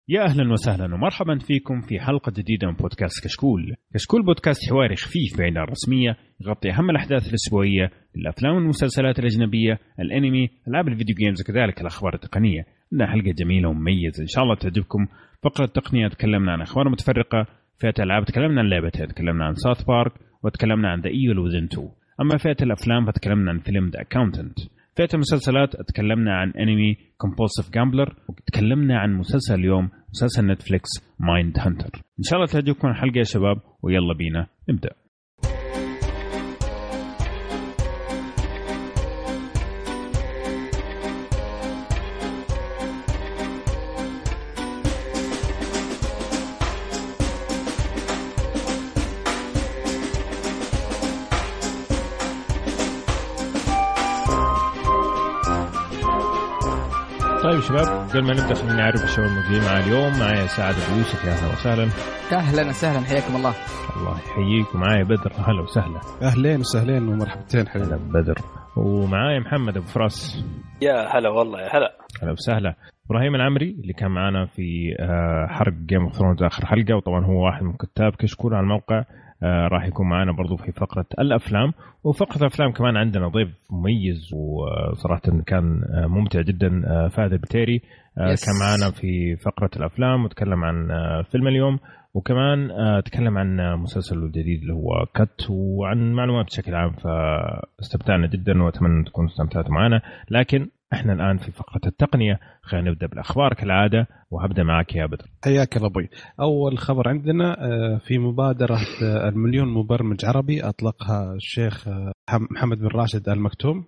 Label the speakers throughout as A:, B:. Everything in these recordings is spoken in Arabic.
A: يا أهلا وسهلا ومرحبا فيكم في حلقة جديدة من بودكاست كشكول. كشكول بودكاست حواري خفيف بعيد عن الرسمية، يغطي أهم الأحداث الأسبوعية، الأفلام والمسلسلات الأجنبية، الأنمي، ألعاب الفيديو جيمز، وكذلك الأخبار التقنية. إنها حلقة جميلة ومميزة إن شاء الله تعجبكم. فقرة التقنية تكلمنا عن أخبار متفرقة، فئة الألعاب تكلمنا عن لعبتين، تكلمنا عن ساوث بارك وتكلمنا عن The Evil Within 2. أما فئة الأفلام فتكلمنا عن فيلم The Accountant. فئة المسلسلات تكلمنا عن أنمي Compulsive Gambler، وتكلمنا عن مسلسل اليوم مسلسل نتفليكس Mind Hunter. إن شاء الله تعجبكم الحلقة يا شباب، ويلا بينا نبدأ. طيب شباب، قبل ما نبدأ خلينا نعرف الشباب الموجودين معنا اليوم. معايا سعد أبو يوسف، يا أهلا وسهلا.
B: أهلا وسهلا، حياكم الله.
A: الله يحييك. ومعايا بدر، أهلا وسهلا.
C: أهلين وسهلين ومرحبتين.
A: هلا بدر. ومعايا محمد أبو فراس.
D: يا هلا والله، يا هلا.
A: هلا وسهلا. إبراهيم العمري اللي كان معنا في حرق جيم اوف ثرونز آخر حلقة، وطبعا هو واحد من كتاب كشكول على الموقع. راح يكون معنا برضو في فقرة الأفلام، وفقرة الأفلام كمان عندنا ضيف مميز وصراحة كان ممتع جدا، فهد البتيري. كان معنا في فقرة الأفلام وتكلم عن فيلم اليوم، وكمان تكلم عن مسلسل الجديد اللي هو كت، وعن معلومات بشكل عام. فاستمتعنا جدا وأتمنى تكونوا استمتعتوا معنا. لكن احنا الآن في فقرة التقنية، خلينا نبدأ بالأخبار كالعادة، وهبدأ معك يا بدر.
C: حياك الله أبوي. أول خبر عندنا في مبادرة المليون مبرمج عربي أطلقها الشيخ محمد بن راشد آل مكتوم.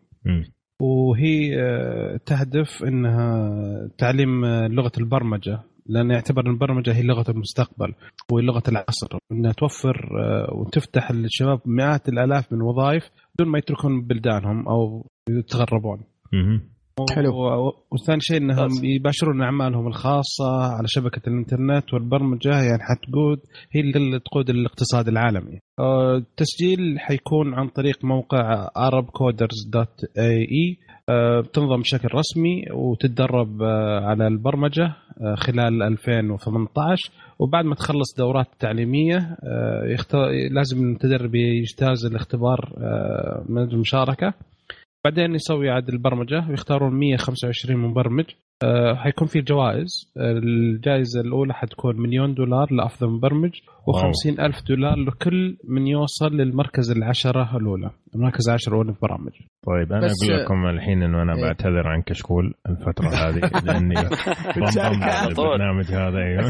C: وهي تهدف إنها تعليم لغة البرمجة، لأن يعتبر البرمجة هي لغة المستقبل وهي لغة العصر، إنها توفر وتفتح للشباب مئات الآلاف من وظائف بدون ما يتركون بلدانهم أو يتغربون.
B: حلو.
C: وثاني شيء انهم يباشرون اعمالهم الخاصه على شبكه الانترنت، والبرمجه يعني حتقود، هي اللي تقود الاقتصاد العالمي. التسجيل حيكون عن طريق موقع arabcoders.ae. بتنظم بشكل رسمي وتتدرب على البرمجه خلال 2018، وبعد ما تخلص دورات تعليميه لازم المتدرب يجتاز الاختبار من المشاركه. بعدين يسوي عاد البرمجة ويختارون 125 مبرمج. حيكون في جوائز. الجائزة الأولى حتكون $1,000,000 لأفضل مبرمج، $50,000 لكل من يوصل للمركز 10 الأولى، المركز 10 الأولى في برامج.
A: طيب أنا أقول لكم الحين إنه أنا بعتذر عن كشكول الفترة هذه لأني بنضم البرنامج هذا. أيوه.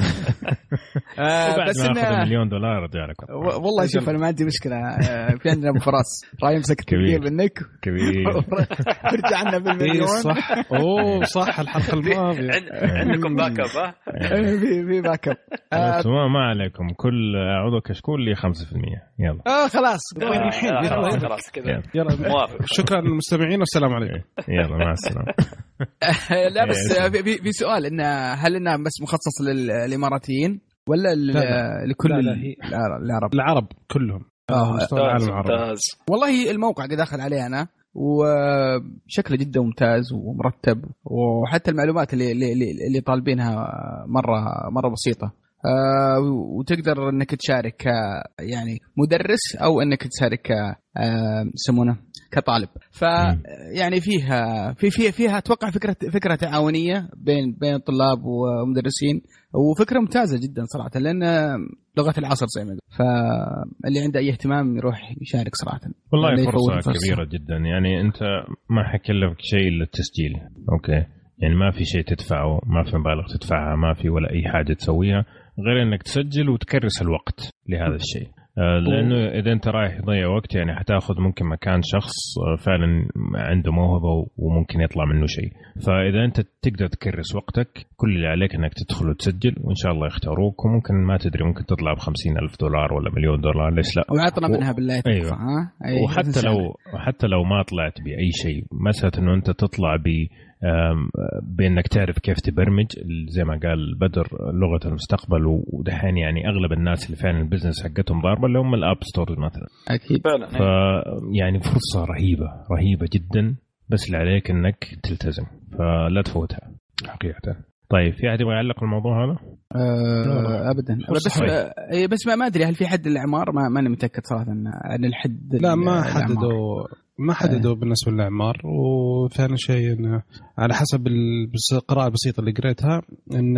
A: بس إنه $1,000,000 رجع لكم.
B: والله شوف، أنا ما عندي مشكلة. في عندنا أبو فراس راي مسك كبير منك
A: كبير.
B: رجعنا بالمليون.
C: صح. أوه صح. الحلقة الماضية
D: عندكم باك اب.
B: في باك اب.
A: ما عليكم، كل عضو كشكول لي 5%. يلا
B: خلاص
D: الحين خلاص كذا.
C: يلا موافق. شكرا للمستمعين والسلام عليكم.
A: يلا مع السلامة.
B: لا بس في سؤال، إن هل إنها بس مخصص للإماراتيين ولا لكل
C: العرب كلهم؟ مستوى العالم العربي.
B: والله الموقع قد داخل عليه أنا، وشكله جدا ممتاز ومرتب، وحتى المعلومات اللي طالبينها مرة بسيطة. وتقدر انك تشارك يعني مدرس او انك تشارك يسمونه كطالب. فيعني فيها اتوقع فكره تعاونيه بين الطلاب ومدرسين، وفكره ممتازه جدا صراحه، لان لغه العصر زي ما قلت. فاللي عنده اي اهتمام يروح يشارك صراحه.
A: والله فرصه كبيره جدا. يعني انت ما حكلفك شيء الا التسجيل، اوكي؟ يعني ما في شيء تدفعه، ما في مبالغ تدفعها، ما في ولا أي حاجة تسويها غير أنك تسجل وتكرس الوقت لهذا الشيء. لأنه إذا أنت رايح يضيع وقت يعني حتاخذ ممكن مكان شخص فعلا عنده موهبة وممكن يطلع منه شيء. فإذا أنت تقدر تكرس وقتك، كل اللي عليك أنك تدخل وتسجل، وإن شاء الله يختاروك، وممكن ما تدري ممكن تطلع $50,000 ولا $1,000,000، ليش لا؟
B: وعطنا منها بالله.
A: أيوة. وحتى لو ما طلعت بأي شيء، مسألة أنه أنت تطلع بأنك تعرف كيف تبرمج، زي ما قال بدر، لغة المستقبل. ودحين يعني أغلب الناس اللي فعلا البزنس حقتهم ضاربة اللي هم الأب ستور مثلا.
B: أكيد.
A: يعني فرصة رهيبة جدا، بس اللي عليك أنك تلتزم، فلا تفوتها حقيقة. طيب في أحد يبغى يعلق الموضوع هذا؟
B: ابدا. بس ما ادري هل في حد الاعمار، ما انا متاكد صراحه عن الحد.
C: لا ما حددوا بالنسبه للاعمار. وثاني شيء إن على حسب القراءه البسيطه اللي قريتها ان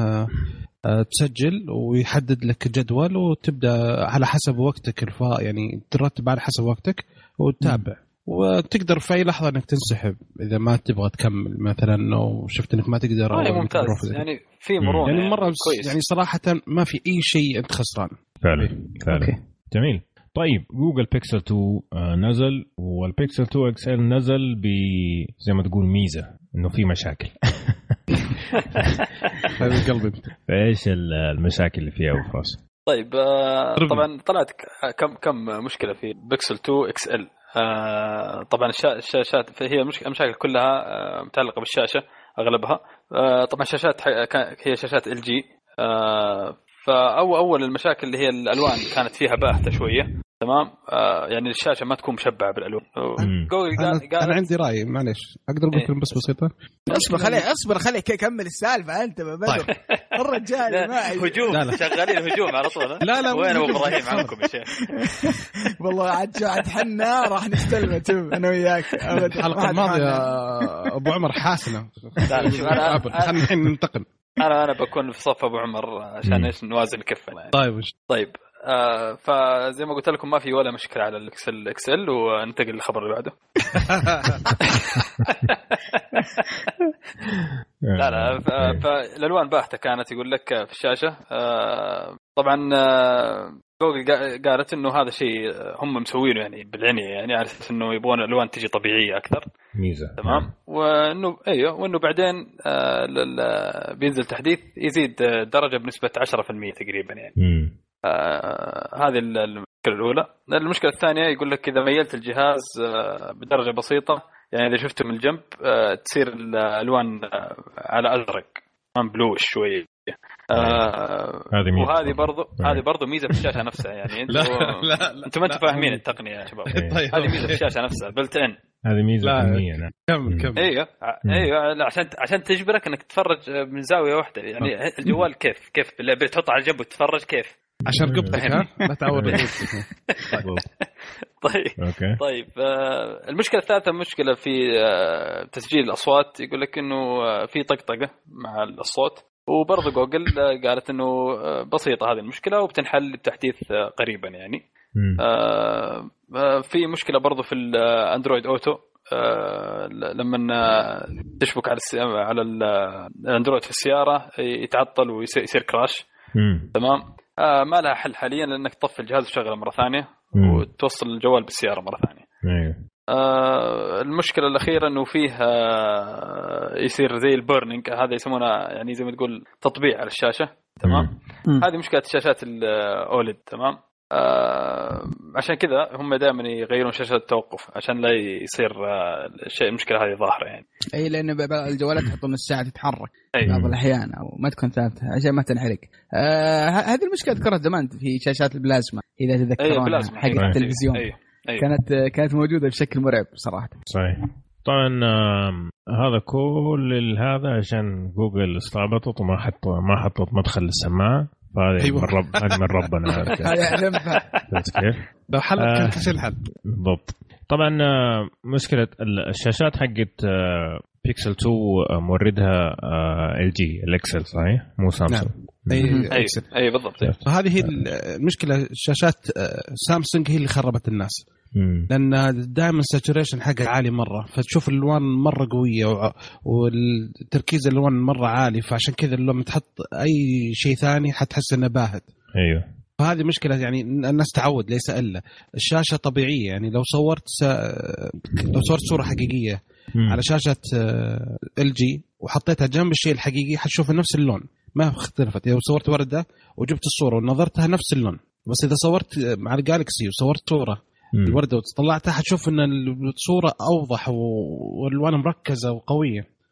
C: تسجل ويحدد لك جدول وتبدا على حسب وقتك يعني ترتب على حسب وقتك وتتابع. وتقدر في أي لحظة أنك تنسحب إذا ما تبغى تكمل مثلا أو شفت أنك ما تقدر.
D: ممتاز يعني في مرونة
C: يعني مرة كويس. يعني صراحة ما في أي شيء أنت خسران
A: فعلا. أوكي. جميل. طيب جوجل بيكسل 2 نزل، والبيكسل 2 XL نزل زي ما تقول ميزة إنه في مشاكل.
C: هذا قلبي.
A: فإيش المشاكل اللي فيها وفاس؟
D: طيب طبعا طلعت كم مشكلة في بيكسل 2 XL. طبعا الشاشات هي مشاكل كلها متعلقة بالشاشة أغلبها. طبعا الشاشات هي شاشات LG. فأول المشاكل اللي هي الألوان كانت فيها باهتة شوية. تمام. يعني الشاشة ما تكون مشبعة بالألوان. جوجل
C: أنا عندي رأي معلش أقدر أقول كلمة بس بسيطة.
B: اصبر خلي كمل السالفة أنت ما بدر. الرجال معي
D: هجوم شغالين هجوم على طول.
C: لا
D: وين أبو إبراهيم عنكم يا شيخ؟
B: والله عاد حنا راح نستلم أنا وياك.
C: الحلقة الماضية أبو عمر حاسنا. خلينا ننتقل.
D: أنا بكون في صف أبو عمر عشان إيش نوازن الكفة. طيب فزي ما قلت لكم ما في ولا مشكلة على الإكسل وننتقل للخبر اللي بعده. لا فالألوان باهتة كانت يقول لك في الشاشة. طبعا جوجل قالت إنه هذا شيء هم مسوينه يعني بالعنية، يعني عارف إنه يبغون الألوان تجي طبيعية أكثر.
A: ميزة.
D: تمام. وإنه بعدين بينزل تحديث يزيد درجة بنسبة 10% تقريبا يعني. هذه المشكلة الأولى. المشكلة الثانية يقول لك إذا ميلت الجهاز بدرجة بسيطة، يعني إذا شفته من الجنب تصير الألوان على أزرق من بلوش شوية. وهذه برضو ميزة في الشاشة نفسها يعني. أنتم ما فاهمين التقنية يا شباب. هذه ميزة في الشاشة نفسها بلت إن.
A: هذه ميزة فنية.
C: كم
D: ايوه عشان تجبرك انك تتفرج من زاويه واحده يعني. الجوال كيف اللي بتحطه على جنب وتتفرج كيف
C: عشان رقبتك لا تعور رقبتك.
D: طيب المشكله الثالثه مشكله في تسجيل الاصوات. يقول لك انه في طقطقه مع الصوت، وبرضه جوجل قالت انه بسيطه هذه المشكله وبتنحل بتحديث قريبا يعني. في مشكله برضه في الاندرويد اوتو. لما تشبك على الاندرويد في السياره يتعطل ويصير كراش. تمام. ما لها حل حاليا لانك تطفي الجهاز وتشغله مره ثانيه وتوصل الجوال بالسياره مره ثانيه. المشكله الاخيره انه فيه يصير زي البيرنينج، هذا يسمونه يعني زي ما تقول تطبيع على الشاشه. تمام. هذه مشكله الشاشات الاولد. تمام. عشان كذا هم دائما يغيرون شاشة التوقف عشان لا يصير الشيء المشكلة هذه ظاهرة يعني.
B: أي لأن الجوالات تحطون الساعة تتحرك بعض الأحيان أو ما تكون ثابتة عشان ما تنحرق. هذه المشكلة ذكرت زمان في شاشات البلازما إذا تذكرون حق التلفزيون. كانت موجودة بشكل مرعب صراحة.
A: صحيح. طبعا هذا كل هذا عشان جوجل استعبطت وما حطت مدخل السماعة. هذه من ربنا.
C: كيف لو حل كان كل الحل
A: بالضبط. طبعا مشكلة الشاشات حقت بيكسل 2 موردها LG الإكسل صحيح مو سامسونج.
D: أي بالضبط.
C: هذه هي المشكلة. شاشات سامسونج هي اللي خربت الناس لأن دائما الساتوريشن حقها عالي مرة، فتشوف الألوان مرة قوية والتركيز الألوان مرة عالي، فعشان كذا لما تحط أي شيء ثاني حتحس إنه باهت.
A: أيوه.
C: فهذه مشكلة يعني الناس تعود ليس إلا الشاشة طبيعية. يعني لو صورت صورة حقيقية على شاشة LG وحطيتها جنب الشيء الحقيقي حتشوف نفس اللون ما اختلفت. لو صورت وردة وجبت الصورة ونظرتها نفس اللون، بس إذا صورت مع الجالكسي وصورت صورة الوردة وطلعتها حتشوف إن الصورة أوضح والألوان مركزة وقوية.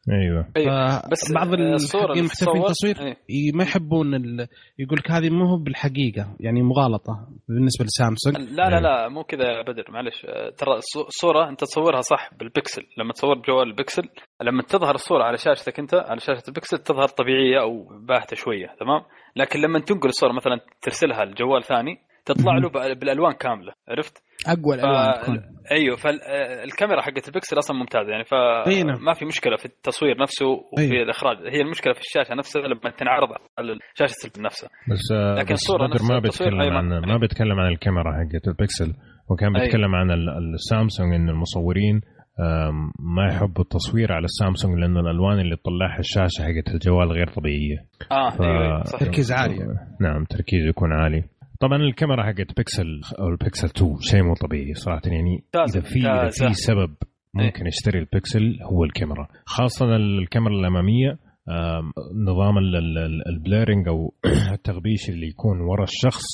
A: ايوه
C: بس بعض المحترفين التصوير ما يحبون يقول لك هذه مو بالحقيقه، يعني مغالطه بالنسبه لسامسونج.
D: لا مو كذا بدر، معلش. ترى الصوره انت تصورها صح بالبكسل، لما تصور بجوال البكسل لما تظهر الصوره على شاشتك انت على شاشه البكسل تظهر طبيعيه او باهته شويه، تمام. لكن لما تنقل الصوره مثلا ترسلها لجوال ثاني تطلع له بالالوان كامله، عرفت؟
B: اقوى الالوان
D: ايوه. فالكاميرا حقت البكسل اصلا ممتازه يعني، فما في مشكله في التصوير نفسه وفي الاخراج. هي المشكله في الشاشه نفسها لما تنعرض على شاشه نفسها.
A: بس
D: لكن الصوره نفسها
A: ما بيتكلم عن الكاميرا حقت البكسل، وكان بيتكلم عن السامسونج ان المصورين ما يحبوا التصوير على السامسونج لأن الألوان اللي تطلعها الشاشة حقت الجوال غير طبيعية.
C: تركيز عالي.
A: نعم تركيز يكون عالي. طبعا الكاميرا حقت بيكسل أو البيكسل 2 شيء مو طبيعي صراحة يعني. إذا في سبب ممكن يشتري البيكسل هو الكاميرا، خاصة الكاميرا الأمامية. نظام البليرنج أو التغبيش اللي يكون وراء الشخص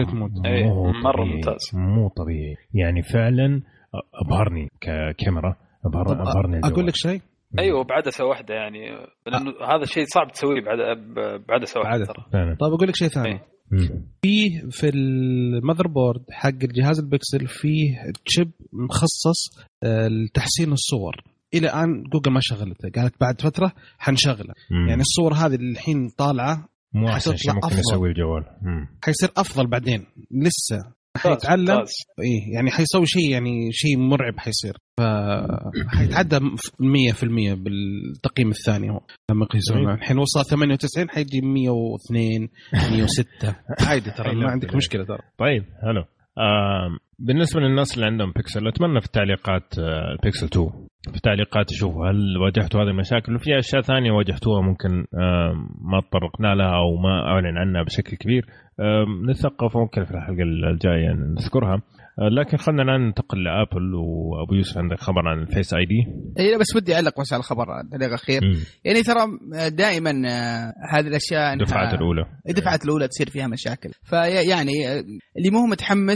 D: مرة ممتاز،
A: مو طبيعي يعني. فعلا أبهرني ككاميرا، أبهرني.
C: أقول لك شيء،
D: ايوه بعدسه واحده يعني، لانه هذا الشيء صعب تسويه بعدسه واحده ترى.
C: طيب اقول لك شيء ثاني، في المذر بورد حق الجهاز البكسل فيه تشيب مخصص لتحسين الصور. الى الان جوجل ما شغلته، قالت بعد فتره حنشغله. يعني الصور هذه اللي الحين طالعه
A: مو احسن شيء ممكن يسوي الجوال،
C: حيصير افضل بعدين، لسه حيتعلم. ايه يعني حيسوي شيء، يعني شيء مرعب حيصير، فحيتعدى 100% بالتقييم الثاني. هو لما يقيسون الحين وصل 98 حيجي 102 106 عادي ترى، ما عندك مشكله ترى.
A: طيب حلو. بالنسبه للناس اللي عندهم بيكسل، اتمنى في التعليقات البيكسل 2 في التعليقات شوفوا هل واجهتوا هذه المشاكل، وفي اشياء ثانيه واجهتوها ممكن ما تطرقنا لها او ما اعلن عنها بشكل كبير، نتثقف ممكن في الحلقه الجايه نذكرها. لكن خلينا الان ننتقل لابل. وابو يوسف عندك خبر عن الفيس اي دي؟
B: اي بس بدي اعلق بس على الخبر تعليق اخير. يعني ترى دائما هذه الاشياء الدفعات الاولى تصير فيها مشاكل، فيعني اللي مو متحمس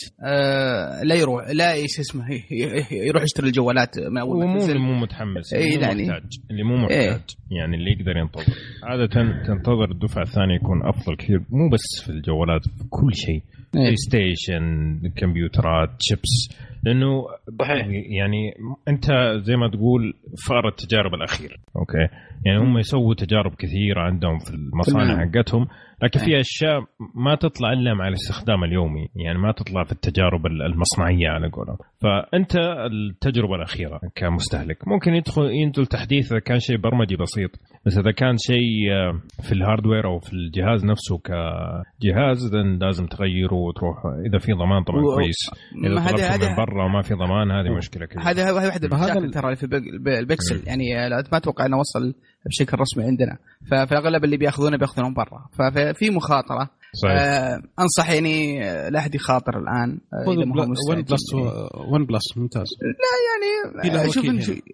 B: لا يروح، لا ايش اسمه يروح يشتري الجوالات من اول ما تنزل.
A: مو متحمس اللي مو محتاج يعني اللي يقدر ينتظر. عاده تنتظر الدفعه الثانيه يكون افضل كثير، مو بس في الجوالات، في كل شيء، بلاي ستيشن، كمبيوترات، شيبس. لأنه يعني أنت زي ما تقول فار التجارب الأخير. أوكي يعني هم يسووا تجارب كثيرة عندهم في المصانع حقتهم، لكن في أشياء ما تطلع إلا مع الاستخدام اليومي، يعني ما تطلع في التجارب المصنعية على قولهم. فأنت التجربة الأخيرة كمستهلك ممكن ينزل تحديث إذا كان شيء برمجي بسيط، بس إذا كان شيء في الهاردوير أو في الجهاز نفسه كجهاز لازم تغيره وتروح. إذا في ضمان طبعا كويس، إذا طلبته من برا وما في ضمان هذه مشكلة كبيرة.
B: هذا واحدة من المشاكل ترى في البكسل يعني ما أتوقع أنه وصل بشكل رسمي عندنا، ففي الأغلب اللي بياخذونه برا، ففي مخاطرة. أنصح يعني لا أحد يخاطر الآن.
A: ون بلس ممتاز.
B: لا يعني شوف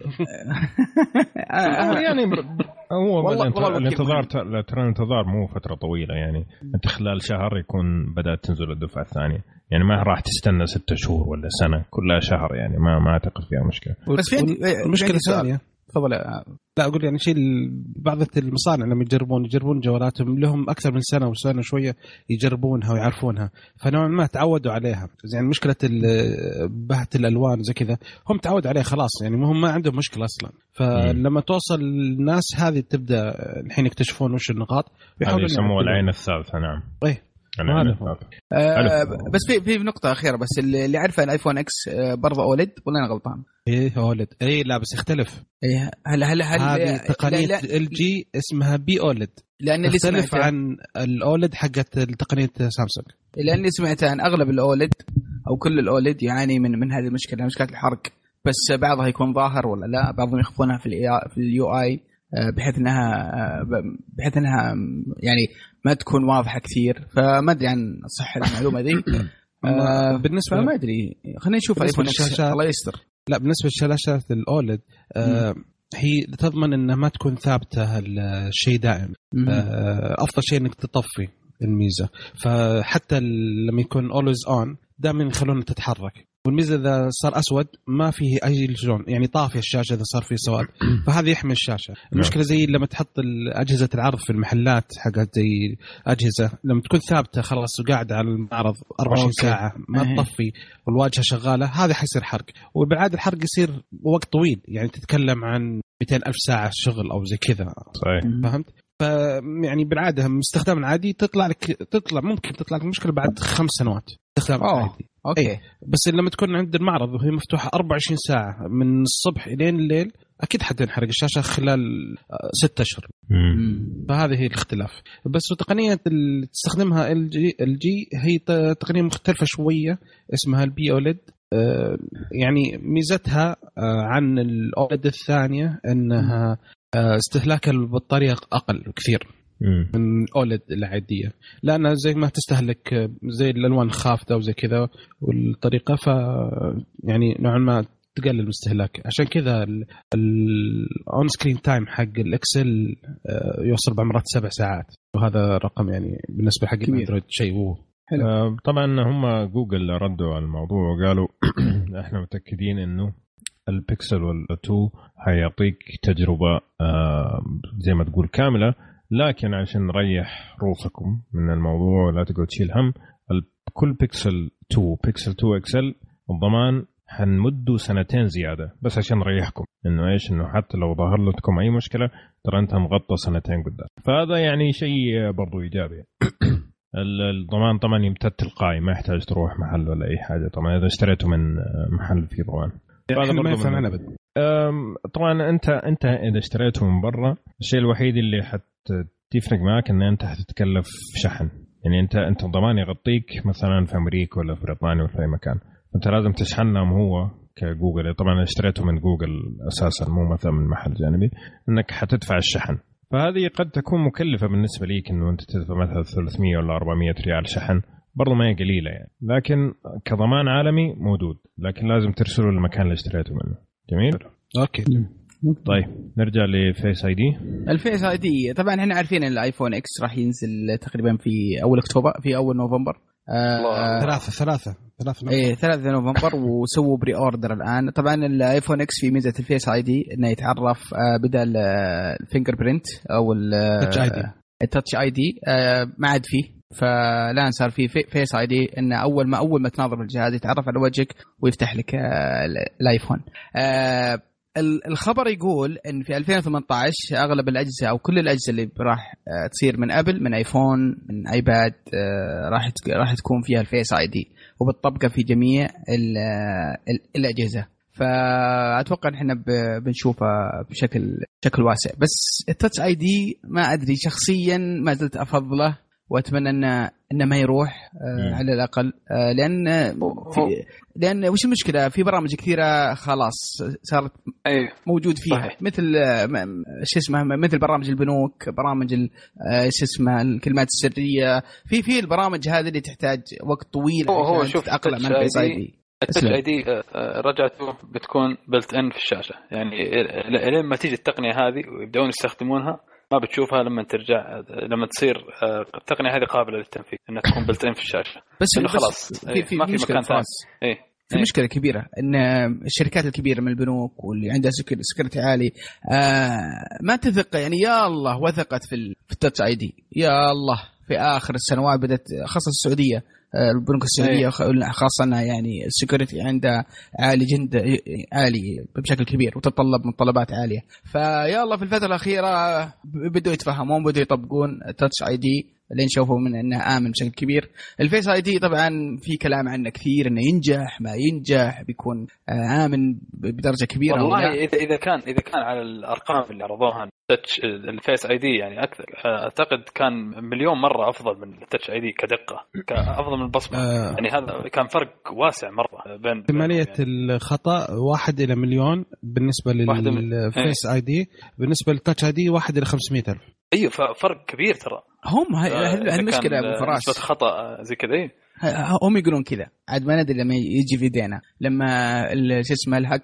A: يعني هو الانتظار مو فترة طويلة، يعني أنت خلال شهر يكون بدأت تنزل الدفعة الثانية، يعني ما راح تستنى 6 شهور ولا سنة، كلها شهر يعني ما أعتقد فيها مشكلة.
B: بس في
C: مشكلة ثانية.
B: تفضل.
C: لا أقول يعني شيء بعض المصانع لما يجربون جوالاتهم لهم أكثر من سنة وسنة شوية يجربونها ويعرفونها، فنوعا ما تعودوا عليها. يعني مشكلة بهت الألوان زي كذا هم تعودوا عليها خلاص، يعني هم ما عندهم مشكلة أصلا. فلما توصل الناس هذه تبدأ الحين يكتشفون وش النقاط،
A: يحاولون يسموها العين الثالثة. نعم.
B: بس في نقطة أخيرة بس، اللي عارفة الآيفون إكس برضه أوليد ولا أنا غلطان؟
C: إيه أوليد. إيه لا بس يختلف.
B: إيه هل
C: هذه تقنية LG اسمها بي أوليد،
B: لأن اللي
C: تختلف عن الأوليد حقت تقنية سامسونج.
B: لأني سمعت عن أغلب الأوليد أو كل الأوليد يعاني من هذه المشكلة، مشكلة الحرق، بس بعضها يكون ظاهر ولا لا، بعضهم يخفونها في اليو آي بحيث انها يعني ما تكون واضحه كثير. فما ادري عن صح المعلومه دي.
C: بالنسبه
B: ما ادري، خلينا نشوف الايفون الله يستر.
C: لا بالنسبه للشاشات الاولد هي تضمن انها ما تكون ثابته الشيء دائم. افضل شيء انك تطفي الميزه، فحتى لما يكون always on دائما يخلونها تتحرك، والميزه اذا صار اسود ما فيه اي لون، يعني طافي الشاشه اذا صار فيه سواد فهذا يحمي الشاشه. المشكله زي لما تحط اجهزه العرض في المحلات حقت زي اجهزه لما تكون ثابته خلاص وقاعده على المعرض 24 ساعه ما تطفي والواجهه شغاله، هذا حيصير حرق، وبالعاده الحرق يصير وقت طويل، يعني تتكلم عن 200,000 ساعه شغل او زي كذا.
A: صحيح.
C: فهمت؟ يعني بالعاده باستخدام العادي ممكن تطلع لك مشكله بعد 5 سنوات استخدام عادي.
B: اوكي.
C: بس لما تكون عند المعرض وهي مفتوحه 24 ساعه من الصبح الين الليل اكيد حتنحرق الشاشه خلال 6 أشهر. فهذه هي الاختلاف. بس تقنيه اللي تستخدمها LG هي تقنيه مختلفه شويه اسمها البي اوليد. يعني ميزتها عن الاوليد الثانيه انها استهلاك البطاريه اقل كثير من أولد العادية، لأنها زي ما تستهلك زي الألوان خافتة وزي كذا والطريقة، يعني نوعا ما تقلل الاستهلاك. عشان كذا الأون سكرين تايم حق الإكسل يوصل بعمرات 7 ساعات، وهذا رقم يعني بالنسبة حق الأندرويد شيء
A: طبعا هم جوجل ردوا على الموضوع وقالوا احنا متأكدين انه البيكسل وال2 حيعطيك تجربة زي ما تقول كاملة، لكن عشان نريح روحكم من الموضوع ولا تقعد تشيل هم، كل بيكسل 2 بيكسل 2 اكسل الضمان حنمده 2 سنين زيادة، بس عشان نريحكم انه ايش، انه حتى لو ظهر لكم اي مشكلة ترى انت مغطى 2 سنين قدام. فهذا يعني شيء برضو ايجابي. الضمان طبعا يمتد تلقائي، ما يحتاج تروح محل ولا اي حاجة. طبعا اذا اشتريته من محل فيه ضمان
C: هذا ما يفهم عنه أبدا.
A: طبعا انت اذا اشتريته من برا الشيء الوحيد اللي تفرق معك ان انت هتتكلف شحن، يعني انت الضمان يغطيك مثلا في امريكا ولا في بريطانيا ولا في اي مكان، انت لازم تشحنهم هو كجوجل. طبعا اشتريته من جوجل اساسا مو مثلا من محل جانبي، انك حتدفع الشحن، فهذه قد تكون مكلفه بالنسبه ليك انه انت تدفع مثلا 300 ولا 400 ريال شحن، برضو ما هي قليله يعني، لكن كضمان عالمي موجود، لكن لازم ترسله للمكان اللي اشتريته منه. جميل.
C: اوكي.
A: طيب نرجع لفيس اي دي.
B: الفيس اي دي طبعا احنا عارفين ان الايفون اكس راح ينزل تقريبا في اول اكتوبر، في اول نوفمبر. 3 نوفمبر وسووا بري اوردر الان. طبعا الايفون اكس في ميزه الفيس اي دي انه يتعرف بدل الفينجر برينت او التاتش اي دي ما عاد فيه، فالان صار في فيس اي دي انه اول ما تناظر الجهاز يتعرف على وجهك ويفتح لك الايفون. الخبر يقول ان في 2018 اغلب الاجهزه او كل الاجهزه اللي راح تصير من ابل، من ايفون، من ايباد، راح تكون فيها الفيس اي دي وبتطبقه في جميع الاجهزه. فاتوقع ان احنا بنشوفها بشكل واسع. بس التاتش اي دي ما ادري شخصيا ما زلت افضله، واتمنى انه ما يروح على الاقل، لان وش المشكله في برامج كثيره خلاص صارت موجود فيها. صحيح. مثل مثل برامج البنوك، برامج الكلمات السريه، في البرامج هذه اللي تحتاج وقت طويل عشان تتاقلم مع الفيس اي دي.
D: التاتش اي دي رجعته بتكون بلت ان في الشاشه، يعني لما تيجي التقنيه هذه ويبداون يستخدمونها ما بتشوفها لما تصير التقنيه هذه قابله للتنفيذ انها تكون بلت ان في الشاشه. بس خلاص
B: في
D: ما في مكان ثاني.
B: في مشكله كبيره ان الشركات الكبيره من البنوك واللي عندها سكيورتي عالي ما تثق، يعني يا الله وثقت في التاتش اي دي، يا الله في اخر السنوات بدات خاصه السعوديه، البنوك السعوديه خاصه انها يعني السكيورتي عندها عالي بشكل كبير وتتطلب متطلبات عاليه. فيا الله في الفتره الاخيره بدوا يتفهمون، بدوا يطبقون تاتش اي دي اللي نشوفه من انه امن بشكل كبير. الفيس اي دي طبعا في كلام عنه كثير انه ينجح ما ينجح، بيكون امن بدرجه كبيره.
D: والله اذا كان على الارقام اللي عرضوها تاتش الفيس اي دي يعني اكثر، اعتقد كان مليون مره افضل من التاتش اي دي كدقه، افضل من البصمه. يعني هذا كان فرق واسع مره بين
C: احتماليه يعني الخطا 1 إلى مليون بالنسبه للفيس اي دي، بالنسبه للتاتش اي دي 1 إلى 500,000.
D: ايوه فرق كبير ترى.
B: هم المشكله ابو فراس
D: نسبه خطا زي كذا.
B: هم يقولون كذا عاد ما ندري لما يجي في يدينا، لما شو اسمه الهاكر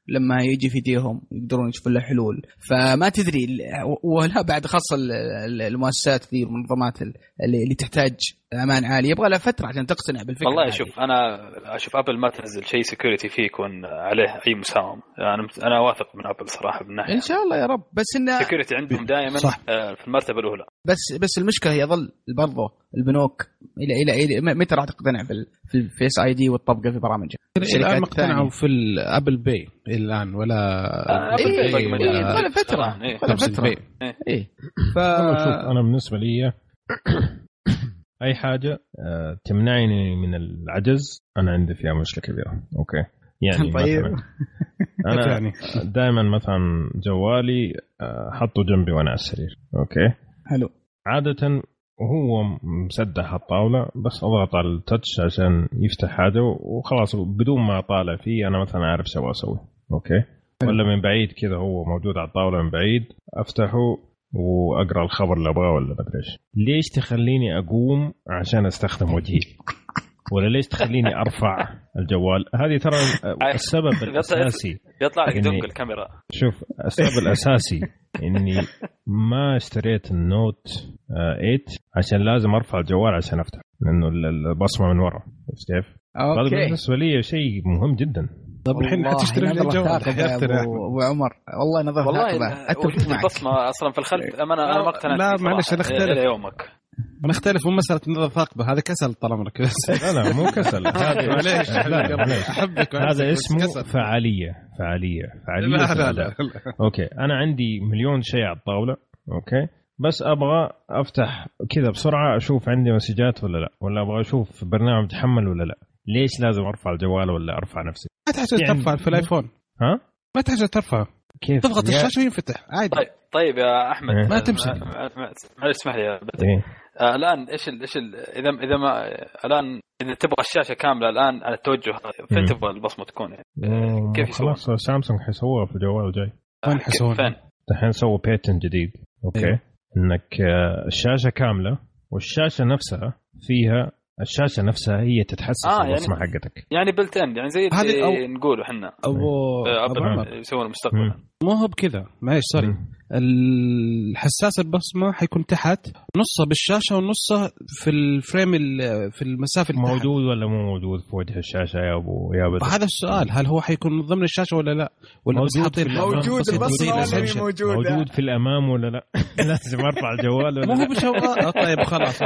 B: لما يجي في يديهم يقدرون يشوفون له حلول. فما تدري ولا بعد خاصة المؤسسات ذي المنظمات اللي تحتاج امان عالي يبغى لها فتره عشان تقتنع بالفكره.
D: والله شوف انا اشوف ابل ما تنزل شيء سكيورتي فيه يكون عليه اي مساوم. انا واثق من ابل صراحه بالناحيه
B: ان شاء الله يا رب. بس ان
D: سكيورتي عندهم دائما في المرتبه الاولى.
B: بس المشكله هي ظل برضه البنوك الى متى راح تقتنع في الفيس اي دي والطبقه في برامجها؟
C: الان مقتنعوا في الابل باي الان ولا
D: ابل باي
B: ولا فتره ولا فتره ايه.
E: انا بالنسبه لي اي حاجه تمنعني من العجز انا عندي فيها مشكله كبيره. اوكي يعني
B: طيب.
E: مثلا انا دائما مثلا جوالي حطه جنبي وانا على السرير. اوكي
B: حلو.
E: عاده وهو مسدح على الطاوله بس اضغط على التاتش عشان يفتح حاجه وخلاص بدون ما اطالع فيه انا مثلا عارف شو اسوي. اوكي ولا من بعيد كذا هو موجود على الطاوله من بعيد افتحه واقرا الخبر اللي ابغاه ولا ما ادري ايش. ليش تخليني اقوم عشان استخدم وجهي ولا ليش تخليني ارفع الجوال؟ هذه ترى السبب الاساسي
D: يطلع لك دق الكاميرا.
E: شوف السبب الاساسي اني ما اشتريت النوت 8 عشان لازم ارفع الجوال عشان افتح لانه البصمه من ورا. كيف؟ هذا بالنسبه لي شيء مهم جدا.
C: طب الحين حتشتري الجوال
B: ابو عمر والله نظر
D: والله البصمه اصلا في الخلف انا ما اقتنعت.
C: لا معلش انا اختلف
D: الى يومك
C: نختلف مو مساله نظر ثاقبه هذا كسل طال عمرك.
E: لا مو كسل هذا
C: معليش
E: احبك هذا اسمه فعاليه.
C: لا.
E: اوكي انا عندي مليون شيء على الطاوله. اوكي بس ابغى افتح كذا بسرعه اشوف عندي مسجات ولا لا ولا ابغى اشوف برنامج تحمل ولا لا. ليش لازم ارفع الجوال ولا ارفع نفسي؟
C: ما تحتاج يعني ترفع في الايفون.
E: ها
C: ما تحتاج ترفع
E: كيف
C: تضغط الشاشه وينفتح عادي.
D: طيب يا احمد
C: ما تمشي.
D: معلش اسمح لي يا الان ايش اذا ما الان اذا تبغى الشاشه كامله الان على التوجه فين تبغى البصمه تكون يعني؟ كيف
E: خلاص سامسونج حيسووها في الجوال الجاي.
C: وين حيسوون؟
E: الحين سووا بيتن جديد. اوكي انك الشاشه كامله والشاشه نفسها فيها الشاشه نفسها هي تتحسس البصمه
D: يعني
E: حقتك
D: يعني بلتين يعني زي اللي نقوله احنا
C: ابو
D: يسوون المستقبل.
C: مو هو بكذا معليش سوري. الحساس البصمه حيكون تحت نصه بالشاشه ونصه في الفريم في المسافه اللي
E: موجود ولا مو موجود في وجه الشاشه يا ابو
C: هذا السؤال هل هو حيكون من ضمن الشاشه ولا لا ولا
B: موجود البصمه
E: موجود في الامام ولا لا؟ لازم ارفع الجوال ولا
C: مو هو بشوار. طيب خلاص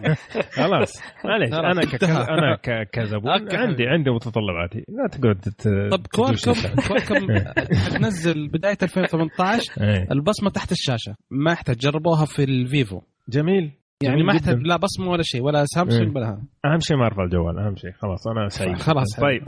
E: معليش انا كزبون عندي متطلباتي لا تقعد.
C: طب كوالكم تنزل بدايه 2018 البصمه تحت الشاشه ما يحتاج جربوها في الفيفو.
E: جميل
C: يعني ما يحتاج لا بصمه ولا شيء ولا سامسونج ولا هذا.
E: اهم شيء ما ارفع الجوال اهم شيء خلاص انا سعيد
C: خلاص.
E: طيب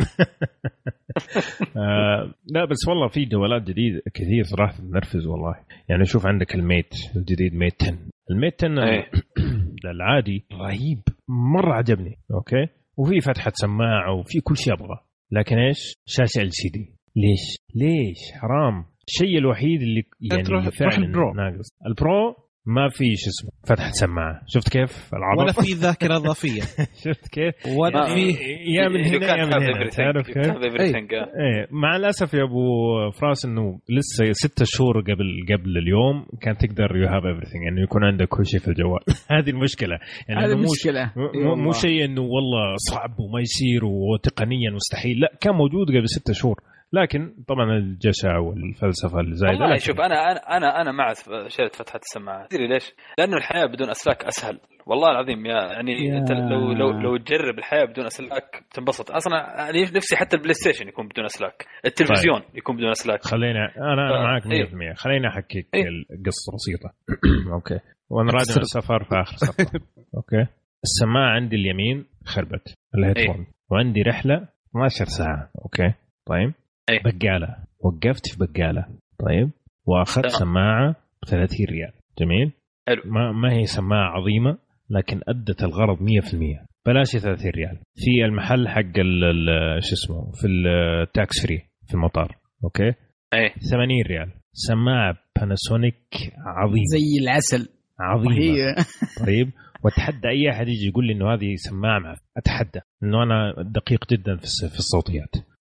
E: لا بس والله في جوالات جديده كثير صراحه تنرفز والله. يعني شوف عندك الميت الجديد ميت 10 الميت 10 العادي رهيب مره عجبني. اوكي وفي فتحه سماعه وفي كل شيء ابغاه لكن ايش شاشه LCD. ليش حرام. الشيء الوحيد اللي يعني فعلا ناقص البرو ما في شو اسمه فتحة سماعة. شفت كيف العبط
C: ولا في ذاكرة إضافية
E: شفت كيف
C: ولا في
E: يا من هنا يا من هنا تعرف كيف ايه. مع الأسف يا أبو فراس إنه لسه 6 شهور قبل اليوم كان تقدر you have everything يعني يكون عندك كل شيء في الجوال. هذه المشكلة يعني
B: هذه المشكلة
E: مو شيء إنه والله صعب وما يصير وتقنيا مستحيل لا كان موجود قبل 6 شهور لكن طبعا الجشع والفلسفه الزايده.
D: والله شوف انا مع شيء فتحه السماعه. تدري ليش؟ لانه الحياه بدون اسلاك اسهل والله العظيم يعني انت لو تجرب الحياه بدون اسلاك تنبسط اصلا. نفسي حتى البلاي ستيشن يكون بدون اسلاك التلفزيون طيب. يكون بدون اسلاك.
E: خلينا انا معك 100% خليني احكيك القصه بسيطه اوكي وانا راجع من السفر في اخر سفر اوكي السماعه عندي اليمين خربت الهيدفون وعندي رحله 12 ساعه اوكي طيب بقالة وقفت في بقالة طيب واخذت سماعة ب30 ريال. جميل
D: حلو.
E: ما هي سماعة عظيمة لكن أدت الغرض 100%. بلاش 30 ريال في المحل حق شو اسمه في التاكس فري في المطار اوكي 80 ريال سماعة باناسونيك عظيمة
B: زي العسل
E: عظيمة طيب واتحدى اي احد يجي يقول لي انه هذه سماعة اتحدى انه انا دقيق جدا في الصوتيات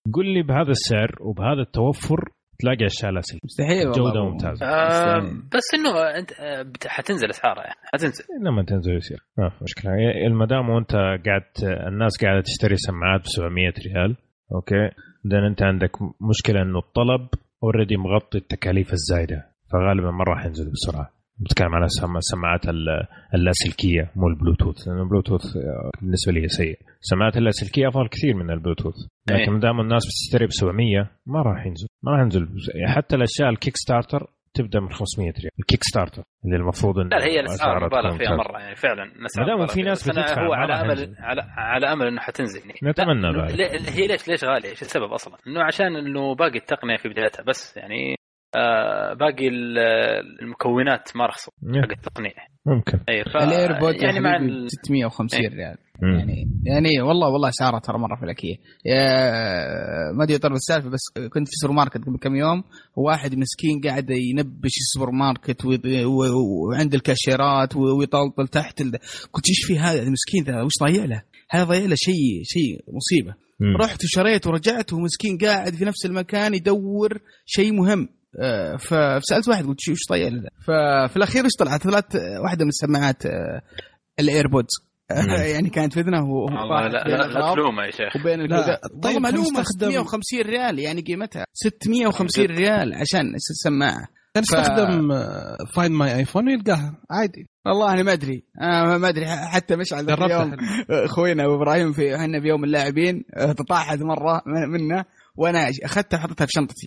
E: قل لي بهذا السعر وبهذا التوفر تلاقي اشياء لاسل
B: مستحيل
E: جوده ممتازه.
D: بس انه انت حتنزل اسعارها يعني حتنزل
E: لما تنزل يصير ما في مشكله. المدام وانت قاعد الناس قاعده تشتري سماعات ب700 ريال اوكي ده انت عندك مشكله انه الطلب اوريدي مغطي التكاليف الزايده فغالبا ما راح ينزل بسرعه. بتكلم على السماعات اللاسلكيه مو البلوتوث لأن البلوتوث بالنسبه لي سيء. السماعات اللاسلكيه افضل كثير من البلوتوث لكن ما دام الناس بتشتري ب700 ما راح ينزل حتى الاشياء الكيك ستارتر تبدا من 500 ريال الكيك ستارتر اللي المفروض
D: لا هي الاسعار مبالغ فيها مره يعني فعلا
E: ما دام في ناس بتدفع
D: هو على امل انه حتنزل
E: نتمنى
D: هي ليش غاليه ايش السبب اصلا انه عشان انه باقي التقنيه في بدايتها بس يعني باقي المكونات ما رخصوا حق التقنيه
E: ممكن
B: الايربود
D: يعني مع
B: 650 ريال يعني والله اسعارها ترى مره فلكيه. ما ادري طرف السالفه بس كنت في سوبر ماركت قبل كم يوم وواحد مسكين قاعد ينبش السوبر ماركت وعند الكاشيرات ويطلطل تحت قلت ايش في هذا المسكين ذا وش ضايع له هذا ضايع له شيء مصيبه. رحت وشريت ورجعت ومسكين قاعد في نفس المكان يدور شيء مهم. فسألت واحد قلت وش طيب له ففي الأخير ايش طلعت واحدة من السماعات الايربودز يعني كانت في اذنه
D: لا تلومه يا شيخ
B: وبين طيب معلومة 650 ريال يعني قيمتها 650 ريال عشان السماعة
C: استخدم فايند ماي ايفون يلقاها عادي.
B: والله انا ما ادري حتى مشعل اليوم اخوينا ابو ابراهيم احنا في يوم اللاعبين تطاحت مره منه وانا اخذتها حطيتها في شنطتي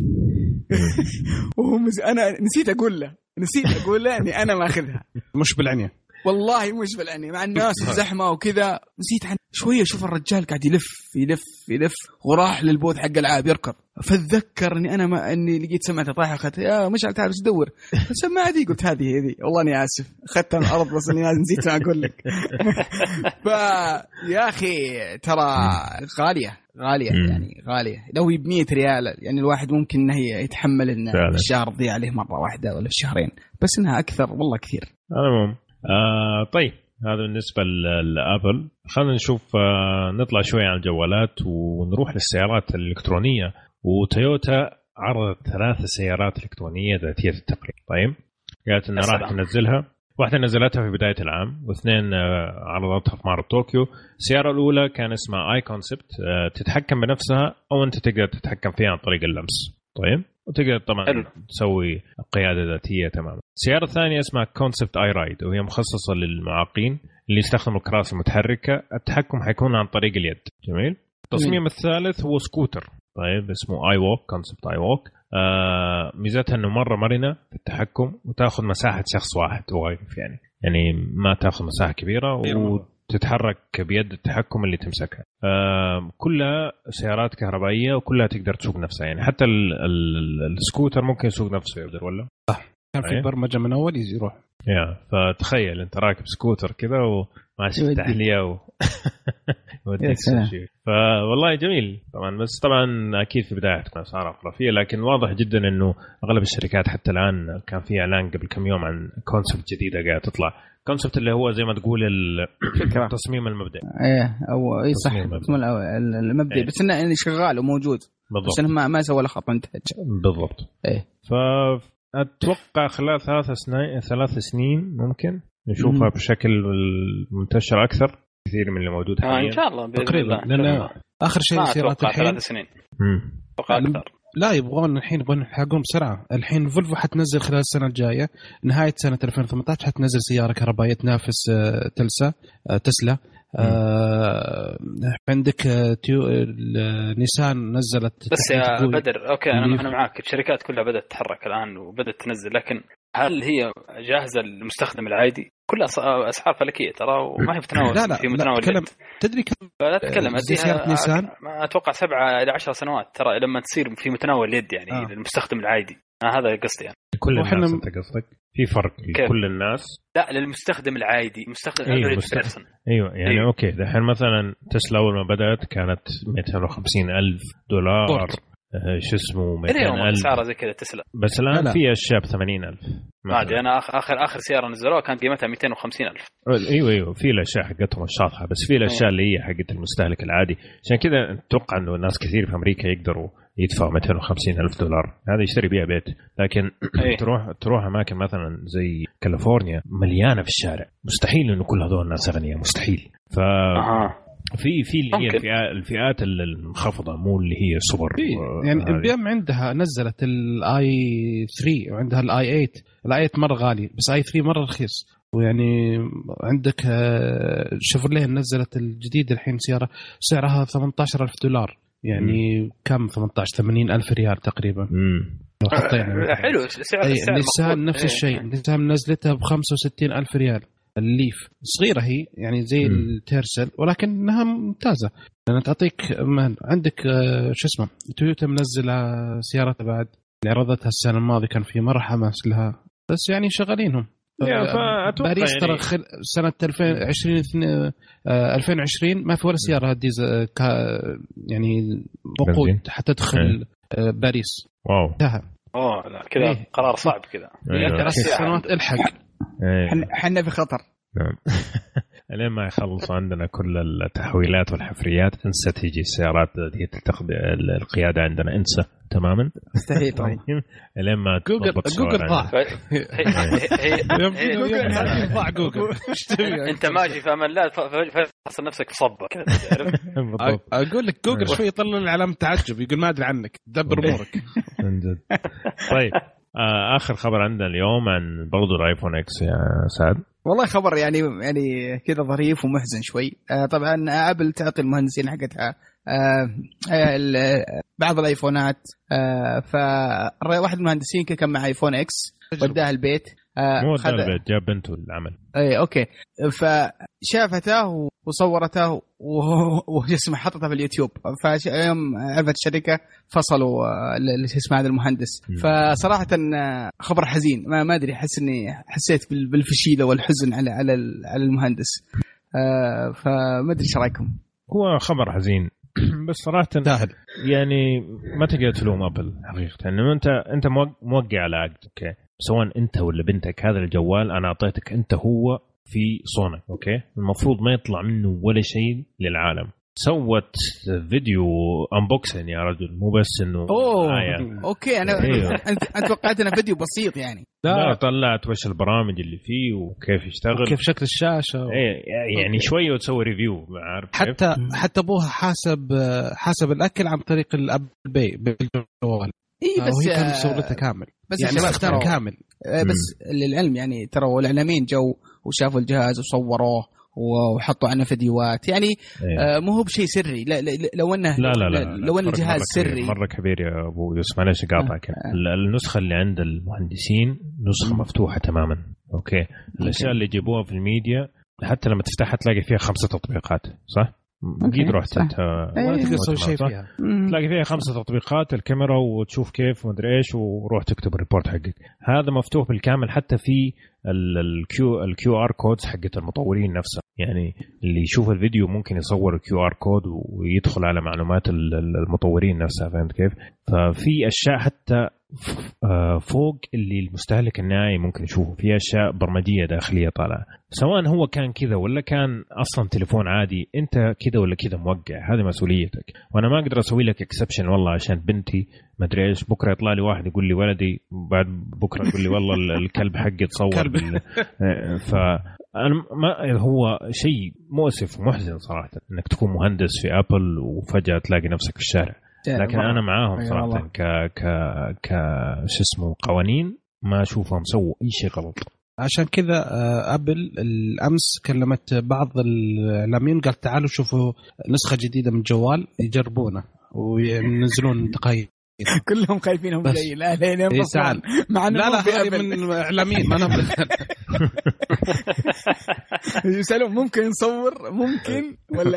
B: انا نسيت اقول له اني انا ما اخذها
C: مش بالعنيه
B: والله مش بالعني مع الناس الزحمه وكذا نسيت شويه اشوف الرجال قاعد يلف وراح للبوث حق العاب يركض فاتذكر اني انا اني لقيت سمعتها طايحه اخذتها يا مش تعرف تدور سماعتي قلت هذه والله اني اسف اخذتها من الارض بس اني نسيت ما اقول لك يا اخي ترى غاليه يعني غاليه لو هي ب100 ريال يعني الواحد ممكن انه يتحمل انه الشهر تضيع عليه مره واحده ولا في شهرين بس انها اكثر والله كثير.
E: المهم طيب هذا بالنسبة لأبل. خلينا نشوف نطلع شوي عن الجوالات ونروح للسيارات الإلكترونية. وتويوتا عرضت 3 سيارات إلكترونية ذاتية التقرير. طيب قالت إن راح تنزلها واحدة نزلتها في بداية العام واثنين عرضتها في معرض طوكيو. السيارة الأولى كان اسمها آي كونسبت تتحكم بنفسها أو أنت تقدر تتحكم فيها عن طريق اللمس. طيب وتقدر طبعا تسوي قيادة ذاتية تماما. السيارة الثانية اسمها كونسبت اي رايد وهي مخصصة للمعاقين اللي يستخدموا الكراسي المتحركة. التحكم حيكون عن طريق اليد. جميل. التصميم الثالث هو سكوتر طيب اسمه اي ووك كونسبت اي ووك. ميزتها انه مرة مرنة في التحكم وتاخذ مساحة شخص واحد واقف يعني ما تاخذ مساحة كبيرة وتتحرك بيد التحكم اللي تمسكها. كلها سيارات كهربائية وكلها تقدر تسوق نفسها يعني حتى السكوتر ممكن يسوق نفسه يقدر ولا
C: صح كان في برمجة من أول يروح
E: فتخيل أنت راكب سكوتر كذا وماشي في تحلية فوالله جميل طبعا. بس طبعا أكيد في بداية تكون أسعارها خرافية لكن واضح جدا إنه أغلب الشركات حتى الآن كان في إعلان قبل كم يوم عن كونسبت جديدة قاعدة تطلع. كونسبت اللي هو زي ما تقول التصميم المبدئي
B: أو صح المبدئي بس إنه شغال وموجود
E: بالضبط.
B: بس إنه ما سوى له خط منتهج
E: بالضبط. فأتوقع خلال 3 سنين ممكن نشوفها بشكل منتشر أكثر كثير من اللي موجود حاليا
D: إن شاء الله
C: تقريبا لأن آخر شيء سيارات الحين
D: 3 سنين أكثر.
C: لا يبغون الحين يبغون يلحقون بسرعة. الحين فولفو حتنزل خلال السنة الجاية نهاية سنة 2018 حتنزل سيارة كهربائية تنافس تسلا. عندك نيسان نزلت
D: بس يا بدر أوكي أنا معاك الشركات كلها بدأت تتحرك الآن وبدأت تنزل لكن هل هي جاهزة للمستخدم العادي؟ كل أسعار فلكية ترى وما هي في تناول في متناول
C: تدري كم
D: لا تتكلم
C: سيارة نيسان
D: ما أتوقع 7 إلى 10 سنوات ترى لما تصير في متناول اليد يعني للمستخدم العادي. هذا قصدي يعني
E: كل الناس أنت قصدك في فرق كل الناس
D: لا للمستخدم العادي مستخدم
E: أيوة يعني أيوة. أوكي الحين مثلا تسلا أول ما بدأت كانت $250,000 شو اسمه
D: 200,000 سعرها زي كذا تسلا.
E: بس الآن في أشياء ب80,000
D: ما أدري أنا آخر سيارة نزلوها كانت قيمتها 250,000.
E: أيوة في الأشياء حقتهم الشاطحة، بس في الأشياء اللي هي حقت المستهلك العادي. عشان كذا أتوقع إنه ناس كثير في أمريكا يقدروا يدفعوا $250,000 هذا يشتري بيها بيت. لكن تروح أماكن مثلا زي كاليفورنيا مليانة في الشارع، مستحيل إنه كل هذول الناس أغنياء، مستحيل. في اللي هي الفئات المنخفضة، مو اللي هي سوبر.
C: يعني البيم عندها نزلت الاي 3 وعندها الاي 8 مرة غالي، بس اي 3 مرة رخيص. ويعني عندك شيفروليه نزلت الجديد الحين سيارة سعرها $18,000 يعني كم 80,000 ريال تقريبا.
D: حلو سعر.
C: نيسان نفس الشيء، نيسان نزلتها ب65,000 ريال. الليف صغيرة هي يعني زي التيرسل، ولكنها ممتازة لأن تعطيك عندك شو اسمه تويوتا منزلة سيارة بعد اللي عرضتها السنة الماضية، كان في مرة حماس لها، بس يعني شغالينهم. باريس ترى سنة 2020 ما في ولا سيارة ديزل يعني وقود حتى تدخل باريس.
E: واو
D: لا كذا قرار صعب كذا.
C: 3 سنوات الحق
B: حنا في خطر.
E: نعم. لين ما يخلص عندنا كل التحويلات والحفريات انسى تيجي السيارات دي تتخذ القيادة عندنا، انسى تماما
B: مستحيل. طيب
E: لين ما
C: جوجل ضاع. جوجل
D: انت ماشي في امان الله فحصل نفسك في صبة كذا.
C: اقول لك جوجل شوي يطلع العلامة تعجب يقول ما ادري عنك، دبر امورك.
E: طيب آخر خبر عندنا اليوم عن برضو الايفون اكس يا سعد.
B: والله خبر يعني كذا ظريف ومحزن شوي. طبعا ابل تعطي المهندسين حقتها بعض الايفونات. فواحد من المهندسين كان مع ايفون اكس وداها البيت.
E: مو البيت، جاب بنته العمل.
B: اي اوكي. فشافته وصورته وجسمه حطتها في اليوتيوب. فيوم عرفت الشركه فصلوا اللي اسمه هذا المهندس. فصراحه خبر حزين. ما ادري، حسيت بالفشيله والحزن على المهندس. فما ادري ايش رايكم.
E: هو خبر حزين بس صراحه يعني ما تقدر تلوم ابل حقيقه، انه انت موقع على عقد. اوكي سواء انت ولا بنتك، هذا الجوال انا اعطيتك انت هو في صونك. اوكي المفروض ما يطلع منه ولا شيء للعالم. سوت فيديو انبوكسنج يا رجل، مو بس انه
B: اوكي انا انت توقعت انه فيديو بسيط يعني.
E: لا طلعت وش البرامج اللي فيه وكيف يشتغل
C: وكيف شكل الشاشه
E: يعني شويه وتسوي ريفيو. عارف
C: حتى ابوها حاسب الاكل عن طريق الاب باي بالجوال.
B: بس
C: هي كانت صورتها كامل،
B: بس
C: يعني استخدام كامل.
B: بس للعلم يعني ترى الاعلاميين جو وشافوا الجهاز وصوروه وحطوا عنه فيديوهات يعني. مو هو بشيء سري. لو انه لو ان الجهاز سري
E: مره كبير يا ابو يوسف. معلش اقاطعك. النسخه اللي عند المهندسين نسخه مفتوحه تماما. اوكي الاشياء اللي يجيبوها في الميديا حتى لما تفتحها تلاقي فيها 5 تطبيقات صح. قد رحت
C: ولا تقدر تسوي شيء فيها.
E: تلاقي فيها 5 تطبيقات، الكاميرا وتشوف كيف ومدري ايش، وروح تكتب الريبورت حقك. هذا مفتوح بالكامل، حتى في الكيو ار كودز حقت المطورين نفسها. يعني اللي يشوف الفيديو ممكن يصور الكيو ار كود ويدخل على معلومات المطورين نفسها. فهمت كيف؟ ففي اشياء حتى فوق اللي المستهلك النهائي ممكن يشوفه. في اشياء برمجيه داخليه طالعه، سواء هو كان كذا ولا كان اصلا تليفون عادي. انت كذا ولا كذا موقع، هذه مسؤوليتك. وانا ما اقدر اسوي لك اكسبشن والله عشان بنتي ما ادري ايش. بكره يطلع لي واحد يقول لي ولدي، بعد بكره يقول لي والله الكلب حقي تصور أنا ما هو شيء مؤسف ومحزن صراحه انك تكون مهندس في ابل وفجاه تلاقي نفسك في الشارع. لكن انا معاهم صراحه ك شو اسمه قوانين ما اشوفهم سووا اي شيء غلط.
C: عشان كذا ابل الامس كلمت بعض الاعلاميين قال تعالوا شوفوا نسخه جديده من الجوال يجربونه وينزلون دقائق.
B: كلهم خايفينهم جاي. لا
C: هذه من اعلاميين ما انا
B: يسالون ممكن نصور ممكن ولا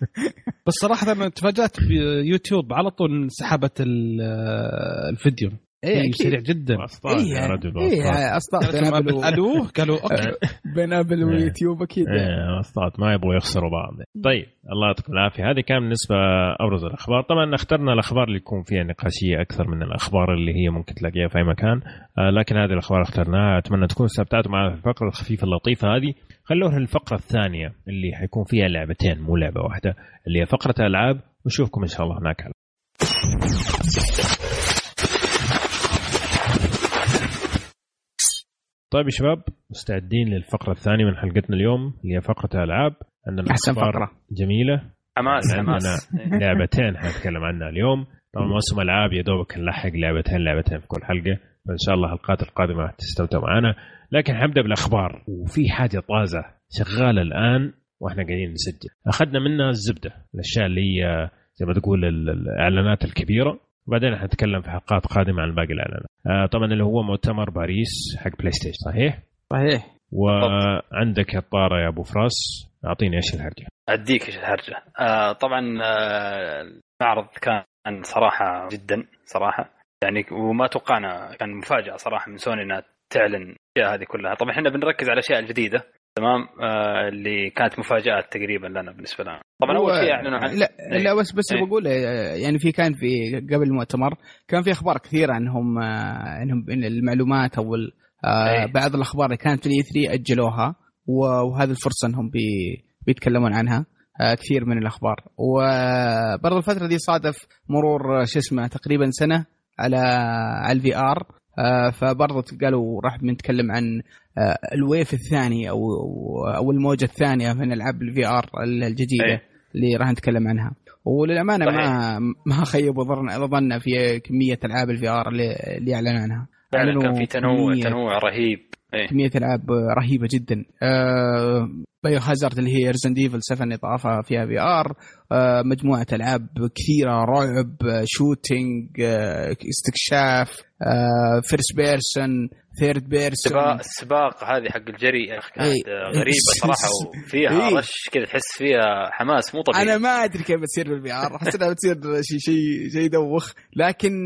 C: بس صراحه انا تفاجأت بيوتيوب على طول سحبت الفيديو. سريع جدا.
E: أسطات يا رجل.
B: أسطات
C: ألو قالوا أوكي
B: بين أبل ويوتيوب أكيد.
E: أسطات ما يبغوا يخسروا بعض. طيب الله يعطيكم العافية. هذه كان بالنسبة أبرز الأخبار. طبعا اخترنا الأخبار اللي يكون فيها نقاشية أكثر من الأخبار اللي هي ممكن تلاقيها في أي مكان، لكن هذه الأخبار اخترناها. أتمنى تكونوا استمتعتوا معنا في الفقرة الخفيفة اللطيفة هذه. خلوها الفقرة الثانية اللي حيكون فيها لعبتين مو لعبة واحدة، اللي هي فقرة الألعاب، ونشوفكم إن شاء الله هناك. طيب يا شباب، مستعدين للفقرة الثانية من حلقتنا اليوم اللي هي فقرة الألعاب؟ عندنا
B: أحسن فقرة
E: جميلة،
D: حماس.
E: لعبتين حنتكلم عنها اليوم. طبعا موسم ألعاب يا دوبك نلحق لعبتين في كل حلقة، فإن شاء الله الحلقات القادمة تستمتعوا معنا. لكن حنبدأ بالأخبار، وفي حاجة طازة شغالة الآن وإحنا قاعدين نسجل، أخذنا منها الزبدة، الأشياء اللي هي زي ما تقول الإعلانات الكبيرة، وبعدين حنتكلم في حلقات قادمة عن باقي الإعلانات. طبعا اللي هو مؤتمر باريس حق بلاي ستيشن، صحيح؟ وعندك الطارة يا أبو فراس، أعطيني إيش الهرجة.
D: أديك إيش الهرجة. طبعا المعرض كان صراحة جدا صراحة يعني، وما توقعنا، كان مفاجأة صراحة من سوني أنها تعلن الأشياء هذه كلها. طبعا إحنا بنركز على الأشياء الجديدة تمام، اللي كانت مفاجآت تقريبا لنا بالنسبة لنا. طبعا أول شيء أعلنوا عن
B: لا بس بقول يعني كان في قبل المؤتمر كان في أخبار كثيرة عنهم المعلومات أو بعض الأخبار اللي كانت في الإي3 أجلوها، وهذه الفرصة أنهم بيتكلمون عنها كثير من الأخبار. وبرضو الفترة دي صادف مرور تقريبا سنة على الفي آر، فبرضو قالوا راح بنتكلم عن الويف الثاني أو الموجة الثانية من ألعاب الفي آر الجديدة اللي راح نتكلم عنها. وللأمانة ما خيبوا ظننا في كمية ألعاب الفي آر اللي أعلنوا عنها.
D: فعلا كان في تنوع رهيب،
B: كمية ألعاب رهيبة جدا. بايو هازارد اللي هي ريزيدنت ايفل 7 إضافة فيها في آر، مجموعة ألعاب كثيرة، رعب، شوتينج، استكشاف، فيرست بيرسون، ثيرد بيرسون.
D: السباق هذه حق الجري يا أخي كانت غريبة صراحة، وفيها رش كذا تحس فيها حماس مو طبيعي.
B: أنا ما أدري كيف بتصير بالفي آر، أحس إنها بتصير شيء يدوخ، لكن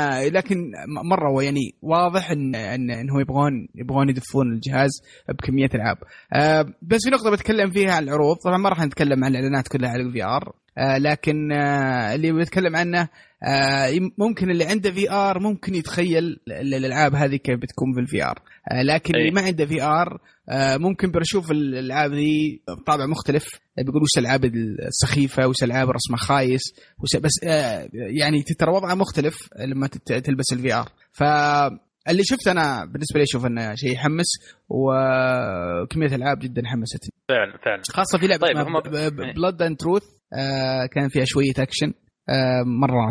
B: مرة يعني واضح إنه يبغون يدفون الجهاز بكمية ألعاب. بس في نقطة بتكلم فيها عن العروض. طبعا ما راح نتكلم عن الإعلانات كلها على الفي آر، لكن اللي بتكلم عنه ممكن اللي عنده في آر ممكن يتخيل الألعاب هذه كيف بتكون في الفي آر، لكن اللي ما عنده في آر ممكن بيشوف الألعاب ذي بطابع مختلف، بيقول وش الألعاب السخيفة، وش الألعاب رسمها خايس، بس يعني ترى وضعها مختلف لما تلبس الفي آر. فاللي شفت أنا بالنسبة لي شوف أنه شيء يحمس، وكمية الألعاب جدا حمستني
D: فعلا
B: خاصة في لعبة بلاد اند تروث، كان فيها شوية أكشن مرة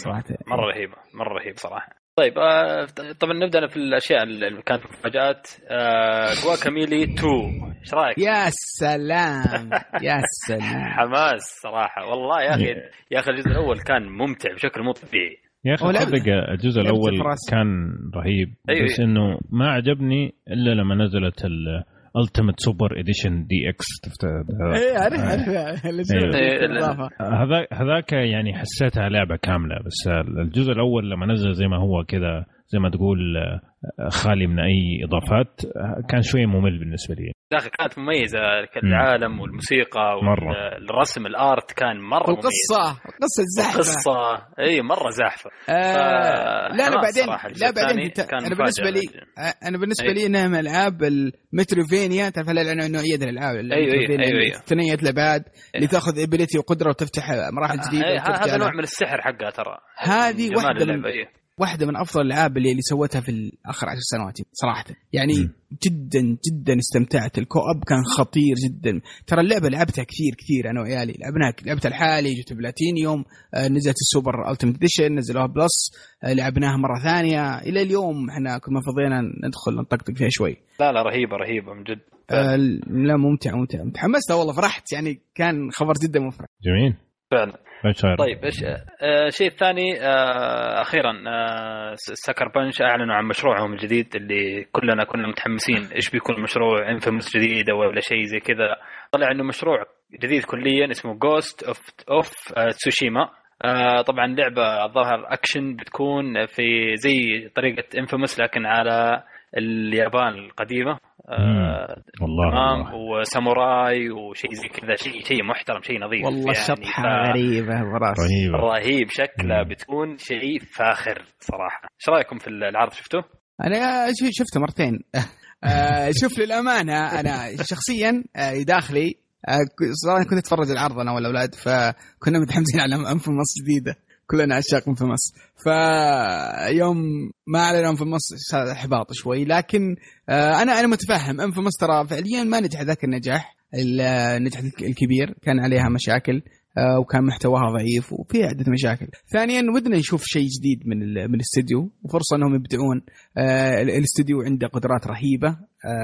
B: رهيبة صراحة. طيب طبعا نبدأ في الأشياء اللي كانت مفاجآت. غواكاميلي 2 ايش رأيك؟ يا سلام يا سلام
D: حماس صراحة والله يا أخي الجزء الأول كان ممتع بشكل مو طبيعي
E: يا أخي. صدق الجزء الأول كان رهيب، بس إنه ما عجبني إلا لما نزلت Ultimate Super Edition DX. هذاك يعني حسيتها لعبة كاملة، بس الجزء الأول لما نزل زي ما هو كذا زي ما تقول خالي من أي إضافات، كان شوية ممل بالنسبة لي.
D: لكن كانت مميزة، العالم والموسيقى والرسم الآرت كان مرة مميز،
B: القصة الزحفة
D: مرة زحفة.
B: بعدين أنا بالنسبة لي إنها من ألعاب المتروفينيا، تعرف لأنه نوعية الألعاب ثنائية الأبعاد اللي تأخذ إبيليتي وقدرة وتفتح مراحل جديدة.
D: هذا نوع من السحر حقها ترى.
B: هذه واحدة من أفضل الألعاب اللي سوتها في آخر 10 سنوات صراحة، يعني جدا جدا استمتعت. الكوب كان خطير جدا، ترى اللعبة لعبتها كثير أنا وعيالي، لعبتها الحالي، جبت بلاتينيوم، نزلت السوبر ألتيميت إديشن، نزلوها بلس، لعبناها مرة ثانية. إلى اليوم إحنا كنا فضينا ندخل نطقطق فيها شوي.
D: لا رهيبة من جد.
B: لا ممتع تحمست والله، فرحت يعني، كان خبر جدا مفرح.
E: جميل
D: فعلا. طيب الشيء الثاني أخيرا سكر بانش أعلنوا عن مشروعهم الجديد اللي كلنا كنا متحمسين إيش بيكون المشروع، انفيموس جديد ولا شيء زي كذا. طلع إنه مشروع جديد كليا اسمه Ghost of Tsushima. طبعا لعبه الظاهر اكشن، بتكون في زي طريقه انفيموس لكن على اليابان القديمه.
E: والله
D: تمام، وساموراي وشيء زي كذا، شيء محترم، شيء نظيف
B: والله
D: يعني.
B: شطحه غريبه براس
D: رهيب شكله. بتكون شيء فاخر صراحه. ايش رايكم في العرض؟ شفتوه؟
B: انا شفته مرتين. شوف للامانه انا شخصيا داخلي صراحه كنت اتفرج العرض انا والاولاد، فكنا متحمسين على انفيموس جديده، كلنا عشاق انفيموس. فيوم ما اعلنوا انفيموس احباط شوي، لكن انا متفهم. انفيموس ترى فعليا ما نجح ذاك النجاح الكبير، كان عليها مشاكل وكان محتواها ضعيف وفي عدة مشاكل. ثانيا ودنا نشوف شيء جديد من الاستديو، وفرصة انهم يبدعون. الاستديو عنده قدرات رهيبة،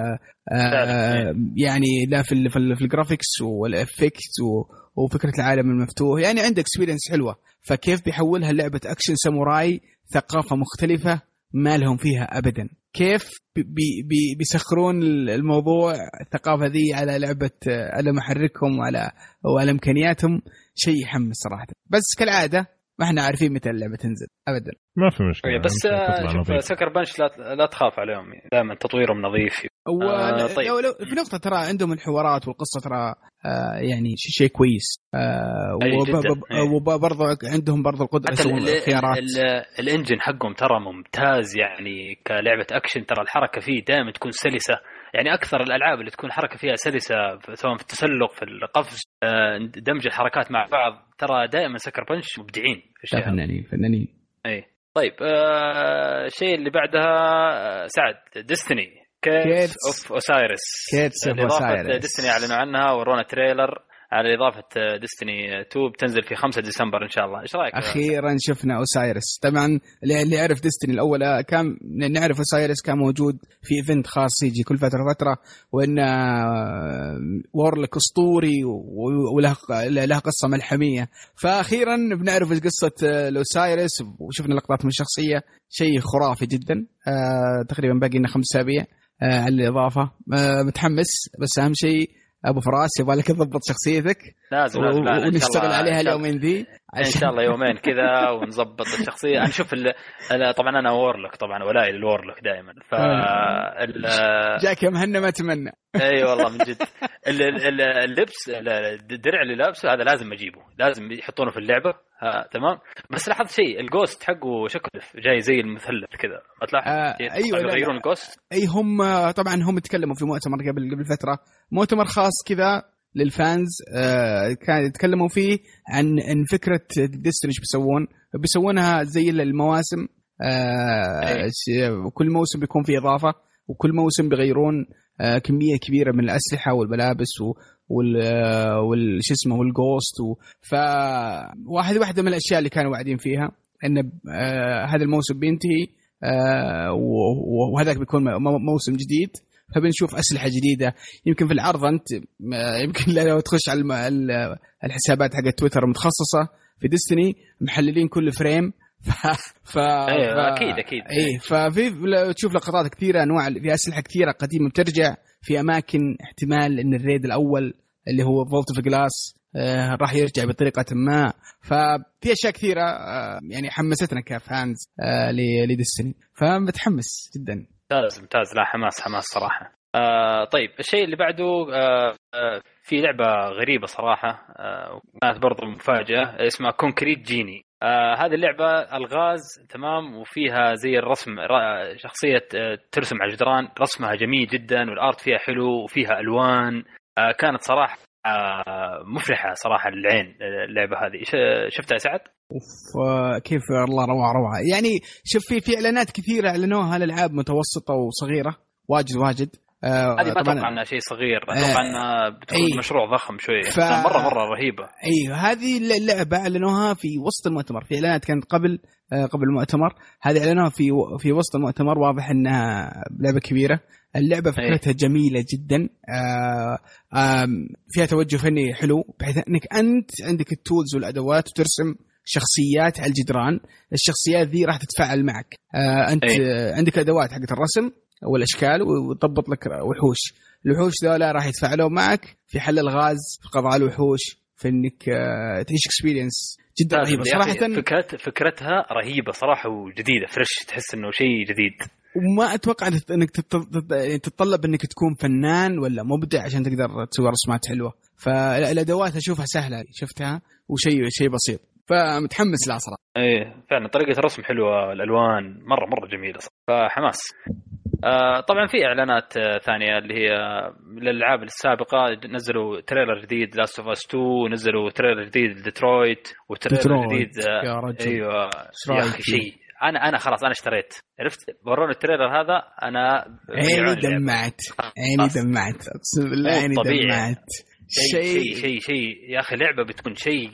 B: يعني لا في الجرافيكس والافكت وفكرة العالم المفتوح، يعني عنده اكسبيرينس حلوة. فكيف بيحولها لعبة اكشن ساموراي، ثقافة مختلفة ما لهم فيها ابدا؟ كيف بيسخرون الموضوع الثقافة ذي على لعبة، على محركهم وعلى إمكانياتهم؟ شيء يحمس صراحة. بس كالعادة ما احنا عارفين متى اللعبة تنزل أبدا.
E: ما في مشكلة.
D: بس شوف سكر بنش لا تخاف عليهم، دائما تطويرهم نظيف.
B: طيب. لو في نقطة ترى عندهم الحوارات والقصة ترى يعني شيء كويس. وبرضه عندهم برضه القدرة يسوون خيارات.
D: الانجن حقهم ترى ممتاز، يعني كلعبة أكشن ترى الحركة فيه دائما تكون سلسة. يعني أكثر الألعاب اللي تكون حركة فيها سلسة، سواء في التسلق في القفز، دمج الحركات مع بعض، ترى دائما سكر بنش مبدعين في الشيء.
B: فنانين.
D: أي طيب. الشيء اللي بعدها سعد، ديستني كيتس اوف اوسايرس. ديستني اعلنوا عنها ورونا تريلر على إضافة ديستني 2 بتنزل في 5 ديسمبر إن شاء الله. إيش رأيك؟
B: أخيرا شفنا أوسايرس. طبعا اللي يعرف ديستني الأول كان نعرف أوسايرس كان موجود في إيفنت خاص يجي كل فترة، وإن وورلك أسطوري وله قصة ملحمية. فأخيرا بنعرف قصة الأوسايرس وشفنا لقطات من الشخصية، شيء خرافي جدا. تقريبا باقي لنا 5 أسابيع على الإضافة. متحمس، بس أهم شيء أبو فراس يبغى لك تضبط شخصيتك،
D: لازم
B: ونشتغل عليها اليومين ذي
D: إن شاء الله، يومين كذا ونضبط الشخصية. أنا شوف طبعا أنا وورلوك طبعا، ولائي للوورلوك دائما.
B: جاك يا مهنا ما تمنى.
D: أي والله من جد. اللبس الدرع اللي لابسه هذا لازم أجيبه، لازم يحطونه في اللعبة. تمام. بس لاحظت شيء، الجوست حقه شكله جاي زي المثلث كذا، ما تلاحظ؟
B: أيوة يغيرون
D: الجوست.
B: أي هم طبعا هم تكلموا في مؤتمر قبل فترة، مؤتمر خاص كذا للفانز. كان يتكلموا فيه عن فكرة ديستني ايش بيسوونها زي المواسم. كل موسم بيكون فيه إضافة، وكل موسم بيغيرون كمية كبيرة من الأسلحة والملابس والش اسمه والجوست. واحدة من الأشياء اللي كانوا واعدين فيها إن هذا الموسم بينتهي وهذاك بيكون موسم جديد، فبنشوف أسلحة جديدة. يمكن في العرض أنت يمكن لو تخش على الحسابات حق تويتر متخصصة في ديستني محللين كل فريم.
D: أكيد
B: إيه، ففي تشوف لقطات كثيرة، أنواع في أسلحة كثيرة قديمة بترجع في أماكن احتمال إن الريد الأول اللي هو فولت اوف جلاس راح يرجع بطريقة ما. ففي أشياء كثيرة يعني حمستنا كفانز لديستني، فمتحمس جدا.
D: ممتاز. لا حماس صراحة. طيب الشيء اللي بعده في لعبة غريبة صراحة، كانت برضو مفاجأة، اسمها كونكريت جيني. هذه اللعبة الغاز، تمام، وفيها زي الرسم، شخصية ترسم على الجدران، رسمها جميل جدا والآرت فيها حلو وفيها ألوان. كانت صراحة مفرحة صراحة للعين اللعبة هذه. شفتها سعد؟
B: كيف الله، روعة. يعني شوف في إعلانات كثيرة أعلنوها للألعاب متوسطة وصغيرة واجد.
D: هذه ما أتوقع أنها شيء صغير، أتوقع أنها بتكون مشروع ضخم شوية. مرة رهيبة.
B: أيوة، هذه اللعبة أعلنوها في وسط المؤتمر. في إعلانات كانت قبل المؤتمر، هذه أعلنوها في وسط المؤتمر. واضح أنها لعبة كبيرة. اللعبة فكرتها جميلة جدا، فيها توجه فني حلو، بحيث أنك أنت عندك التولز والأدوات وترسم شخصيات على الجدران. الشخصيات ذي راح تتفاعل معك. أنت عندك أدوات حقت الرسم والأشكال، وتضبط لك الوحوش ذولا راح يتفاعلون معك في حل الغاز، في قضاء الوحوش، في انك تعيش اكسبيرينس جدا رهيبه صراحه.
D: فكرتها رهيبه صراحه وجديده فريش، تحس انه شيء جديد.
B: وما اتوقع انك تتطلب انك تكون فنان ولا مبدع عشان تقدر تسوي رسمات حلوه. فالادوات اشوفها سهله، شفتها وشيء بسيط، فمتحمس لها صراحه.
D: ايه فعلا طريقه الرسم حلوه، الالوان مره جميله، فحماس. طبعا في اعلانات ثانيه اللي هي للالعاب السابقه، نزلوا تريلر جديد لاست اوف اس 2، ونزلوا تريلر جديد ديترويت، وتريلر جديد
B: يا رجل.
D: ايوه يا اخي شيء. انا خلاص انا اشتريت، عرفت وروني التريلر هذا انا
B: عيني دمعت اقسم بالله عيني دمعت.
D: شيء يا اخي لعبه بتكون شيء.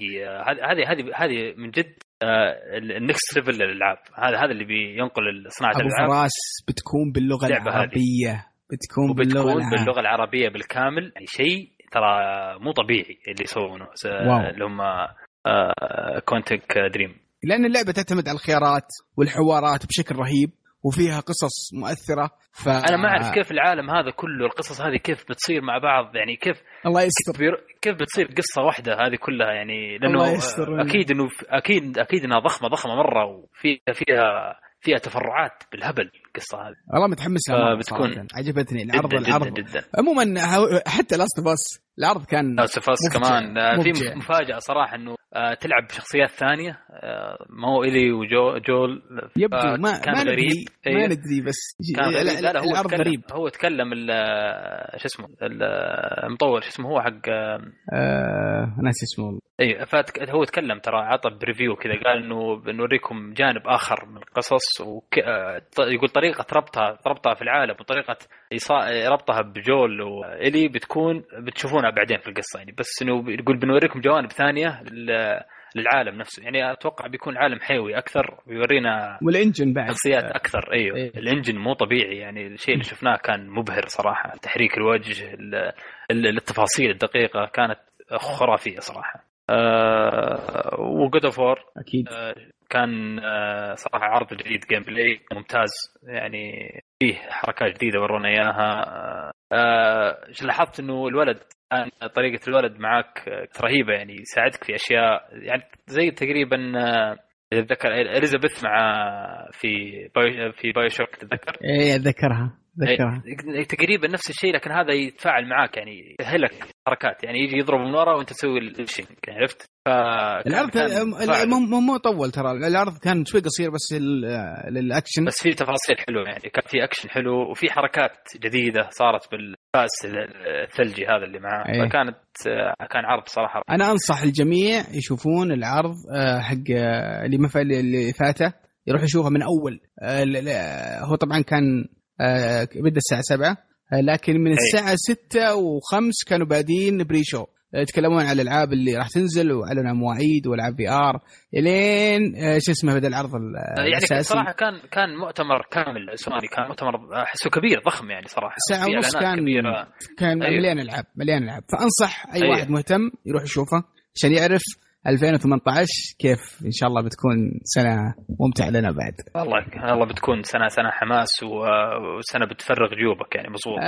D: هذه من جد النكست ليفل للالعاب. هذا اللي بينقل صناعه الالعاب.
B: فراس بتكون باللغه العربيه، بتكون
D: باللغه العربيه بالكامل. يعني شيء ترى مو طبيعي اللي يسوونه اللي هم كوانتك دريم،
B: لان اللعبه تعتمد على الخيارات والحوارات بشكل رهيب، وفيها قصص مؤثرة.
D: أنا ما أعرف كيف العالم هذا كله القصص هذه كيف بتصير مع بعض، يعني كيف
B: الله يستر
D: كيف بتصير قصة واحدة هذه كلها، يعني لأنه أكيد إنها ضخمة مرة، وفيها تفرعات بالهبل القصة هذه.
B: والله متحمس لها
D: بتكون
B: عجبتني العرض
D: جدا.
B: عموما حتى لاست اوف اس العرض كان
D: لاست اوف اس كمان في مفاجأة صراحة إنه تلعب بشخصيات ثانية، ما هو إلي وجول
B: يبدو ما غريب ما ندري بس
D: العرض غريب. هو تكلم شو اسمه المطور، شو اسمه هو حق
B: ناسي اسمه.
D: اي هو تكلم ترى، عطى بريفيو كذا، قال انه بنوريكم جانب اخر من القصص، يقول طريقه ربطها في العالم وطريقه ربطها بجول وإلي بتشوفونها بعدين في القصه يعني. بس انه يقول بنوريكم جوانب ثانيه للعالم نفسه، يعني اتوقع بيكون عالم حيوي اكثر، بيورينا
B: والانجن بعد
D: شخصيات اكثر. ايوه الانجن مو طبيعي، يعني الشيء اللي شفناه كان مبهر صراحه. تحريك الوجه، التفاصيل الدقيقه كانت خرافيه صراحه. وجود اوف وور
B: اكيد
D: كان صراحه عرض جديد، جيم بلاي ممتاز، يعني فيه حركات جديده ورونا اياها. لاحظت انه الولد طريقه الولد معك رهيبه، يعني يساعدك في اشياء، يعني زي تقريبا اتذكر اليزابيث مع في بايو شوك، تتذكر؟
B: ايه اتذكرها
D: تقريبا نفس الشيء، لكن هذا يتفاعل معاك، يعني يسهلك حركات، يعني يجي يضرب من ورا وانت تسوي الشيء، عرفت؟
B: العرض مو طول ترى، العرض كان شوي قصير بس للاكشن،
D: بس فيه تفاصيل حلوه، يعني كان فيه اكشن حلو وفي حركات جديده صارت بالفاس الثلجي هذا اللي معاه. كان عرض صراحه.
B: انا انصح الجميع يشوفون العرض حق اللي فاته، يروح يشوفه من اول. هو طبعا كان بدأ الساعة 7، لكن من الساعة 6 و5 كانوا بادين بري شو، يتكلمون على الألعاب اللي راح تنزل وعلى مواعيد والعاب في ار الين شو اسمه بدأ العرض الأساسي.
D: يعني صراحة كان مؤتمر كامل سوني، كان مؤتمر أحسه كبير ضخم، يعني صراحة
B: ساعة ونص كان مليان ألعاب. فأنصح أي واحد مهتم يروح يشوفه عشان يعرف 2018 كيف إن شاء الله بتكون سنة ممتعة لنا بعد.
D: والله بتكون سنة حماس وسنة بتفرغ جيوبك، يعني مظبوط.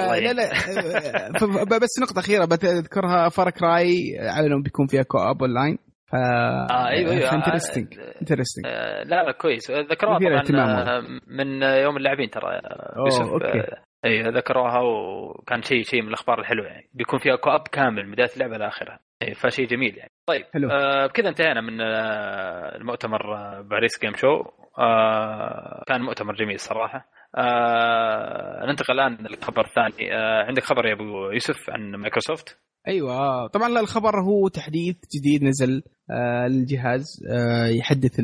B: لا بس نقطة أخيرة بذكرها، فار كراي على بيكون فيها كواب أونلاين.
D: ايوه
B: انترستينج.
D: لا كويس، ذكروها طبعا من يوم اللاعبين ترى يوسف. اي ذكروها، وكان شيء من الاخبار الحلوه، يعني بيكون فيها كواب كامل من بدايه اللعبه لاخرها، فشيء جميل يعني. طيب بكذا انتهينا من المؤتمر باريس جيم شو. كان مؤتمر جميل صراحه. ننتقل الان للخبر الثاني. عندك خبر يا ابو يوسف عن مايكروسوفت؟
B: ايوه طبعا الخبر هو تحديث جديد نزل للجهاز، يحدث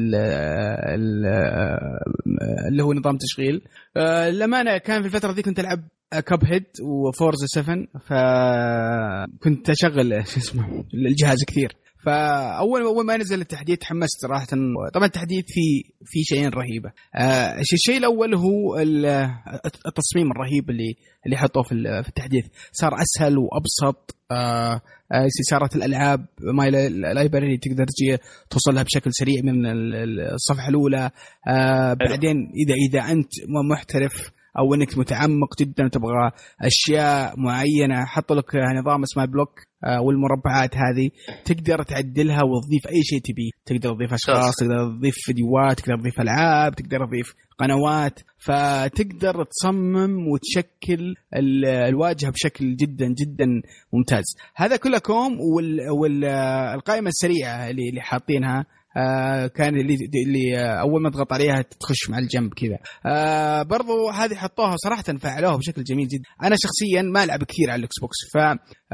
B: اللي هو نظام تشغيل. لما أنا كان في الفترة دي كنت ألعب كاب هيد وفورزا 7، فكنت أشغل الجهاز كثير. فأول ما نزل التحديث تحمست صراحة. طبعا التحديث في شيئين رهيبة. الشيء الأول هو التصميم الرهيب اللي حطوه في التحديث، صار أسهل وأبسط. صارت الألعاب ماي لايبراري تقدر توصلها بشكل سريع من الصفحة الأولى. بعدين إذا أنت محترف او انك متعمق جدا وتبغى اشياء معينه، حط لك نظام اسمه بلوك والمربعات هذه تقدر تعدلها وتضيف اي شيء تبيه. تقدر تضيف اشخاص، تقدر تضيف فيديوهات، تقدر تضيف العاب، تقدر تضيف قنوات، فتقدر تصمم وتشكل الواجهه بشكل جدا جدا ممتاز. هذا كله كوم. والقائمه السريعه اللي حاطينها كان اللي اول ما تضغط عليها تخش مع الجنب كذا. برضو هذه حطوها صراحه فعلوها بشكل جميل جدا. انا شخصيا ما العب كثير على الاكس بوكس، ف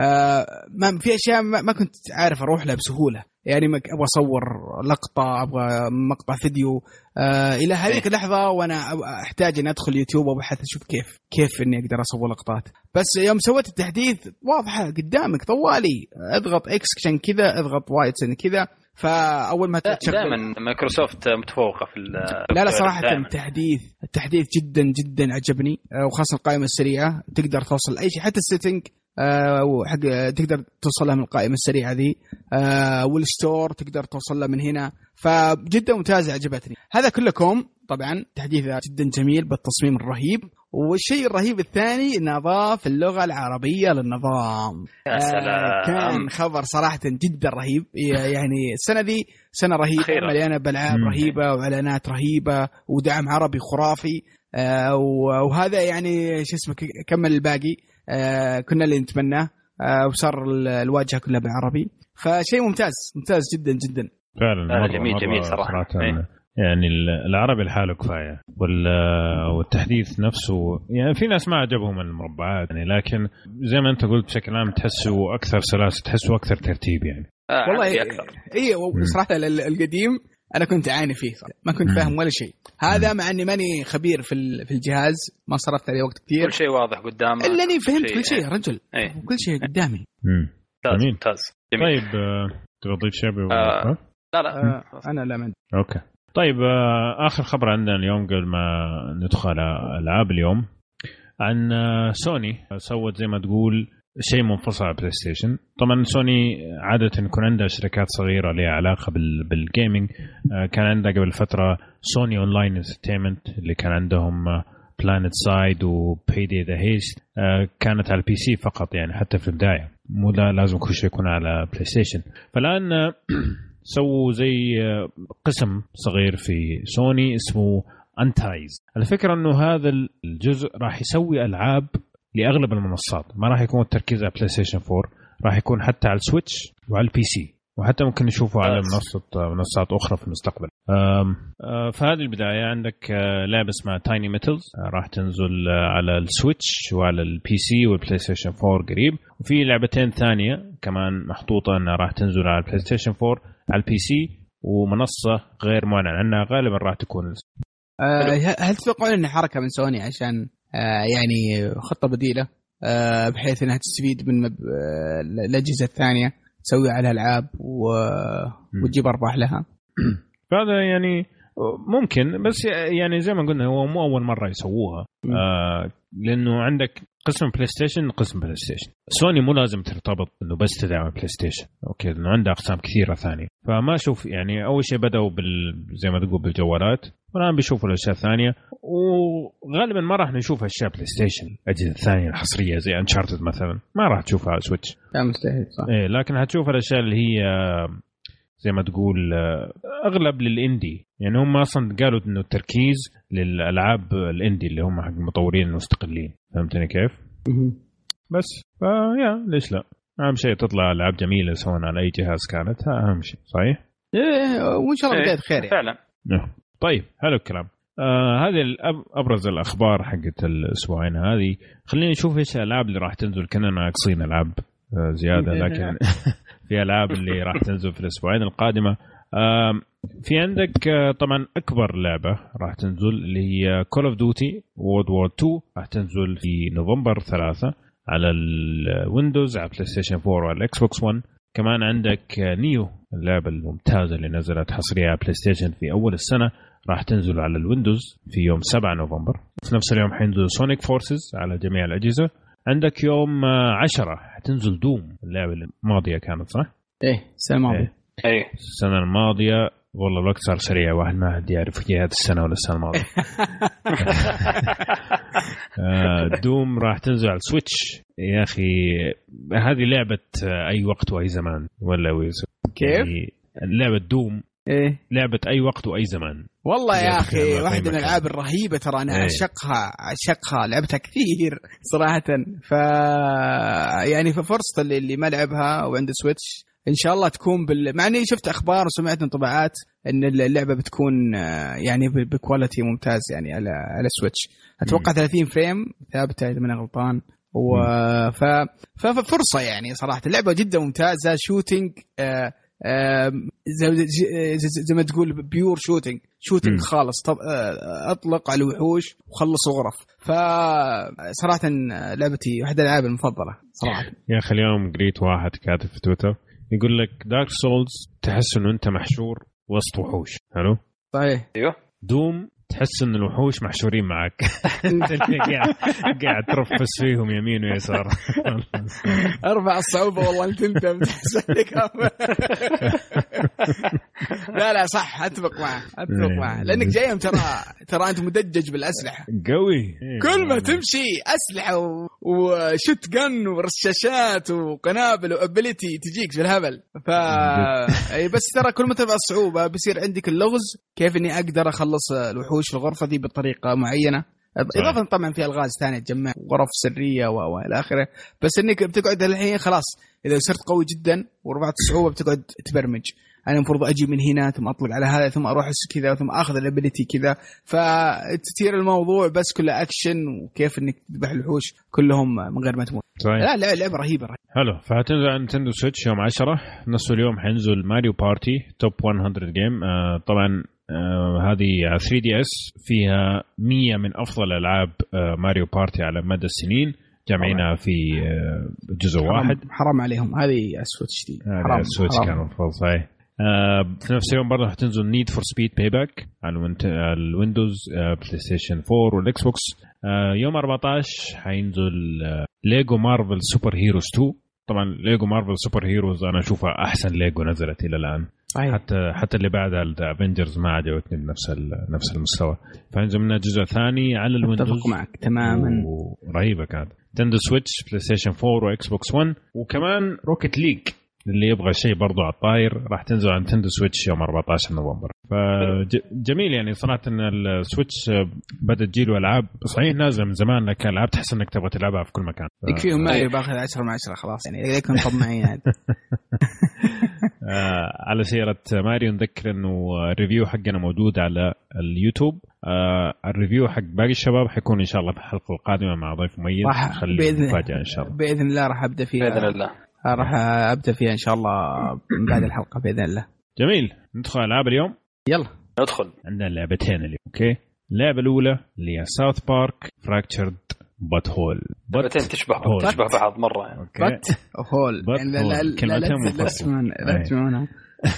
B: ما في اشياء ما كنت عارف اروح لها بسهوله. يعني ابغى اصور لقطه، ابغى مقطع فيديو الى هذه اللحظه وانا احتاج ان ادخل يوتيوب وابحث اشوف كيف اني اقدر اصور لقطات. بس يوم سويت التحديث واضحه قدامك طوالي، اضغط اكس عشان كذا، اضغط واي عشان كذا. فاول ما تشغل
D: دائما مايكروسوفت متفوقه في
B: لا صراحه التحديث جدا جدا عجبني، وخاصه القائمه السريعه تقدر توصل اي شيء، حتى السيتنج تقدر توصلها من القائمة السريعة ذي، والستور تقدر توصلها من هنا. فجدا ممتازة عجبتني. هذا كله كوم طبعا، تحديث جدا جميل بالتصميم الرهيب. والشيء الرهيب الثاني انه اضاف اللغة العربية للنظام.
D: يا سلام.
B: كان خبر صراحة جدا رهيب. يعني السنة ذي سنة رهيبة مليانة بألعاب رهيبة وإعلانات رهيبة ودعم عربي خرافي. وهذا يعني شو اسمه كمل الباقي كنا اللي نتمناه، وصار الواجهة كلها بالعربي. فشيء ممتاز جدا جدا
E: فعلا.
D: جميل صراحة.
E: يعني العربي لحاله كفاية، والتحديث نفسه يعني في ناس ما عجبهم المربعات يعني، لكن زي ما انت قلت بشكل عام تحسوا أكثر سلاسة، تحسوا أكثر ترتيب يعني.
B: والله صراحة القديم أنا كنت أعاني فيه، ما كنت فاهم ولا شيء. هذا مع أني ماني خبير في الجهاز، ما صرفت عليه وقت كثير،
D: كل شيء واضح قدامي،
B: إلا أني فهمت كل شيء رجل. كل شيء قدامي.
D: ممتاز.
E: طيب تضيف شيء
D: لا
B: أنا لا من.
E: أوكي. طيب آخر خبر عندنا اليوم قبل ما ندخل ألعاب اليوم، عن سوني سوت زي ما تقول شيء منفصل على بلاي ستيشن. طبعا سوني عادة يكون عندها شركات صغيرة لها علاقة بالجيمينج. كان عندها قبل فترة سوني أونلاين انترتينمنت اللي كان عندهم بلانت سايد وبيدي ذا هيست، كانت على البي سي فقط يعني، حتى في البداية مو لازم كل شيء يكون على بلاي ستيشن. فالآن سووا زي قسم صغير في سوني اسمه أنتايز. الفكرة أنه هذا الجزء راح يسوي ألعاب لأغلب المنصات، ما راح يكون التركيز على بلاي ستيشن 4، راح يكون حتى على السويتش وعلى البي سي، وحتى ممكن نشوفه على منصات أخرى في المستقبل. فهذه البداية. عندك لعبة اسمها تايني ميتلز راح تنزل على السويتش وعلى البي سي والبلاي ستيشن 4 قريب، وفي لعبتين ثانية كمان محطوطة أنها راح تنزل على البلاي ستيشن 4 على البي سي، ومنصة غير معلن عنها غالبا راح تكون.
B: هل تتوقعون أن حركة من سوني عشان يعني خطة بديلة بحيث أنها تستفيد من الأجهزة الثانية تسوي على ألعاب وتجيب أرباح لها؟
E: فهذا يعني ممكن، بس يعني زي ما قلنا هو مو أول مرة يسووها. لأنه عندك قسم بلاي ستيشن قسم بلاي ستيشن. سوني مو لازم ترتبط إنه بس تدعم بلاي ستيشن، أوكي، لأنه عندها أقسام كثيرة ثانية. فما أشوف يعني أول شيء بدأوا زي ما تقول بالجوالات، والآن بيشوفوا الأشياء الثانية، وغالبا ما راح نشوف أشياء بلاي ستيشن أجهزة ثانية الحصرية زي أنشارتد مثلا، ما راح تشوفها على سويتش.
B: مستحيل صح.
E: إيه، لكن هتشوف الأشياء اللي هي زي ما تقول أغلب للإندي. يعني هم أصلا قالوا إنه التركيز للألعاب الإندي اللي هم حق المطورين المستقلين، فهمتني كيف؟ بس فيا ليش لا، أهم شيء تطلع ألعاب جميلة سواء على أي جهاز كانت، أهم شيء صحيح؟
B: وإن شاء الله بداية خير يعني.
D: فعلا.
E: طيب حلو الكلام. هذه أبرز الأخبار حقت الأسبوعين هذه. خلينا نشوف إيش الألعاب اللي راح تنزل. كنا ناقصين ألعاب زيادة، لكن في ألعاب اللي راح تنزل في الأسبوعين القادمة. في عندك طبعا أكبر لعبة راح تنزل اللي هي Call of Duty World War 2، راح تنزل في نوفمبر 3 على الويندوز، على بلاي ستيشن 4 وعلى الإكس بوكس 1. كمان عندك نيو، اللعبة الممتازة اللي نزلت حصرية على بلاي ستيشن في أول السنة، راح تنزل على الويندوز في يوم 7 نوفمبر. في نفس اليوم حينزل سونيك فورسز على جميع الأجهزة. عندك يوم 10 حتنزل دوم، اللعبة الماضية كانت صح؟
B: إيه السنة الماضية.
D: إيه
E: السنة الماضية. والله الوقت صار سريع، واحد ما حد يعرف هي هذه السنة ولا السنة الماضية. دوم راح تنزل على السويتش يا اخي. هذه لعبه اي وقت واي زمان ولا ويسو
B: كيف
E: يعني لعبه دوم
B: ايه
E: لعبه اي وقت واي زمان
B: والله يا اخي. واحده من الالعاب الرهيبه ترى انا عشقها لعبتها كثير صراحه. ف يعني فرصه اللي ما لعبها وعنده سويتش ان شاء الله تكون مع اني شفت اخبار وسمعت انطباعات ان اللعبه بتكون يعني بكواليتي ممتاز يعني على سويتش. اتوقع 30 فريم ثابته اذا ما انا غلطان. ففرصه يعني صراحه اللعبه جدا ممتازه. شوتينج زي ما تقول بيور شوتينج خالص. طب اطلق على الوحوش وخلص غرف. فصراحه لعبتي واحده الالعاب المفضله صراحه
E: يا اخي. اليوم قريت واحد كاتب في تويتر يقول لك دارك سولز تحس انه انت محشور وسط وحوش. حلو
B: صحيح.
D: ايوه.
E: دوم تحس ان الوحوش محشورين معك. قاعد ترفس فيهم يمين ويسار.
B: ارفع الصعوبه والله انت تحس لك. لا صح اتفق معه لانك جاي ترى انت مدجج بالاسلحه
E: قوي.
B: كل ما تمشي اسلحه وشوت جن ورشاشات وقنابل وابيليتي تجيك في الهبل. بس ترى كل ما تبقى الصعوبه بيصير عندك اللغز كيف اني اقدر اخلص الوحوش في الغرفه دي بطريقه معينه. اضافه طبعا في الغاز ثانيه تجمع غرف سريه والى اخره. بس انك بتقعد الحين خلاص اذا صرت قوي جدا ورفعت الصعوبه بتقعد تبرمج. انا المفروض اجي من هنا ثم اطلق على هذا ثم اروح كذا ثم اخذ الابيليتي كذا. فتثير الموضوع بس كله اكشن وكيف انك تذبح الوحوش كلهم من غير ما تموت. لا لعبه رهيبه.
E: حلو. فهتنزل على نينتندو سويتش يوم 10 نفس اليوم. حينزل ماريو بارتي توب 100 جيم. طبعا هذه 3DS فيها 100 من افضل العاب ماريو بارتي على مدى السنين جمعينها في جزء واحد.
B: حرام عليهم هذه السويتش دي.
E: حرام السويتش كان مفضل صحيح. في نفس اليوم برضه حتنزل نيد فور سبيد باي باك على الويندوز بلاي ستيشن 4 والاكس بوكس. يوم 14 حينزل ليجو مارفل سوبر هيروز 2. طبعا ليجو مارفل سوبر هيروز انا اشوفها احسن ليجو نزلت الى الان. حتى اللي بعدها الافنجرز ما عجبتني بنفس المستوى. فينزل منها جزء ثاني على الويندوز.
B: اتفق معك تماما.
E: رهيبه كانت. نينتندو سويتش بلاي ستيشن 4 واكس بوكس 1. وكمان روكيت ليج اللي يبغى شيء برضو على الطاير راح تنزل على نينتندو سويتش يوم 14 نوفمبر. فجميل يعني صراحه ان السويتش بدا تجيله العاب صحيح نازله من زمان لكن العاب تحس انك تبغى تلعبها في كل مكان.
B: يكفيهم ماريو باخذ 10 من 10 خلاص يعني ليكن طماعين يعني.
E: على سيرة ماريو نذكر انه الريفيو حقنا موجود على اليوتوب. الريفيو حق باقي الشباب حيكون ان شاء الله في الحلقه القادمه مع ضيف مميز. خليه مفاجاه ان شاء الله.
B: باذن الله راح ابدا فيها.
D: باذن الله
B: راح ابدا فيها ان شاء الله من بعد الحلقه باذن الله.
E: جميل. ندخل العاب اليوم.
B: يلا
D: ندخل.
E: عندنا لعبتين اليوم. اوكي. اللعبه الاولى اللي هي ساوث بارك فراكتشرد بات هول.
D: لعبتين تشبه بعض مره.
B: بات هول
E: كلمتين
B: منفصلة.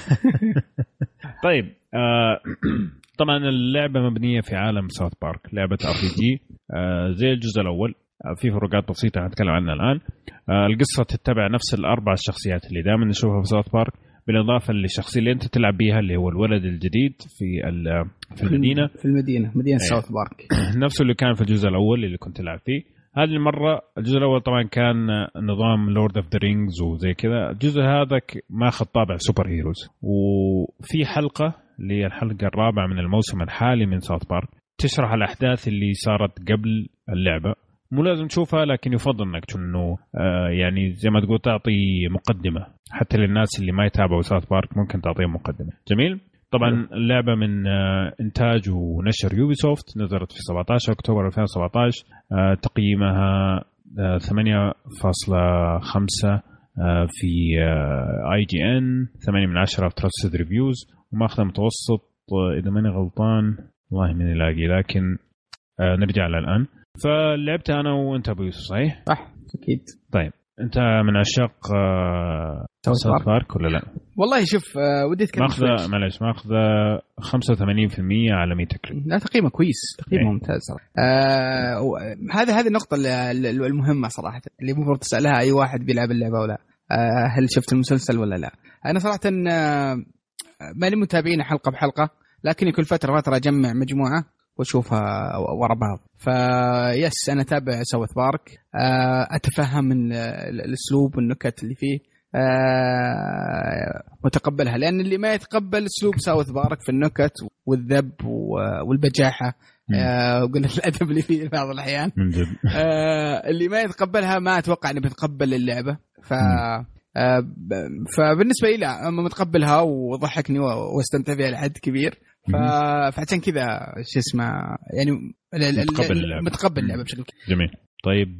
E: طيب طبعا اللعبه مبنيه في عالم ساوث بارك. لعبه RPG زي الجزء الاول. في فروقات بسيطه هنتكلم عنها الان. القصه تتبع نفس الاربع الشخصيات اللي دائما نشوفها في ساوث بارك بالاضافه للشخصيه اللي انت تلعب بيها اللي هو الولد الجديد في المدينه.
B: مدينه ساوث بارك
E: نفسه اللي كان في الجزء الاول اللي كنت تلعب فيه. هذه المره الجزء الاول طبعا كان نظام لورد اوف ذا رينجز وزي كذا. الجزء هذا ما اخذ طابع سوبر هيروز. وفي حلقه اللي هي الحلقه الرابعه من الموسم الحالي من ساوث بارك تشرح الاحداث اللي صارت قبل اللعبه. مو لازم تشوفها لكن يفضل انك انه يعني زي ما تقول تعطي مقدمه حتى للناس اللي ما يتابعوا ساوث بارك ممكن تعطيهم مقدمه. جميل. طبعا اللعبه من انتاج ونشر يوبيسوفت. نزلت في 17 اكتوبر 2017. تقييمها 8.5 في IGN 8 من 10 في ترستد ريفيوز وماخذ متوسط اذا ماني غلطان والله من الاقي لكن نرجع الان. فلعبت انا وانت ابو يوسف صحيح؟
B: صح اكيد.
E: طيب انت من عشاق ساوث بارك ولا لا؟
B: والله شوف ودي اتكلم
E: ماخذ 85% على ميتاكريت.
B: لا تقييمه كويس. تقييمه ممتاز هذه النقطه المهمه صراحه اللي المفروض تسالها اي واحد بيلعب اللعبه ولا هل شفت المسلسل ولا لا. انا صراحه ماني متابعين حلقه بحلقه لكن كل فتره اجمع مجموعه واشوفها ورا بعض. فيس انا اتابع ساوث بارك، اتفهم من الاسلوب والنكت اللي فيه، متقبلها. لان اللي ما يتقبل اسلوب ساوث بارك في النكت والذب والبجاحه وقلنا الادب اللي فيه بعض الاحيان اللي ما يتقبلها ما اتوقع انه بيتقبل اللعبه. فبالنسبه لي لا، متقبلها وضحكني واستمتع فيها لحد كبير. فعشان كذا شو اسمه يعني متقبل اللعبه بشكل كبير.
A: جميل. طيب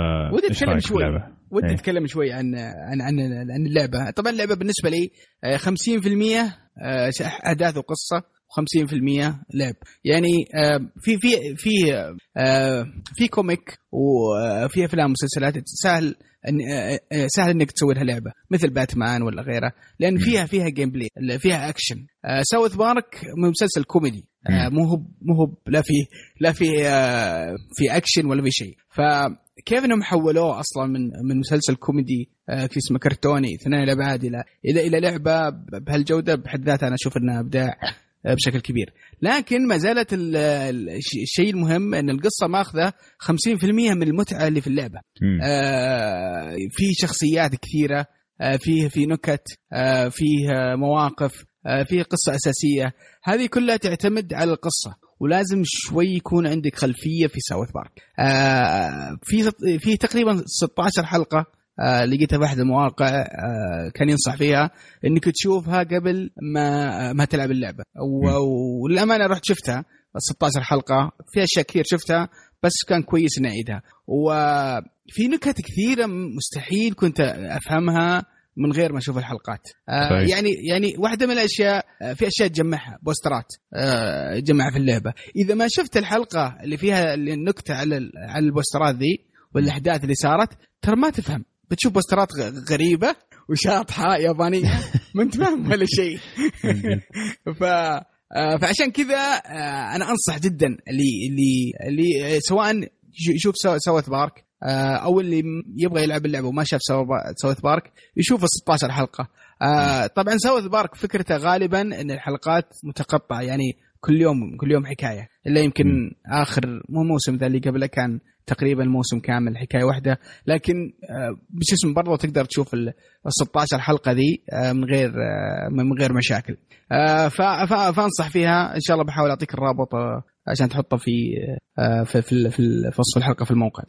B: ودي اتكلم شوي عن اللعبه. طبعا اللعبه بالنسبه لي 50% احداث وقصه و50% لعب. يعني في كوميك وفي افلام ومسلسلات سهل انك تسوي لها لعبه مثل باتمان ولا غيره، لان فيها جيم بلاي، فيها اكشن. ساوث بارك مسلسل كوميدي، مو هو لا في اكشن ولا في شيء. فكيف انهم حولوه اصلا من مسلسل كوميدي في اسمه كرتوني ثنائي الابعاد الى لعبه بهالجوده، بحد ذاتها انا اشوف انها ابداع بشكل كبير. لكن ما زالت الشيء المهم ان القصه ماخذه 50% من المتعه اللي في اللعبه. في شخصيات كثيره، في نكت، فيه مواقف، فيه قصه اساسيه. هذه كلها تعتمد على القصه، ولازم شوي يكون عندك خلفيه في ساوث بارك. في تقريبا 16 حلقه لقيتها بأحد المواقع كان ينصح فيها انك تشوفها قبل ما تلعب اللعبه، والامانه رحت شفتها 16 حلقه، في اشياء كثير شفتها بس كان كويس اني اعيدها. وفي نكت كثيره مستحيل كنت افهمها من غير ما اشوف الحلقات. يعني واحده من الاشياء، في اشياء تجمعها بوسترات تجمعها في اللعبه، اذا ما شفت الحلقه اللي فيها النكته على البوسترات ذي والاحداث اللي صارت ترى ما تفهم، بتشوف بوسترات غريبة وشاطحة يابانية ما انت فاهم ولا شيء. فعشان كذا أنا أنصح جدا اللي سواء يشوف ساوث بارك أو اللي يبغى يلعب اللعبة وما شاف ساوث بارك يشوف 16 حلقة. طبعا ساوث بارك فكرته غالبا أن الحلقات متقطعة، يعني كل يوم حكاية، إلا يمكن آخر موسم ذا اللي قبله كان تقريبا موسم كامل حكاية واحدة. لكن بش اسم برضو تقدر تشوف 16 حلقة ذي من غير مشاكل. فأنصح فيها إن شاء الله. بحاول أعطيك الرابط عشان تحطه في وصف الحلقة في الموقع.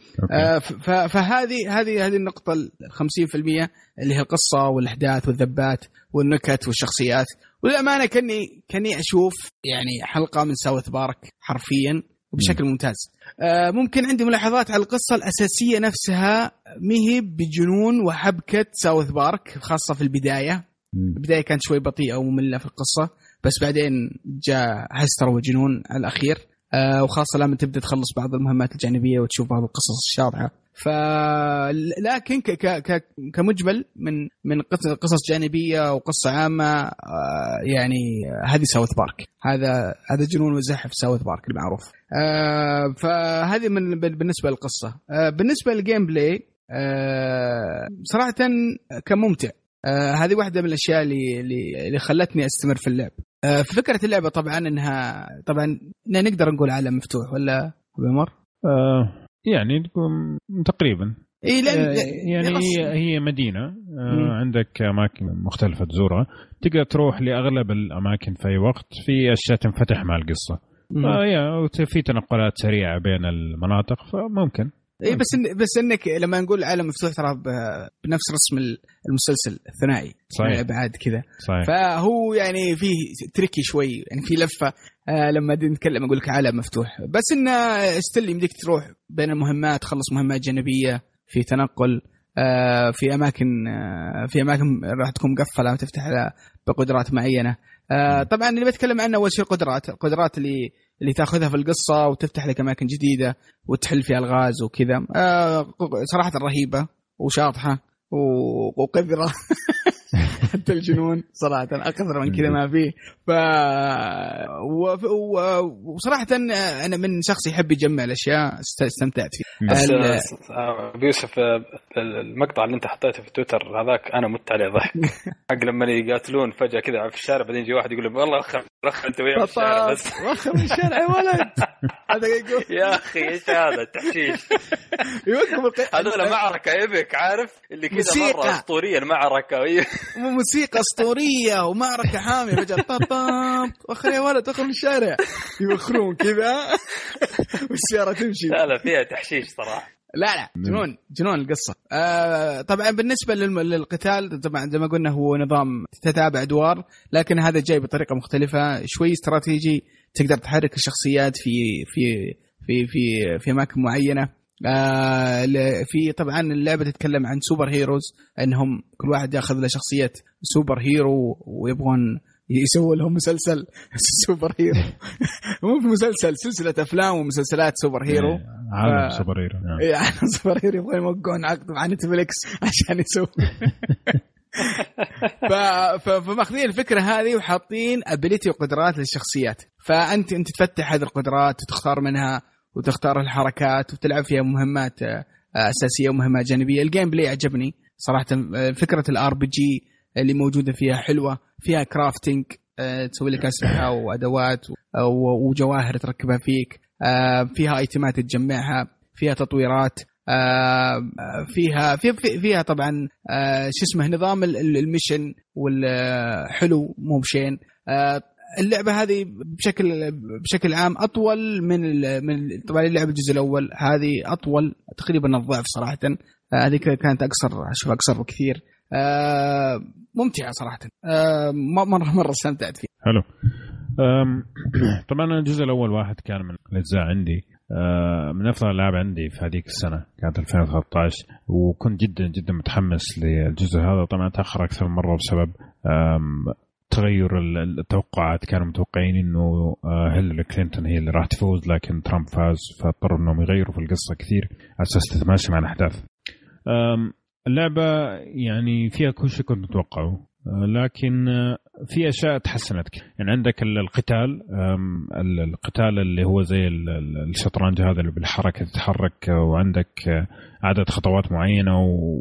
B: فهذه النقطة 50% اللي هي القصة والأحداث والذبات والنكت والشخصيات. والأمانة كني أشوف يعني حلقة من ساوث بارك حرفيا وبشكل ممتاز. ممكن عندي ملاحظات على القصة الأساسية نفسها، مهي بجنون وحبكة ساوث بارك، خاصة في البداية كانت شوي بطيئة ومملة في القصة، بس بعدين جاء هستر وجنون على الأخير. وخاصة لما تبدأ تخلص بعض المهمات الجانبية وتشوف بعض القصص الشاطحة. لكن كمجمل من قصص جانبية وقصة عامة، يعني هذه ساوث بارك، هذا جنون وزحف ساوث بارك المعروف. فهذه بالنسبة للقصة. بالنسبة للجيم بلاي صراحة كان ممتع. هذه واحدة من الأشياء اللي خلتني أستمر في اللعب. في فكرة اللعبة طبعا طبعا نقدر نقول عالم مفتوح ولا بمر؟
A: يعني تقريبا يعني هي مدينة، عندك أماكن مختلفة تزورها، تقدر تروح لأغلب الأماكن في أي وقت، في أشياء تنفتح مع القصة، في تنقلات سريعة بين المناطق، فممكن.
B: اي بس انك لما نقول عالم مفتوح ترى بنفس رسم المسلسل الثنائي الابعاد كذا، فهو يعني فيه تريكي شوي، يعني في لفه لما نتكلم اقول لك عالم مفتوح، بس انه استل يمديك تروح بين المهمات، تخلص مهمات جانبيه، في تنقل في اماكن راح تكون مقفله وتفتح بقدرات معينه. طبعا اللي بتكلم عنه اول شيء القدرات اللي تاخذها في القصه وتفتح لك اماكن جديده وتحل فيها الغاز وكذا. صراحه رهيبه وشاطحه وقذره. حتى الجنون صراحة أكثر من كذا ما فيه. وصراحة أنا من شخص يحب يجمع الأشياء استمتعت فيه.
D: بس بيوسف المقطع اللي أنت حطيته في تويتر هذاك أنا مت عليه ضحك حق لما يقاتلون فجأة كذا في الشارع بعدين يجي واحد يقول له والله رخ أنت وياه في الشارع بس
B: رخ من الشارع يا ولد. هذا يقول
D: يا أخي إيش هذا التحشيش هذول معركة إبك عارف اللي كذا مرة أسطورية المعركة
B: موسيقى أسطورية ومعركة حامية فجأة طاب أخر يا ولد أخر من الشارع يوخرون كذا والسيارة تمشي.
D: لا فيها تحشيش صراحة.
B: لا جنون القصة. طبعا بالنسبة للقتال طبعا زي ما قلنا هو نظام تتابع أدوار لكن هذا جاي بطريقة مختلفة شوي استراتيجي تقدر تحرك الشخصيات في أماكن معينة. في طبعا اللعبة تتكلم عن سوبر هيروز انهم كل واحد ياخذ له شخصية سوبر هيرو ويبغون يسووا لهم مسلسل سوبر هيرو مو في مسلسل سلسلة افلام ومسلسلات سوبر هيرو
E: عالم سوبر هيرو
B: يعني سوبر هيرو يبغون يوقعون عقد مع نتفليكس عشان يسووا فماخذين الفكرة هذه وحاطين ابيليتي وقدرات للشخصيات فأنت تفتح هذه القدرات وتختار منها وتختار الحركات وتلعب فيها مهمات أساسية ومهمات جانبية. الجيم بلاي عجبني صراحة فكرة الار بي جي اللي موجودة فيها حلوة فيها كرافتينج تسوي لك أسلحة وأدوات وجواهر تركبها فيك فيها ايتمات تجمعها فيها تطويرات فيها طبعا شو اسمه نظام الميشن والحلو مو بشين. اللعبة هذه بشكل عام أطول من طبعا اللعبة الجزء الأول هذه أطول تقريبا الضعف صراحة. هذه كانت أقصر بكثير. ممتعة صراحة مرة استمتعت فيه.
E: حلو. طبعا الجزء الأول واحد كان من الأجزاء عندي من أفضل الألعاب عندي في هذيك السنة كانت 2013 وكنت جدا متحمس للجزء هذا. طبعا تأخر أكثر من مرة بسبب تغير التوقعات. كانوا متوقعين انه هيلاري كلينتون هي اللي راح تفوز لكن ترامب فاز فاضطروا انهم يغيروا في القصة كثير على اساس تتماشى مع الأحداث. اللعبة يعني فيها كل شيء كنت متوقعه لكن في أشياء تحسنت. يعني عندك القتال اللي هو زي الشطرنج هذا اللي بالحركة تتحرك وعندك عدد خطوات معينة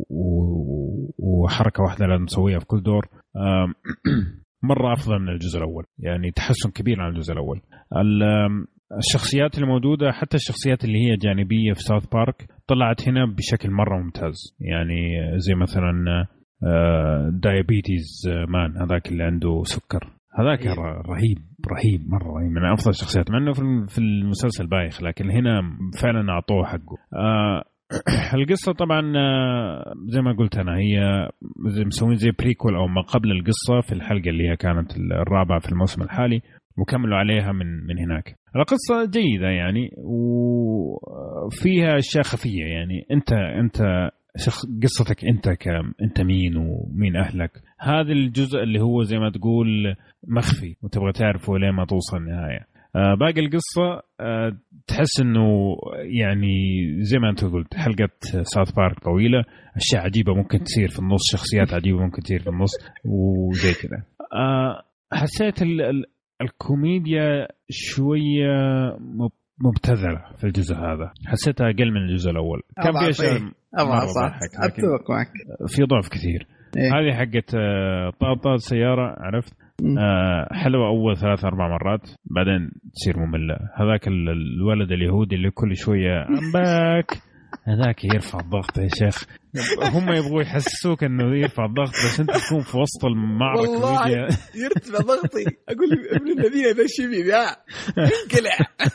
E: وحركة واحدة لازم تسويها في كل دور. مرة أفضل من الجزء الأول يعني تحسن كبير عن الجزء الأول. الشخصيات اللي موجودة حتى الشخصيات اللي هي جانبية في ساوث بارك طلعت هنا بشكل مرة ممتاز. يعني زي مثلا دايابيتيز مان هذاك اللي عنده سكر هذاك رهيب مرة رهيب من أفضل الشخصيات مع أنه في المسلسل بايخ لكن هنا فعلا أعطوه حقه. القصة طبعا زي ما قلت أنا هي مسوين زي بريكول أو ما قبل القصة في الحلقة اللي هي كانت الرابعة في الموسم الحالي وكملوا عليها من هناك. القصة جيدة يعني وفيها أشياء خفية. يعني أنت قصتك أنت مين ومين أهلك. هذا الجزء اللي هو زي ما تقول مخفي وتبغى تعرفه لين ما توصل النهاية. باقي القصة تحس أنه يعني زي ما أنت قلت حلقة ساوث بارك طويلة أشياء عجيبة ممكن تصير في النص شخصيات عجيبة ممكن تصير في النص وزي كذا. حسيت الكوميديا شوية مبتذلة في الجزء هذا حسيتها أقل من الجزء الأول. كان في أشياء
B: أتفق معك
E: في ضعف كثير. هذه حقت طاطا سيارة عرفت حلوة أول 3-4 مرات بعدين تصير مملة. هذاك الولد اليهودي اللي كل شوية باك هذاك يرفع الضغط يا شيخ. هم يبغوا يحسسوك انه يرفع الضغط بس انت تكون في وسط المعركة
B: والله يرتفع ضغطي اقول ابن الذين ذا الشبيب يا انقلع.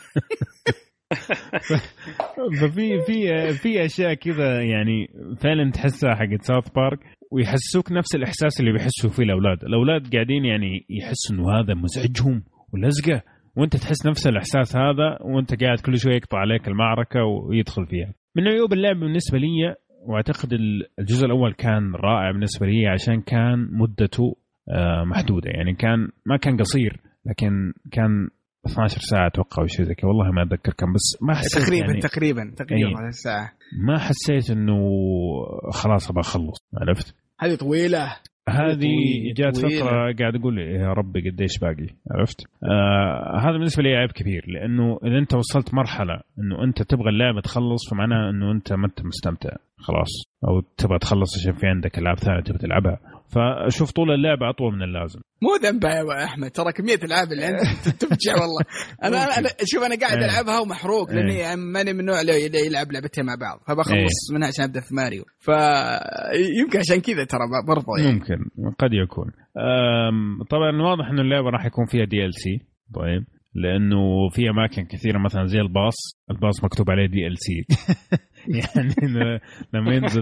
E: في اشياء كذا يعني فعلا تحسها حقت ساوث بارك ويحسسوك نفس الاحساس اللي بيحسوا فيه الاولاد قاعدين يعني يحسوا انه هذا مزعجهم ولزقه وانت تحس نفس الاحساس هذا وانت قاعد كل شويه يقطع عليك المعركه ويدخل فيها. من عيوب اللعبه بالنسبه لي واعتقد الجزء الاول كان رائع بالنسبه لي عشان كان مدته محدوده. يعني ما كان قصير لكن كان 12 ساعة أتوقع أو شيء زي كذا والله ما أتذكر كم بس ما حسيت
B: تقريبا 12 ساعة
E: ما حسيت إنه خلاص أبغى أخلص عرفت.
B: هذه طويلة
A: هذه جات فترة قاعد أقول يا ربي قديش باقي، عرفت؟ هذا بالنسبة لي عيب كبير، لأنه إذا أنت وصلت مرحلة إنه أنت تبغى اللعبة تخلص فمعناه إنه أنت ما أنت مستمتع خلاص، أو تبغى تخلص عشان في عندك ألعاب ثانية تبغى تلعبها، فشوف طول اللعبة أطول من اللازم.
B: مو ذنبها يا أحمد، ترى كمية الألعاب اللي أنت تفجع والله. أنا شوف أنا قاعد ألعبها ومحروق لأني ماني من النوع اللي يلعب لعبتين مع بعض، فبخلص منها عشان أبدأ في ماريو، فيمكن عشان كذا ترى برضه يعني.
A: ممكن قد يكون. طبعا واضح إنه اللعبة راح يكون فيها DLC. طيب لأنه في أماكن كثيرة مثلا زي الباص مكتوب عليه DLC. يعني لما ينزل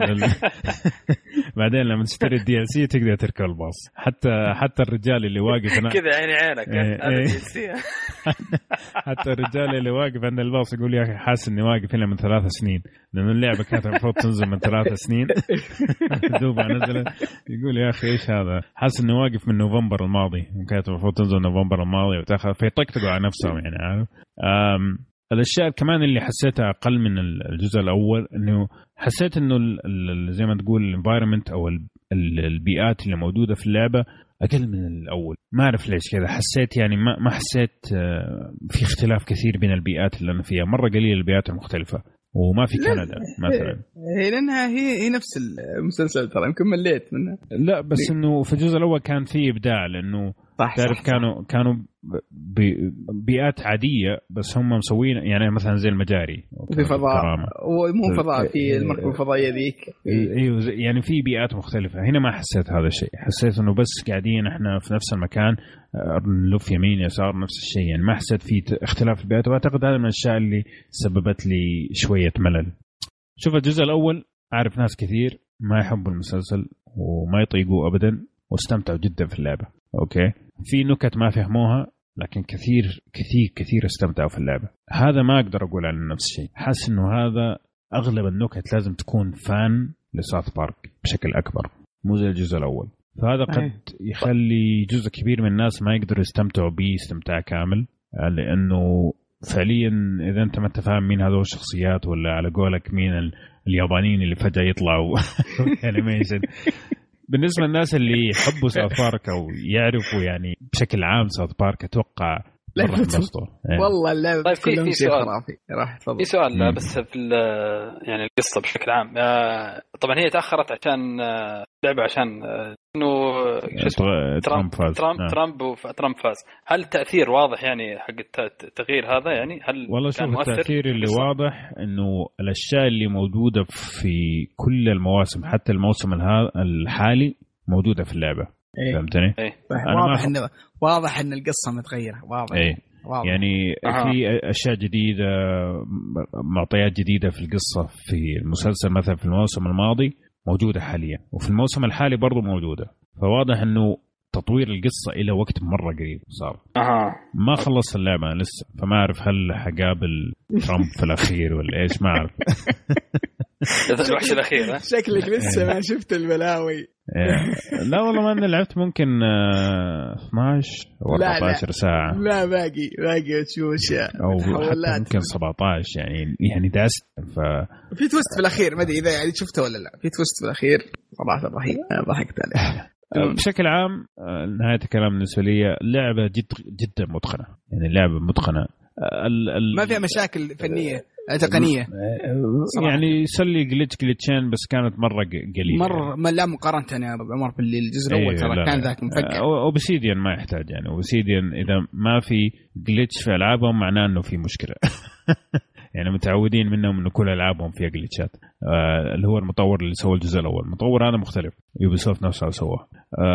A: بعدين لما تشتري DLC تقدر تركب الباص. حتى الرجال اللي واقف هنا
D: كذا عيني عينك هذا DLC.
A: حتى الرجال اللي واقف عند الباص يقول يا أخي حاسس إني واقف هنا من 3 سنين، لأن اللعبة كانت المفروض تنزل من 3 سنين دوبها نزلت. يقول يا أخي إيش هذا، حاسس إني واقف من نوفمبر الماضي، كانت المفروض تنزل نوفمبر الماضي وتأخر، فيطقطقوا على نفسهم يعني عارف. الاشياء كمان اللي حسيتها اقل من الجزء الاول، انه حسيت انه زي ما تقول الانفايرمنت او البيئات اللي موجوده في اللعبه اقل من الاول. ما اعرف ليش كذا حسيت، يعني ما حسيت في اختلاف كثير بين البيئات اللي انا فيها، مره قليل البيئات المختلفة، وما في كندا مثلا.
B: هي لانها هي نفس المسلسل، ترى يمكن مليت منها.
A: لا بس انه في الجزء الاول كان في ابداع، لانه تعرف كانوا بيئات عاديه بس هم مسوين يعني مثلا زي المجاري
B: في فضاء، ومو فضاء في المركبه الفضائيه ذيك.
A: ايوه يعني في بيئات مختلفه. هنا ما حسيت هذا الشيء، حسيت انه بس قاعدين احنا في نفس المكان، نلف يمين يسار نفس الشيء، يعني ما حسيت في اختلاف البيئات. واعتقد هذا من الاشياء اللي سببت لي شويه ملل. شوف الجزء الاول اعرف ناس كثير ما يحبوا المسلسل وما يطيقوه ابدا واستمتعوا جدا في اللعبه. اوكي في نكت ما فهموها، لكن كثير استمتعوا في اللعبة. هذا ما أقدر أقول عن نفس الشيء. حاسس إنه هذا أغلب النكت لازم تكون فان لساوث بارك بشكل أكبر، مو زي الجزء الأول. فهذا قد يخلي جزء كبير من الناس ما يقدروا يستمتعوا به استمتاع كامل، لأنه فعليا إذا أنت ما تفهم مين هذول الشخصيات، ولا على قولك مين اليابانيين اللي فجأة يطلعوا أنيميشن. بالنسبة للناس اللي يحبوا ساوث بارك أو يعرفوا يعني بشكل عام ساوث بارك، أتوقع
B: والله اللعبة
D: طيب
B: كلهم
D: في سؤال
B: خرافي. راح تفضل.
D: في سؤال بس في يعني القصة بشكل عام. طبعا هي تأخرت عشان لعبة عشان إنه ترامب فاز. هل التأثير واضح يعني حق التغيير هذا؟ يعني هل
A: والله شوف التأثير اللي واضح إنه الأشياء اللي موجودة في كل المواسم حتى الموسم الحالي موجودة في اللعبة. فهمتني؟
B: واضح ان القصه متغيره، واضح.
A: يعني في اشياء جديده، معطيات جديده في القصه في المسلسل مثلا في الموسم الماضي موجوده حاليا، وفي الموسم الحالي برضو موجوده. فواضح انه تطوير القصه الى وقت مره قريب صار. ما خلص اللعبه لسه، فما اعرف هل حقابل ترامب في الاخير ولا ايش، ما اعرف.
D: الوحش الاخير
B: شكلك لسه ما شفت البلاوي.
A: لا والله ما أنا لعبت ممكن 12 أو 14 ساعة.
B: لا باقي تشوف أشياء
A: أو حتى ممكن 17 يعني داست.
B: في توست في الأخير، ما أدري إذا يعني شفته ولا لا. في توست في الأخير صراحة رهيب، ضحكت عليه.
A: بشكل عام نهاية الكلام بالنسبة لي لعبة جدا متقنة، يعني لعبة متقنة،
B: ما فيها مشاكل فنية تقنية
A: يعني يسلي جليتشين بس كانت مرة قليلة،
B: مرة ما لا مقارنة يا عمر بالجزء الأول. ترى كان ذاك مفكر.
A: أوبسيديان ما يحتاج، يعني أوبسيديان إذا ما في جليتش في ألعابهم معناه إنه في مشكلة. يعني متعودين منهم إنه كل ألعابهم فيها جليتشات. اللي هو المطور اللي سوى الجزء الأول، المطور هذا مختلف، يوبيسوفت نفسه سواه.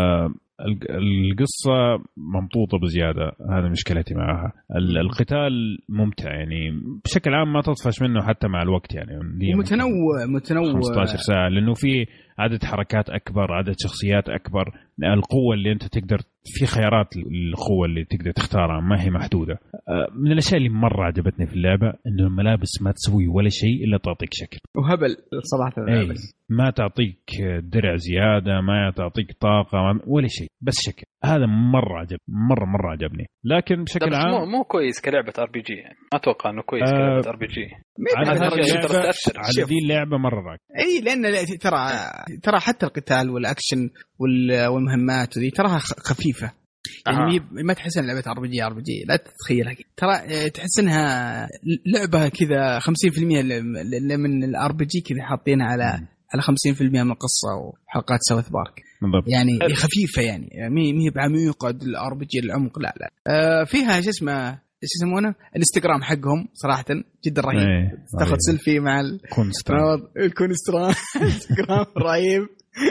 A: القصة ممطوطة بزيادة، هذا مشكلتي معها. القتال ممتع يعني بشكل عام، ما تطفش منه حتى مع الوقت، يعني
B: متنوع
A: 15 ساعة، لأنه في عدد حركات أكبر، عدد شخصيات أكبر، القوة اللي أنت تقدر في خيارات القوة اللي تقدر تختارها ما هي محدودة. من الأشياء اللي مرة عجبتني في اللعبة إنه الملابس ما تسوي ولا شيء إلا تعطيك شكل
B: وهبل صراحة. الملابس
A: ما تعطيك درع زيادة، ما تعطيك طاقة ولا شيء، بس شكل. هذا مرة عجبني. لكن بشكل عام
D: مو كويس كلعبة RPG، يعني ما أتوقع إنه كويس كلعبة RPG.
A: على ذي اللعبة مرة راك.
B: اي لان ترى حتى القتال والاكشن والمهمات ذي تراها خفيفة يعني ما تحس ان لعبة RPG لا تتخيلها ترى تحس انها لعبة كذا 50% من الRPG كذا حاطينها على 50% من القصة وحلقات ساوث بارك يعني خفيفة يعني مي بعميقة الRPG العمق لا فيها شو اسمه يسمونه الانستغرام حقهم صراحة جدا رهيب تاخذ سيلفي مع الكونسترام انستغرام رهيب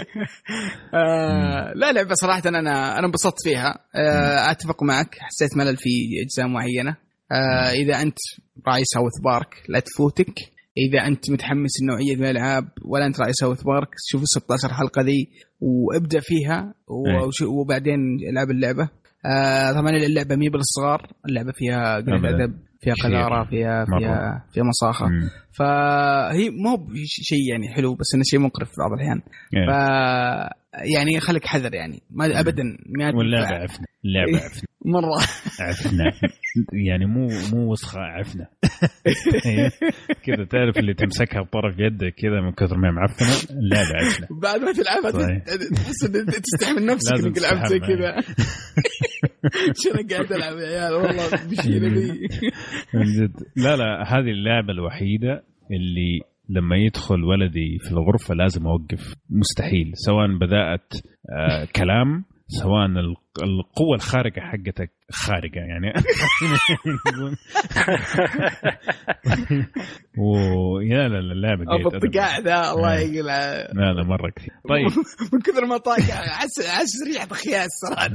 B: لا لعبة صراحة أنا انبسطت فيها أتفق معك حسيت ملل في أجزاء معينة إذا أنت راعي ساوث بارك لا تفوتك إذا أنت متحمس النوعية من الألعاب ولا أنت راعي ساوث بارك شوف 16 حلقة ذي وابدأ فيها وبعدين العب اللعبة طبعا اللعبة مي بالصغار اللعبة فيها قلة أدب فيها قذارة فيها مصاخة فهي مو شيء يعني حلو بس إنه شيء مقرف في بعض الأحيان يعني خليك حذر يعني ما أبدا
A: واللعبة عفنة
B: مرة
A: عفنة يعني مو وسخة عفنة كذا تعرف اللي تمسكها بطرف يدك كذا من كثر ما معفنة اللعبة عفنة
B: بعد ما تلعبها تحس إن تستحمل نفسك إنك لعبت زي كذا شنو قاعد ألعب يا عيال والله بشيء نبي
A: لا هذه اللعبة الوحيدة اللي لما يدخل ولدي في الغرفة لازم أوقف مستحيل سواء بدأت كلام سواء القوة الخارقة حقتك خارقة يعني ويا لا اللعبة
B: قاعدة الله يقل
A: لا مرة كثير طيب
B: من كثر ما طاقة عس ريحة خياس صراحة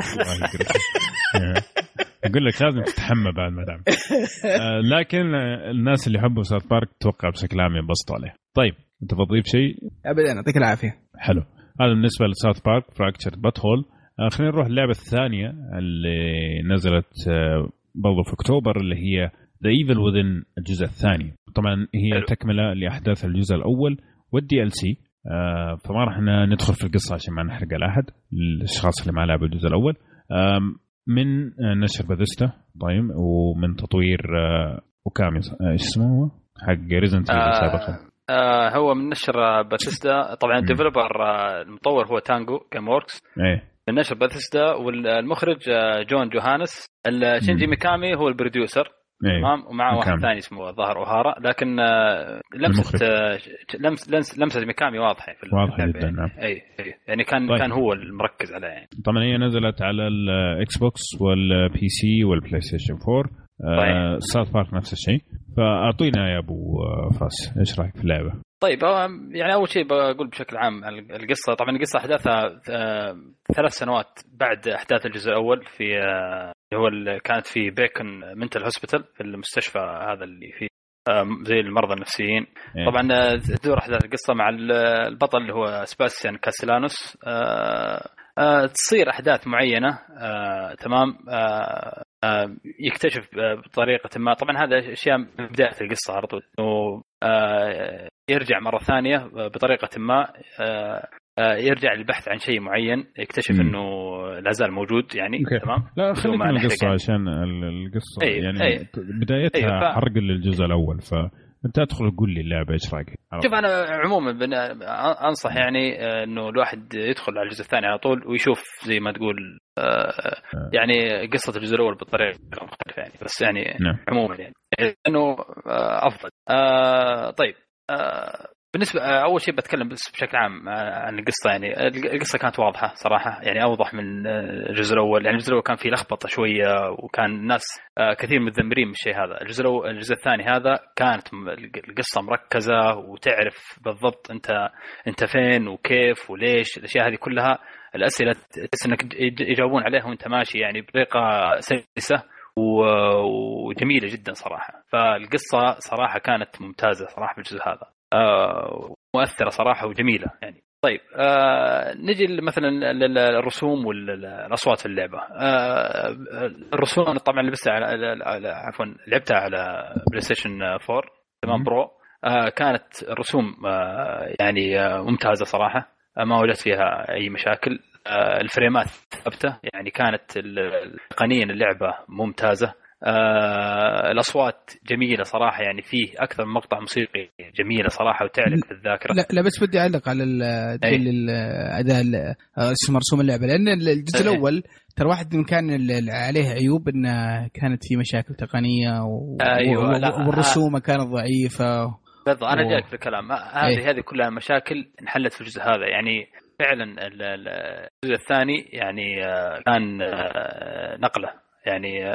A: أقول لك لازم تتحمى بعد ما تعمل لكن الناس اللي يحبوا ساوث بارك توقع بشكل عام ينبسطوا عليه. طيب أنت بتضيف شيء؟
B: أبدا يعطيك العافية.
A: حلو هذا بالنسبة لساوث بارك فراكتشرد باتهول. خلينا نروح اللعبة الثانية اللي نزلت برضو في أكتوبر اللي هي The Evil Within الجزء الثاني. طبعا هي تكملة لأحداث الجزء الأول والDLC فما راح ندخل في القصة عشان ما نحرق الأحد الأشخاص اللي ما لعبوا الجزء الأول. من نشر باثيستا طيب ومن تطوير وكامي ايش اسمه هو حق ريزنت ايفل سابقا
D: هو من نشر باثيستا طبعا الديفلوبر المطور هو تانجو جيم ووركس من نشر باثيستا والمخرج جون جوهانس شينجي ميكامي هو البروديوسر تمام ومعه واحد ثاني اسمه ظاهر أوهارا لكن لمسة ميكامي واضحة في
A: واضحة جدا نعم.
D: أي يعني كان هو المركز عليه يعني.
A: طبعا هي نزلت على الإكس بوكس والبي سي والبلاي ستيشن 4 ساوث بارك نفس الشيء. فأعطينا يا أبو فاس إيش رأيك في اللعبة؟
D: طيب يعني أول شيء بقول بشكل عام القصة طبعا القصة أحداثها 3 سنوات بعد أحداث الجزء الأول في هو كانت في بيكون منتل هوسبيتال في المستشفى هذا اللي فيه زي المرضى النفسيين. طبعا تدور أحداث القصة مع البطل اللي هو سباستيان كاسيلانوس. تصير أحداث معينة تمام يكتشف بطريقة ما طبعا هذا أشياء من بداية القصة على طول يرجع مرة ثانية بطريقة ما يرجع للبحث عن شيء معين يكتشف انه لا زال موجود يعني تمام.
A: لا خلينا من القصة عشان القصة يعني بدايتها حرق للجزء الأول فأنت أدخل قول لي اللعبة إيش رأيك؟
D: شوف أنا عموما أنصح يعني إنه الواحد يدخل على الجزء الثاني على طول ويشوف زي ما تقول يعني قصة الجزء الأول بالطريقة مختلفة يعني بس يعني عموما يعني إنه أفضل. طيب بالنسبة أول شيء بتكلم بس بشكل عام عن القصة يعني القصة كانت واضحة صراحة يعني أوضح من الجزء الأول. يعني الجزء الأول كان فيه لخبطة شوية وكان الناس كثير متذمرين من الشيء هذا. الجزء الثاني هذا كانت القصة مركزة وتعرف بالضبط أنت فين وكيف وليش الأشياء هذه كلها الأسئلة تحس إنك يجاوبون عليها وأنت ماشي يعني بطريقة سلسة وجميلة جدا صراحة. فالقصة صراحة كانت ممتازة صراحة بالجزء هذا مؤثرة صراحة وجميلة يعني. طيب نجي مثلا للرسوم والأصوات في اللعبة. الرسوم طبعا لعبتها على بلاي ستيشن 4 تمام برو. كانت الرسوم يعني ممتازة صراحة ما وجدت فيها أي مشاكل. الفريمات ثابتة يعني كانت تقنيا اللعبة ممتازة. الأصوات جميلة صراحة، يعني فيه أكثر من مقطع موسيقي جميلة صراحة وتعلق في الذاكرة.
B: لا بس بدي أعلق على الأداء مرسوم اللعبة، لأن الجزء الأول ترى واحد من كان عليه عيوب إنه كانت في مشاكل تقنية والرسومة كانت ضعيفة.
D: بالضبط، أنا جايك في الكلام. هذه كلها مشاكل انحلت في الجزء هذا. يعني فعلا الجزء الثاني يعني كان نقلة. يعني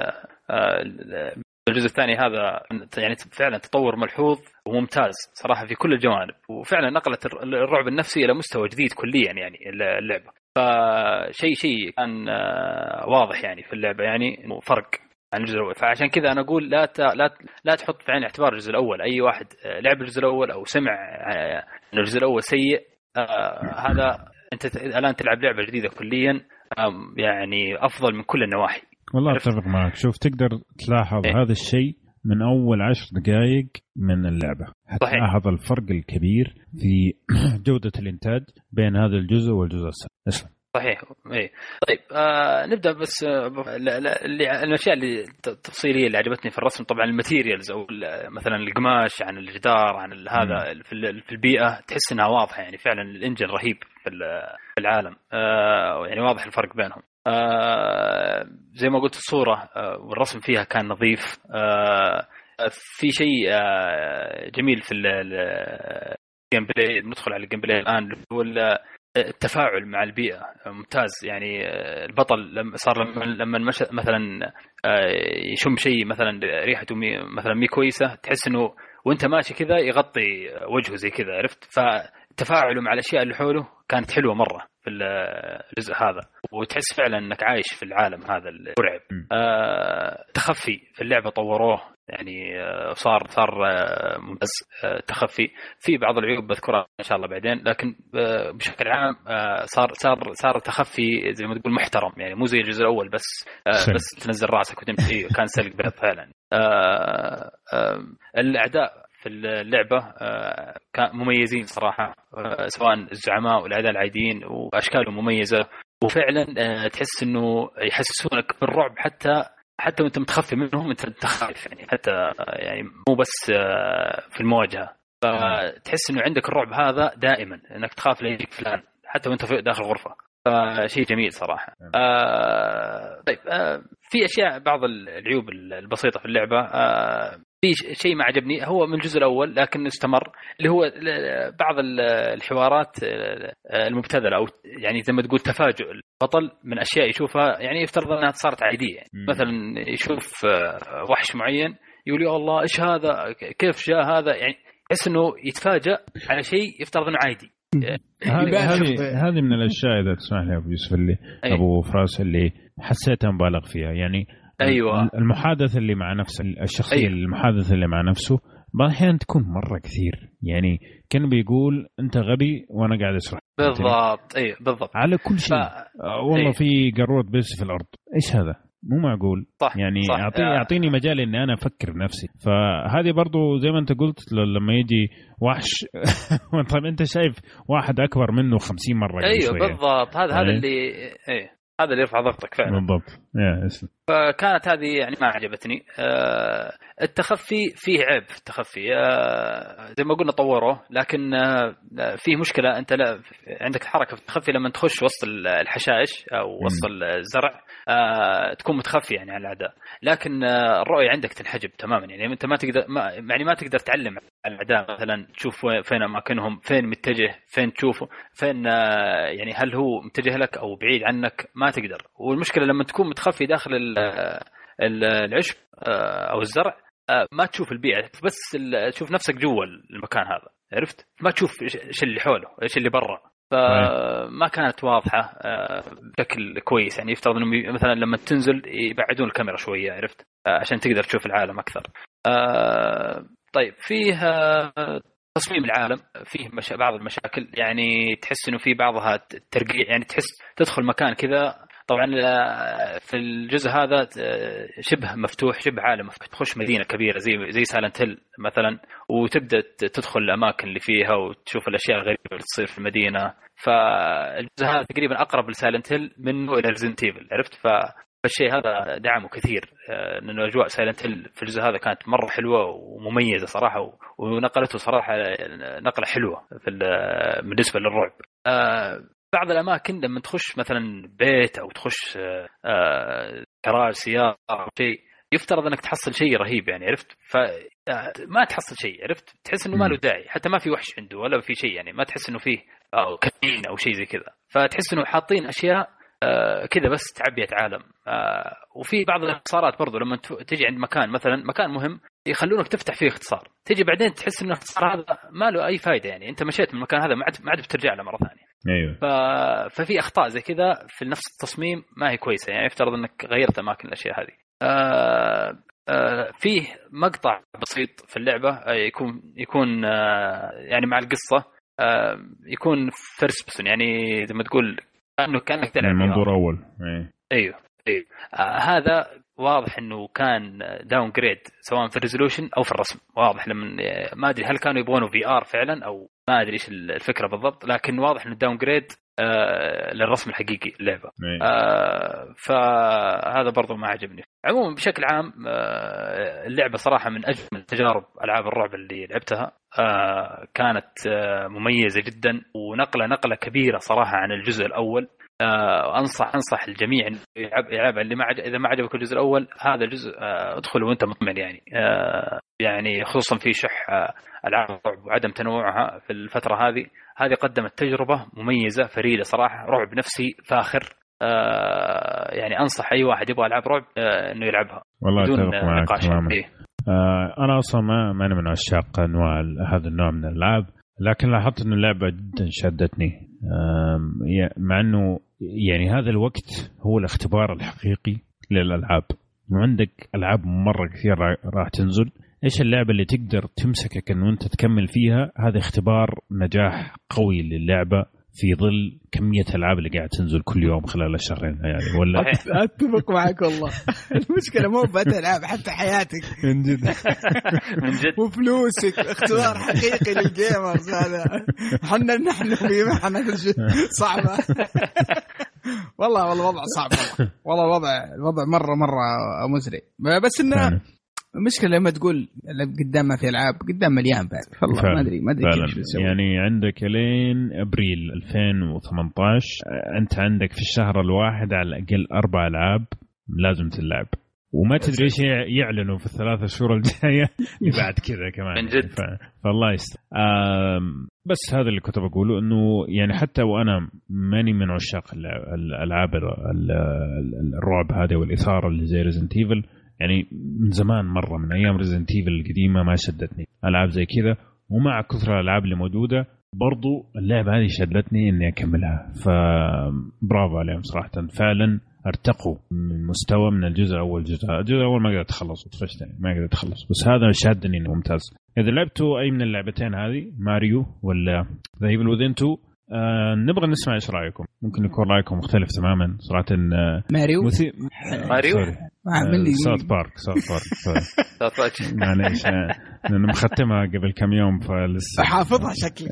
D: الجزء الثاني هذا يعني فعلا تطور ملحوظ وممتاز صراحة في كل الجوانب، وفعلا نقلت الرعب النفسي إلى مستوى جديد كليا يعني اللعبة. فشيء كان واضح يعني في اللعبة، يعني فرق عن الجزء الأول. فعشان كذا أنا أقول لا تحط في عين الاعتبار الجزء الأول. أي واحد لعب الجزء الأول أو سمع أن الجزء الأول سيء، هذا أنت الآن تلعب لعبة جديدة كليا يعني أفضل من كل النواحي.
A: والله أتفق معك. شوف تقدر تلاحظ هذا الشيء من أول 10 دقائق من اللعبة، هتلاحظ الفرق الكبير في جودة الإنتاج بين هذا الجزء والجزء السابق.
D: صحيح. إيه. طيب نبدأ بس الأشياء اللي التفصيلية اللي عجبتني في الرسم. طبعا الماتيريالز أو مثلا القماش عن الجدار عن هذا في البيئة تحس إنها واضحة، يعني فعلا الإنجن رهيب في العالم. يعني واضح الفرق بينهم. زي ما قلت الصورة والرسم فيها كان نظيف. في شيء جميل في الجيم بلاي. ندخل على الجيم بلاي الآن، التفاعل مع البيئة ممتاز. يعني البطل لما مثلا يشم شيء مثلا ريحته مثلا مي كويسة، تحس إنه وانت ماشي كذا يغطي وجهه زي كذا، عرفت؟ فتفاعله مع الأشياء اللي حوله كانت حلوة مرة في الجزء هذا، وتحس فعلا انك عايش في العالم هذا المرعب. تخفي في اللعبة طوروه، يعني صار ممتاز. تخفي في بعض العيوب بذكرها ان شاء الله بعدين، لكن بشكل عام صار تخفي زي ما تقول محترم، يعني مو زي الجزء الاول بس تنزل راسك وتمشي. كان سلق بيض فعلا. الاعداء في اللعبة مميزين صراحة، سواء الزعماء والأعداء العاديين، وأشكالهم مميزة، وفعلا تحس إنه يحسسونك بالرعب حتى وأنت متخفي منهم. أنت تخاف يعني، حتى يعني مو بس في المواجهة. فتحس إنه عندك الرعب هذا دائما، إنك تخاف ليجيك فلان حتى وأنت في داخل غرفة. فشيء جميل صراحة. طيب في أشياء، بعض العيوب البسيطة في اللعبة. في شيء ما عجبني هو من الجزء الأول لكن استمر، اللي هو بعض الحوارات المبتذلة، أو يعني زي ما تقول تفاجؤ البطل من أشياء يشوفها، يعني يفترض أنها صارت عادية. يعني مثلا يشوف وحش معين يقول يا الله إيش هذا، كيف جاء هذا، يعني يحس إنه يتفاجأ على شيء يفترض أنه عادي.
A: هذه من الأشياء إذا تسمح لي أبو يوسف اللي أبو فراس اللي حسيتها مبالغ فيها. يعني
D: أيوة.
A: المحادثة اللي مع نفسه، الشخصية أيوة. المحادثة اللي مع نفسه بعض الأحيان تكون مرة كثير، يعني كان بيقول أنت غبي وأنا قاعد أسرح.
D: بالضبط. أيوة بالضبط
A: على كل شيء. والله أيوة. في قارورة بس في الأرض، إيش هذا؟ مو معقول.
D: صح.
A: يعني
D: صح.
A: أعطيني مجال إني أنا أفكر نفسي. فهذه برضو زي ما أنت قلت لما يجي وحش طيب أنت شايف واحد أكبر منه 50 مرة.
D: أيوة بالضبط. هذا اللي هذا اللي يرفع ضغطك فعلا.
A: بالضبط.
D: فكانت هذه يعني ما عجبتني. التخفي فيه عيب في التخفي. زي ما قلنا طوره، لكن فيه مشكلة. أنت لا عندك حركة في التخفي لما تخش وسط الحشائش أو وسط الزرع، تكون متخفي يعني على الأعداء، لكن الرؤية عندك تنحجب تماما. يعني أنت ما تقدر تعلم على الأعداء، مثلا تشوف فين أماكنهم، فين متجه، فين تشوفه، فين يعني هل هو متجه لك أو بعيد عنك، ما تقدر. والمشكلة لما تكون متخفي داخل العشب أو الزرع، ما تشوف البيئة، بس تشوف نفسك جوا المكان هذا، عرفت؟ ما تشوف إيش اللي حوله، إيش اللي برا. فما كانت واضحة بشكل كويس. يعني يفترض إنه مثلا لما تنزل يبعدون الكاميرا شوية، عرفت؟ عشان تقدر تشوف العالم أكثر. طيب فيها تصميم العالم فيه بعض المشاكل، يعني تحس إنه في بعضها ترقيع، يعني تحس تدخل مكان كذا. طبعا في الجزء هذا شبه مفتوح، شبه عالم مفتوح، تخش مدينة كبيرة زي سايلنت هيل مثلا، وتبدأ تدخل الأماكن اللي فيها وتشوف الأشياء الغريبة اللي تصير في المدينة. فالجزء هذا تقريبا أقرب لسايلنت هيل منه إلى ريزيدنت ايفل، عرفت؟ فالشيء هذا دعمه كثير، لأنه أجواء سايلنت هيل في الجزء هذا كانت مرة حلوة ومميزة صراحة، ونقلته صراحة نقلة حلوة بالنسبة للرعب. بعض الأماكن لما تخش مثلا بيت أو تخش كراج سيارة أو شيء يفترض أنك تحصل شيء رهيب يعني، عرفت؟ فما تحصل شيء، عرفت؟ تحس إنه ما له داعي، حتى ما في وحش عنده ولا في شيء يعني، ما تحس إنه فيه أو كمين أو شيء زي كذا، فتحس إنه حاطين أشياء كذا بس تعبية عالم. وفي بعض الاختصارات برضو لما تجي عند مكان مثلا مكان مهم يخلونك تفتح فيه اختصار، تيجي بعدين تحس إنه الاختصار هذا ما له أي فائدة يعني، أنت مشيت من المكان هذا ما عاد بترجع له مرة ثانية.
E: أيوة.
D: ففي أخطاء زي كذا في نفس التصميم ما هي كويسة يعني، يفترض أنك غيرت أماكن الأشياء هذه. فيه مقطع بسيط في اللعبة يكون يعني مع القصة يكون فيرست بيرسون، يعني زي ما تقول كأنك تلعب
E: منظور أول.
D: أيوه. هذا واضح إنه كان داون جريد سواء في الريزولوشن أو في الرسم، واضح لما ما أدري هل كانوا يبغونه VR فعلا أو ما أدري إيش الفكرة بالضبط، لكن واضح إنه داون جريد للرسم الحقيقي اللعبة. فهذا برضو ما عجبني. عموما بشكل عام اللعبة صراحة من أجمل تجارب ألعاب الرعب اللي لعبتها، كانت مميزة جدا ونقلة كبيرة صراحة عن الجزء الأول. أنصح الجميع إنه يلعب اللي إذا ما عجبك الجزء الأول هذا الجزء ادخل وأنت مطمئن يعني. يعني خصوصا في شح ألعاب الرعب وعدم تنوعها في الفترة هذه قدمت تجربة مميزة فريدة صراحة، رعب نفسي فاخر. يعني أنصح أي واحد يبغى ألعاب رعب إنه يلعبها
E: والله
D: بدون
E: نقاش. أنا أصلا ما أنا من عشاق أنواع هذا النوع من الألعاب، لكن لاحظت أن اللعبة جدا شدتني، مع أنه يعني هذا الوقت هو الاختبار الحقيقي للألعاب، وعندك ألعاب مرة كثير راح تنزل. إيش اللعبة اللي تقدر تمسكك أنه أنت تكمل فيها؟ هذا اختبار نجاح قوي للعبة في ظل كمية الألعاب اللي قاعد تنزل كل يوم خلال الشهرين يعني. ولا
B: أتفق معك والله. المشكلة مو بس ألعاب، حتى حياتك
E: من جد
B: وفلوسك اختبار حقيقي للجيمرز. هذا نحن في محنة صعبة والله الوضع صعب والله الوضع مرة مزري. بس إنه المشكلة لما تقول قدام ما في ألعاب، قدام مليان بعد والله. ما أدري كيف يسوي.
E: يعني عندك لين أبريل 2018 أنت عندك في الشهر الواحد على الأقل 4 ألعاب لازم تلعب، وما تدري إيش يعلنوا في ال3 شهور الجاية بعد كذا كمان. فالله يستر. بس هذا اللي كنت بقوله، إنه يعني حتى وأنا ماني من عشاق الألعاب الرعب هذه والإثارة اللي زي Resident Evil، يعني من زمان مرة من أيام Resident Evil القديمة ما شدتني ألعاب زي كذا، ومع كثرة الألعاب اللي موجودة برضو اللعبة هذه شدتني إني أكملها. فبرافو عليهم صراحة، فعلا ارتقوا من مستوى من الجزء الأول. الجزء الأول ما قدرت أخلص وطفشت يعني، ما قدرت أخلص، بس هذا شادني إنه ممتاز. إذا لعبتوا أي من اللعبتين هذه ماريو ولا The Evil Within 2 نبغى نسمع إيش رأيكم. ممكن يكون رأيكم مختلف تماما صراحة.
B: ماريو
E: ساوث بارك معليش أنا مختمها قبل كم يوم فلسه
B: حافظها شكلك.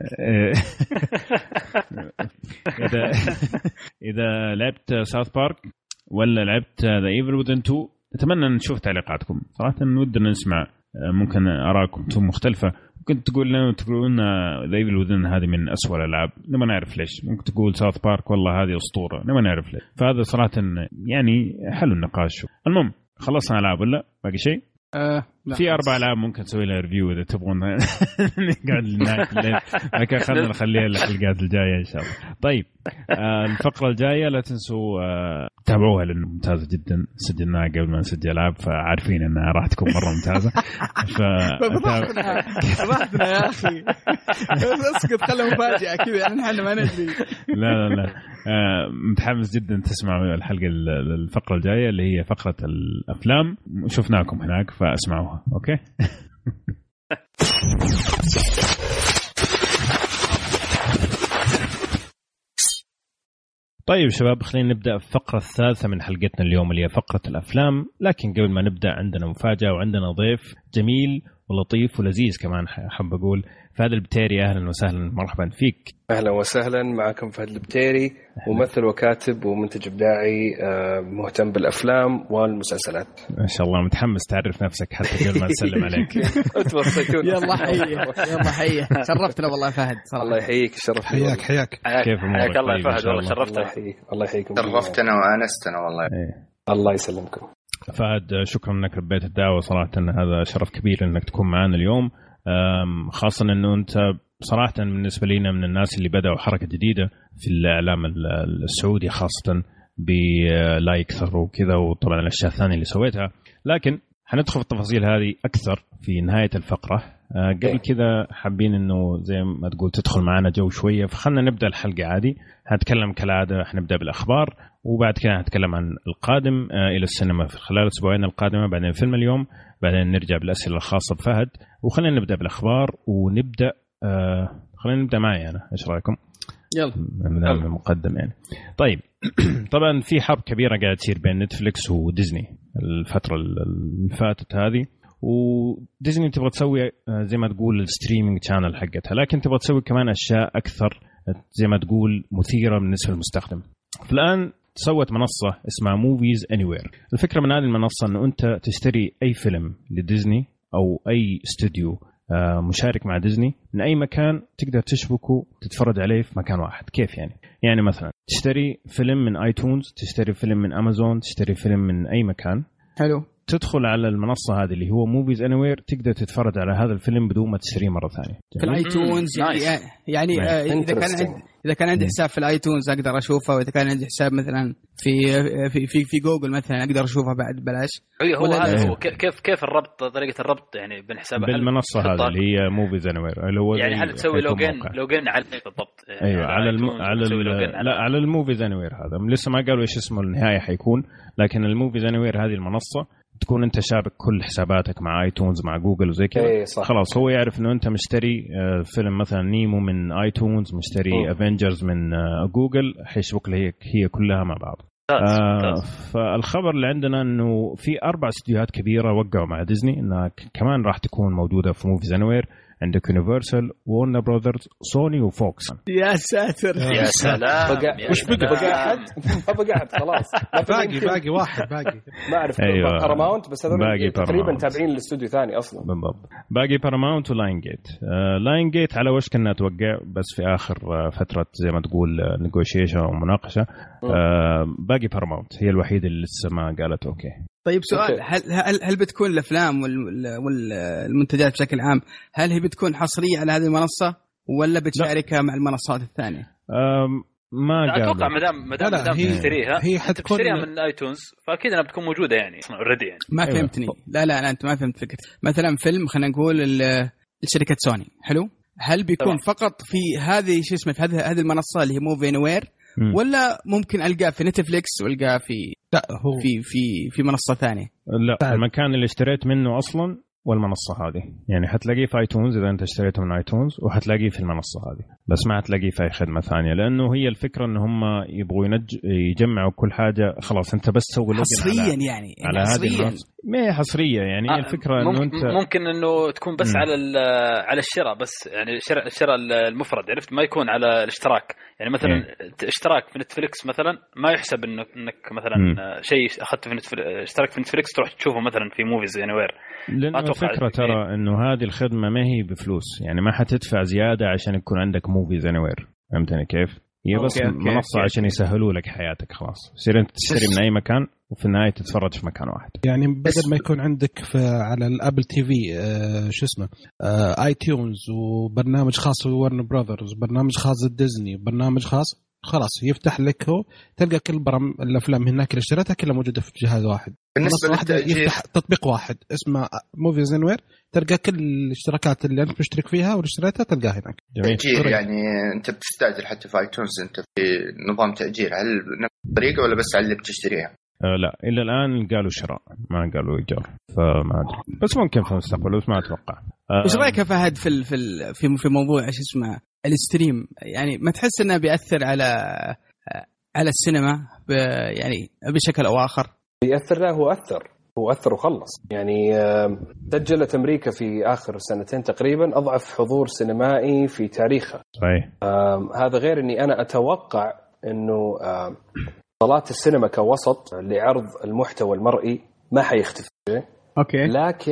E: إذا لعبت ساوث بارك ولا لعبت The Evil Within 2 أتمنى نشوف تعليقاتكم صراحة، نودنا نسمع. ممكن أراكم مختلفة، ممكن تقولون The Evil Within هذه من أسوأ الألعاب، نبغى نعرف ليش. ممكن تقول ساوث بارك والله هذه أسطورة، نبغى نعرف ليش. فهذا صراحة يعني حلو النقاش. المهم خلصنا ألعاب ولا باقي شيء؟ في 4 ألعاب ممكن نسوي لها ريفيو إذا تبغون نقعد لنهاية الليل، لكن خلينا نخليها الحلقات الجاية إن شاء الله. طيب الفقرة الجاية لا تنسوا تابعوها لأنه ممتازة جدا، سجلناها قبل ما نسجل ألعاب فعارفين أنها راح تكون مرة ممتازة.
B: فضحنا يا أخي، اسكت خلها مفاجأة كذا يعني نحن ما ندري.
E: لا متحمس جدا تسمعوا الحلقة الفقرة الجاية اللي هي فقرة الأفلام، شفناكم هناك فاسمعوها. أوكي. طيب شباب، خلينا نبدأ الفقرة الثالثة من حلقتنا اليوم اللي هي فقرة الأفلام. لكن قبل ما نبدأ عندنا مفاجأة وعندنا ضيف جميل
A: ولطيف ولذيذ كمان. حاب أقول فهد البتيري أهلا وسهلا، مرحبا فيك.
F: أهلا وسهلا معكم فهد البتيري، ممثل وكاتب ومنتج إبداعي مهتم بالأفلام والمسلسلات.
A: ما شاء الله متحمس تعرف نفسك حتى قبل ما أسلم عليك.
B: يلا حيا شرفتنا والله فهد صراحة.
F: الله يحييك، الشرف
C: حياك
A: كيف
D: حياك الله فهد، والله شرفتنا.
F: الله يحييكم،
G: شرفتنا وأنستنا والله.
F: الله يسلمكم
A: فهد، شكرا انك لبيت الدعوه، صراحه هذا شرف كبير انك تكون معنا اليوم، خاصه انه انت صراحه بالنسبه لنا من الناس اللي بداوا حركه جديده في الاعلام السعودي، خاصه بلا يكثر وكذا، وطبعا الاشياء الثانيه اللي سويتها، لكن حندخل في التفاصيل هذه اكثر في نهايه الفقره. قبل كذا حابين انه زي ما تقول تدخل معنا جو شويه، فخلنا نبدا الحلقه عادي. هنتكلم كالعاده، حنبدا بالاخبار، وبعد كده هنتكلم عن القادم الى السينما في خلال الاسبوعين القادمه، بعدين فيلم اليوم، بعدين نرجع بالاسئله الخاصه بفهد. وخلينا نبدا بالاخبار ونبدا خلينا نبدا معي انا، ايش رايكم؟
B: يلا
A: من المقدم يعني. طيب طبعا في حرب كبيره قاعده تصير بين نتفليكس وديزني الفتره اللي فاتت هذه، وديزني تبغى تسوي زي ما تقول الستريمينج شانل حقتها، لكن تبغى تسوي كمان اشياء اكثر زي ما تقول مثيره بالنسبه للمستخدم. فالان سوت منصه اسمها موفيز انيوير. الفكره من هذه المنصه انه انت تشتري اي فيلم لديزني او اي استوديو مشارك مع ديزني من اي مكان، تقدر تشبكه تتفرج عليه في مكان واحد. كيف يعني؟ يعني مثلا تشتري فيلم من ايتونز، تشتري فيلم من امازون، تشتري فيلم من اي مكان،
B: حلو،
A: تدخل على المنصة هذه اللي هو موفيز انيوير، تقدر تتفرج على هذا الفيلم بدون ما تشتريه مرة ثانية
B: في الايتونز. يعني إذا كان عندي حساب في الايتونز أقدر أشوفه، وإذا كان عندي حساب مثلا في جوجل مثلا أقدر أشوفه بعد بلاش.
D: هو هذا هو كيف الربط، طريقة الربط يعني بين حساب
A: بالمنصة هذه اللي هي موفيز انيوير، اللي هو
D: يعني هل تسوي لوجين على بالضبط؟
A: ايوه على الموفيز انيوير هذا. لسه ما قالوا ايش اسمه النهاية حيكون، لكن الموفيز انيوير هذه المنصة تكون انت شابك كل حساباتك مع ايتونز مع جوجل وزي كذا. خلاص هو يعرف انه انت مشتري فيلم مثلا نيمو من ايتونز، مشتري افنجرز من جوجل، حيشبك له هي كلها مع بعض. فالخبر اللي عندنا انه في 4 استديوهات كبيره وقعوا مع ديزني انها كمان راح تكون موجوده في موفيز انوير. عندك يونيفرسال، وورنر براذرز، سوني، وفوكس.
B: يا ساتر
D: يا سلام.
F: وش بقى احد؟ ما بقى احد خلاص.
C: باقي واحد
F: ما اعرف.
A: أيوة.
F: باراماونت، بس هذول تقريبا تابعين للاستوديو ثاني اصلا.
A: بالضبط، باقي باراماونت ولاين جيت. لاين جيت على وشك انها توقع، بس في اخر فتره زي ما تقول نيغوشيشن او مناقشه. باقي باراماونت هي الوحيده اللي لسه ما قالت اوكي.
B: طيب سؤال، هل بتكون الافلام والمنتجات بشكل عام هل هي بتكون حصريه على هذه المنصه ولا بتشاركها مع المنصات الثانيه؟
A: ما
D: اتوقع ما دام تشتريها،
C: هي حتكون
D: من ايتونز، فاكيد انها بتكون موجوده يعني اوريدي يعني.
B: ما فهمتني. لا انت ما فهمت فكرة. مثلا فيلم خلينا نقول الشركه سوني، حلو، هل بيكون فقط في هذه شو اسمه في هذه المنصه اللي هي موفي انوير، ولا ممكن القاه في نتفليكس والقاه في منصه ثانيه؟
A: لا، المكان اللي اشتريت منه اصلا والمنصه هذه، يعني حتلاقيه في ايتونز اذا انت اشتريته من ايتونز، وحتلاقيه في المنصه هذه، بس ما حتلاقيه في اي خدمه ثانيه، لانه هي الفكره ان هم يبغوا يجمعوا كل حاجه. خلاص انت بس سوي لوجن
B: حصريا يعني
A: على هذه المنصه. ما هي حصريه يعني الفكره انه انت
D: ممكن انه تكون بس على الشراء، بس يعني الشراء المفرد، عرفت، ما يكون على الاشتراك. يعني مثلا اشتراك في نتفليكس مثلا ما يحسب انك مثلا شيء اخذته في اشتراك في نتفليكس تروح تشوفه مثلا في موفيز انوير.
A: لأنه الفكرة ترى إنه هذه الخدمة ما هي بفلوس، يعني ما حتدفع زيادة عشان يكون عندك موفيز انوير. فهمتني كيف؟ هي بس منصة عشان يسهلوا لك حياتك. خلاص يصير أنت تشتري من أي مكان وفي النهاية تتفرج في مكان واحد.
C: يعني بدل ما يكون عندك على الأبل تي في شو اسمه آي تيونز وبرنامج خاص بورن براذرز، برنامج خاص بديزني، برنامج خاص، خلاص يفتح لك هو تلقى كل الافلام هناك اللي اشتريتها كلها موجوده في جهاز واحد.
G: بالنسبه للتأجير
C: يفتح تطبيق واحد اسمه موفيز انوير، تلقى كل الاشتراكات اللي انت مشترك فيها واللي اشتريتها تلقاها هناك.
G: تأجير يعني انت بتستأجر حتى في ايتونز، انت في نظام تأجير، هل نفس الطريقه ولا بس على اللي بتشتريها؟
A: لا إلا الآن قالوا شراء ما قالوا إيجار، فما أدري، بس ممكن في المستقبل بس ما أتوقع.
B: وش رأيك فهد في موضوع إيش اسمه الستريم؟ يعني ما تحس إنه بيأثر على السينما يعني بشكل أو آخر؟
F: بيأثر له، هو أثر هو أثر وخلص. يعني سجلت أمريكا في آخر سنتين تقريبا أضعف حضور سينمائي في تاريخها.
E: صحيح.
F: هذا غير أني أنا أتوقع أنه صالات السينما كوسط لعرض المحتوى المرئي ما حيختفي.
B: أوكي.
F: لكن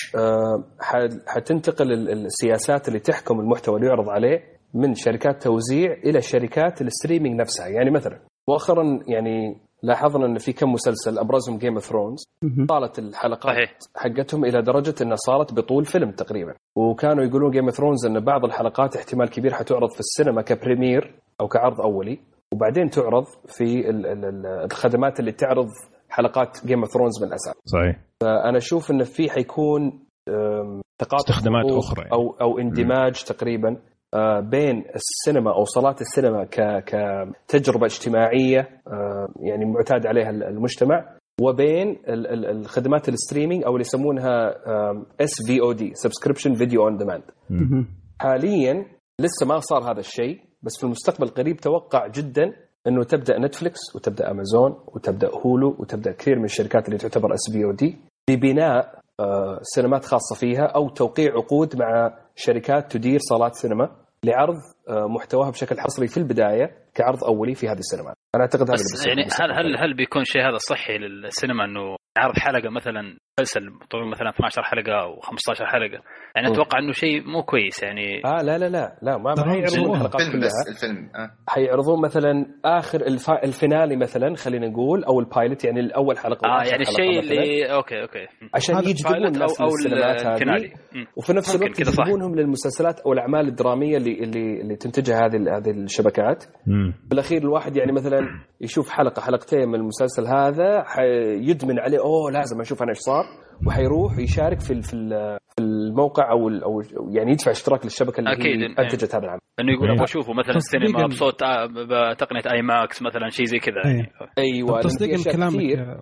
F: حتنتقل السياسات اللي تحكم المحتوى اللي يعرض عليه من شركات توزيع إلى شركات الستريمينج نفسها. يعني مثلا مؤخرا يعني لاحظنا أن في كم مسلسل أبرزهم Game of Thrones طالت الحلقات حقتهم إلى درجة أنها صارت بطول فيلم تقريبا. وكانوا يقولون Game of Thrones أن بعض الحلقات احتمال كبير حتعرض في السينما كبريمير أو كعرض أولي، وبعدين تعرض في الخدمات اللي تعرض حلقات Game of Thrones من الأساس.
E: صحيح.
F: فأنا أشوف أن في حيكون
E: استخدامات أخرى
F: أو اندماج تقريبا بين السينما أو صالات السينما كتجربة اجتماعية يعني معتاد عليها المجتمع، وبين الخدمات الستريمينج أو اللي يسمونها SVOD Subscription Video On Demand. حاليا لسه ما صار هذا الشيء، بس في المستقبل القريب توقع جدا أنه تبدأ نتفليكس وتبدأ أمازون وتبدأ هولو وتبدأ كثير من الشركات اللي تعتبر SVOD ببناء سينمات خاصة فيها أو توقيع عقود مع شركات تدير صالات سينما لعرض محتواها بشكل حصري في البداية كعرض أولي في هذه السينما. أنا أعتقد هذا
D: يعني هل بيكون شيء هذا صحي للسينما إنه عرض حلقة مثلا مسلسل طول مثلا 12 حلقة أو 15 حلقة؟ يعني أتوقع إنه شيء مو كويس يعني.
F: لا ما حيعرضون الحلقات كلها.
G: الفيلم
F: حيعرضون مثلا آخر الفينالي مثلا خلينا نقول أو البايلوت، يعني الأول حلقة
D: يعني الشيء اللي أوكي
F: عشان يجذبون الناس للسينمات هذه، وفي نفس الوقت يجذبونهم للمسلسلات أو الأعمال الدرامية اللي تنتجها هذه الشبكات. بالأخير الواحد يعني مثلا يشوف حلقتين من المسلسل هذا يدمن عليه، لازم أشوف أنا إيش صار، وحيروح يشارك في الموقع أو يعني يدفع اشتراك للشبكة اللي أنتجت هذا العمل.
D: إنه يقول أبغى أشوفه مثلا السينما بصوت بتقنية آي ماكس مثلا، شيء زي كذا.
F: أيوة.
C: تصديق الكلام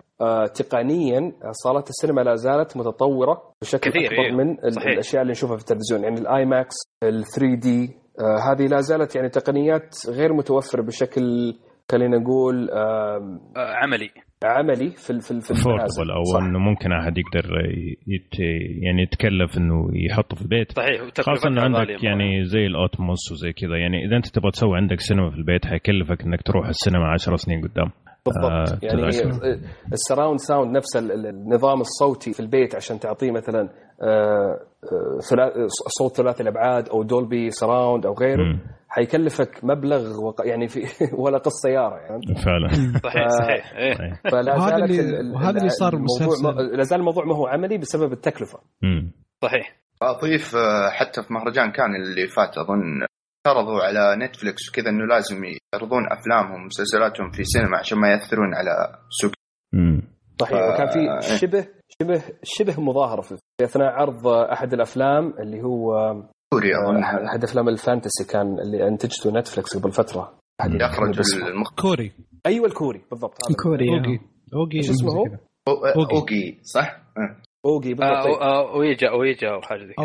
F: تقنيا صالات السينما لا زالت متطورة بشكل أكبر من الأشياء اللي نشوفها في التلفزيون. يعني الآي ماكس، ال 3D، هذه لا زالت يعني تقنيات غير متوفرة بشكل خلينا نقول عملي في
E: المنازل، او انه ممكن احد يقدر يعني يتكلف انه يحطه في البيت.
D: صحيح.
E: خاصه انه عندك يعني زي الاوتموس وزي كذا، يعني اذا انت تبغى تسوي عندك سينما في البيت حيكلفك انك تروح السينما 10 سنين قدام.
F: بالضبط. يعني السراوند ساوند نفس النظام الصوتي في البيت عشان تعطيه مثلا صوت ثلاثي الابعاد او دولبي سراوند او غيره حيكلفك مبلغ يعني في ولا قسط سياره يعني
E: فعلا.
D: صحيح.
C: وهذا اللي صار
F: لا زال الموضوع ما هو عملي بسبب التكلفه.
D: صحيح.
G: اضيف حتى في مهرجان كان اللي فات اظن عرضوا على نتفليكس وكذا انه لازم يعرضون افلامهم ومسلسلاتهم في سينما عشان ما ياثرون على سوق.
F: صحيح. وكان في شبه مظاهره في اثناء عرض احد الافلام اللي هو
G: كوري اظن،
F: احد افلام الفانتسي كان اللي انتجته نتفليكس قبل فتره.
G: يخرج
C: كوري.
F: ايوه الكوري بالضبط.
B: الكوري
C: اوغي
F: شو اسمه؟
G: اوغي صح.
F: اوغي بالضبط.
D: اويجا او حاجه زي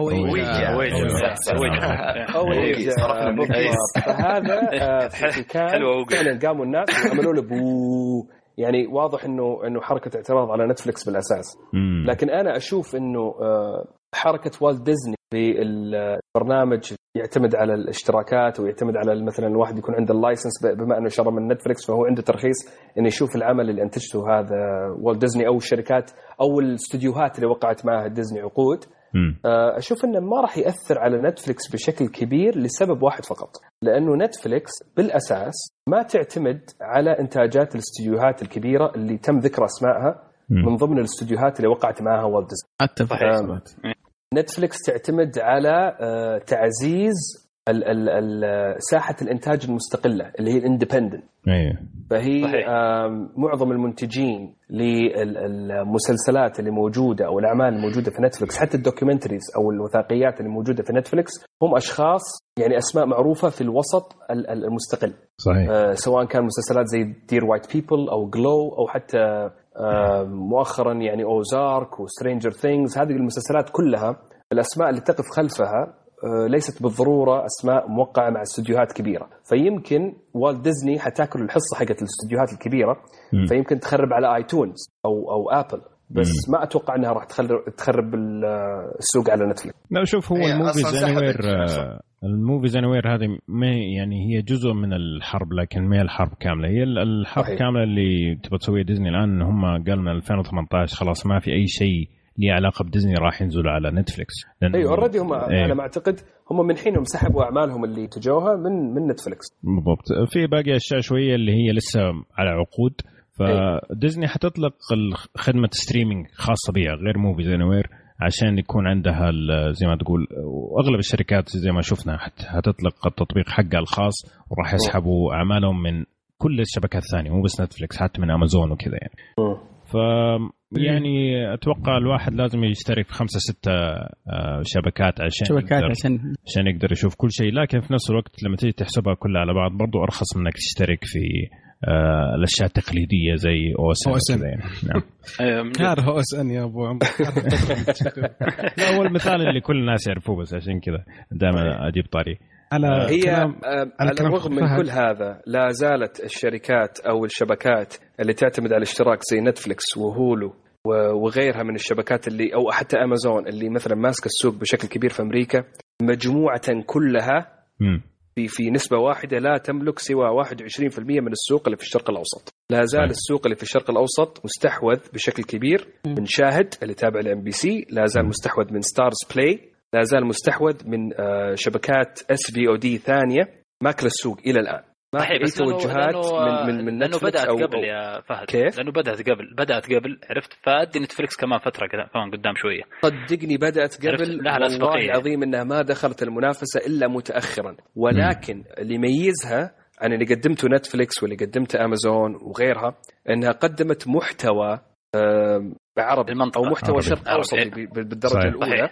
F: اويجا. فهذا كان فعلا قاموا الناس وعملوا له يعني واضح انه حركه اعتراض على نتفليكس بالاساس. لكن انا اشوف انه حركه والت ديزني بالبرنامج يعتمد على الاشتراكات ويعتمد على مثلا الواحد يكون عنده اللايسنس بما انه شرى من نتفليكس، فهو عنده ترخيص انه يشوف العمل اللي انتجته هذا والت ديزني او الشركات او الاستديوهات اللي وقعت معها ديزني عقود. اشوف انه ما راح ياثر على نتفليكس بشكل كبير لسبب واحد فقط، لانه نتفليكس بالاساس ما تعتمد على انتاجات الاستديوهات الكبيره اللي تم ذكر اسمائها من ضمن الاستديوهات اللي وقعت معها والت ديزني. نتفليكس تعتمد على تعزيز ساحة الإنتاج المستقلة اللي هي الاندبندنت. فهي معظم المنتجين للمسلسلات اللي موجودة أو الأعمال الموجودة في نتفليكس، حتى الدوكيومنتريز أو الوثائقيات اللي موجودة في نتفليكس، هم أشخاص يعني أسماء معروفة في الوسط المستقل.
E: صحيح.
F: سواء كان مسلسلات زي دير وايت بيبل أو جلو أو حتى مؤخرا يعني أوزارك وسترينجر ثينجز. هذه المسلسلات كلها الأسماء اللي تقف خلفها ليست بالضرورة أسماء موقعة مع استوديوهات كبيرة. فيمكن والت ديزني حتاكل الحصة حقت الاستوديوهات الكبيرة، فيمكن تخرب على آيتونز أو آبل بس ما اتوقع انها راح تخرب السوق على نتفلكس.
E: لا شوف، هو الموفيز انوير هذه ما يعني هي جزء من الحرب، لكن ما هي الحرب كامله. هي الحرب كامله اللي تبغى تسويها ديزني الان، هم قالوا من 2018 خلاص ما في اي شيء ليه علاقه بديزني راح ينزل على نتفلكس.
F: ايوه اوريدي هم على ما اعتقد هم من حينهم سحبوا اعمالهم اللي تجوها من نتفلكس.
E: بالضبط. في باقي اشياء شويه اللي هي لسه على عقود، فديزني حتطلق خدمه ستريمينج خاصه بها غير موفيز انوير عشان يكون عندها زي ما تقول. واغلب الشركات زي ما شفنا حتطلق التطبيق حقها الخاص، وراح يسحبوا اعمالهم من كل الشبكات الثانيه، مو بس نتفليكس، حتى من امازون وكذا يعني. ف يعني اتوقع الواحد لازم يشترك في 5-6 شبكات عشان يقدر يشوف كل شيء. لكن في نفس الوقت لما تيجي تحسبها كلها على بعض برضو ارخص من انك تشترك في الاشياء التقليديه زي OSN يعني.
C: نعم. كاره OSN يا ابو عمر.
E: لا هو المثال اللي كل الناس يعرفوه، بس عشان كذا دائما اجيب طاري.
F: على الرغم من كل هذا لا زالت الشركات أو الشبكات اللي تعتمد على الاشتراك زي نتفليكس وهولو وغيرها من الشبكات اللي أو حتى أمازون اللي مثلا ماسكة السوق بشكل كبير في أمريكا، مجموعة كلها في نسبة واحدة لا تملك سوى 21% من السوق اللي في الشرق الأوسط. لا زال السوق اللي في الشرق الأوسط مستحوذ بشكل كبير من شاهد اللي تابع لMBC، لا زال مستحوذ من ستارز بلاي، لا زال مستحوذ من شبكات SVOD ثانية ماكل السوق إلى الآن. ما في أي توجهات من
D: لأنه بدأت قبل يا فهد.
F: كيف؟
D: لأنه بدأت قبل عرفت، فأدي نتفليكس كمان فترة كمان قدام شوية.
F: صدقني بدأت قبل، والله العظيم إنها ما دخلت المنافسة إلا متأخرا. ولكن اللي يميزها عن اللي قدمته نتفليكس واللي قدمته أمازون وغيرها إنها قدمت محتوى عربي أو محتوى شرق أوسطي بالدرجة الأولى.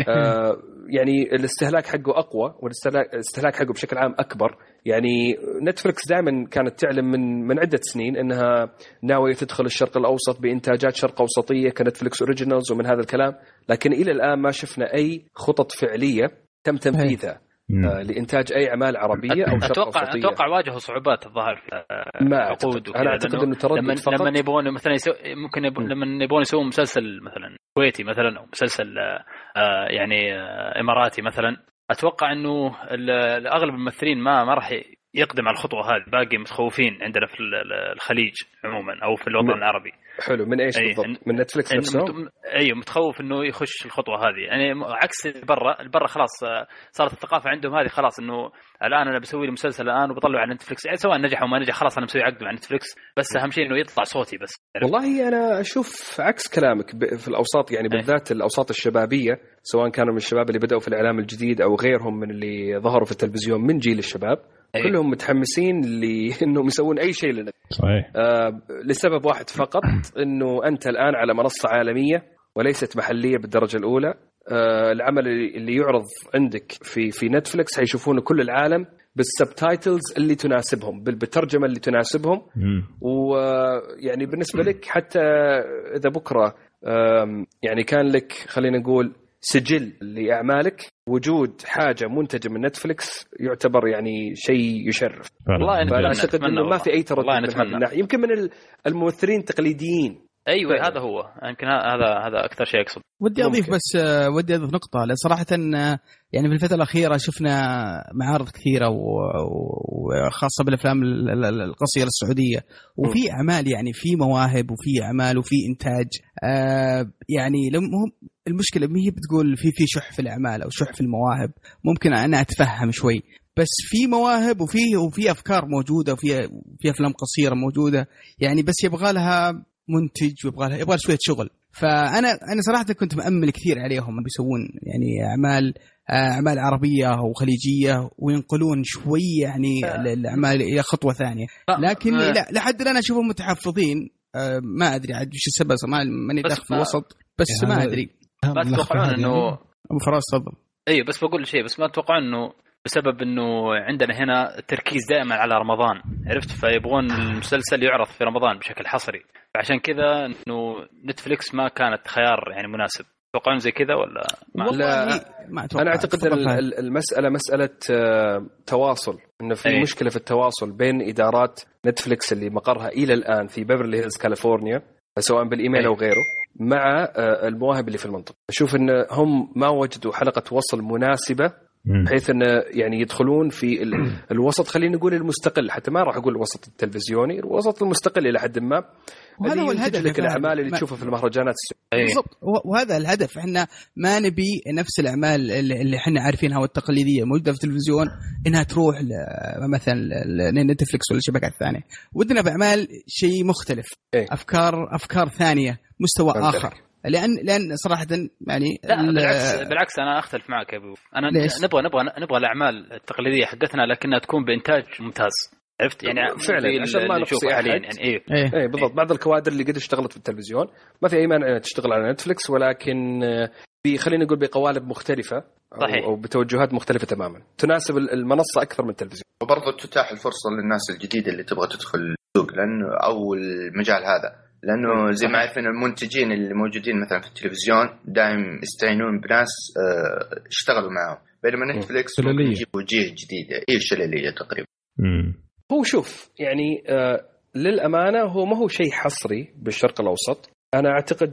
F: يعني الاستهلاك حقه أقوى والاستهلاك حقه بشكل عام أكبر. يعني نتفليكس دائما كانت تعلم من عدة سنين أنها ناوية تدخل الشرق الأوسط بإنتاجات شرق أوسطية كنتفليكس أوريجينالز ومن هذا الكلام، لكن إلى الآن ما شفنا أي خطط فعلية تم تنفيذها لإنتاج أي أعمال عربية أو شرق أوسطية.
D: أتوقع واجهوا صعوبات الظاهر في
F: عقود. أنا أعتقد إنه تردد فقط.
D: لما يبون مثلا لما يبون يسوون مسلسل مثلا كويتي مثلا أو مسلسل يعني إماراتي مثلا، أتوقع إنه أغلب الممثلين ما راح يقدم على الخطوة هذه. باقي متخوفين عندنا في الخليج عموما أو في الوطن العربي.
F: حلو. من ايش بالضبط؟ من نتفليكس نفسه؟
D: ايوه متخوف انه يخش الخطوه هذه. يعني عكس البرة خلاص صارت الثقافه عندهم هذه خلاص، انه الان انا بسوي لي مسلسل الان وبطلع على نتفليكس، يعني سواء نجح او ما نجح خلاص انا مسوي عقد مع نتفليكس، بس اهم شيء انه يطلع صوتي بس.
F: والله انا اشوف عكس كلامك في الاوساط، يعني بالذات الاوساط الشبابيه، سواء كانوا من الشباب اللي بداوا في الاعلام الجديد او غيرهم من اللي ظهروا في التلفزيون من جيل الشباب. كلهم متحمسين لانهم يسوون اي شيء لنا. صحيح. لسبب واحد فقط، انه انت الان على منصه عالميه وليست محليه بالدرجه الاولى. العمل اللي يعرض عندك في نتفليكس هيشوفونه كل العالم بالسبتايتلز اللي تناسبهم، بالترجمه اللي تناسبهم. ويعني بالنسبه لك حتى اذا بكره يعني كان لك خلينا نقول سجل لأعمالك، وجود حاجة منتجة من نتفليكس يعتبر يعني شيء يشرف.
D: والله
F: أنا أعتقد إنه ما في أي تردد. يمكن من الممثلين التقليديين.
D: أيوة هذا هو، يمكن هذا أكثر شيء أقصد.
B: ودي أضيف نقطة، لأن صراحة يعني في الفترة الأخيرة شفنا معارض كثيرة وخاصة بالأفلام القصيرة السعودية، وفي أعمال يعني في مواهب وفي أعمال وفي إنتاج. يعني المشكلة ما هي بتقول في شح في الأعمال أو شح في المواهب، ممكن أنا أتفهم شوي، بس في مواهب وفي أفكار موجودة وفي أفلام قصيرة موجودة، يعني بس يبغى لها منتج ويبغى لها شوية شغل. فأنا صراحة كنت مأمل كثير عليهم بيسوون يعني أعمال عربية وخليجية وينقلون شوية يعني الأعمال إلى خطوة ثانية، لكن لحد الآن أشوفهم متحفظين. ما أدري عاد وش السبب، ماني داخل في الوسط، بس ما أدري.
D: ما تتوقعون إنه
B: أبو فراس تفضل؟
D: أي بس بقول شيء، بس ما تتوقعون إنه بسبب إنه عندنا هنا التركيز دائما على رمضان، عرفت، فيبغون المسلسل يعرض في رمضان بشكل حصري، فعشان كذا إنه نتفليكس ما كانت خيار يعني مناسب. تتوقعون زي كذا ولا
F: لا؟ أنا أعتقد المسألة مسألة تواصل، إنه في مشكلة في التواصل بين إدارات نتفليكس اللي مقرها إلى الآن في بيفرلي هيلز كاليفورنيا، سواء بالإيميل أو غيره، مع المواهب اللي في المنطقة. أشوف أن هم ما وجدوا حلقة وصل مناسبة بحيث أن يعني يدخلون في الوسط، خلينا نقول المستقل، حتى ما راح أقول الوسط التلفزيوني، الوسط المستقل إلى حد ما،
B: وهذا هو الهدف
F: لك الأعمال اللي تشوفها في المهرجانات
B: بالضبط. وهذا الهدف. إحنا ما نبي نفس الأعمال اللي إحنا عارفينها والتقليدية موجودة في التلفزيون إنها تروح مثلا نتفليكس ولا الشبكات الثانية. ودنا بأعمال شيء مختلف، أفكار ثانية، مستوى آخر. لأن صراحة يعني
D: بالعكس أنا أختلف معك يا أبو. أنا نبغى الأعمال التقليدية حقتنا لكنها تكون بإنتاج ممتاز، عرفت يعني
F: فعلا عشان ما نقصي حاليا يعني ايه بالضبط. بعض الكوادر اللي قد اشتغلت في التلفزيون ما في اي مانع تشتغل على نتفليكس، ولكن خلينا نقول بقوالب مختلفة أو بتوجهات مختلفة تماما تناسب المنصة أكثر من التلفزيون،
G: وبرضه تتاح الفرصة للناس الجديدة اللي تبغى تدخل السوق لأنه أو المجال هذا، لأنه زي ما عارفين المنتجين اللي موجودين مثلا في التلفزيون دائم يستعينون بناس اشتغلوا معهم، بينما نتفليكس يجيب وجيه جديدة شلالية تقريبا.
F: هو شوف يعني للأمانة هو ما هو شيء حصري بالشرق الأوسط. أنا أعتقد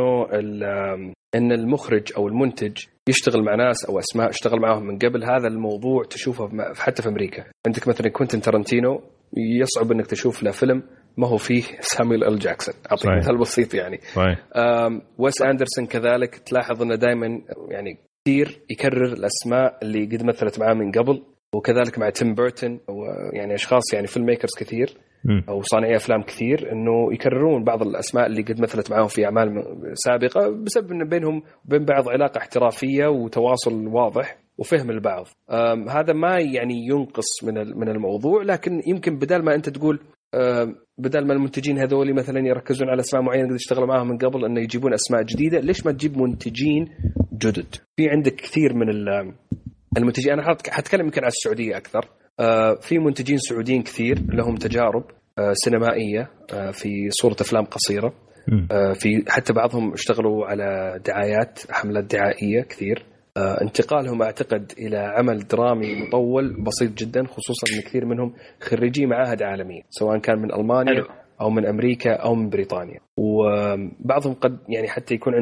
F: إن المخرج أو المنتج يشتغل مع ناس أو أسماء اشتغل معهم من قبل. هذا الموضوع تشوفه حتى في أمريكا. عندك مثلا كوينتين تارانتينو يصعب إنك تشوف له فيلم ما هو فيه سامويل إل جاكسون، أعطيك مثال بسيط يعني. ويس أندرسون كذلك تلاحظ إنه دائما يعني كثير يكرر الأسماء اللي قد مثلت معاه من قبل، وكذلك مع تيم بيرتون ويعني أشخاص يعني فيلم ميكرز كثير أو صانعي أفلام كثير إنه يكررون بعض الأسماء اللي قد مثلت معهم في أعمال سابقة بسبب إن بينهم وبين بعض علاقة احترافية وتواصل واضح وفهم البعض. هذا ما يعني ينقص من الموضوع، لكن يمكن بدل ما أنت تقول بدل ما المنتجين هذول مثلا يركزون على أسماء معينة قد اشتغلوا معهم من قبل إنه يجيبون أسماء جديدة، ليش ما تجيب منتجين جدد؟ في عندك كثير من المنتجين. أنا حتكلم يمكن على السعودية أكثر. في منتجين سعوديين كثير لهم تجارب سينمائية في صورة أفلام قصيرة، في حتى بعضهم اشتغلوا على دعايات، حملات دعائية كثير. انتقالهم أعتقد إلى عمل درامي مطول بسيط جدا، خصوصا أن كثير منهم خريجي معاهد عالمية سواء كان من ألمانيا أو من أمريكا أو من بريطانيا، وبعضهم قد يعني حتى يكون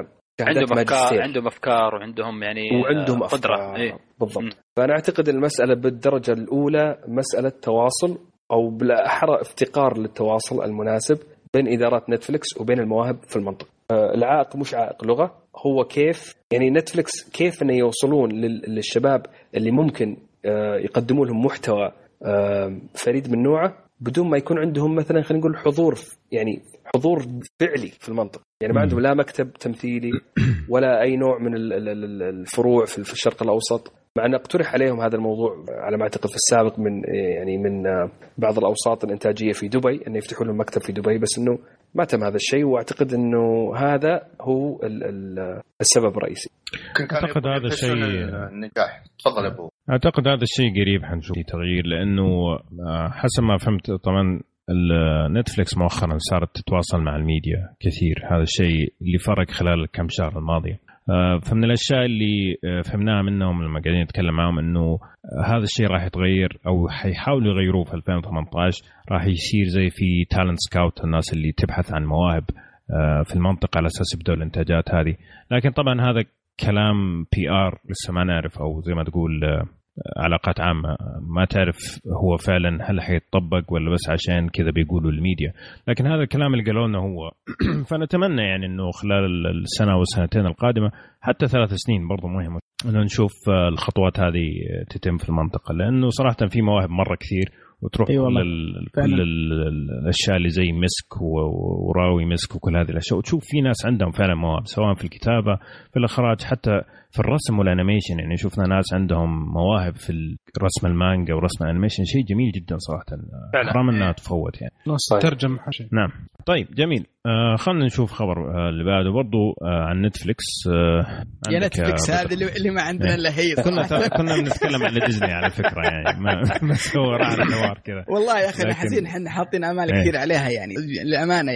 D: عندهم أفكار وعندهم يعني
F: وعندهم
D: قدرة.
F: بالضبط. فأنا أعتقد المسألة بالدرجة الأولى مسألة تواصل، أو بالأحرى افتقار للتواصل المناسب بين إدارات نتفليكس وبين المواهب في المنطقة. العائق مش عائق لغة، هو كيف يعني نتفليكس كيف إنه يوصلون للشباب اللي ممكن يقدموا لهم محتوى فريد من نوعه بدون ما يكون عندهم مثلا خلينا نقول حضور فعلي في المنطقة. يعني ما عندهم لا مكتب تمثيلي ولا أي نوع من الفروع في الشرق الأوسط، مع أن اقترح عليهم هذا الموضوع على ما أعتقد في السابق من بعض الأوساط الإنتاجية في دبي أن يفتحوا لهم مكتب في دبي، بس أنه ما تم هذا الشيء. وأعتقد أنه هذا هو السبب الرئيسي.
E: أعتقد هذا الشيء
G: النجاح. تفضل أبو.
E: أعتقد هذا الشيء قريب حنشوف تغيير، لأنه حسب ما فهمت طبعا نتفليكس مؤخرا صارت تتواصل مع الميديا كثير. هذا الشيء اللي فرق خلال الكم شهر الماضية. فمن الأشياء اللي فهمناها منهم لما قاعدين نتكلم معهم أنه هذا الشيء راح يتغير أو حيحاولوا يغيروه في 2018. راح يصير زي في تالنت سكاوت، الناس اللي تبحث عن مواهب في المنطقة على أساس يبدأوا الإنتاجات هذه. لكن طبعا هذا كلام PR لسه ما نعرف، أو زي ما تقول علاقات عامة ما تعرف هو فعلا هل حيتطبق ولا بس عشان كذا بيقولوا الميديا. لكن هذا الكلام اللي قالوا لنا هو فنتمنى يعني انه خلال السنة والسنتين القادمة حتى 3 سنين برضو مهمة انه نشوف الخطوات هذه تتم في المنطقة، لانه صراحة في مواهب مرة كثير وتروح كل الاشياء اللي زي مسك وراوي مسك وكل هذه الاشياء، وتشوف في ناس عندهم فعلا مواهب سواء في الكتابة في الاخراج حتى في الرسم والانيميشن. يعني شفنا ناس عندهم مواهب في رسم المانجا ورسم الانيميشن، شيء جميل جدا صراحة. حرام انها تفوت يعني.
C: ترجم حاجة.
E: نعم. طيب جميل. خلنا نشوف خبر اللي بعده برضو عن نتفليكس.
B: يا نتفليكس هذا اللي ما عندنا الا هي.
E: كنا بنتكلم عن ديزني على فكرة يعني ما هو على الحوار كذا.
B: والله يا اخي حزين، احنا حاطين امال كثير عليها يعني الامانة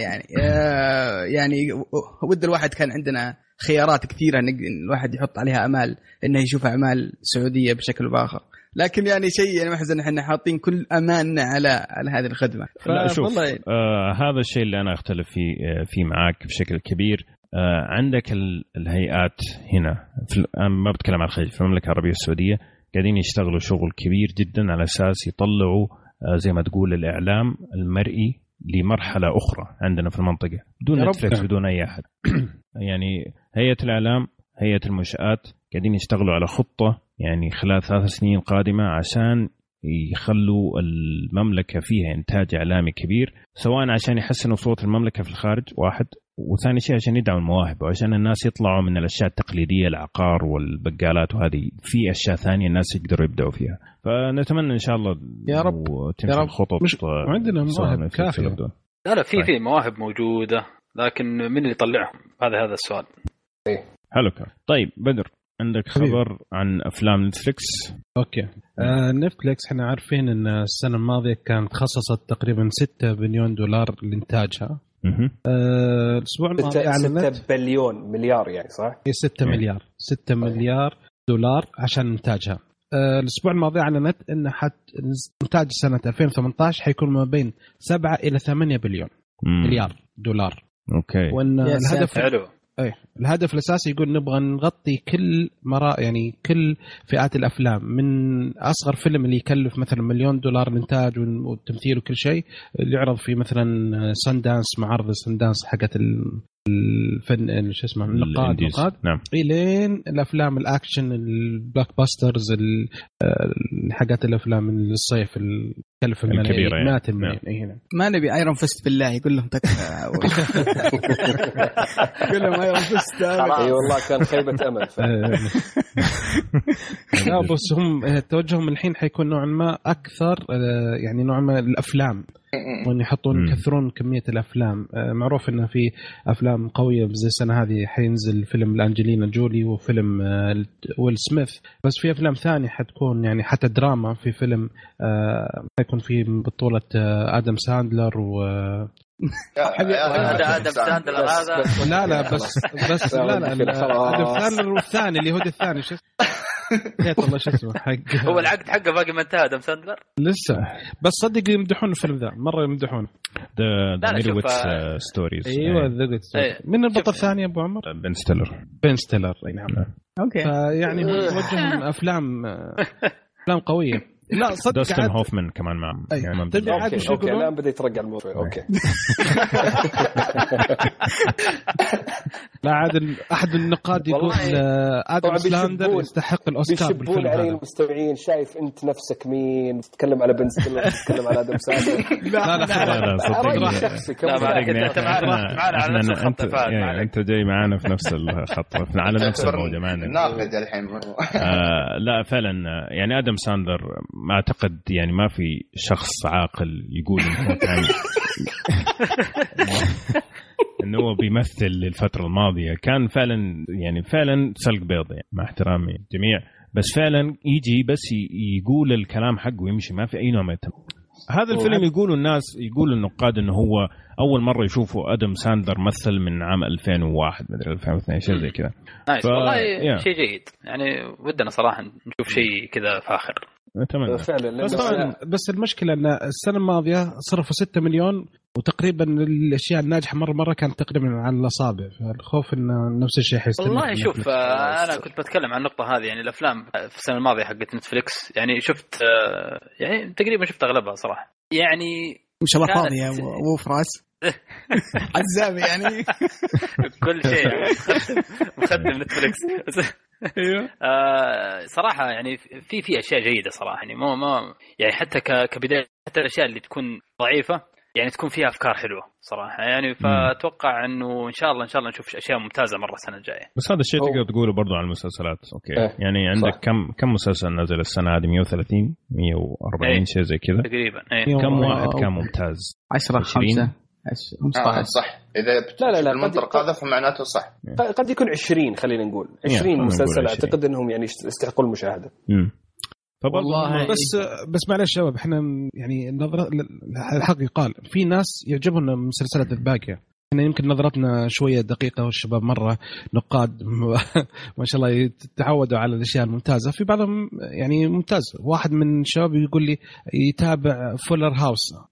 B: يعني ود الواحد كان عندنا خيارات كثيرة الواحد يحط عليها أمال إنه يشوف أعمال سعودية بشكل باخر، لكن يعني شيء يعني محزن إحنا حاطين كل أماننا على هذه الخدمة.
E: شوف هذا الشيء اللي أنا أختلف فيه معاك بشكل كبير. عندك الهيئات هنا ما بتكلم عن الخليج، في المملكة العربية السعودية قاعدين يشتغلوا شغل كبير جدا على أساس يطلعوا زي ما تقول الإعلام المرئي لمرحلة أخرى عندنا في المنطقة بدون نتفليكس بدون أي أحد. يعني هيئة الإعلام هيئة المنشآت قاعدين يشتغلوا على خطة يعني خلال 3 سنين قادمة عشان يخلوا المملكة فيها إنتاج إعلامي كبير، سواء عشان يحسنوا صوت المملكة في الخارج واحد، وثاني شيء عشان يدعموا المواهب وعشان الناس يطلعوا من الأشياء التقليدية العقار والبقالات، وهذه في أشياء ثانية الناس يقدروا يبدأوا فيها. فنتمنى إن شاء الله
B: يا رب
E: وتمشي الخطط.
C: عندنا مواهب كافية.
D: لا في مواهب موجودة، لكن من اللي يطلعهم؟ هذا السؤال.
E: حلو. طيب بدر، عندك خبر عن أفلام نتفليكس؟
C: أوكي. نتفليكس احنا عارفين ان السنة الماضية كانت خصصت تقريبا 6 بليون دولار لإنتاجها. الأسبوع الماضي
F: 6 بليون مليار يعني صح؟
C: 6 مليار دولار عشان إنتاجها. الأسبوع الماضي أعلنت إن إنتاج سنة 2018 حيكون ما بين 7 إلى 8 بليون مليار دولار.
E: أوكي.
C: وإن الهدف
D: حلو.
C: الهدف الأساسي يقول نبغى نغطي كل يعني كل فئات الأفلام، من أصغر فيلم اللي يكلف مثلا $1,000,000 الإنتاج والتمثيل وكل شيء اللي يعرض في مثلا ساندانس، معرض ساندانس حقت الفن شو اسمه النقاد،
E: نعم،
C: إلين الأفلام الأكشن البلاك باسترز حقت الأفلام الصيف الكلفة
E: الكبيرة يعني.
C: هنا
B: ما نبي ايرون فيست بالله، يقول لهم يقول لهم ايرون فيست.
F: اي والله كان خيبة امل.
C: لا بس هم توجههم الحين حيكون نوعا ما اكثر، يعني نوعا ما الافلام، وان يحطون يكثرون كمية الافلام. معروف انه في افلام قوية زي السنة هذه حينزل فيلم لأنجلينا جولي وفيلم ويل سميث، بس في افلام ثانية حتكون يعني حتى دراما، في فيلم يكون في بطولة آدم ساندلر و
D: هذا آدم ساندلر هذا
C: لا بس لا آدم ساندلر والثاني اللي هو الثاني شو نسيت والله شو اسمه حق
D: هو العقد حقه باقي ما انتهى. آدم ساندلر لسه،
C: بس صدق يمدحون الفيلم ذا مرة يمدحونه.
E: The Middlewich Stories.
C: ايوه من البطل الثاني ابو عمر بن ستيلر. اي نعم.
B: اوكي.
C: فيعني توجه افلام قويه. لا صدق
E: داستن هوفمان كمان معه يعني.
F: اوكي الان بدا يترقع الموضوع. اوكي.
C: لا عاد احد النقاد يقول آدم سلاندر يستحق الاوسكار بالفيلم هذا.
F: على المستمعين شايف انت نفسك مين تتكلم على بن ستيلر تتكلم على آدم سلاندر؟
E: لا
F: صدق.
E: لا انت جاي معانا في نفس الخط على نفس الموجة معنا
G: ناقد الحين.
E: لا فعلا يعني آدم ساندر ما أعتقد يعني ما في شخص عاقل يقول إنه هو بيمثل الفترة الماضية. كان فعلا يعني فعلا سلق بيض يعني مع احترامي الجميع، بس فعلا يجي بس يقول الكلام حقه ويمشي، ما في أي نوع من هذا الفيلم. يقولوا الناس يقولوا النقاد إنه هو أول مرة يشوفوا آدم ساندر مثل من عام 2001 مدري 2002 شيء زي كذا.
D: والله شيء جيد يعني، ودنا صراحة نشوف شيء كذا فاخر.
E: أتمنى
F: فعلا.
C: بس المشكلة أن السنة الماضية صرفوا 6 مليون، وتقريبا الأشياء الناجحة مرة كانت تقريبا على الأصابع، فالخوف إن نفس الشيء حيستمر.
D: والله شوف أنا كنت بتكلم عن النقطة هذه يعني. الأفلام في السنة الماضية حقت نتفليكس يعني شفت يعني تقريبا شفت أغلبها صراحة يعني.
B: مش الله فاضي يا أبو فراس عزابي يعني
D: كل شيء يعني مخدم نتفليكس.
B: ايوه
D: صراحه يعني في اشياء جيده صراحه يعني ما يعني حتى كبدايه، حتى الاشياء اللي تكون ضعيفه يعني تكون فيها افكار حلوه صراحه يعني. فاتوقع انه ان شاء الله نشوف اشياء ممتازه مره السنه الجايه.
E: بس هذا الشيء تقدر تقوله برضو على المسلسلات. اوكي يعني عندك كم مسلسل نزل السنه هذه؟ 130 140 شيء زي كذا
D: تقريبا.
E: كم واحد كان ممتاز؟
B: 10 5
G: صح. إذا
F: لا
G: المنطق هذا فمعناته صح.
F: قد يكون 20 خلينا نقول 20 مسلسل أعتقد أنهم يعني يستحقون المشاهدة.
C: والله بس معلش شباب، احنا يعني النظرة الحق يقال في ناس يعجبهم المسلسلات الباقية. احنا يمكن نظرتنا شوية دقيقة، والشباب مرة نقاد ما شاء الله يتعودوا على الأشياء الممتازة. في بعضهم يعني ممتاز. واحد من الشباب يقول لي يتابع فولر هاوس،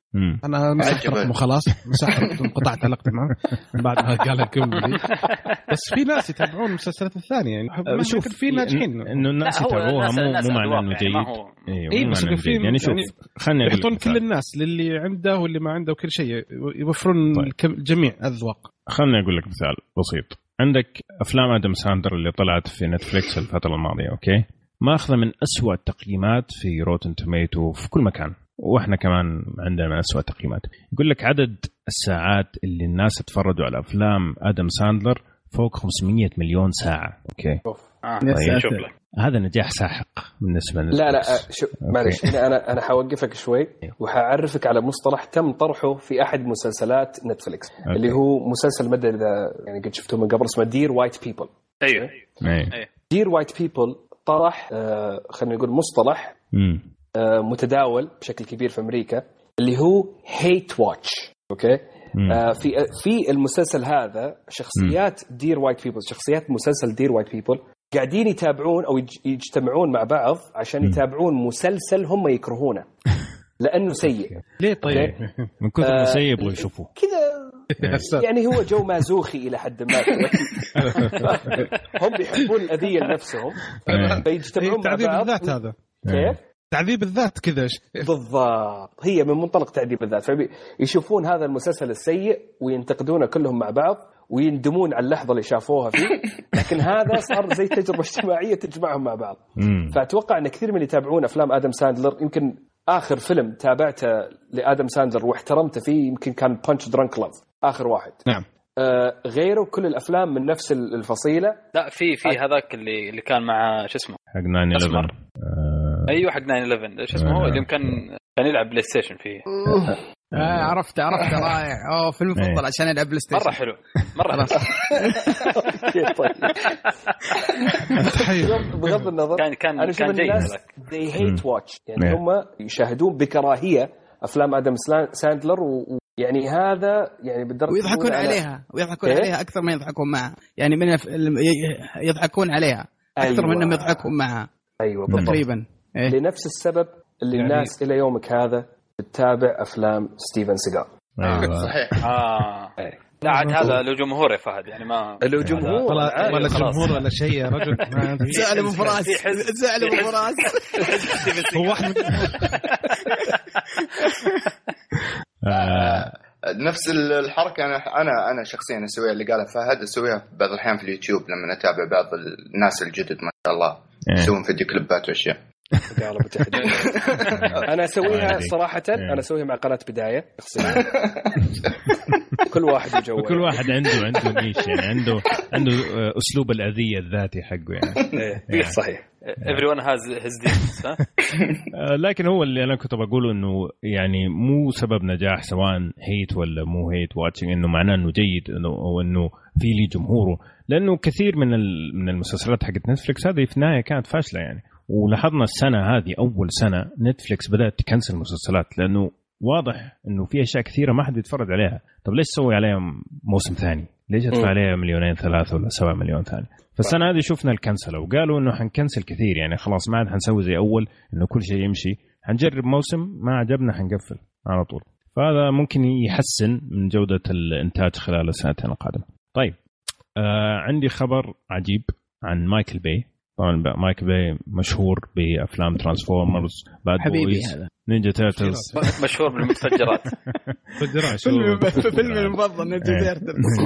C: انا مسحت رقمه خلاص، مسحت وقطعت علاقتي معه بعد ما قال لكم بس في ناس يتابعون المسلسلات الثانيه يعني شوف في ناجحين
E: انه الناس يتابعوها مو معناه انه جيد.
C: ايوه بس
E: يعني شوف خلينا
C: يعطون كل الناس للي عنده واللي ما عنده وكل شيء يوفرون جميع الاذواق.
E: خليني اقول لك مثال بسيط. عندك افلام ادم ساندر اللي طلعت في نتفليكس الفتره الماضيه، اوكي، ماخذه من أسوأ التقييمات في روتن توميتو في كل مكان، واحنا كمان عندنا من أسوأ التقييمات. يقول لك عدد الساعات اللي الناس تفرجوا على افلام ادم ساندلر فوق 500 مليون ساعه، اوكي.
D: طيب
E: هذا نجاح ساحق بالنسبه لنا.
F: لا معلش انا حوقفك شوي وحاعرفك على مصطلح تم طرحه في احد مسلسلات نتفليكس اللي هو مسلسل مدى اذا يعني قد شفتوه من قبل، اسمه دير وايت بيبل.
D: ايوه
F: دير وايت بيبل طرح خلينا نقول مصطلح متداول بشكل كبير في امريكا اللي هو هيت واتش، اوكي. في المسلسل هذا شخصيات دير وايت بيبل، شخصيات مسلسل دير وايت بيبل قاعدين يتابعون أو يجتمعون مع بعض عشان يتابعون مسلسل هم يكرهونه لأنه سيء.
E: ليه طيب؟ من كثر سيء يبغوا يشوفوه
F: كذا يعني هو جو مازوخي إلى حد ما. هم بيحبون الأذية لنفسهم فيجتمعون مع بعض.
C: الذات هذا
F: كيف؟
C: تعذيب الذات كذا
F: بالضبط، هي من منطلق تعذيب الذات. فيشوفون هذا المسلسل السيء وينتقدونه كلهم مع بعض ويندمون على اللحظة اللي شافوها فيه، لكن هذا صار زي تجربة اجتماعية تجمعهم مع بعض. فأتوقع أن كثير من اللي يتابعون أفلام آدم ساندلر، يمكن آخر فيلم تابعته لآدم ساندلر واحترمته فيه يمكن كان بانش درانك لاف، آخر واحد.
C: نعم.
F: غيره كل الأفلام من نفس الفصيلة.
D: لا في هذاك اللي كان مع شو اسمه
E: حق 9/11.
D: أيوة حق 9/11 شو اسمه هو اللي كان يلعب بلاي ستيشن فيه.
B: عرفت رائع. فيلم مفضل عشان يلعب بلاي ستيشن.
D: مرة حلو مرة.
F: بغض النظر
D: كان جيد هذاك.
F: they hate watch يعني هم يشاهدون بكراهية أفلام آدم ساندلر ويعني هذا يعني بالدرجة
B: ويضحكون عليها أكثر من يضحكون معها، يعني من يضحكون عليها أكثر من أنهم يضحكون معها.
F: أيوة
B: تقريبا
F: لنفس السبب اللي يعني الناس إلى يومك هذا بتتابع أفلام ستيفن سيغال.
G: صحيح.
D: لا عاد هذا له جمهور يا فهد، يعني ما
F: له جمهور
C: ولا جمهور ولا شيء يا رجل.
B: زعل ابو فراس
C: هو واحد
G: نفس الحركة أنا شخصيا أسويها اللي قالها فهد، أسويها بعض الأحيان في اليوتيوب لما أتابع بعض الناس الجدد ما شاء الله يسوون فيديو كليبات وأشياء.
F: أنا أسويها صراحة، أنا أسويها مع قناة بداية شخصيا. كل واحد وجوه،
E: كل واحد عنده نيش، يعني عنده أسلوب الأذية الذاتي حقه يعني.
F: صحيح.
D: everyone has his demons.
E: لكن هو اللي أنا كنت بقوله إنه يعني مو سبب نجاح سواء هيت ولا مو هيت واتشنج إنه معناه إنه جيد أو إنه في لي جمهوره، لأنه كثير من المسلسلات حقت نتفليكس هذه في النهاية كانت فاشلة يعني. ولاحظنا السنة هذه أول سنة نتفليكس بدأت تكنسل مسلسلات لأنه واضح إنه في أشياء كثيرة ما حد يتفرج عليها. طب ليش تسوي عليها موسم ثاني؟ ليش تدفع عليها 2,3 ولا 7 مليون ثاني؟ فالسنة هذه شفنا الكنسلة وقالوا إنه حنكنسل كثير، يعني خلاص ما عاد حنسوي زي أول إنه كل شيء يمشي، حنجرب موسم ما عجبنا حنقفل على طول. فهذا ممكن يحسن من جودة الإنتاج خلال السنتين القادمة. طيب عندي خبر عجيب عن مايكل باي. طبعا مايكل باي مشهور بأفلام ترانسفورمرز، باد بويز، نينجا تيرتلز،
D: مشهور بالمتفجرات.
B: فيلم المفضل نينجا تيرتلز.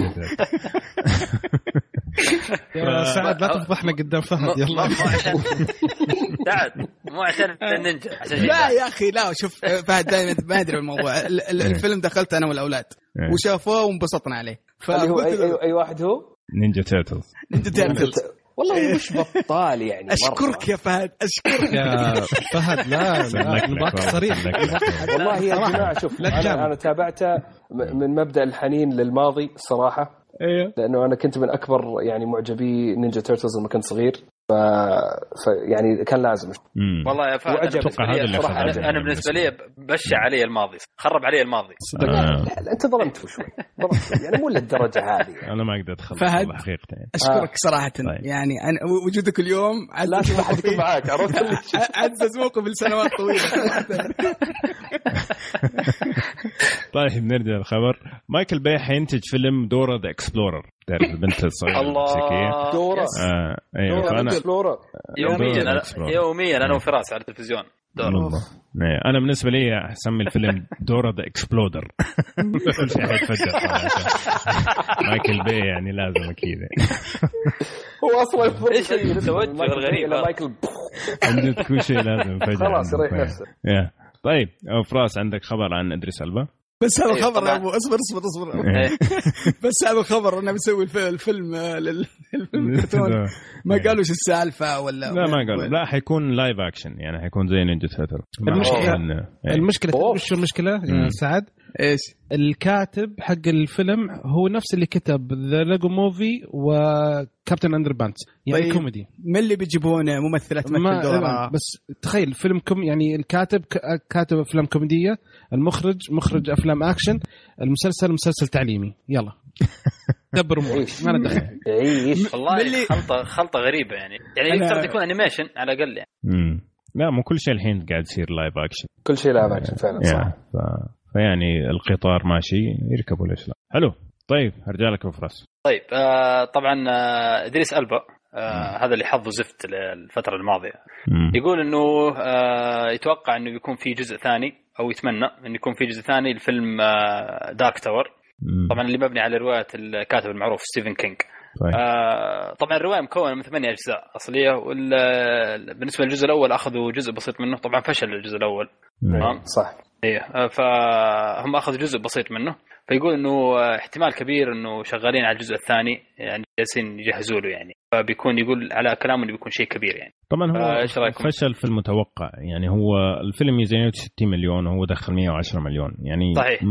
C: يا سعد لا تفضحنا قدام فهد. يلا
D: سعد مو عشان النينجا،
F: لا يا أخي لا. شوف
B: فهد دائما ما أدري الموضوع. الفيلم دخلت أنا والأولاد وشافوه وانبسطنا عليه.
F: أي واحد هو
E: نينجا تيرتلز.
F: والله مش بطال يعني.
B: أشكرك يا فهد، أشكرك
C: يا فهد. لا نباك صريح
F: والله يا جماعة. شوف أنا تابعته من مبدأ الحنين للماضي صراحة، لأنه أنا كنت من أكبر يعني معجبي نينجا تيرتلز لما كنت صغير. يعني كان لازم.
D: والله يا فهد انا بالنسبه لي بشع علي الماضي، خرب علي الماضي.
F: انت ظلمت شوي يعني مو للدرجه هذه.
E: انا ما اقدر اتخلص
B: حقيقه. اشكرك صراحه. يعني انا وجودك اليوم
F: لازم احد يكون معاك، عرفت
B: عزز موقف لسنوات طويله.
E: طيب نرجع للخبر. مايكل باي حينتج فيلم دورا ذا اكسبلورر، تعرف البنت الصغيره
D: الله
F: دورا.
E: ايوه فانا
D: يوميا انا وفراس على التلفزيون دورا.
E: انا بالنسبه لي اسمي الفيلم دورا ذا اكسبلودر. كل شيء حيتفجر مايكل باي يعني لازم اكيد.
F: هو اصلا
D: ايش التوجه الغريب
F: مايكل
E: عنده كل شيء لازم فجأة
F: خلاص يريح نفسه.
E: طيب فراس عندك خبر عن إدريس ألبا؟
B: بس هذا الخبر يا ابو اصبر بس هذا الخبر انه بيسوي الفيلم الكرتون ما قالوش السالفه ولا
E: لا ما قالوا لا حيكون لايف اكشن يعني حيكون زي نينجا تيرتل.
C: المشكله وش المشكله يا سعد؟
B: ايش
C: الكاتب حق الفيلم هو نفس اللي كتب ذا ليجو موفي وكابتن اندر بانت يعني
B: طيب
C: كوميدي.
B: من اللي بيجيبون ممثله تمثل دورها؟
C: بس تخيل فيلم يعني الكاتب كاتب افلام كوميديه، المخرج مخرج افلام اكشن، المسلسل مسلسل تعليمي. يلا دبر امورك ما ندخل.
D: والله خلطه غريبه يعني يفترض يكون انيميشن على الاقل يعني.
E: لا مو كل شيء الحين قاعد يصير لايف اكشن،
F: كل شيء لايف اكشن فعلا صح.
E: فيعني القطار ماشي يركبوا ليش لا. حلو طيب هرجع لك وفراس.
D: طيب طبعا إدريس ألبا هذا اللي حظه زفت الفترة الماضية. يقول إنه يتوقع إنه يكون في جزء ثاني أو يتمنى إنه يكون في جزء ثاني لفيلم دارك تاور، طبعا اللي مبني على رواية الكاتب المعروف ستيفن كينج. طبعا الرواية مكونة من 8 أجزاء أصلية، بالنسبة للجزء الأول أخذوا جزء بسيط منه، طبعا فشل الجزء الأول.
F: صح
D: إيه فهم أخذوا جزء بسيط منه، فيقول إنه احتمال كبير إنه شغالين على الجزء الثاني يعني جالسين يجهزوا له يعني، فبيكون يقول على كلامه إنه بيكون شيء كبير يعني.
E: طبعا هو فشل في المتوقع يعني، هو الفيلم ميزانيته 60 مليون وهو دخل 110 مليون يعني
D: صحيح.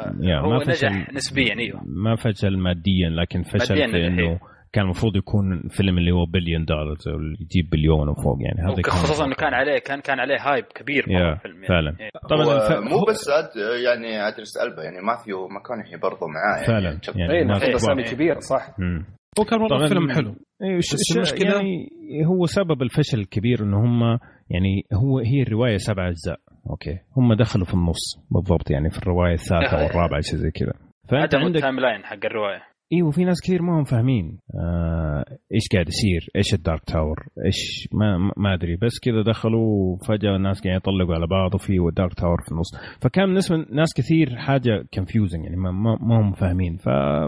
D: هو
E: ما
D: نجح نسبيا ايوه،
E: ما فشل ماديا لكن فشل في إنه كان المفروض يكون فيلم اللي هو $1 بليون او يجيب بليون وفوق يعني. هذا
D: خصوصا انه كان عليه هايب كبير الفيلم يعني.
E: فعلا
G: طبعا مو بس يعني إدريس ألبا يعني ماثيو ماكونهي برضه معاه
E: فعلا
G: يعني
F: ماثيو سامي كبير صح.
C: هو كان والله فيلم حلو.
E: المشكلة يعني هو سبب الفشل الكبير انه هم يعني هي الرواية 7 أجزاء اوكي، هم دخلوا في النص بالضبط يعني في الرواية الثالثة والرابعة شيء زي كذا،
D: فانت عندك تايم لاين حق الرواية.
E: ايوه في ناس كثير ما هم فاهمين ايش قاعد يصير، ايش الدارك تاور، ايش ما ادري، بس كذا دخلوا فجاه الناس قاعدين يطلقوا على بعض وفي دارك تاور في النص، فكان بالنسبه ناس كثير حاجه كونفيوزنج يعني ما هم فاهمين،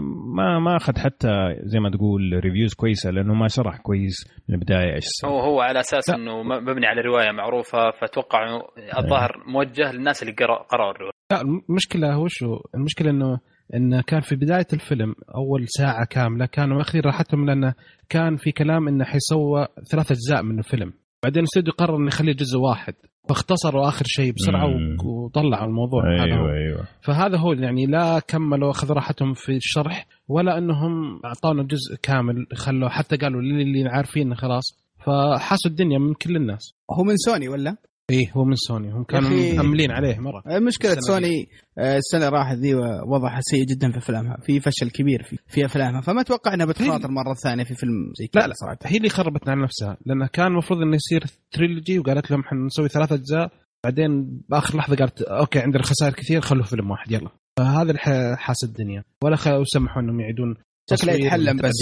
E: فما اخذ حتى زي ما تقول ريفيوز كويسه لانه ما شرح كويس من البدايه ايش
D: هو على اساس انه مبني على روايه معروفه، فتوقع انه الظاهر موجه للناس اللي قرأوا الروايه.
C: لا المشكله هو شو المشكله إنه كان في بداية الفيلم أول ساعة كاملة كانوا ماخذين راحتهم، لأنه كان في كلام إنه حيسوى 3 أجزاء من الفيلم، بعدين الاستوديو قرر إنه يخليه جزء واحد، فاختصروا آخر شيء بسرعة وطلعوا الموضوع.
E: أيوة.
C: فهذا هو يعني لا كملوا أخذ راحتهم في الشرح ولا إنهم أعطونا جزء كامل، خلوا حتى قالوا اللي عارفين خلاص، فحاسوا الدنيا من كل الناس.
B: هو من سوني ولا؟
C: ايه هو من سوني، هم كانوا مأملين عليه مرة.
B: مشكلة سوني السنة راحت ذي وضعها سيء جدا في أفلامها، في فشل كبير في أفلامها، فما توقع أنها بتخاطر مرة ثانية في فيلم زي كذا.
C: لا صراحة هي اللي خربت على نفسها، لأنه كان المفروض إنه يصير تريلوجي وقالت لهم حنسوي 3 أجزاء، بعدين بآخر لحظة قالت أوكي عندنا خسائر كثير خلوه فيلم واحد يلا. فهذا اللي حاس الدنيا، ولا سمحوا إنهم يعيدون.
B: شكله يتحلم بس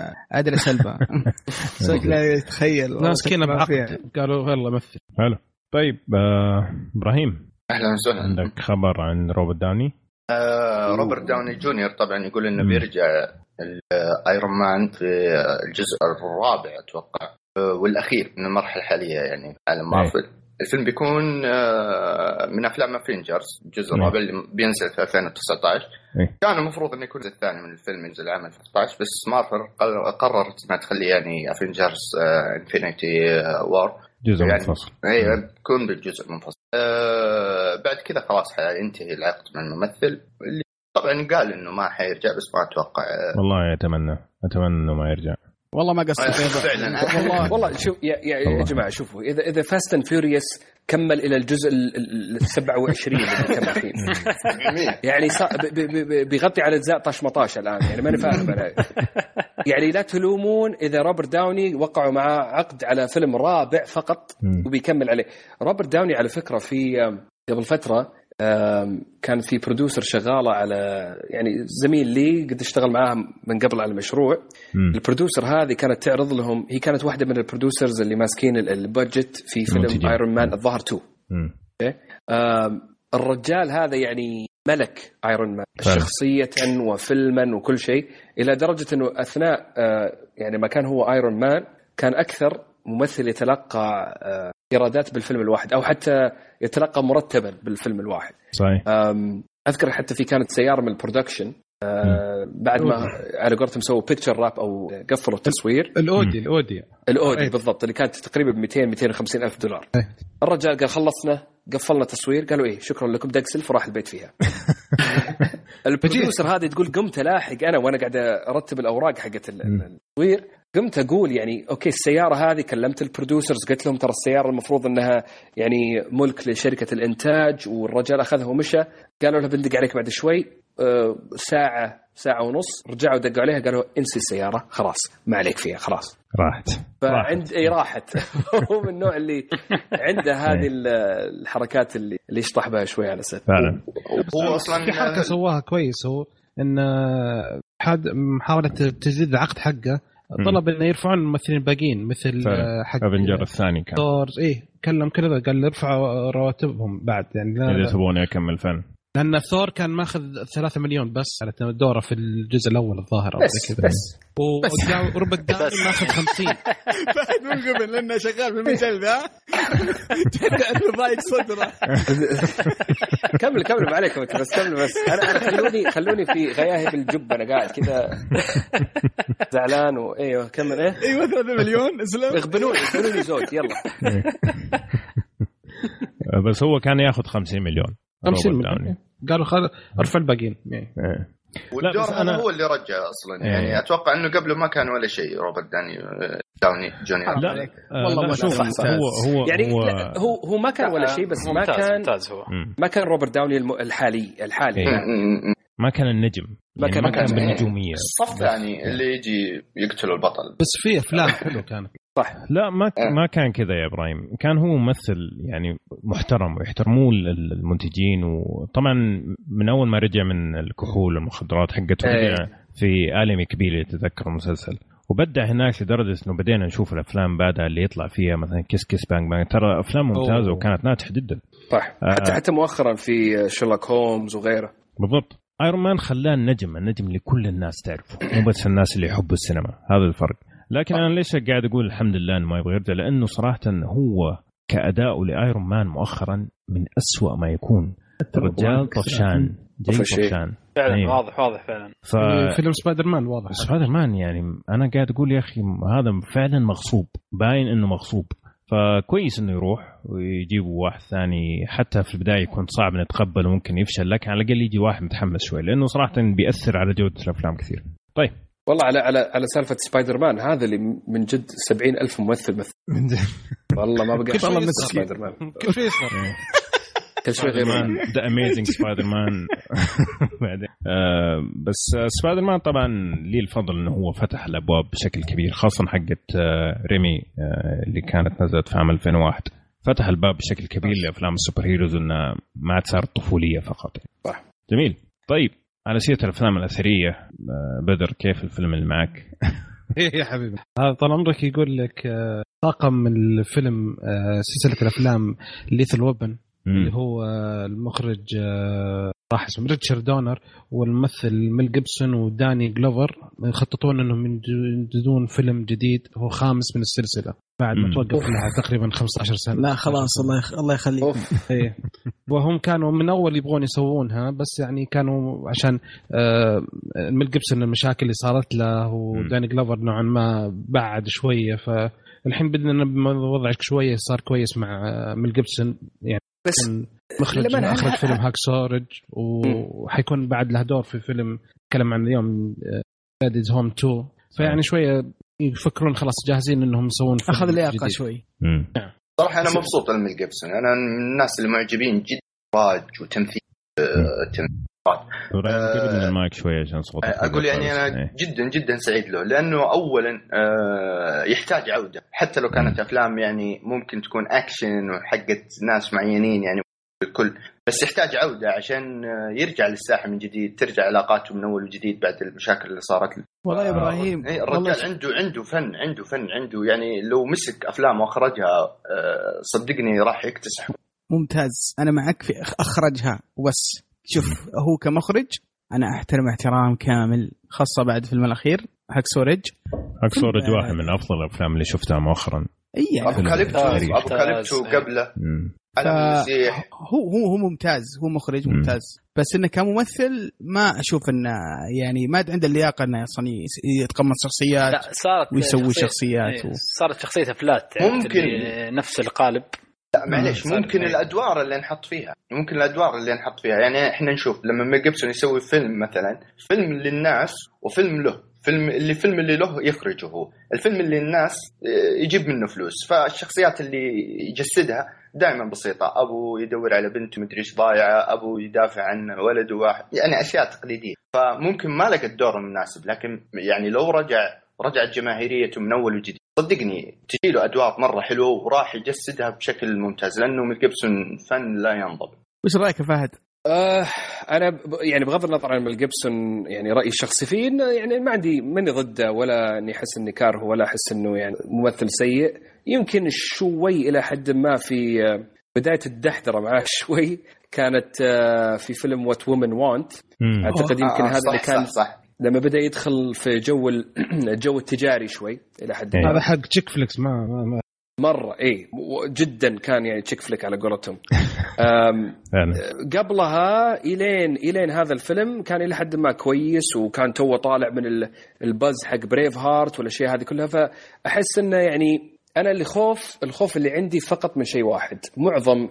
B: أدرس ألبا شكله يتخيل
C: ناس كنا بعقد قالوا يلا مثل.
E: حلو طيب
G: إبراهيم أهلا وسهلا.
E: عندك خبر عن روبرت داوني؟
G: روبرت داوني جونيور طبعا يقول إنه بيرجع الأيرون مان في الجزء الرابع أتوقع والأخير من المرحلة الحالية يعني عالم مارفل. الفيلم بيكون من أفلام أفينجرز الجزء الرابع اللي بينزل في 2019. كان المفروض إنه يكون الجزء الثاني من الفيلم ينزل عام 2019، بس مارفل قررت إنها تخلي يعني أفينجرز إنفينيتي وار
E: جزء
G: يعني
E: منفصل.
G: بيكون بالجزء المنفصل. بعد كذا خلاص حينتهي العقد مع الممثل اللي طبعا قال إنه ما حيرجع، بس ما أتوقع.
E: والله أتمنى إنه ما يرجع.
B: والله ما قصرت
G: فعلا.
F: والله شوف يا جماعه شوفوا اذا فاست اند فيوريوس كمل الى الجزء ال 27 اللي كمل فيه يعني بيغطي على اجزاء طشمطاش الان يعني ماني فاهم انا يعني لا تلومون اذا روبرت داوني وقعوا معاه عقد على فيلم رابع فقط وبيكمل عليه. روبرت داوني على فكره في قبل فتره كان في برودوسر شغاله على يعني زميل لي قد اشتغل معاه من قبل على المشروع. البرودوسر هذه كانت تعرض لهم، هي كانت واحدة من البرودوسرز اللي ماسكين البادجت في فيلم ايرون مان الظاهر 2. الرجال هذا يعني ملك ايرون مان شخصية وفيلما وكل شيء، الى درجة انه اثناء يعني ما كان هو ايرون مان كان اكثر ممثل يتلقى إيرادات بالفيلم الواحد أو حتى يتلقى مرتبا بالفيلم الواحد.
E: صحيح.
F: أذكر حتى في كانت سيارة من البرودكشن بعد ما على قولتهم سووا بيكتشر راب أو قفلوا التصوير. الأودي بالضبط اللي كانت تقريبا $250,000. الرجال قال خلصنا قفلنا تصوير، قالوا إيه شكرا لكم دقسل فراح البيت فيها. البروديوسر هذه تقول قمت لاحق أنا وأنا قاعد أرتب الأوراق حقت التصوير، قمت أقول يعني أوكي السيارة هذه كلمت البروديوسرز قلت لهم ترى السيارة المفروض أنها يعني ملك لشركة الإنتاج، والرجال أخذها ومشى. قالوا له بندق عليك بعد شوي ساعة ونص، رجعوا دقوا عليها قالوا انسي السيارة خلاص ما عليك فيها خلاص
E: راحت.
F: فعند راحت. هو من النوع اللي عنده هذه الحركات اللي يشطح بها شوي على سد
E: فعلا.
C: هو أصلا في حركة سواها كويس، هو إن محاولة تجديد العقد حقه طلب إنه يرفعون الممثلين الباقيين مثل حق
E: افنجر الثاني كان
F: ثور
C: كلم كذا قال يرفعوا رواتبهم بعد يعني
E: إذا تبوني أكمل فن،
C: لأن ثور كان ماخذ 3 مليون بس على دوره في الجزء الأول الظاهر أو كذا، وروبرت داوني ماخذ 50.
B: بعد من قبل لأنه شغال في المجال ذا تبدأ ضايق صدره.
F: كمل عليكم بس كمل بس أنا خلوني في غياهب الجب، أنا قاعد كذا زعلان وأيوه كمل
B: أيوه 3 مليون اسلم
F: اغبنوني زود يلا.
E: بس هو كان ياخذ 50 مليون.
C: قالوا ارفع الباقيين يعني.
G: والدور هذا هو اللي رجع اصلا يعني اتوقع انه قبله ما كان ولا شيء روبرت داوني جونيور.
E: لا
B: والله ما
F: شوف
E: هو
F: يعني هو ما كان ولا شيء بس
D: ممتاز هو
F: ما كان روبرت داوني الحالي
E: ما كان النجم ما كان بالنجوميه
G: الصف يعني اللي يجي يقتل البطل.
C: بس في افلام حلو كانت
F: صح.
E: لا ما كان كذا يا ابراهيم، كان هو ممثل يعني محترم ويحترموه المنتجين. وطبعا من اول ما رجع من الكحول والمخدرات حقته رجع في عالم كبير يتذكر المسلسل، وبدع هناك لدرجه انه بدينا نشوف الافلام بعدها اللي يطلع فيها مثلا كيس بانج ترى افلام ممتازه وكانت ناجحه جدا.
F: صح. حتى مؤخرا في شيرلوك هومز وغيره.
E: بالضبط. ايرون مان خلاه النجم اللي كل الناس تعرفه، مو بس الناس اللي يحبوا السينما، هذا الفرق. لكن أنا ليش قاعد أقول الحمد لله إنه ما يبغى يرجع؟ لأنه صراحة هو كأداء لآيرون مان مؤخرا من أسوأ ما يكون. الرجال طفشان طفشان
D: فعلا. أيوه. واضح فعلا.
C: فيلم سبايدر مان واضح.
E: سبايدر مان يعني أنا قاعد أقول يا أخي هذا فعلا مغصوب، باين إنه مغصوب. فكويس إنه يروح ويجيبوا واحد ثاني، حتى في البداية يكون صعب نتقبل وممكن يفشل، لكن على الأقل يجي واحد متحمس شوي، لأنه صراحة بيأثر على جودة الأفلام كثير. طيب
F: والله على سالفة سبايدر مان هذا اللي من جد 70,000 ممثل مثل والله ما بقى
C: والله مثل
F: سبايدر مان
C: كل شيء يصير
F: كل شيء غير
E: The Amazing Spider Man. بس سبايدر مان طبعا لي الفضل انه هو فتح الابواب بشكل كبير، خاصة حقت ريمي اللي كانت نزلت في عام 2001، فتح الباب بشكل كبير لافلام السوبر هيروز، انها ما عاد صارت طفولية فقط.
F: صح.
E: جميل. طيب على سيرة الأفلام الأثرية، بدر كيف الفيلم اللي معك؟
C: يا حبيبي هذا طال عمرك يقول لك طاقم من الفيلم سلسلة الأفلام ليثل ويبن اللي هو المخرج راح اسمه ريتشارد دونر والممثل ميل جيبسون وداني جلوفر يخططون انهم ينتجون فيلم جديد هو خامس من السلسله بعد ما توقف لها تقريبا 15 سنه.
B: لا خلاص الله يخليك.
C: ايه وهم كانوا من اول يبغون يسوونها، بس يعني كانوا عشان ميل جيبسون المشاكل اللي صارت له وداني جلوفر نوعا ما بعد شويه، فالحين بدنا نوضعك شويه صار كويس مع ميل جيبسون يعني.
F: بس
C: أخرج فيلم هاك سورج وحيكون بعد له دور في فيلم تكلم عن اليوم باديز هوم 2، فيعني شوية يفكرون خلاص جاهزين انهم يسوون
B: اخذ لياقه شوي.
G: صراحه انا مبسوط من جيبسون، انا من الناس اللي معجبين جدا اخراج وتمثيل.
E: قريب من المايك شويه عشان صوتك.
G: اقول يعني انا جدا جدا سعيد له، لانه اولا يحتاج عوده، حتى لو كانت افلام يعني ممكن تكون اكشن وحقت ناس معينين يعني الكل، بس يحتاج عوده عشان يرجع للساحه من جديد، ترجع علاقاته من اول وجديد بعد المشاكل اللي صارت له.
B: والله يا ابراهيم
G: الرجال عنده فن يعني لو مسك افلام واخرجها صدقني راح يكتسح.
B: ممتاز، انا معك في اخرجها وبس. شوف هو كمخرج انا احترم احترام كامل، خاصه بعد فيلم الاخير حق سورج.
E: واحد من افضل الافلام اللي شفتها مؤخرا.
B: يعني
G: ابوكاليبتو قبله.
B: هو ممتاز، هو مخرج ممتاز، بس انه كممثل ما اشوف انه يعني ما عنده اللياقه انه اصلا يتقمص شخصيات.
D: لا صارت
B: ويسوي شخصيات
D: صارت شخصيته فلات يعني
G: ممكن
D: نفس القالب.
G: لا معليش، ممكن الادوار اللي نحط فيها، يعني احنا نشوف لما ميل جيبسون يسوي فيلم مثلا، فيلم للناس وفيلم له، الفيلم اللي له يخرجه هو، الفيلم اللي الناس يجيب منه فلوس. فالشخصيات اللي يجسدها دائما بسيطة، أبو يدور على بنته مدري إيش ضايعة، أبو يدافع عن ولده واحد، يعني أشياء تقليدية. فممكن ما لقى الدور المناسب، لكن يعني لو رجعت جماهيريته من أول وجديد صدقني تجيله أدوار مرة حلوة وراح يجسدها بشكل ممتاز، لأنه ميل جيبسون فن لا ينضب.
B: وش رأيك فهد؟
F: أنا يعني بغض النظر عن ميل جيبسون يعني رأيي الشخصي فيه إنه يعني ما عندي مني ضده، ولا إني أحس إني كاره، ولا أحس إنه يعني ممثل سيء. يمكن شوي إلى حد ما في بداية الدحدرة معاه شوي كانت في فيلم What Women Want. أعتقد يمكن هذا اللي كان
G: صح.
F: لما بدأ يدخل في الجو التجاري شوي إلى حد ما.
C: هذا حق تشيك فليكس ما
F: مرة جدا كان يعني تشيك فليك على قولتهم. قبلها إلين هذا الفيلم كان إلى حد ما كويس، وكان توه طالع من الباز حق بريف هارت والأشياء هذه كلها. فأحس إنه يعني أنا الخوف اللي عندي فقط من شيء واحد. معظم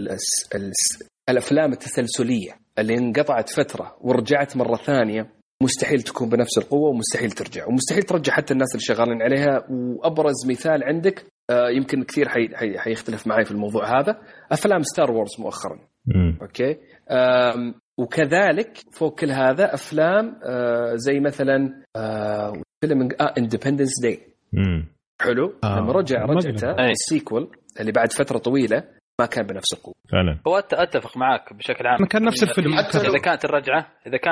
F: الأفلام التسلسلية اللي انقطعت فترة ورجعت مرة ثانية مستحيل تكون بنفس القوة، ومستحيل ترجع، ومستحيل ترجع حتى الناس اللي شغالين عليها. وأبرز مثال عندك يمكن كثير حيختلف معي في الموضوع هذا، أفلام ستار وورز مؤخرا. أوكي. وكذلك فوق كل هذا أفلام زي مثلا فيلم Independence Day. حلو. لما رجعته السيكول اللي بعد فترة طويلة ما كان بنفس القوة
E: فعلا.
D: هو أتفق معك بشكل عام،
C: ما كان نفس الفيلم.
D: إذا كانت الرجعة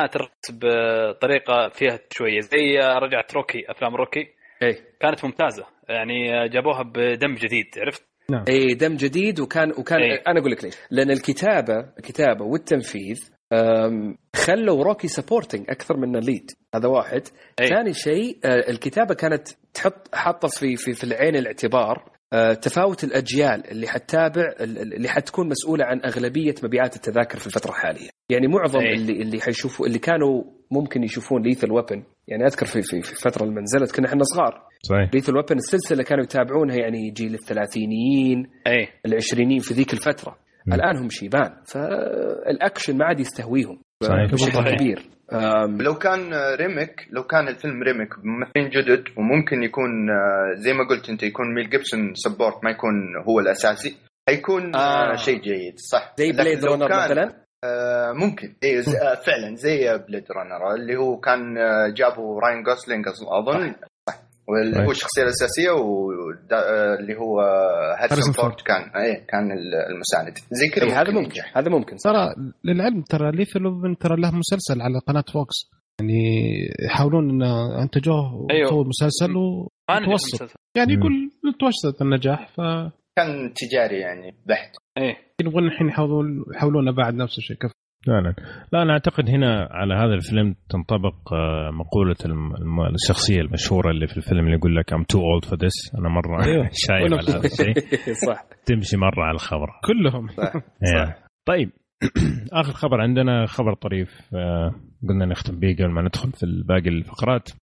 D: بطريقة فيها شوية زي رجعة روكي، أفلام روكي كانت ممتازة، يعني جابوها بدم جديد، عرفت؟
F: نعم. دم جديد. وكان أنا أقول لك ليش، لأن الكتابة والتنفيذ خلوا روكي سبورتنج أكثر من الليد. هذا واحد. ثاني شيء الكتابة كانت حاطة في العين الاعتبار تفاوت الأجيال اللي حتتابع، اللي حتكون مسؤولة عن أغلبية مبيعات التذاكر في الفترة الحالية. يعني معظم اللي حيشوفوا، اللي كانوا ممكن يشوفون ليثل ويبن، يعني أذكر في فترة المنزلة كنا إحنا صغار، ليثل ويبن السلسلة كانوا يتابعونها يعني جيل الثلاثينيين العشرينيين في ذيك الفترة. الآن هم شيبان، فالأكشن ما عاد يستهويهم بشكل كبير.
G: لو كان الفيلم ريميك بممثلين جدد، وممكن يكون زي ما قلت انت يكون ميل جيبسون سبورت، ما يكون هو الأساسي، هيكون شيء جيد. صح،
F: زي بليد رانر مثلا.
G: ممكن فعلا زي بليد رانر اللي هو كان جابوا راين غوسلينج أظن، هو الشخصية الأساسية، واللي هو هاريسون فورد كان المساند زي كذا.
F: هذا ممكن
C: ترى للعلم، ترى ليثل ويبن ترى له مسلسل على قناة فوكس، يعني يحاولون ان انتجوه وسووا مسلسل وتوسط، يعني يقول توسط النجاح،
G: كان تجاري يعني بحت.
C: يبغون الحين يحاولون بعد نفس الشيء. كيف؟
E: لا أنا أعتقد هنا على هذا الفيلم تنطبق مقولة الشخصية المشهورة اللي في الفيلم اللي يقول لك I'm too old for this. أنا مرة شايف على هذا الشيء.
F: صح.
E: تمشي مرة على الخبر
C: كلهم.
F: صح.
E: طيب آخر خبر عندنا خبر طريف قلنا نختم به قبل ما ندخل في باقي الفقرات.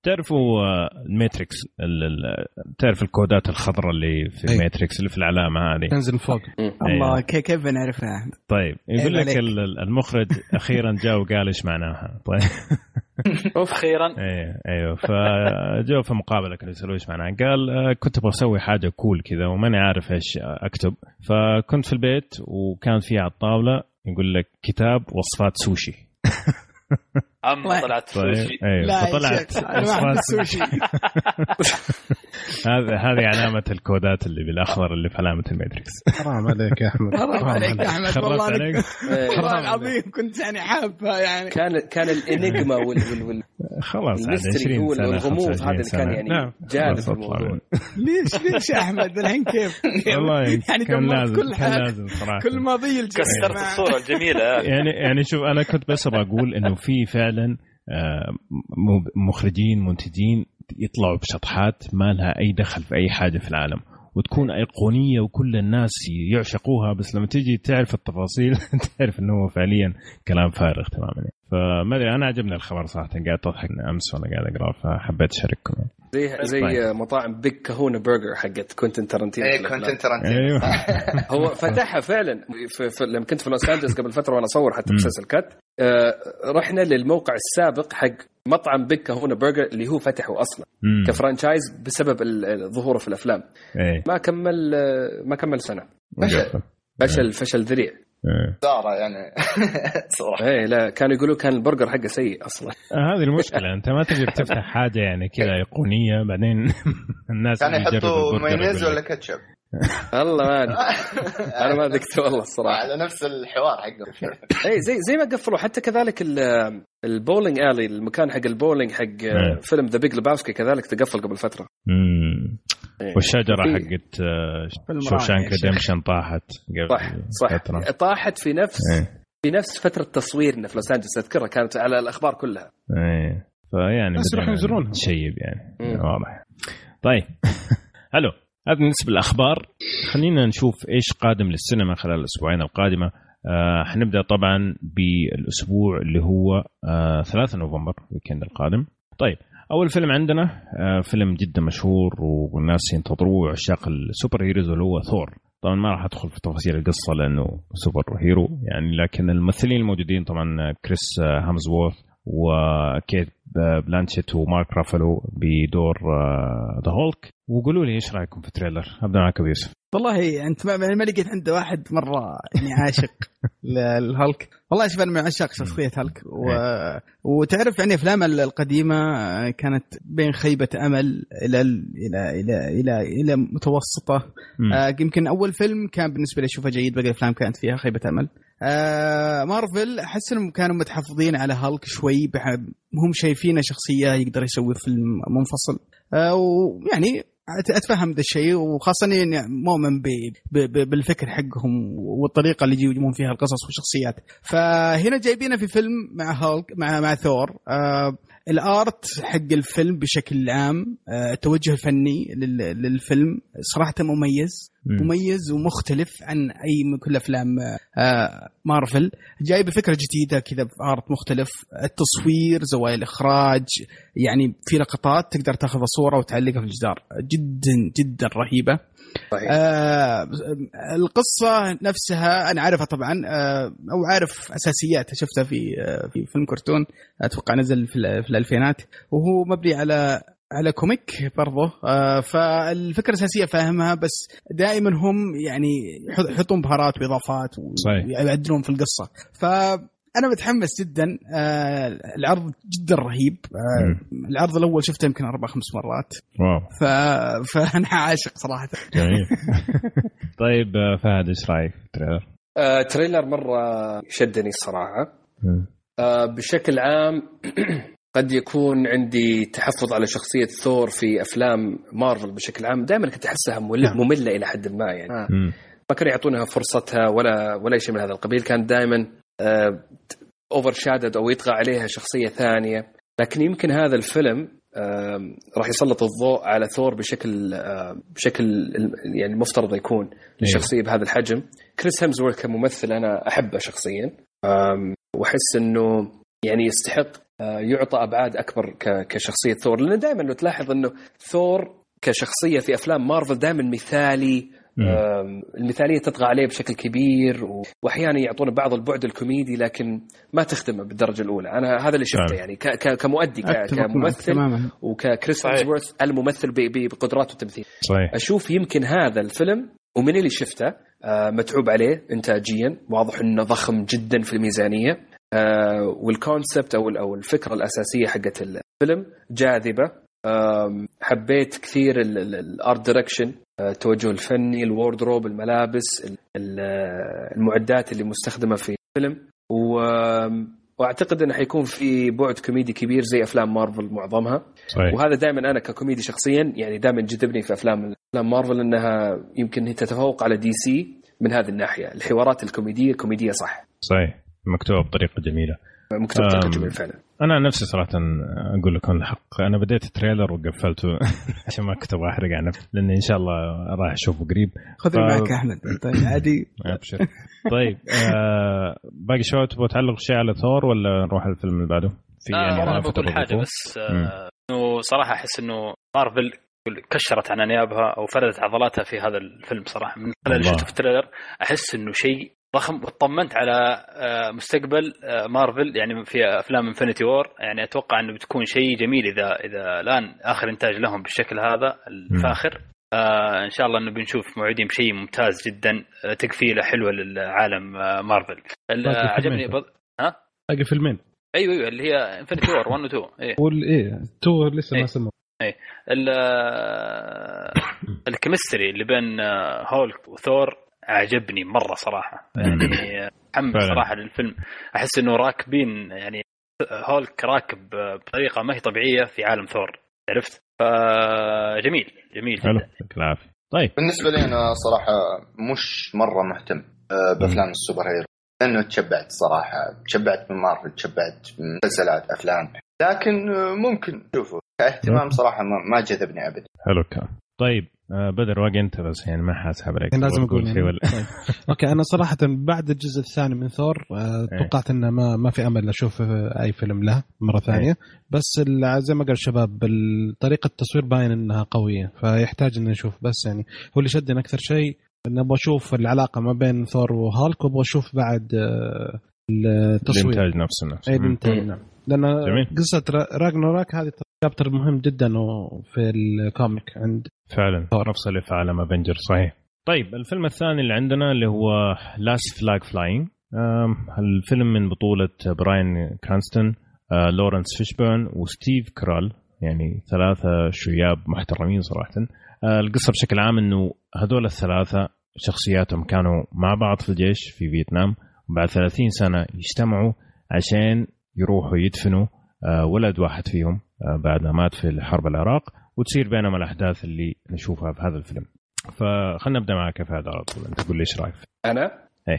E: تعرفوا الماتريكس تعرف الكودات الخضراء اللي في الماتريكس اللي في العلامه هذه
C: تنزل فوق.
B: الله كيف نعرفها.
E: طيب يقول لك المخرج اخيرا جاء وقال ايش معناها. طيب
D: اخيرا
E: ايوه فجاء في مقابله كانوا يسالوه ايش معناها. قال كنت ابغى اسوي حاجه كول كذا وماني عارف ايش اكتب، فكنت في البيت وكان في على الطاوله يقول لك كتاب وصفات سوشي.
D: طلعت سوشي.
E: لا طلعت
B: سوشي.
E: هذه علامة الكودات اللي بالأخضر اللي في علامة الماتريكس.
C: حرام عليك يا أحمد.
B: حرام عليك يا أحمد والله
C: والله
B: العظيم كنت يعني حابة يعني.
F: كان الإنجما
E: خلاص
F: الميستري هو الغموض هذا اللي كان يعني جالب في الموضوع.
B: ليش يا أحمد الحين كيف؟
E: والله
B: يعني
E: كان لازم
B: كل حاجة
E: صراحة.
B: كل ماضي
D: كسرت الصورة الجميلة.
E: يعني شوف أنا كنت بس أقول إنه في فعلا مخرجين منتجين يطلعوا بشطحات ما لها أي دخل في أي حاجة في العالم وتكون أيقونية وكل الناس يعشقوها، بس لما تيجي تعرف التفاصيل تعرف إنه هو فعليا كلام فارغ تماما. فما أدري أنا عجبني الخبر صراحة، قاعد أضحك أمس وأنا قاعد أقرأ فحبيت أشارككم.
F: زي مطاعم بيك كهونة برجر حقت كوينتين تارانتينو.
E: أيوه.
F: هو فتحها فعلا لما كنت في لوس أنجلوس قبل فترة وأنا أصور حتى مسلسل كات. رحنا للموقع السابق حق مطعم بيك كهونة برجر اللي هو فتحه أصلا كفرانشايز بسبب ظهوره في الأفلام. ما كمل سنة. فشل ذريع.
G: صار يعني صراحة.
F: لا كانوا يقولوا كان البرجر حقه سيء أصلا.
E: هذه المشكلة، أنت ما تقدر تفتح حاجة يعني كذا أيقونية بعدين الناس
G: كانوا يحطوا مايونيز ولا كاتشب.
F: الله ما أدري. أنا ما ذكرت والله الصراحة.
G: على نفس الحوار حقه.
F: زي ما قفلوا حتى كذلك البولينج آلي، المكان حق البولينج حق فيلم ذا بيج لباوسكي كذلك تقفل قبل فترة.
E: والشجرة حقت شوشانك ريديمشن طاحت
F: صح طاحت في نفس فترة تصويرنا في لوس أنجلوس، أذكرها كانت على الأخبار كلها.
E: فيعني بدنا شيب يعني واضح. طيب حلو، هذا بالنسبة للأخبار. خلينا نشوف إيش قادم للسينما خلال الأسبوعين القادمة. حنبدأ طبعا بالأسبوع اللي هو 3 نوفمبر ويكند القادم. طيب أول فيلم عندنا فيلم جدا مشهور والناس ينتظروه عشاق السوبر هيروز اللي هو ثور. طبعا ما راح أدخل في تفاصيل القصة لأنه سوبر هيرو يعني، لكن الممثلين الموجودين طبعا كريس هامزوورث وكيت بلانشيت ومارك رافالو بدور ذا هولك. وقولوا لي ايش رايكم في التريلر. ابدا معك ابو يوسف.
B: والله انت ما لقيت عنده واحد مره يعني عاشق للهالك. والله شوف انا من عشاق شخصيه هالك وتعرف يعني افلام القديمه كانت بين خيبه امل الى الى الى الى الى متوسطه. يمكن اول فيلم كان بالنسبه لي اشوفه جيد، باقي الافلام كانت فيها خيبه امل. مارفل احس انهم كانوا متحفظين على هالك شوي، هم شايفينه شخصيه يقدر يسوي فيلم منفصل. ويعني اتفهم ذا الشيء، وخاصه اني مؤمن بالفكر حقهم والطريقه اللي يجيبون فيها القصص والشخصيات. فهنا جايبينه في فيلم مع هالك مع ثور. الارت حق الفيلم بشكل عام، التوجه الفني للفيلم صراحه مميز ومختلف عن اي من كل افلام مارفل. جايب فكره جديده كذا بارت مختلف، التصوير، زوايا الاخراج، يعني في لقطات تقدر تاخذ صوره وتعلقها في الجدار، جدا جدا رهيبه. القصه نفسها انا عارفها طبعا، او عارف اساسياتها، شفتها في فيلم كرتون اتوقع نزل في الألفينات، وهو مبني على كوميك برضه. فالفكره الاساسيه فاهمها، بس دائما هم يعني يحطون بهارات واضافات ويعدلون في القصه. فانا متحمس جدا. العرض جدا رهيب. العرض الاول شفته يمكن 4-5 مرات.
E: واو.
B: فانا عاشق صراحه.
E: جميل. طيب فهد ايش رايك في التريلر؟
F: تريلر مره شدني الصراحه. بشكل عام قد يكون عندي تحفظ على شخصية ثور في أفلام مارفل بشكل عام، دائما كنت أحسها مملة إلى حد ما يعني. ما كانوا يعطونها فرصتها ولا شيء من هذا القبيل. كان دائما overshadowed أو يطغى عليها شخصية ثانية. لكن يمكن هذا الفيلم راح يسلط الضوء على ثور بشكل يعني مفترض يكون لشخصية بهذا الحجم. كريس هامزورث كممثل أنا أحبه شخصيا، وأحس إنه يعني يستحق يعطى أبعاد أكبر كشخصية ثور، لأن دائما لو تلاحظ أنه ثور كشخصية في أفلام مارفل دائما مثالي. المثالية تطغى عليه بشكل كبير، وأحيانا يعطون بعض البعد الكوميدي لكن ما تخدمه بالدرجة الأولى. أنا هذا اللي شفته يعني كمؤدي كممثل وككريس هيمسورث الممثل بقدراته التمثيل. أشوف يمكن هذا الفيلم ومن اللي شفته متعوب عليه إنتاجيا، واضح إنه ضخم جدا في الميزانية، والكونسبت أو الفكرة الأساسية حقت الفيلم جاذبة. حبيت كثير الارت دايركشن، التوجه الفني، الوردروب، الملابس، المعدات اللي مستخدمة في الفيلم، واعتقد انه حيكون في بعد كوميدي كبير زي افلام مارفل معظمها. صحيح. وهذا دائما انا ككوميدي شخصيا يعني دائما جذبني في افلام مارفل انها يمكن هي تتفوق على دي سي من هذه الناحية، الحوارات الكوميدية صح.
E: صحيح، مكتوبة بطريقة جميلة.
F: مكتوب بطريقة جميلة فعلا.
E: أنا نفسي صراحة أقول لكم الحق، أنا بديت التريلر وقفلته عشان ما كنت أحرق عنه، لأن إن شاء الله راح أشوفه قريب.
B: خذ معك أحمد. طيب عادي.
E: أبشر. طيب باقي شوية تبغى تعلق شيء على ثور ولا نروح الفيلم اللي بعده؟
D: في أنا بقول حاجة بس إنه صراحة أحس إنه مارفل كشرت عن أنيابها أو فردت عضلاتها في هذا الفيلم صراحة. من خلال اللي شفته في التريلر أحس إنه شيء ضخم، وطمنت على مستقبل مارفل يعني في أفلام إنفينيتي وور. يعني أتوقع أنه بتكون شيء جميل إذا الآن آخر إنتاج لهم بالشكل هذا الفاخر. إن شاء الله أنه بنشوف موعدين بشيء ممتاز جدا، تكفيلة حلوة للعالم مارفل. عجبني
C: باقي فيلمين.
D: أيوة اللي هي إنفينيتي وور 1 و 2.
C: قول إيه 2 لسه ما سمعوا.
D: الكيمستري اللي بين هولك وثور عجبني مرة صراحة. يعني حمس صراحة للفيلم. أحس إنه راكبين، يعني هولك راكب بطريقة ما هي طبيعية في عالم ثور، عرفت؟ فجميل جدا.
E: طيب
G: بالنسبة لي أنا صراحة مش مرة مهتم بأفلام السوبر هيرو، لأنه تشبعت صراحة، تشبعت من مارفل، تشبعت من مسلسلات أفلام، لكن ممكن تشوفه كاهتمام صراحة ما جذبني أبدا.
E: حلو كان. طيب بدر واقع انت بس يعني ما حاسب عليك
C: لازم اقول شيء ولا اوكي. انا صراحه بعد الجزء الثاني من ثور توقعت انه ما في امل اشوف اي فيلم له مره ثانيه. بس زي ما قال الشباب طريقه التصوير باين انها قويه، فيحتاج ان نشوف. بس يعني هو اللي شدني اكثر شيء ان ابغى اشوف العلاقه ما بين ثور وهالك، وابغى اشوف بعد التصوير
E: الانتاج نفسه
C: اي الانتاج. نعم، لان قصه راجناروك هذه شابتر مهم جدا في الكوميك عند
E: فعلا نفصل في عالم افنجر. صحيح. طيب الفيلم الثاني اللي عندنا اللي هو لاست فلاج فلاينج. الفيلم من بطولة براين كرانستون، لورنس فيشبيرن وستيف كرال، يعني ثلاثة شياب محترمين صراحة. القصة بشكل عام انه هذول الثلاثة شخصياتهم كانوا مع بعض في الجيش في فيتنام، وبعد 30 سنة يجتمعوا عشان يروحوا يدفنوا ولد واحد فيهم بعد ما مات في حرب العراق، وتصير بينما الأحداث اللي نشوفها في هذا الفيلم. فخلنا نبدأ معك في هذا على طول. أنت تقول لي إيش رأيك؟
F: أنا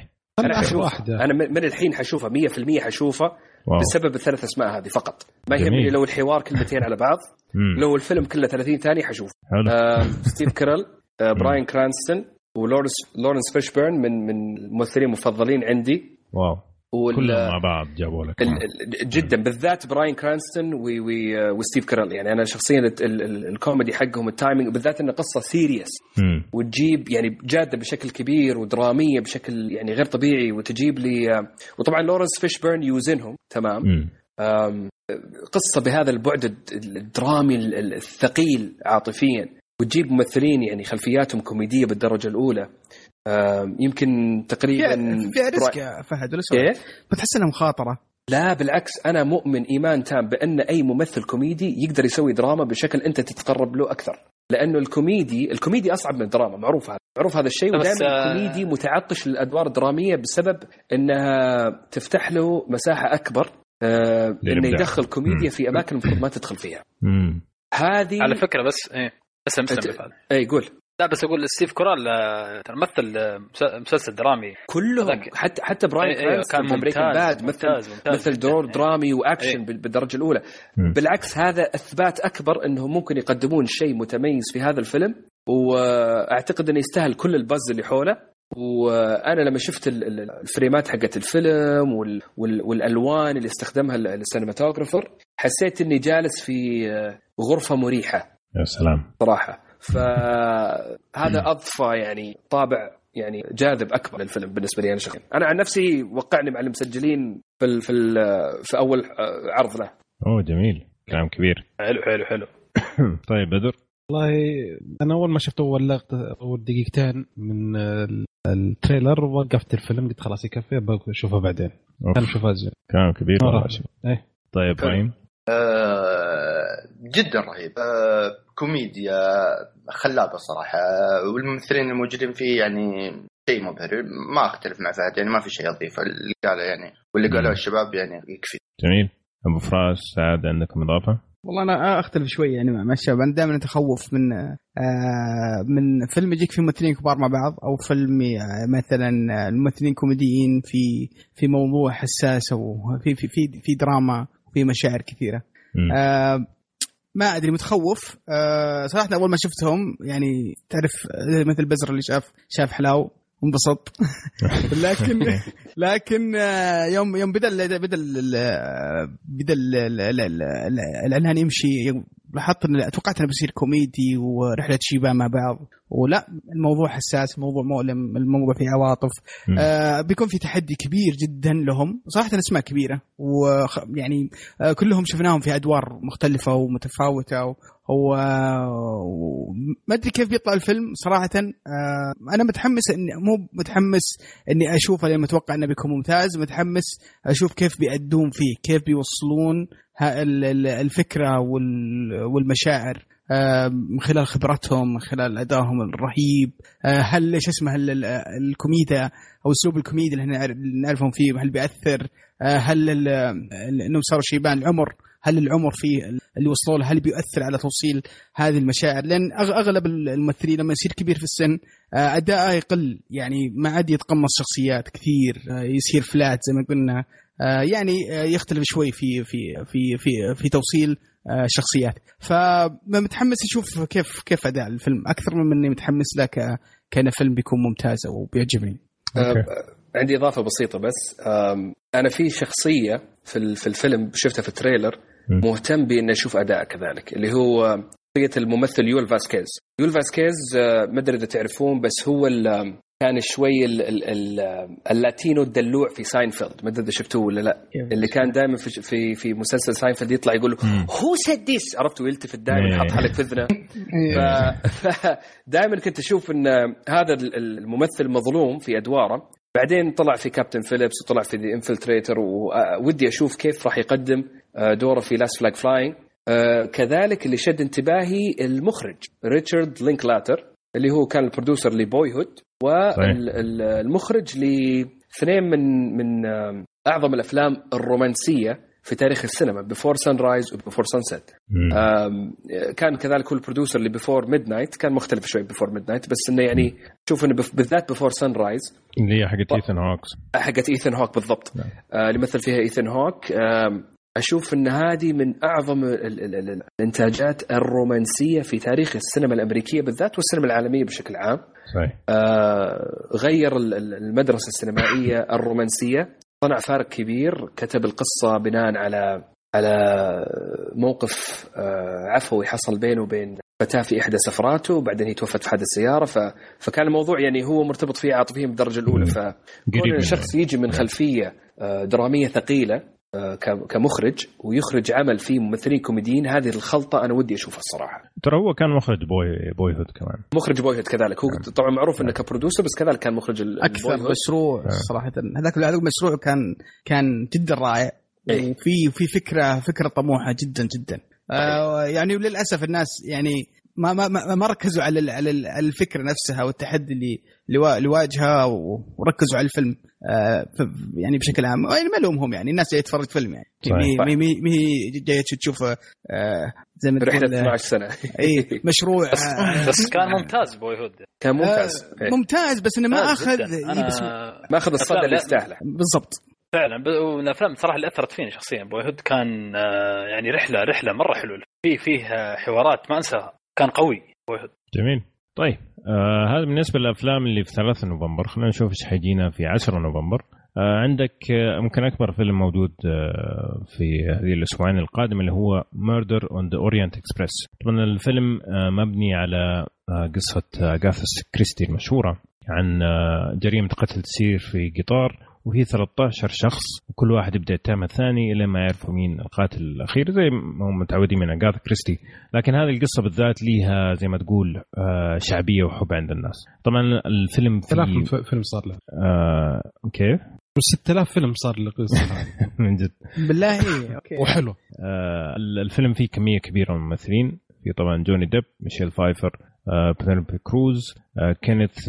F: أنا من الحين حشوفها 100% حشوفها. واو. بسبب الثلاث أسماء هذه فقط، ما يهمني لو الحوار كلمتين على بعض. لو الفيلم كله 30 ثانية حشوف. ستيف كيرل، براين كرانستون، ولورنس فيشبيرن من الممثلين المفضلين عندي.
E: واو، كلهم مع بعض جابوا لك
F: جدا، بالذات براين كرانستون وستيف كيرل. يعني انا شخصيا الكوميدي حقهم، التايمينج، بالذات ان قصه سيريس وتجيب يعني جاده بشكل كبير ودراميه بشكل يعني غير طبيعي، وتجيب لي وطبعا لورنس فيشبيرن يوزنهم تمام. قصه بهذا البعد الدرامي الثقيل عاطفيا، وتجيب ممثلين يعني خلفياتهم كوميديه بالدرجه الاولى. يمكن تقريبا
B: في ريسك يا فهد ولا سؤال؟ بتحس انها مخاطره؟
F: لا بالعكس، انا مؤمن ايمان تام بان اي ممثل كوميدي يقدر يسوي دراما بشكل انت تتقرب له اكثر، لانه الكوميدي اصعب من الدراما، معروف هذا الشيء. ودائما الكوميدي متعطش للادوار الدراميه بسبب انها تفتح له مساحه اكبر انه يدخل كوميديا في اماكن المفروض ما تدخل فيها. هذه
D: على فكره بس
F: اي قول.
D: لا بس أقول ستيف كورال مثل مسلسل درامي
F: كلهم، حتى براين كان ممتاز، مثل دور درامي وأكشن بالدرجة الأولى. بالعكس هذا أثبات أكبر أنهم ممكن يقدمون شيء متميز في هذا الفيلم، وأعتقد أنه يستاهل كل البز اللي حوله. وانا لما شفت الفريمات حقت الفيلم والالوان اللي استخدمها السينماتوجرافر حسيت اني جالس في غرفه مريحه.
E: يا سلام
F: صراحه. فهذا اضفى يعني طابع يعني جاذب اكبر للفيلم بالنسبه لي انا شخصيا. انا عن نفسي وقعني مع المسجلين في اول عرض له.
E: جميل، كلام كبير.
D: حلو.
E: طيب بدر.
C: والله انا اول ما شفت اول دقيقتين من التريلر وقفت الفيلم، قلت خلاص يكفي بشوفه بعدين. انا اشوفه زين،
E: كلام كبير.
C: ايه
E: طيب ابراهيم.
G: جدا رهيب. كوميديا خلابه صراحه، والممثلين الموجودين فيه يعني شيء مبهر. ما اختلف مع فهد يعني، ما في شيء اضيف اللي قاله يعني، واللي قالوا الشباب يعني يكفي.
E: جميل. ابو فراس سعد عندكم اضافه؟
B: والله انا اختلف شوي يعني مع الشباب. انا دائما اتخوف من فيلم يجيك فيه ممثلين كبار مع بعض، او فيلم مثلا الممثلين كوميديين في موضوع حساس، او في دراما وفي مشاعر كثيره. ما ادري، متخوف صراحه. اول ما شفتهم يعني تعرف مثل بزر اللي شاف حلاو انبسط. لكن يوم بدا الاعلان يمشي، لاحظت ان اتوقعت انه بيصير كوميدي ورحله شيبان مع بعض، ولا الموضوع حساس، موضوع مؤلم، الموضوع فيه عواطف. بيكون في تحدي كبير جدا لهم صراحه، اسماء كبيره، ويعني كلهم شفناهم في ادوار مختلفه ومتفاوته، وما أدري كيف بيطلع الفيلم صراحة. أنا متحمس، مو متحمس إني أشوفه لأن متوقع إنه بيكون ممتاز. متحمس أشوف كيف بيأدون فيه، كيف بيوصلون الفكرة والمشاعر من خلال خبرتهم، من خلال أدائهم الرهيب. هل إيش اسمه الكوميديا أو أسلوب الكوميديا اللي نعرفهم فيه هل بيأثر؟ هل إنهم صاروا شيبان العمر، هل العمر فيه اللي وصلوا له هل بيؤثر على توصيل هذه المشاعر؟ لأن أغلب الممثلين لما يصير كبير في السن أداءه يقل، يعني ما عاد يتقمص شخصيات كثير، يصير فلات زي ما قلنا، يعني يختلف شوي في توصيل شخصيات. فمتحمس أشوف كيف أداء الفيلم أكثر من إني متحمس له كان فيلم بيكون ممتاز وبيعجبني.
F: عندي إضافة بسيطة بس. أنا في شخصية في الفيلم شفتها في التريلر مهتم بأن أشوف أداء كذلك، اللي هو شخصية الممثل يول فاسكيز. ما أدري إذا تعرفون، بس هو كان شوي اللاتينو الدلوع في ساينفيلد. ما أدري إذا شفتوه ولا لا. اللي كان دائما في مسلسل ساينفيلد يطلع يقول هو سديس، عرفتوا، يلتفت دائما يحط حلق في اذنه. دائما كنت أشوف أن هذا الممثل مظلوم في أدواره. بعدين طلع في كابتن فيليبس وطلع في The Infiltrator، وودي أشوف كيف راح يقدم دوره في Last Flag Flying. كذلك اللي شد انتباهي المخرج ريتشارد لينكلاتر، اللي هو كان البرودوسر لبوي هود، والمخرج لاثنين من أعظم الأفلام الرومانسية في تاريخ السينما، Before Sunrise و Before Sunset. كان كذلك كل برودوسر اللي Before Midnight، كان مختلف شوي Before Midnight، بس إنه يعني شوف إنه بالذات Before Sunrise
E: اللي هي حقت إيثان هوك.
F: حقت إيثان هوك بالضبط. اللي مثل فيها إيثان هوك. أشوف إن هذه من أعظم الإنتاجات الرومانسية في تاريخ السينما الأمريكية بالذات والسينما العالمية بشكل عام.
E: صحيح.
F: غير المدرسة السينمائية الرومانسية، صنع فارق كبير. كتب القصة بناء على موقف عفوي حصل بينه وبين فتاة في إحدى سفراته، وبعدين هي توفت في حادث السيارة. فكان الموضوع يعني هو مرتبط فيه عاطفيا بالدرجة الأولى. فكون الشخص يجي من خلفية درامية ثقيلة كمخرج ويخرج عمل فيه ممثلين كوميديين، هذه الخلطة أنا ودي أشوفها الصراحة.
E: ترى هو كان مخرج بوي هود كمان.
F: مخرج بوي هود كذلك. هو طبعا معروف إنه كبرودوسر، بس كذلك كان مخرج
B: أكثر مشروع صراحة. هذاك المشروع كان جدا رائع، وفي فكرة طموحة جدا جدا. يعني وللأسف الناس يعني ما ركزوا على الفكرة نفسها والتحدي اللي واجهها، وركزوا على الفيلم يعني بشكل عام. يعني ما لومهم، يعني الناس جايه تتفرج فيلم، يعني مي جايه تشوف زي ما
F: رحلة 12 سنة.
B: اي مشروع
D: بس كان ممتاز. بوي هود
F: كان
B: ممتاز، بس انه ما اخذ
F: ما اخذ الصدى اللي يستاهله
B: بالضبط.
D: فعلا. والافلام صراحه اللي اثرت فيني شخصيا بوي هود كان يعني رحله مره حلوه. فيه حوارات ما انساها، كان قوي بوي هود.
E: جميل. طيب هذا بالنسبة للأفلام اللي في 3 نوفمبر. خلينا نشوف إيش حيجينا في 10 نوفمبر. عندك ممكن أكبر فيلم موجود في هذه الأسبوعين القادمة اللي هو Murder on the Orient Express. طبعا الفيلم مبني على قصة أغاثا كريستي المشهورة عن جريمة قتل تسير في قطار، وهي 13 شخص وكل واحد يبدأ يتهم الثاني إلى ما يعرفوا مين القاتل الأخير، زي ما هم متعودين من أغاثا كريستي. لكن هذه القصة بالذات ليها زي ما تقول شعبية وحب عند الناس. طبعا الفيلم
C: 6000 فيلم صار له
E: كيف
C: 6000 فيلم صار له قصة
E: من جد
B: بالله. أوكي.
C: وحلو.
E: الفيلم فيه كمية كبيرة من الممثلين، في طبعا جوني ديب، ميشيل فايفر، بنيلوبي كروز، كينيث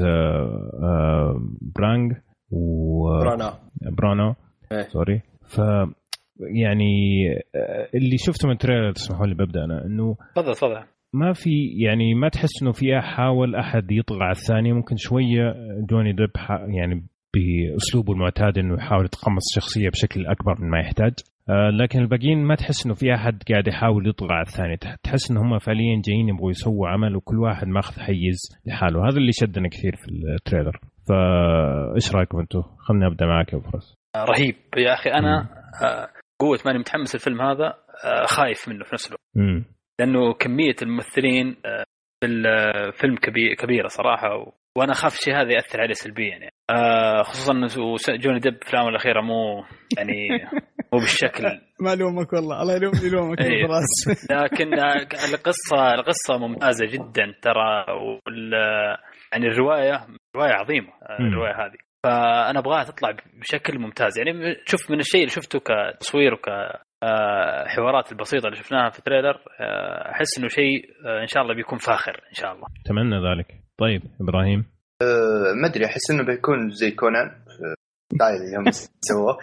E: برانغ وبرانا سوري. ف يعني اللي شفته من التريلر، تسمحوا لي ببدأ أنا، إنه
D: تفضل.
E: ما في يعني ما تحس إنه في حاول أحد يطغى على الثاني. ممكن شوية جوني ديب يعني بأسلوبه المعتاد إنه يحاول يتقمص شخصية بشكل أكبر من ما يحتاج، لكن الباقيين ما تحس إنه في أحد قاعد يحاول يطغى على الثاني. تحس إن هم فعليا جايين يبغوا يسووا عمل وكل واحد ماخذ حيز لحاله. هذا اللي شدنا كثير في التريلر. فإيش رأيكم أنتوا؟ خلنا نبدأ معك يا فرس.
D: رهيب يا أخي. أنا قوة ماني متحمس الفيلم هذا، خايف منه في نفس الوقت، لأنه كمية الممثلين في الفيلم كبيرة صراحة، وأنا أخاف الشيء هذا يأثر عليه سلبيا يعني. خصوصا جوني ديب في الأفلام الأخيرة مو بالشكل
B: معلومك والله الله يلومك براس.
D: لكن القصة ممتازة جدا ترى، يعني الرواية عظيمة الرواية هذه، فأنا أبغاها تطلع بشكل ممتاز. يعني شوف من الشيء اللي شفته كتصوير وكحوارات البسيطة اللي شفناها في التريلر، أحس إنه شيء إن شاء الله بيكون فاخر إن شاء الله.
E: أتمنى ذلك. طيب إبراهيم.
G: ما أدري، أحس إنه بيكون زي كونان ستايل اليوم سووه.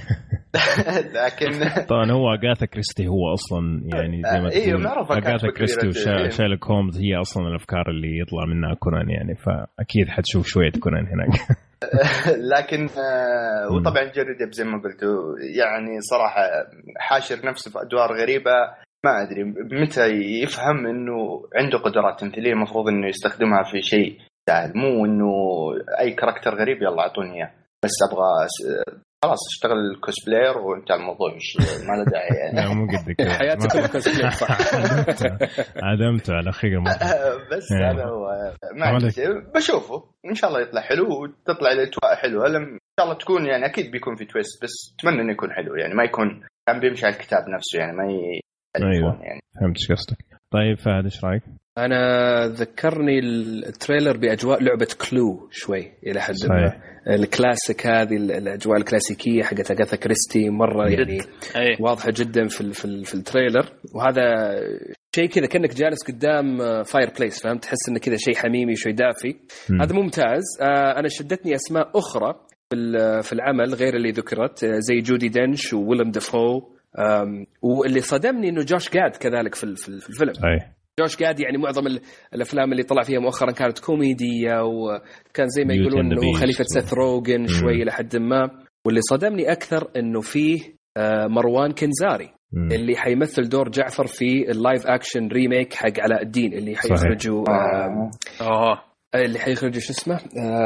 G: لكن
E: طبعا هو أغاثا كريستي هو أصلا يعني زي ما تقول أغاثا كريستي وشيرلوك هولمز هي أصلا الأفكار اللي يطلع منها كونان يعني، فأكيد حتشوف شوية كونان هناك.
G: لكن وطبعا جوني ديب زي ما قلتوا يعني صراحة حاشر نفسه في أدوار غريبة. ما أدري متى يفهم إنه عنده قدرات تمثيلية مفروض إنه يستخدمها في شيء سهل، مو إنه أي كاركتر غريب يلا أعطوني إياه. بس أبغى خلاص اشتغل كوسبلاير وانت الموضوع مش ما له داعي يعني.
E: لا مو قدك
F: حياتك كوسبلاير صح.
E: عدمته على خير
G: بس هذا هو ما بشوفه ان شاء الله يطلع حلو وتطلع الاجواء حلوه. ان شاء الله تكون يعني اكيد بيكون في تويست، بس اتمنى انه يكون حلو يعني، ما يكون كان بيمشي على الكتاب نفسه يعني ما
E: أيوة. يعني فهمت قصدك. طيب فهد ايش رايك؟
F: انا ذكرني التريلر باجواء لعبه كلو شوي الى حد ما، الكلاسيك هذه الاجواء الكلاسيكيه حقت أغاثا كريستي مره يعني واضحه جدا في التريلر. وهذا شيء كذا كأنك جالس قدام فاير بليس، فهمت؟ تحس انه كذا شيء حميمي شوي دافي. هذا ممتاز. انا شدتني اسماء اخرى في العمل غير اللي ذكرت، زي جودي دنش وويلم ديفو، واللي صدمني انه جوش جاد كذلك في الفيلم. جوش جاد يعني معظم الافلام اللي طلع فيها مؤخرا كانت كوميدية، وكان زي ما يقولون انه خليفة سيث روجن شوي لحد ما. واللي صدمني اكثر انه فيه مروان كنزاري اللي حيمثل دور جعفر في اللايف اكشن ريميك حق علاء الدين اللي حيخرجوا اللي حيخرجوا شو اسمه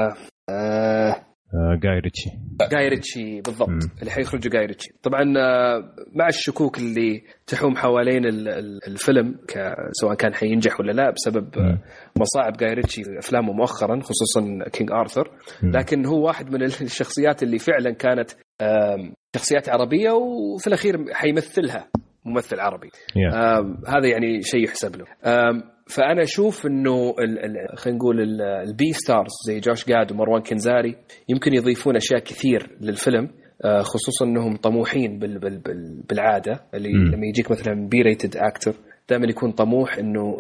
F: جاي ريتشي بالضبط. اللي حيخرجوا جاي ريتشي طبعا مع الشكوك اللي تحوم حوالين الفيلم سواء كان حينجح ولا لا بسبب مصاعب جاي ريتشي أفلامه مؤخرا خصوصا كينج آرثر. لكن هو واحد من الشخصيات اللي فعلا كانت شخصيات عربية وفي الأخير حيمثلها ممثل عربي. هذا يعني شيء يحسب له. فأنا أشوف إنه خلينا نقول البي ستارز زي جوش جاد ومروان كنزاري يمكن يضيفون أشياء كثير للفيلم، خصوصا إنهم طموحين بالعادة اللي لما يجيك مثلا بي ريتد أكتر دائما يكون طموح إنه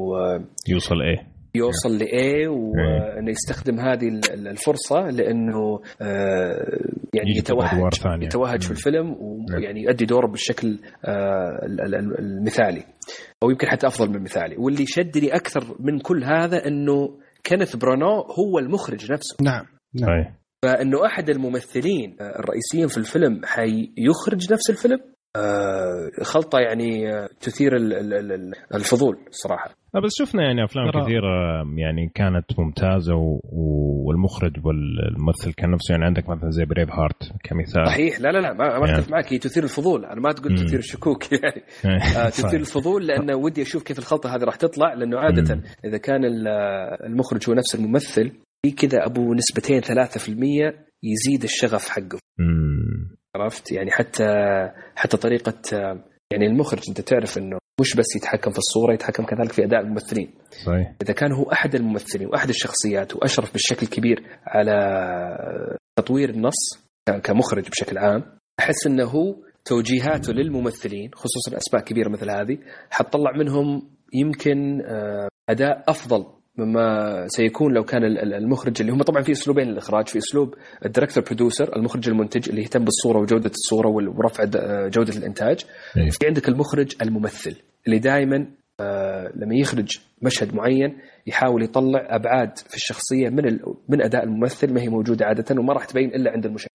F: يوصل لإيه وإنه يستخدم هذه الفرصة لأنه يعني يتوهج في الفيلم ويعني يؤدي دوره بالشكل المثالي أو يمكن حتى أفضل من المثالي. واللي شدني أكثر من كل هذا إنه كينيث برانو هو المخرج نفسه.
C: نعم.
F: فإنه أحد الممثلين الرئيسيين في الفيلم حيخرج نفس الفيلم. خلطة يعني تثير الفضول صراحة.
E: بس شفنا يعني افلام كثيره يعني كانت ممتازه والمخرج والممثل كان نفسه يعني عندك مثلا زي بريف هارت كمثال.
F: صحيح. لا ما اتفق معك. هي تثير الفضول. انا ما تقول تثير الشكوك يعني تثير الفضول لأنه ودي اشوف كيف الخلطه هذه راح تطلع. لانه عاده اذا كان المخرج هو نفس الممثل في كذا ابو نسبتين 3% يزيد الشغف حقه. عرفت يعني حتى طريقه يعني المخرج انت تعرف انه مش بس يتحكم في الصورة، يتحكم كذلك في أداء الممثلين.
E: صحيح.
F: إذا كان هو أحد الممثلين وأحد الشخصيات وأشرف بالشكل كبير على تطوير النص كمخرج بشكل عام، أحس أنه هو توجيهاته للممثلين خصوصا أسماء كبيرة مثل هذه حتطلع منهم يمكن أداء أفضل مما سيكون لو كان المخرج اللي هم طبعا في أسلوبين للإخراج. في أسلوب الدايركتور برودوسر، المخرج المنتج اللي يهتم بالصورة وجودة الصورة ورفع جودة الإنتاج. في عندك المخرج الممثل اللي دائما لما يخرج مشهد معين يحاول يطلع أبعاد في الشخصية من أداء الممثل ما هي موجودة عادة وما راح تبين إلا عند المشاهد.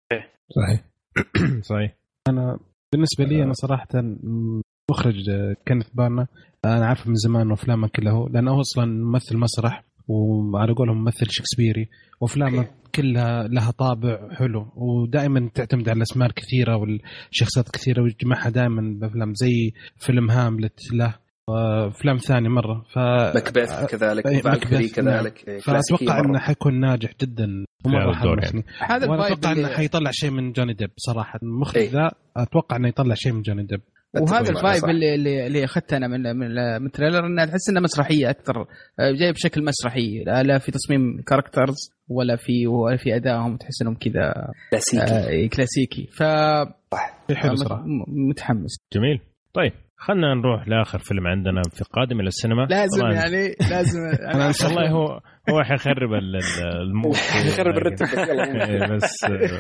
E: صحيح.
C: أنا بالنسبة لي أنا صراحة مخرج كينيث بارنا أنا عارف من زمان أفلامه كلها، لأنه أصلا ممثل مسرح وعلى قولهم ممثل شكسبيري، وأفلامه كلها لها طابع حلو ودائما تعتمد على الأسماء كثيرة والشخصيات كثيرة ويجمعها دائما بأفلام زي فيلم هاملت له وأفلام ثانية مرة.
F: مكبث كذلك فالكري كذلك.
C: فأتوقع أنه حيكون ناجح جدا ومرة حمسني.
B: هذا
C: وأتوقع أنه حيطلع شيء من جوني ديب صراحة. المخرج ذا أتوقع أنه يطلع شيء من جوني ديب.
B: وهذا الفايب اللي أخذته أنا من تريلر إنها تحس إنها مسرحية أكثر، جاي بشكل مسرحي لا في تصميم كاركترز ولا في أدائهم، تحس إنهم كذا كلاسيكي.
C: حلو صراحة.
B: متحمس.
E: جميل. طيب خلنا نروح لآخر فيلم عندنا في قادم إلى السينما.
B: لازم يعني لازم
E: أنا إن شاء الله هو حيخرب الموت
F: يخرب الرتب
E: بس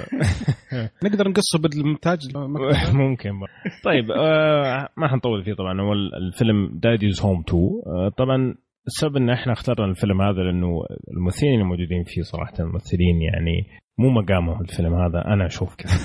C: نقدر نقصه بالمونتاج
E: ممكن. طيب ما حنطول فيه طبعا. هو الفيلم داديز هوم 2. طبعا السبب ان احنا اخترنا الفيلم هذا لانه الممثلين الموجودين فيه صراحه الممثلين يعني مو مقامه الفيلم هذا، انا اشوف كذا.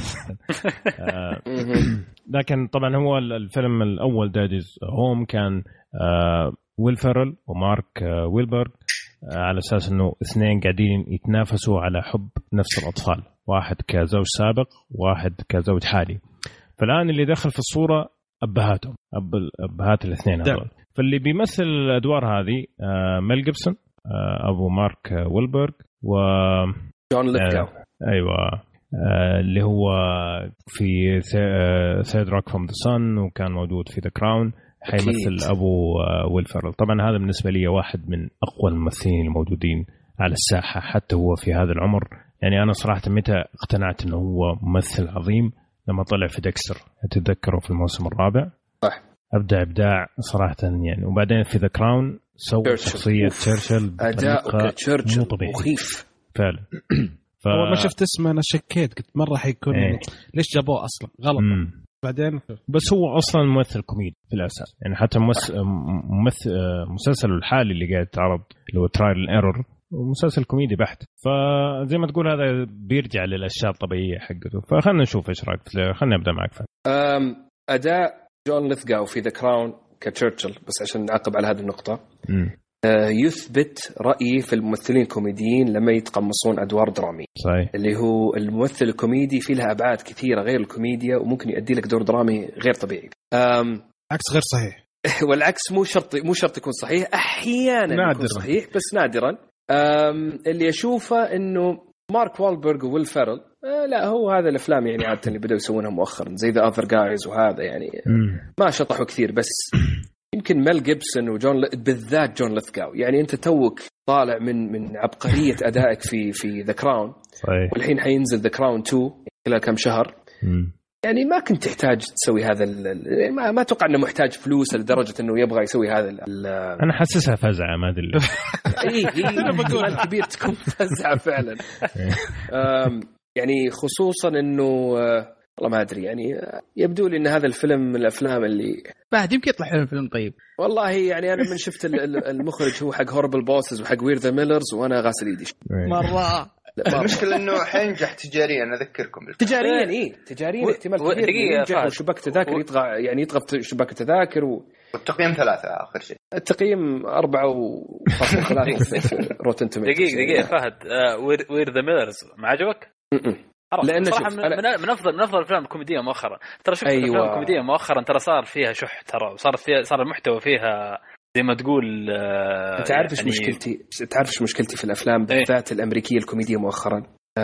E: لكن طبعا هو الفيلم الاول داديز هوم كان ويل فيرل ومارك ويلبرغ، على اساس انه اثنين قاعدين يتنافسوا على حب نفس الاطفال، واحد كزوج سابق واحد كزوج حالي. فالان اللي دخل في الصوره ابهاتهم، ابهات الاثنين هذول. فاللي بيمثل الادوار هذه ميل جيبسون ابو مارك ويلبرغ و
F: جون ليثجاو.
E: ايوه اللي هو في ثيرد روك فروم ذا سن وكان موجود في ذا كراون، حيمثل ابو ويل فيرل. طبعا هذا بالنسبه لي واحد من اقوى الممثلين الموجودين على الساحه حتى هو في هذا العمر. يعني انا صراحه متى اقتنعت انه هو ممثل عظيم لما طلع في ديكستر، اتذكره في الموسم الرابع.
F: صح.
E: ابداع صراحه يعني. وبعدين في ذا كراون سوى شخصيه تشرشل
F: اداء تشرشل مخيف فعلا.
C: أول ما شفت اسمه أنا شكيت، قلت مرة حيكون ليش جابوه أصلا غلط. بعدين
E: بس هو أصلا ممثل كوميدي في الأساس يعني. حتى مسلسله الحالي اللي قاعد تعرض اللي هو ترايل ايرور مسلسل كوميدي بحت. فزي ما تقول هذا بيرجع للأشياء الطبيعية حقته. فخلنا نشوف إيش رأيك. خلنا نبدأ معك.
F: أداء جون ليثجاو في ذا كراون كتشرشل، بس عشان نعقب على هذه النقطة، يثبت رأيي في الممثلين الكوميديين لما يتقمصون أدوار درامية.
E: صحيح.
F: اللي هو الممثل الكوميدي في لها أبعاد كثيرة غير الكوميديا وممكن يؤدي لك دور درامي غير طبيعي.
C: عكس غير صحيح.
F: والعكس مو شرط يكون صحيح، أحيانا يكون صحيح بس نادرا. اللي أشوفه إنه مارك والبرغ وويل فيرل لا هو هذا الأفلام يعني عادة اللي بدأوا يسوونها مؤخرا زي The Other Guys وهذا يعني ما شطحوا كثير. بس يمكن ميل جيبسون بالذات جون ليثجاو يعني أنت توك طالع من عبقرية أدائك في The Crown، والحين حينزل The Crown 2 خلال كم شهر. يعني ما كنت تحتاج تسوي هذا ما أتوقع أنه محتاج فلوس لدرجة أنه يبغى يسوي هذا
E: أنا حسسها فزعة ما أدري.
F: أنا بقول كبير تكون فزعة فعلا. يعني خصوصا أنه والله ما أدري يعني يبدو لي أن هذا الفيلم من الأفلام اللي
B: بعد يمكن يطلع فيلم طيب.
F: والله يعني أنا من شفت المخرج هو حق هوربل بوسز وحق وير ذا ميلرز وأنا غاسل إيدي
B: مرة.
G: المشكلة إنه حينجح تجاريا. أذكركم
F: تجاريا احتمال كبير ينجح وشباك تذاكر يطغى في شباك التذاكر
G: والتقييم 3 آخر شيء.
F: التقييم 4.3 روتن توميتوز.
D: دقيقة فهد، وير ذا ميلرز ما عجبك؟ لأن صراحة من أفضل الأفلام الكوميدية مؤخرا. ترى شوف الأفلام الكوميدية مؤخرا ترى صار فيها شح، ترى صار المحتوى فيها زي ما تقول.
F: أنت عارف إيش مشكلتي؟ تعرف إيش مشكلتي في الأفلام بالذات الأمريكية الكوميدية مؤخرا؟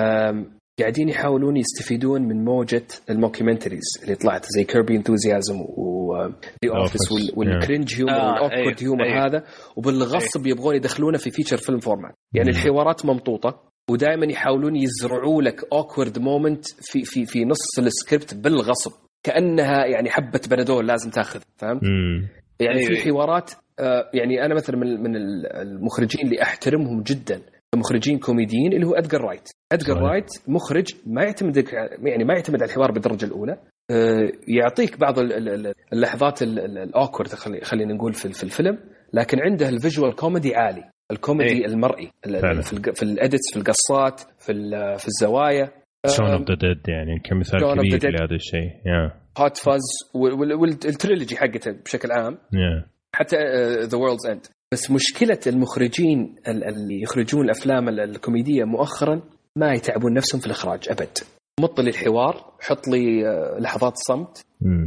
F: قاعدين يحاولون يستفيدون من موجة الموكيومنتريز اللي طلعت زي كيربي انثوزيازم وذي اوفيس والكرنج هيومر والاوكورد هيومر هذا، وبالغصب يبغون يدخلونه في فيتشر فيلم فورمات. يعني الحوارات ممطوطة ودائما يحاولون يزرعوا لك اوكورد مومنت في نص السكريبت بالغصب، كأنها يعني حبة بندول لازم تاخذ، فهمت؟ يعني في حوارات يعني أنا مثلا من المخرجين اللي أحترمهم جدا مخرجين كوميديين اللي هو أدغار رايت مخرج ما يعتمد على الحوار بالدرجة الأولى. يعطيك بعض اللحظات الأوكورد خلينا نقول في الفيلم، لكن عنده الفيجوال كوميدي عالي، الكوميدي المرئي في الإديتس، في القصات، في الزوايا.
E: شون اوف ذا ديد يعني كمثال كبير لهذا الشيء.
F: هوت فاز والتريلوجي حقته بشكل عام، حتى ذا وورلدز اند. بس مشكلة المخرجين اللي يخرجون الأفلام الكوميدية مؤخرا ما يتعبون نفسهم في الإخراج أبد. مطل الحوار، حط لي لحظات صمت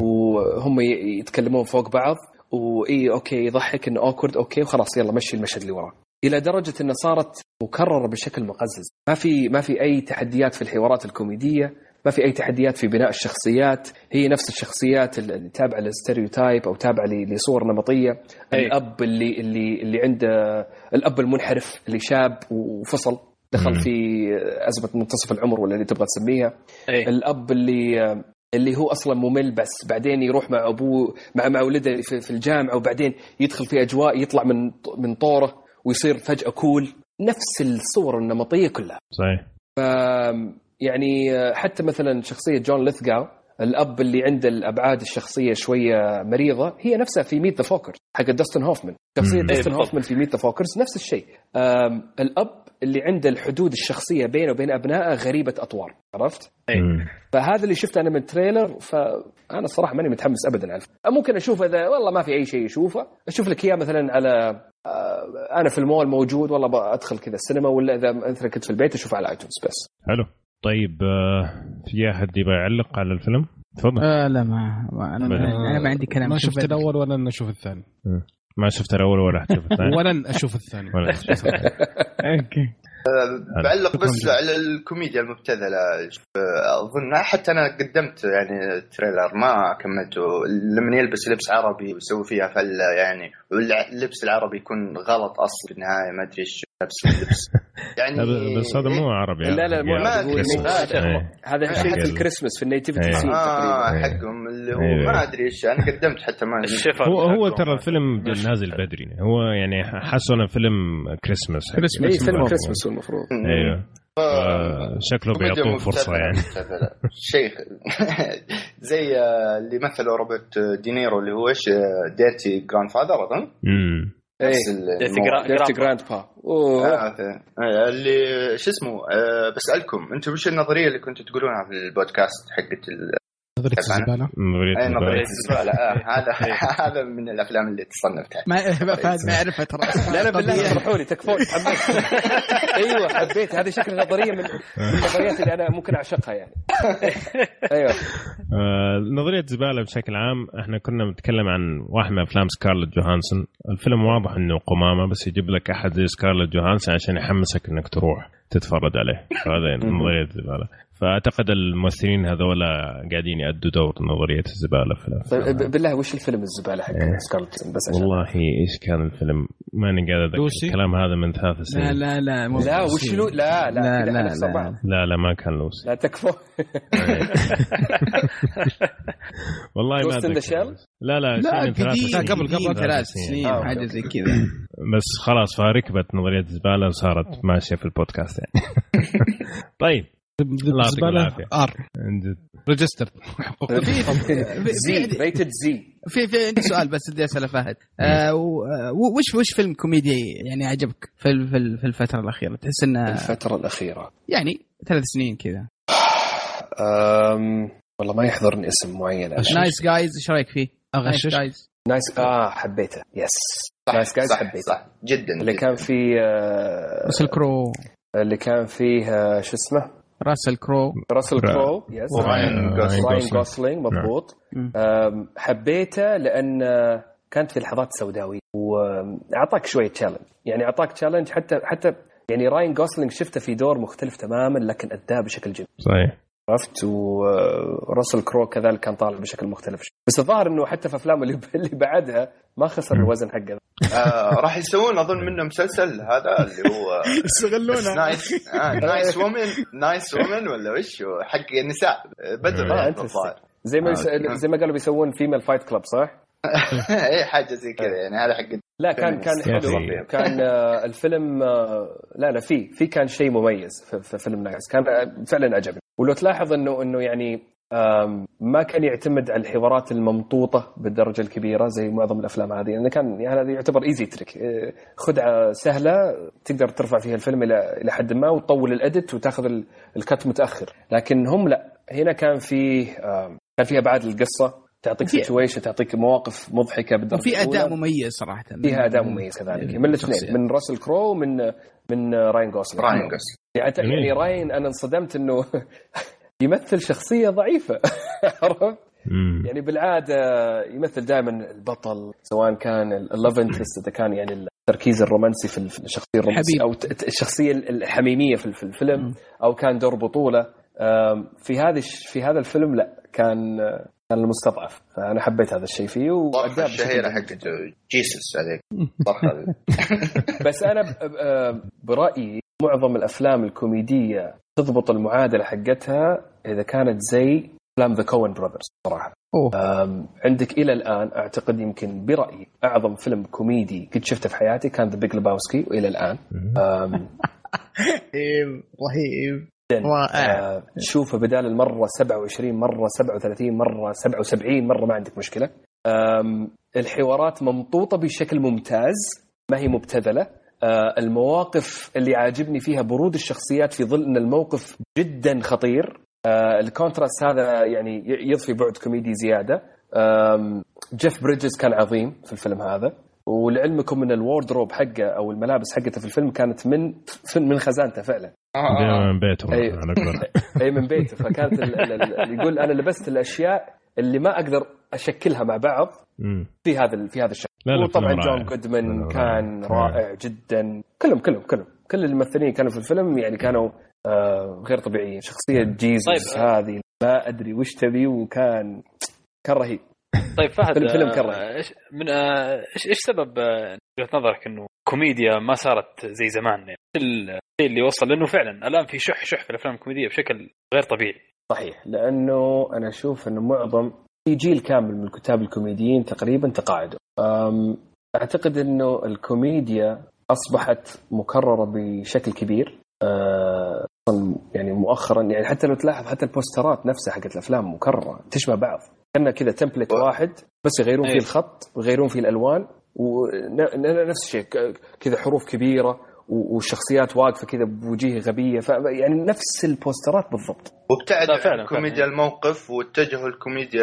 F: وهم يتكلمون فوق بعض، وإيه أوكي يضحك إنه أوكورد أوكي وخلاص يلا مشي المشهد اللي وراه، إلى درجة إنه صارت مكررة بشكل مقزز. ما في أي تحديات في الحوارات الكوميدية، ما في أي تحديات في بناء الشخصيات، هي نفس الشخصيات اللي تابعة للستيريوتايب أو تابعة لصور نمطية. الأب اللي عنده الأب المنحرف اللي شاب وفصل دخل في أزمة منتصف العمر ولا اللي تبغى تسميها. الأب اللي هو أصلا ممل، بس بعدين يروح مع أبوه مع ولده في الجامعة، وبعدين يدخل في أجواء يطلع من طوره ويصير فجأة كول. نفس الصور النمطية كلها.
E: صحيح.
F: يعني حتى مثلا شخصية جون ليثغاو، الأب اللي عنده الأبعاد الشخصية شوية مريضة، هي نفسها في ميت ذا فوكرز حق داستن هوفمان. شخصية داستن هوفمان في ميت ذا فوكرز نفس الشيء. الأب اللي عنده الحدود الشخصية بينه وبين أبنائه غريبة أطوار، عرفت؟ فهذا اللي شفته أنا من التريلر، فأنا صراحة ماني متحمس أبدا على ممكن أشوف إذا والله ما في أي شيء أشوف لك إياه مثلا على أنا في المول موجود، والله أدخل كذا السينما، ولا إذا أنت كنت في البيت أشوف على آيتونز بس.
E: حلو. طيب في أحد يبغى يعلق على الفيلم؟ تفضل.
B: لا أنا ما عندي كلام.
C: ما شفت الأول ولا أنا أشوف الثاني.
E: ما شفت الأول ولا أشوف الثاني.
C: ولا أشوف الثاني.
E: أوكي.
G: بعلق بس على الكوميديا المبتذلة. أظن حتى أنا قدمت يعني التريلر ما كملته. لما يلبس لبس عربي ويسوي فيها فلة يعني، واللبس العربي يكون غلط أصل بالنهاية، ما أدري إيش اللبس يعني.
E: بس هذا مو عربي.
F: لا مو هذا شيء في الكريسماس في النيتيفيتي سين
G: حقهم اللي هو ما أدري إيش. أنا قدمت حتى ما
E: هو ترى الفيلم نازل بدري، هو يعني حسنا فيلم كريسماس.
F: فيلم كريسماس المفروض.
E: ايوه شكله بيعطوه فرصه يعني.
G: شيخ زي اللي مثله روبرت دينيرو اللي هو ايش ديرتي جراند فادر اظن.
F: ديرتي جراند با
G: اللي شو اسمه. بسألكم انتم وش النظريه اللي كنتوا تقولونها في البودكاست حقت
C: نظرية الزبالة.
G: نظرية الزبالة. هذا من الأفلام اللي تصنفتها.
B: ما أعرفها ترى.
F: لا بالله اشرحوا لي تكفون. حبيت. أيوة حبيت. هذه شكل نظرية من النظريات اللي أنا ممكن أعشقها يعني. أيوة.
E: نظرية الزبالة بشكل عام إحنا كنا بنتكلم عن واحد من أفلام سكارلت جوهانسون. الفيلم واضح إنه قمامة، بس يجيب لك أحد زي سكارلت جوهانسون عشان يحمسك إنك تروح تتفرج عليه. هذا نظرية الزبالة. فأعتقد الممثلين هذولا قاعدين يأدوا دور نظرية الزبالة في الفيلم.
F: طيب بالله وش الفيلم الزبالة حق سكارلت بس عشان
E: والله إيش كان الفيلم ماني قاعد أذكر الكلام هذا من 3 سنين.
F: لا وش له
E: لا ما كان لوسي.
F: لا تكفو.
E: والله ما
F: أذكر.
E: لا
C: قبل
B: 3 سنين حاجة زي كذا.
E: بس خلاص فركبت نظرية الزبالة وصارت ماشية في البودكاست يعني. طيب الله يعطيك العافية.
C: ريجستر
F: زي ريتد زي.
B: في عندي سؤال بس بدي أسأله فهد. وش فيلم كوميدي يعني عجبك في الفترة الأخيرة؟ تحس إنه
F: الفترة الأخيرة
B: يعني 3 سنين كذا.
F: والله ما يحضرني اسم معين.
B: نايس جايز إيش رأيك فيه؟
C: أغشش
F: نايس حبيته يس نايس جايز حبيته
G: صح جدا
F: اللي
G: جداً.
F: كان فيه
B: راسل كرو
F: اللي كان فيه شو اسمه
B: راسل كرو يس
G: وراين
F: غوسلينج مضبوط. حبيته لأن كانت في لحظات سوداوية وأعطاك شوية تشالنج يعني أعطاك تشالنج حتى يعني راين غوسلينج شفته في دور مختلف تماما لكن أداه بشكل جميل
E: صحيح
F: عرفت. وراسل كرو كذلك كان طالع بشكل مختلف بس الظاهر انه حتى في افلامه اللي بعدها ما خسر الوزن حقه.
G: راح يسوون اظن منه مسلسل هذا اللي هو
B: يستغلونه
G: نايس وومن ولا وش حق النساء بدر الظاهر
F: زي ما قالوا بيسوون فيميل فايت كلاب صح.
G: اي حاجه زي كذا يعني هذا حق
F: لا كان حلو كان الفيلم لا في كان شيء مميز في فيلم نايس كان فعلا عجبني. ولو تلاحظ انه يعني ما كان يعتمد على الحوارات الممطوطه بالدرجه الكبيره زي معظم الافلام هذه لانه كان يعني هذا يعتبر ايزي تريك خدعه سهله تقدر ترفع فيها الفيلم الى حد ما وتطول الاديت وتاخذ الكت متاخر. لكن هم لا هنا كان فيها ابعاد القصه تعطيك سيتويشن تعطيك مواقف مضحكه بالدرجه
B: وفي اداء مميز صراحه
F: فيها اداء مميز كذلك من الاثنين من راسل كرو من راين غوسلينج. يعني راين انا انصدمت انه يمثل شخصيه ضعيفه عرفت يعني بالعاده يمثل دائما البطل سواء كان اللوف انترست اذا كان يعني التركيز الرومانسي في الشخصيه الرومانسيه او الشخصيه الحميميه في الفيلم او كان دور بطوله. في هذا الفيلم لا كان المستضعف فأنا حبيت هذا الشيء فيه
G: وأداء الشهيرة حقته جيسس عليك
F: بس أنا برأيي معظم الأفلام الكوميدية تضبط المعادلة حقتها إذا كانت زي أفلام The Coen Brothers صراحة. عندك إلى الآن أعتقد يمكن برأيي أعظم فيلم كوميدي كنت شفته في حياتي كان The Big Lebowski وإلى الآن
B: رهيب
F: تشوفه بدال المرة 27 مرة 37 مرة 77 مرة ما عندك مشكلة. الحوارات ممطوطة بشكل ممتاز ما هي مبتذلة. المواقف اللي عاجبني فيها برود الشخصيات في ظل أن الموقف جدا خطير. الكونتراست هذا يعني يضفي بعد كوميدي زيادة. جيف بريدجز كان عظيم في الفيلم هذا ولعلمكم من الوردروب حقه أو الملابس حقته في الفيلم كانت من خزانته فعلا
E: من بيته
F: أي من بيته. فكانت يقول أنا لبست الأشياء اللي ما أقدر أشكلها مع بعض في هذا الشيء. وطبعا جون جودمان كان رائع جدا. كل الممثلين كانوا في الفيلم يعني كانوا غير طبيعيين. شخصية جيزوس هذه ما أدري وش تبي وكان رهيب.
D: طيب فهد
F: الفيلم كان رهيب.
D: إيش سبب وجهة نظرك إنه كوميديا ما صارت زي زمان يعني اللي وصل لأنه فعلا الآن في شح في الأفلام الكوميدية بشكل غير طبيعي؟
F: صحيح لأنه أنا أشوف أنه معظم في جيل كامل من الكتاب الكوميديين تقريبا تقاعدوا. أعتقد أنه الكوميديا أصبحت مكررة بشكل كبير يعني مؤخرا يعني حتى لو تلاحظ حتى البوسترات نفسها حقت الأفلام مكررة تشبه بعض كأنه كذا تمبلت واحد بس يغيرون فيه الخط ويغيرون فيه الألوان ونفس الشيء كذا حروف كبيرة والشخصيات واقفة كذا بوجيه غبية يعني نفس البوسترات بالضبط.
G: وابتعد كوميديا الموقف واتجهوا الكوميديا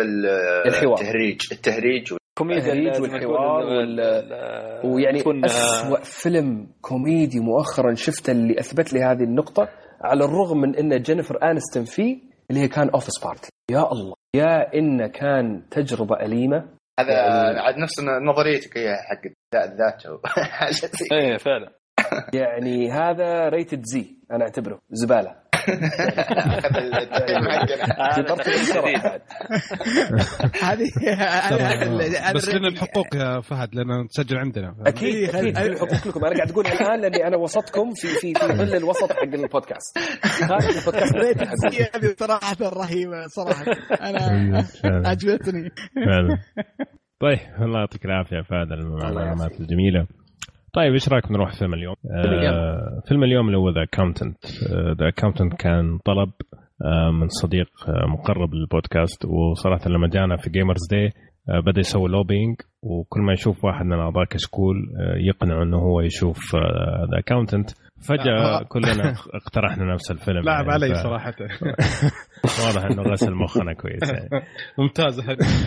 G: التهريج
F: والحوار ويعني أسوأ فيلم كوميدي مؤخرا شفته اللي أثبت لي هذه النقطة على الرغم من أن جينيفر آنستون فيه اللي هي كان أوفيس بارتي. يا الله يا إن كان تجربة أليمة.
G: هذا يعني نفس نظريتك هي حق ذاته
D: ايه فعلا
F: يعني هذا ريتد زي انا اعتبره زباله.
C: هذه بس لنا الحقوق يا فهد لأننا نسجل عندنا
F: اكيد الحقوق لكم. انا قاعد اقول الان لاني انا وسطكم في ظل الوسط حق البودكاست. هذا البودكاست
B: هذه صراحه رهيبه صراحه انا عجبتني
E: فعلا. طيب الله يعطيك العافيه فهد المعلومات الجميله. طيب ايش رايك نروح فيلم اليوم؟ فيلم اليوم اللي هو ذا اكاونتنت كان طلب من صديق مقرب للبودكاست وصراحه لما جانا في جيمرز داي بدا يسوي لوبينج وكل ما يشوف واحد من اعضاء كشكول يقنعه انه هو يشوف ذا اكاونتنت فجأة كلنا اقترحنا نفس الفيلم.
C: لعب علي صراحة.
E: واضح انه غسل مخنا كويس يعني.
C: ممتاز.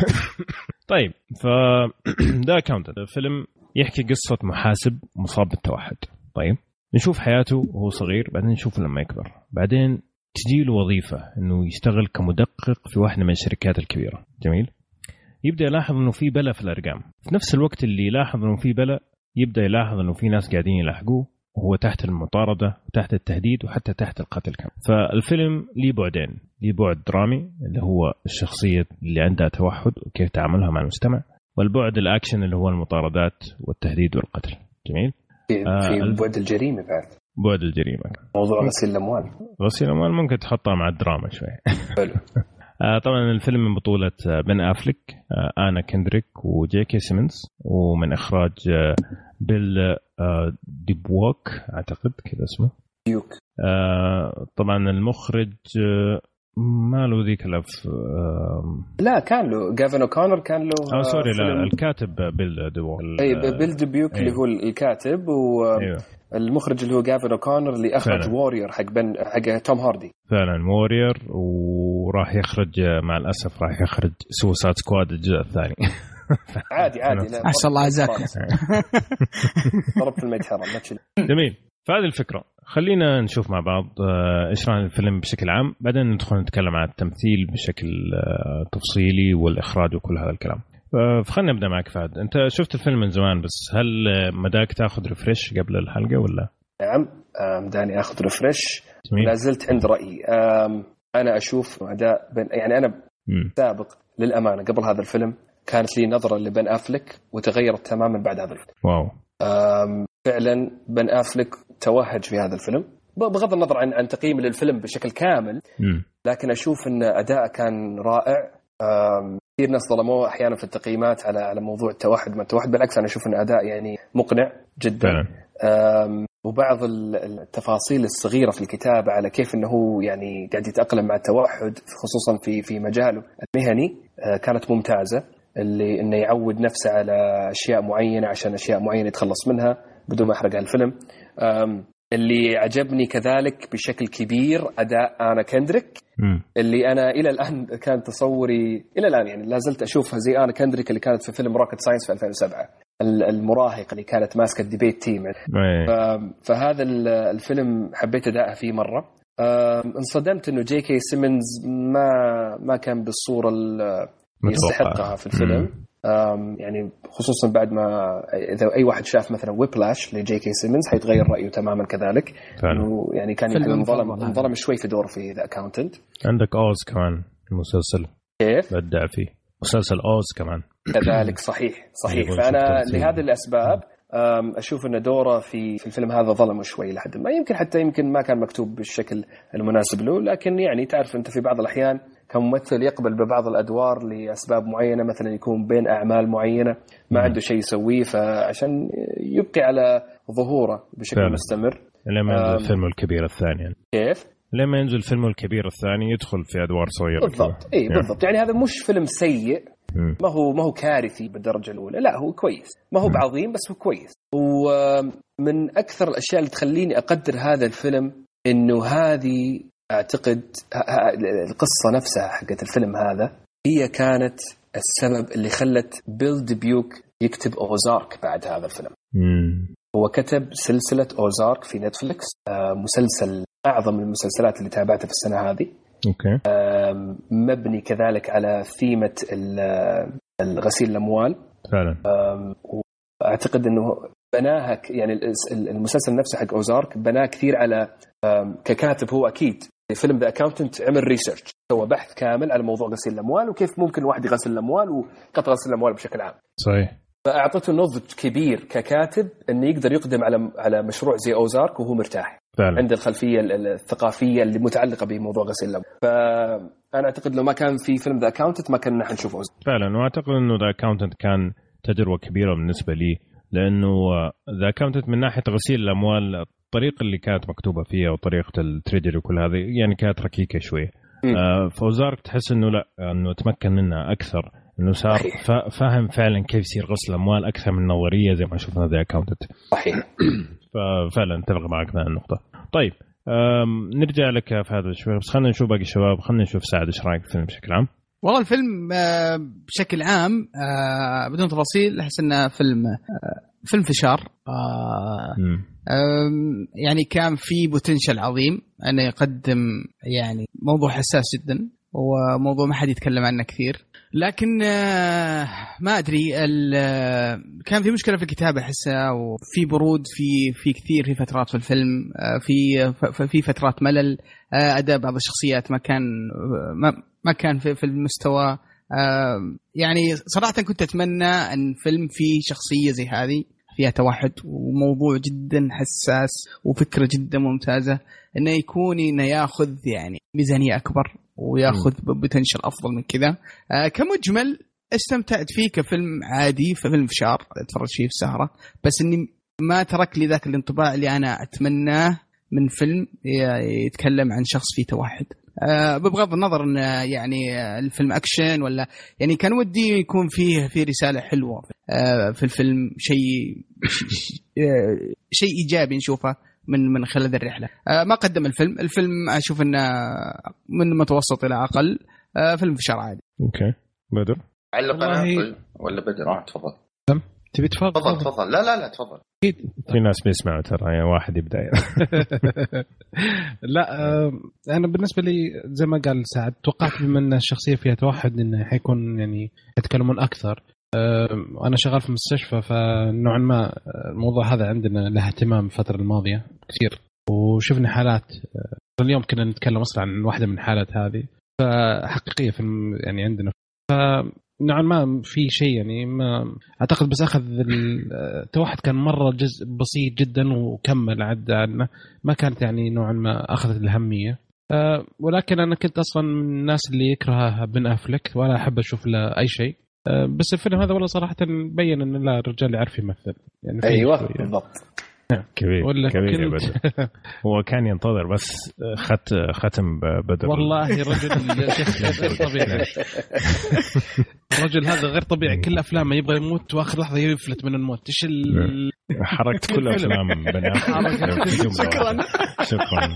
E: طيب فده أكاونتنت، الفيلم يحكي قصة محاسب مصاب بالتوحد. طيب نشوف حياته وهو صغير، بعدين نشوف لما يكبر، بعدين تجيله وظيفة انه يشتغل كمدقق في واحدة من الشركات الكبيرة. جميل. يبدأ يلاحظ انه في بلا في الارقام، في نفس الوقت اللي يلاحظ انه في بلا يبدأ يلاحظ انه في ناس قاعدين يلاحقوه وهو تحت المطاردة وتحت التهديد وحتى تحت القتل كمان. فالفيلم ليه بعدين، ليه بعد درامي اللي هو الشخصية اللي عندها توحد وكيف تعاملها مع المجتمع، والبعد الأكشن اللي هو المطاردات والتهديد والقتل. جميل.
F: في بعد الجريمة بعد،
E: بعد الجريمة،
F: موضوع غسيل الأموال.
E: غسيل الأموال ممكن تحطها مع الدراما شوي.
F: حلو.
E: طبعا الفيلم من بطولة بن أفليك، آنا كندريك وجيكي سيمنز، ومن إخراج بيل ديبوك أعتقد كذا اسمه
F: ديوك.
E: طبعا المخرج ما له ذيك
F: لا كان له جافن أوكونر، كان له
E: سوري لا الكاتب بيل ديبوك.
F: بيل ديبوك اللي هو الكاتب، والمخرج اللي هو جافن أوكونر اللي أخرج وورير حق توم هاردي.
E: فعلا وورير، وراح يخرج مع الأسف راح يخرج سوسايد سكواد الجزء الثاني.
F: عادي
B: ما شاء الله عزاك.
F: ضرب في الميت حرام.
E: جميل. فهذه الفكرة. خلينا نشوف مع بعض إيش رأي الفيلم بشكل عام، بعدين ندخل نتكلم عن التمثيل بشكل تفصيلي والإخراج وكل هذا الكلام. فخلنا نبدأ معك فهد. أنت شفت الفيلم من زمان، بس هل مداك تأخذ ريفريش قبل الحلقة ولا؟
F: نعم داني أخذ ريفريش. لا زلت عند رأيي. أنا أشوف أداء يعني أنا سابق للأمانة قبل هذا الفيلم كانت لي نظرة لبن أفلك وتغيرت تماما بعد هذا الفيلم.
E: واو.
F: فعلا بن أفلك توهج في هذا الفيلم بغض النظر عن تقييمي للفيلم بشكل كامل، لكن أشوف أن أداء كان رائع. كثير ناس ظلموه أحيانا في التقييمات على موضوع التوحد ما التوحد، بالعكس أنا أشوف أن أداء يعني مقنع جدا. وبعض التفاصيل الصغيرة في الكتابة على كيف أنه يعني قاعد يتأقلم مع التوحد خصوصا في مجاله المهني كانت ممتازة. اللي إنه يعود نفسه على أشياء معينة عشان أشياء معينة يتخلص منها بدون ما أحرق الفيلم. اللي عجبني كذلك بشكل كبير أداء آنا كندريك، اللي أنا إلى الآن كان تصوري إلى الآن يعني لازلت أشوفها زي آنا كندريك اللي كانت في فيلم روكت ساينس في 2007، المراهق اللي كانت ماسكة الديبيت تيم. فهذا الفيلم حبيت أداءها فيه مرة. انصدمت إنه جي كي سيمنز ما كان بالصورة يستحقها في الفيلم. يعني خصوصا بعد ما إذا أي واحد شاف مثلا ويبلاش لجي كي سيمنز حيتغير رأيه تماما كذلك. إنه يعني كان انظلم شوي في دور في ذا أكاونتنت.
E: عندك أوز كمان المسلسل
F: كيف
E: بدع فيه مسلسل أوز كمان
F: كذلك. صحيح. فأنا لهذه الأسباب أشوف أن دوره في الفيلم هذا ظلمه شوي لحد ما يمكن ما كان مكتوب بالشكل المناسب له، لكن يعني تعرف أنت في بعض الأحيان كممثل يقبل ببعض الأدوار لأسباب معينة، مثلا يكون بين أعمال معينة ما عنده شيء يسويه فعشان يبقي على ظهوره بشكل فعلا مستمر.
E: لما ينزل الفيلم الكبير الثاني
F: كيف؟
E: لما ينزل الفيلم الكبير الثاني يدخل في أدوار صغيرة.
F: بالضبط. بالضبط. يعني هذا مش فيلم سيء، ما هو كارثي بالدرجة الأولى، لا هو كويس، ما هو بعظيم بس هو كويس. ومن أكثر الأشياء اللي تخليني أقدر هذا الفيلم إنه هذه أعتقد القصة نفسها حقت الفيلم هذا هي كانت السبب اللي خلت بيل ديبوك يكتب أوزارك بعد هذا الفيلم. هو كتب سلسلة أوزارك في نتفليكس، مسلسل أعظم المسلسلات اللي تابعتها في السنة هذه. مبني كذلك على ثيمة الغسيل الأموال فعلا. وأعتقد أنه بناها يعني المسلسل نفسه حق أوزارك بناه كثير على ككاتب. هو أكيد فيلم ذا أكاونتنت عمل ريسيرش، سوى بحث كامل على موضوع غسيل الأموال وكيف ممكن واحد يغسل الأموال وقطع غسيل الأموال بشكل عام.
E: صحيح.
F: فأعطته نضج كبير ككاتب أنه يقدر يقدم على مشروع زي أوزارك وهو مرتاح فعلا. عند الخلفية الثقافية اللي متعلقة بموضوع غسيل الأموال. فأنا أعتقد لو ما كان في فيلم ذا أكاونتنت ما كنا نشوف أوزارك
E: فعلا. وأعتقد أنه ذا أكاونتنت كان تجربة كبيرة بالنسبة لي، لأنه ذا أكاونتنت من ناحية غسيل الأموال الطريقة اللي كانت مكتوبة فيها وطريقة التريجر وكل هذه يعني كانت ركيكة شوية. فوزارك تحس أنه لا، أنه تمكن منها أكثر، أنه صار فاهم فعلا كيف يصير غسل الأموال أكثر من نظرية زي ما شفنا ذا أكاونتنت.
F: صحيح.
E: ففعلا اتفق معك في النقطه. طيب نرجع لك في هذا شوي، بس خلينا نشوف باقي الشباب. خلينا نشوف سعد ايش رايك في الفيلم بشكل عام.
B: والله الفيلم بشكل عام بدون تفاصيل احس انه فيلم فشار. يعني كان في بوتنشل عظيم انه يقدم يعني موضوع حساس جدا وموضوع ما حد يتكلم عنه كثير، لكن ما ادري كان في مشكله في الكتابه احسها، وفي برود في كثير في فترات في الفيلم، في فترات ملل، اداء بعض الشخصيات ما كان في المستوى. يعني صراحه كنت اتمنى ان فيلم فيه شخصيه زي هذه فيها توحد وموضوع جدا حساس وفكره جدا ممتازه، انه ياخذ يعني ميزانيه اكبر وياخذ بوتنشل افضل من كذا. كمجمل استمتعت فيه كفيلم عادي، فيلم فشار اتفرج فيه في سهره، بس اني ما ترك لي ذاك الانطباع اللي انا اتمناه من فيلم يتكلم عن شخص فيه توحد. بغض النظر ان يعني الفيلم اكشن ولا يعني كان ودي يكون فيه رساله حلوه في الفيلم، شيء ايجابي نشوفه من خلال الرحله. ما قدم الفيلم اشوف انه من متوسط الى اقل، فيلم فشار عادي.
E: اوكي بدر
G: علق ولا بدر؟ تفضل.
C: تبي
G: تفضل. لا تفضل.
E: في ناس بيسمعوا ترى، يعني واحد يبدا.
C: لا انا بالنسبه لي زي ما قال سعد، توقعت من الشخصيه فيها توحد انه حيكون يعني يتكلمون اكثر. انا شغال في مستشفى، فنوعا ما الموضوع هذا عندنا له اهتمام الفتره الماضيه كثير، وشفنا حالات. اليوم كنا نتكلم اصلا عن واحده من الحالات هذه، فحقيقيه في يعني عندنا. نوعا ما في شيء يعني ما اعتقد، بس اخذ التوحد كان مره جزء بسيط جدا وكمل عدى عنه، ما كانت يعني نوعا ما اخذت الاهميه. ولكن انا كنت اصلا من الناس اللي يكره بن افلك ولا احب اشوف له اي شيء. بس الفيلم هذا والله صراحه بين ان لا، الرجال يعرف يمثل يعني.
F: ايوه بالضبط.
E: كبير يا بدر. هو كان ينتظر بس ختم بدر.
C: والله رجل غير طبيعي. الرجل هذا غير طبيعي، كل أفلامه يبغى يموت وآخر لحظة يفلت من الموت. إيش
E: حركت كل أفلام بني شكرا.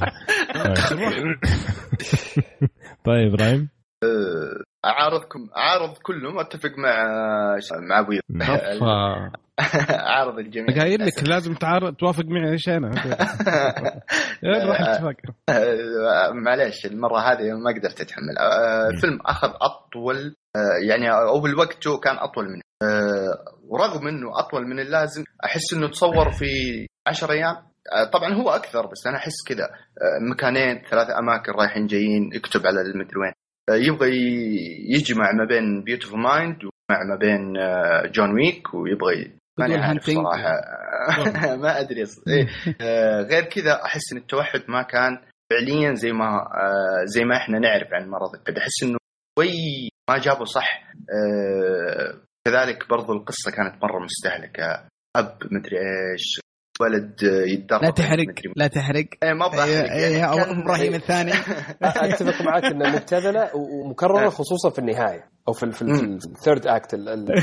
G: طيب رايم، أعارض كلهم، أتفق مع أبوي. عارض الجميع.
C: قايل لك لازم توافق معي. ايش انا راح اتفق.
G: معليش المره هذه ما قدرت اتحمل. الفيلم اخذ اطول، يعني او بالوقت كان اطول منه، ورغم انه اطول من اللازم احس انه تصور في 10 ايام. طبعا هو اكثر، بس انا احس كذا 2 3 اماكن رايحين جايين، يكتب على المدري وين، يبغى يجمع ما بين بيوتيفول مايند ومع ما بين جون ويك، ويبغى ما صراحة ما أدري غير كذا. أحس إن التوحد ما كان فعليا زي ما إحنا نعرف عن مرض القلب. أحس إنه ما جابوا صح. كذلك برضو القصة كانت مرة مستهلكة، أب مدري إيش، ولد يتدرب.
B: لا تحرق.
G: ما بحرق.
B: يعني إبراهيم الثاني.
F: أتفق معك إنها مبتذلة ومكررة، خصوصا في النهاية أو في الثيرد أكت.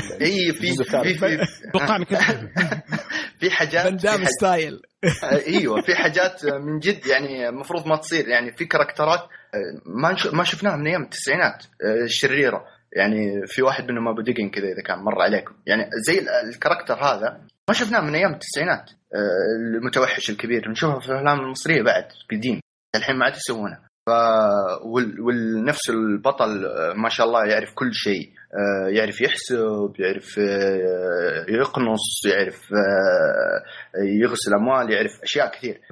C: توقعنا
G: في حاجات
B: بندام ستايل.
G: ايوه في حاجات من جد يعني المفروض ما تصير. يعني في كاركترات ما شفناها من ايام التسعينات، الشريره. يعني في واحد منهم ابو دقن كذا، اذا كان مر عليكم، يعني زي الكاركتر هذا ما شفناه من ايام التسعينات. المتوحش الكبير نشوفه في الافلام المصريه بعد قديم، الحين ما عاد يسوونه. والنفس البطل ما شاء الله يعرف كل شيء، يعرف يحسب، يعرف يقنص، يعرف يغسل أموال، يعرف أشياء كثير.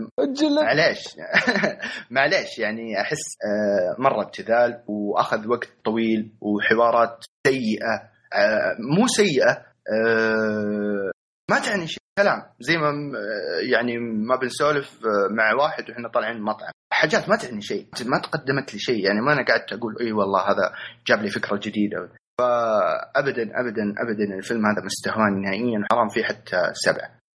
G: معليش يعني أحس مرة ابتذال، وأخذ وقت طويل، وحوارات سيئة، مو سيئة، ما تعني شيء. كلام زي ما يعني ما بنسولف مع واحد وإحنا طالعين مطعم، حاجات ما تعني شيء، ما تقدمت لي شيء. يعني ما أنا قعدت أقول إيه والله هذا جاب لي فكرة جديدة. فأبدا أبدا أبدا الفيلم هذا مستهوان نهائيا، حرام فيه حتى 7.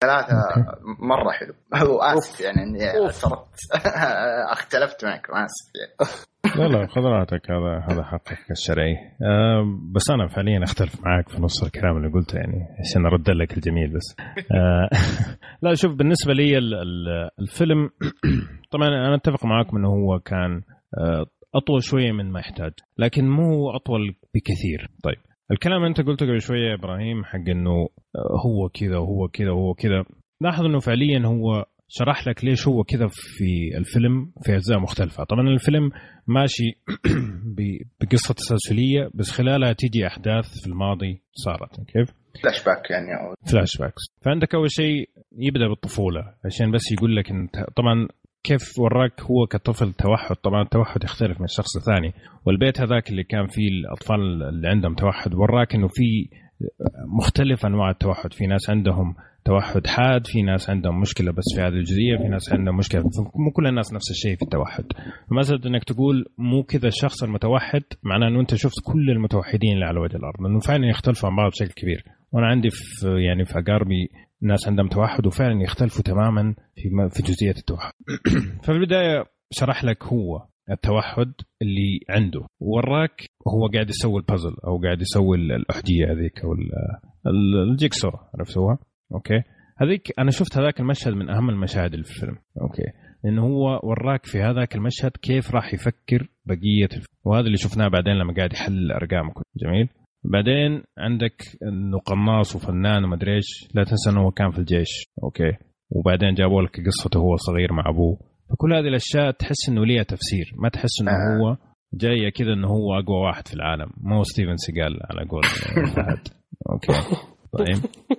G: 3 مرة حلو. هو آسف يعني إني اختلفت معك، آسف يعني.
E: لا خذ راحتك، هذا حقك الشرعي. بس أنا فعليا أختلف معك في نص الكلام اللي قلته يعني عشان أرد لك الجميل بس. لا شوف، بالنسبة لي الفيلم طبعا أنا أتفق معكم إنه هو كان أطول شوية من ما يحتاج، لكن مو أطول بكثير. طيب الكلام أنت قلته قبل شوية يا إبراهيم حق إنه هو كذا وهو كذا وهو كذا، لاحظ إنه فعليا هو شرح لك ليش هو كذا في الفيلم في أجزاء مختلفة. طبعا الفيلم ماشي بقصة تسلسلية بس خلالها تيجي أحداث في الماضي صارت كيف
G: فلاش باك يعني، أو
E: فلاش باكس. فعندك أول شيء يبدأ بالطفولة عشان بس يقول لك أنت طبعا كيف وراك هو كطفل توحد. طبعا التوحد يختلف من شخص ثاني، والبيت هذاك اللي كان فيه الأطفال اللي عندهم توحد وراك إنه في مختلف أنواع التوحد. في ناس عندهم توحد حاد، في ناس عندهم مشكلة بس في هذه الجزئية، في ناس عندهم مشكلة. مو كل الناس نفس الشيء في التوحد. فمثلا إنك تقول مو كذا الشخص المتوحد معناه إنه أنت شفت كل المتوحدين اللي على وجه الأرض، لأنه فعلا يختلفوا عن بعض بشكل كبير. وأنا عندي في أقاربي ناس عندهم توحد وفعلا يختلفوا تماما في جزئية التوحد. ففي البداية شرح لك هو التوحد اللي عنده، وراك هو قاعد يسوي البازل أو قاعد يسوي الأحجية هذيك أو الجيكسور، عرفتوها؟ أوكي، هذيك أنا شفت هذاك المشهد من أهم المشاهد اللي في الفيلم. أوكي، لأنه هو وراك في هذاك المشهد كيف راح يفكر بقية الفيلم، وهذا اللي شفناه بعدين لما قاعد يحل الأرقام. جميل. بعدين عندك انه قناص وفنان وما ادري ايش، لا تنسى انه هو كان في الجيش. اوكي، وبعدين جابوا لك قصته هو صغير مع ابوه. فكل هذه الاشياء تحس انه ليها تفسير، ما تحس انه هو جاي كذا انه هو اقوى واحد في العالم، مو ستيفن سيغال على قول فهد. اوكي طيب.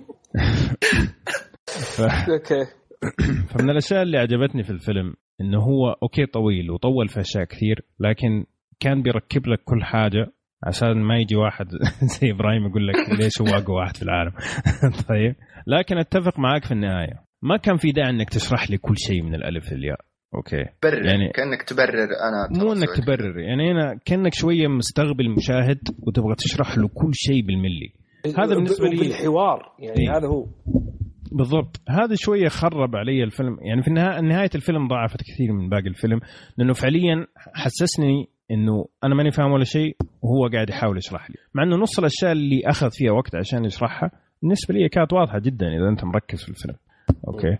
E: فمن الاشياء اللي عجبتني في الفيلم انه هو اوكي طويل وطول في اشياء كثير، لكن كان بيركب لك كل حاجه عشان ما يجي واحد زي إبراهيم يقول لك ليش هو أقوى واحد في العالم. طيب، لكن أتفق معك في النهاية ما كان في داعي أنك تشرح لي كل شيء من الألف للياء. أوكي،
G: يعني كأنك تبرر. أنا
E: مو أنك تبرر، يعني أنا كأنك شوية مستقبل المشاهد وتبغى تشرح له كل شيء بالملي. هذا بالنسبة لي
F: بالحوار يعني هذا هو
E: بالضبط. هذا شوية خرب علي الفيلم، يعني في نهاية الفيلم ضاعفت كثير من باقي الفيلم، لأنه فعليا حسسني انه انا ماني فاهم ولا شيء وهو قاعد يحاول يشرح لي، مع انه نص الاشياء اللي اخذ فيها وقت عشان يشرحها بالنسبه لي كانت واضحه جدا اذا انت مركز في الفيلم. اوكي،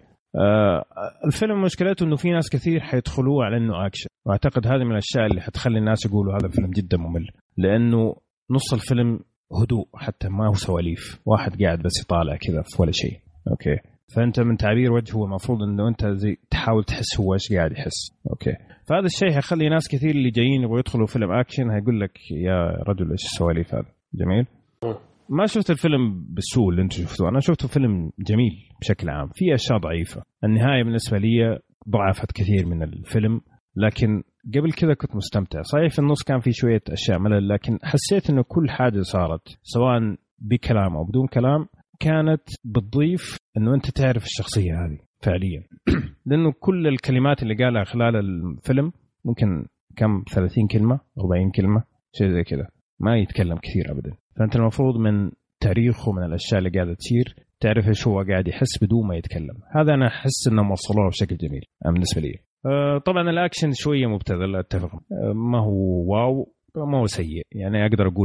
E: الفيلم مشكلته انه في ناس كثير حيدخلوه على انه اكشن، واعتقد هذه من الاشياء اللي حتخلي الناس يقولوا هذا الفيلم جدا ممل، لانه نص الفيلم هدوء حتى ما هو سواليف، واحد قاعد بس يطالع كذا في ولا شيء. اوكي، فانت من تعبير وجهه هو المفروض انه انت زي تحاول تحس هو ايش قاعد يحس. اوكي، فهذا الشيء هيخلي ناس كثير اللي جايين يبغوا يدخلوا فيلم اكشن هيقول لك يا رجل ايش السواليف هذا. جميل. ما شفت الفيلم بالسوء اللي انتم شفتوه، انا شفته فيلم جميل بشكل عام، في اشياء ضعيفه. النهايه بالنسبه لي ضعفت كثير من الفيلم، لكن قبل كذا كنت مستمتع. صحيح في النص كان في شويه اشياء ملل، لكن حسيت انه كل حاجه صارت سواء بكلام او بدون كلام كانت بتضيف انه انت تعرف الشخصيه هذه فعليا. لانه كل الكلمات اللي قالها خلال الفيلم ممكن كم 30 كلمه 40 كلمه شيء زي كذا، ما يتكلم كثير ابدا. فانت المفروض من تاريخه من الاشياء اللي قاعده تصير تعرف ايش هو قاعد يحس بدون ما يتكلم. هذا انا احس انه وصلوه بشكل جميل بالنسبه لي. طبعا الاكشن شويه مبتذل، اتفق. ما هو واو ما هو سيء، يعني اقدر اقول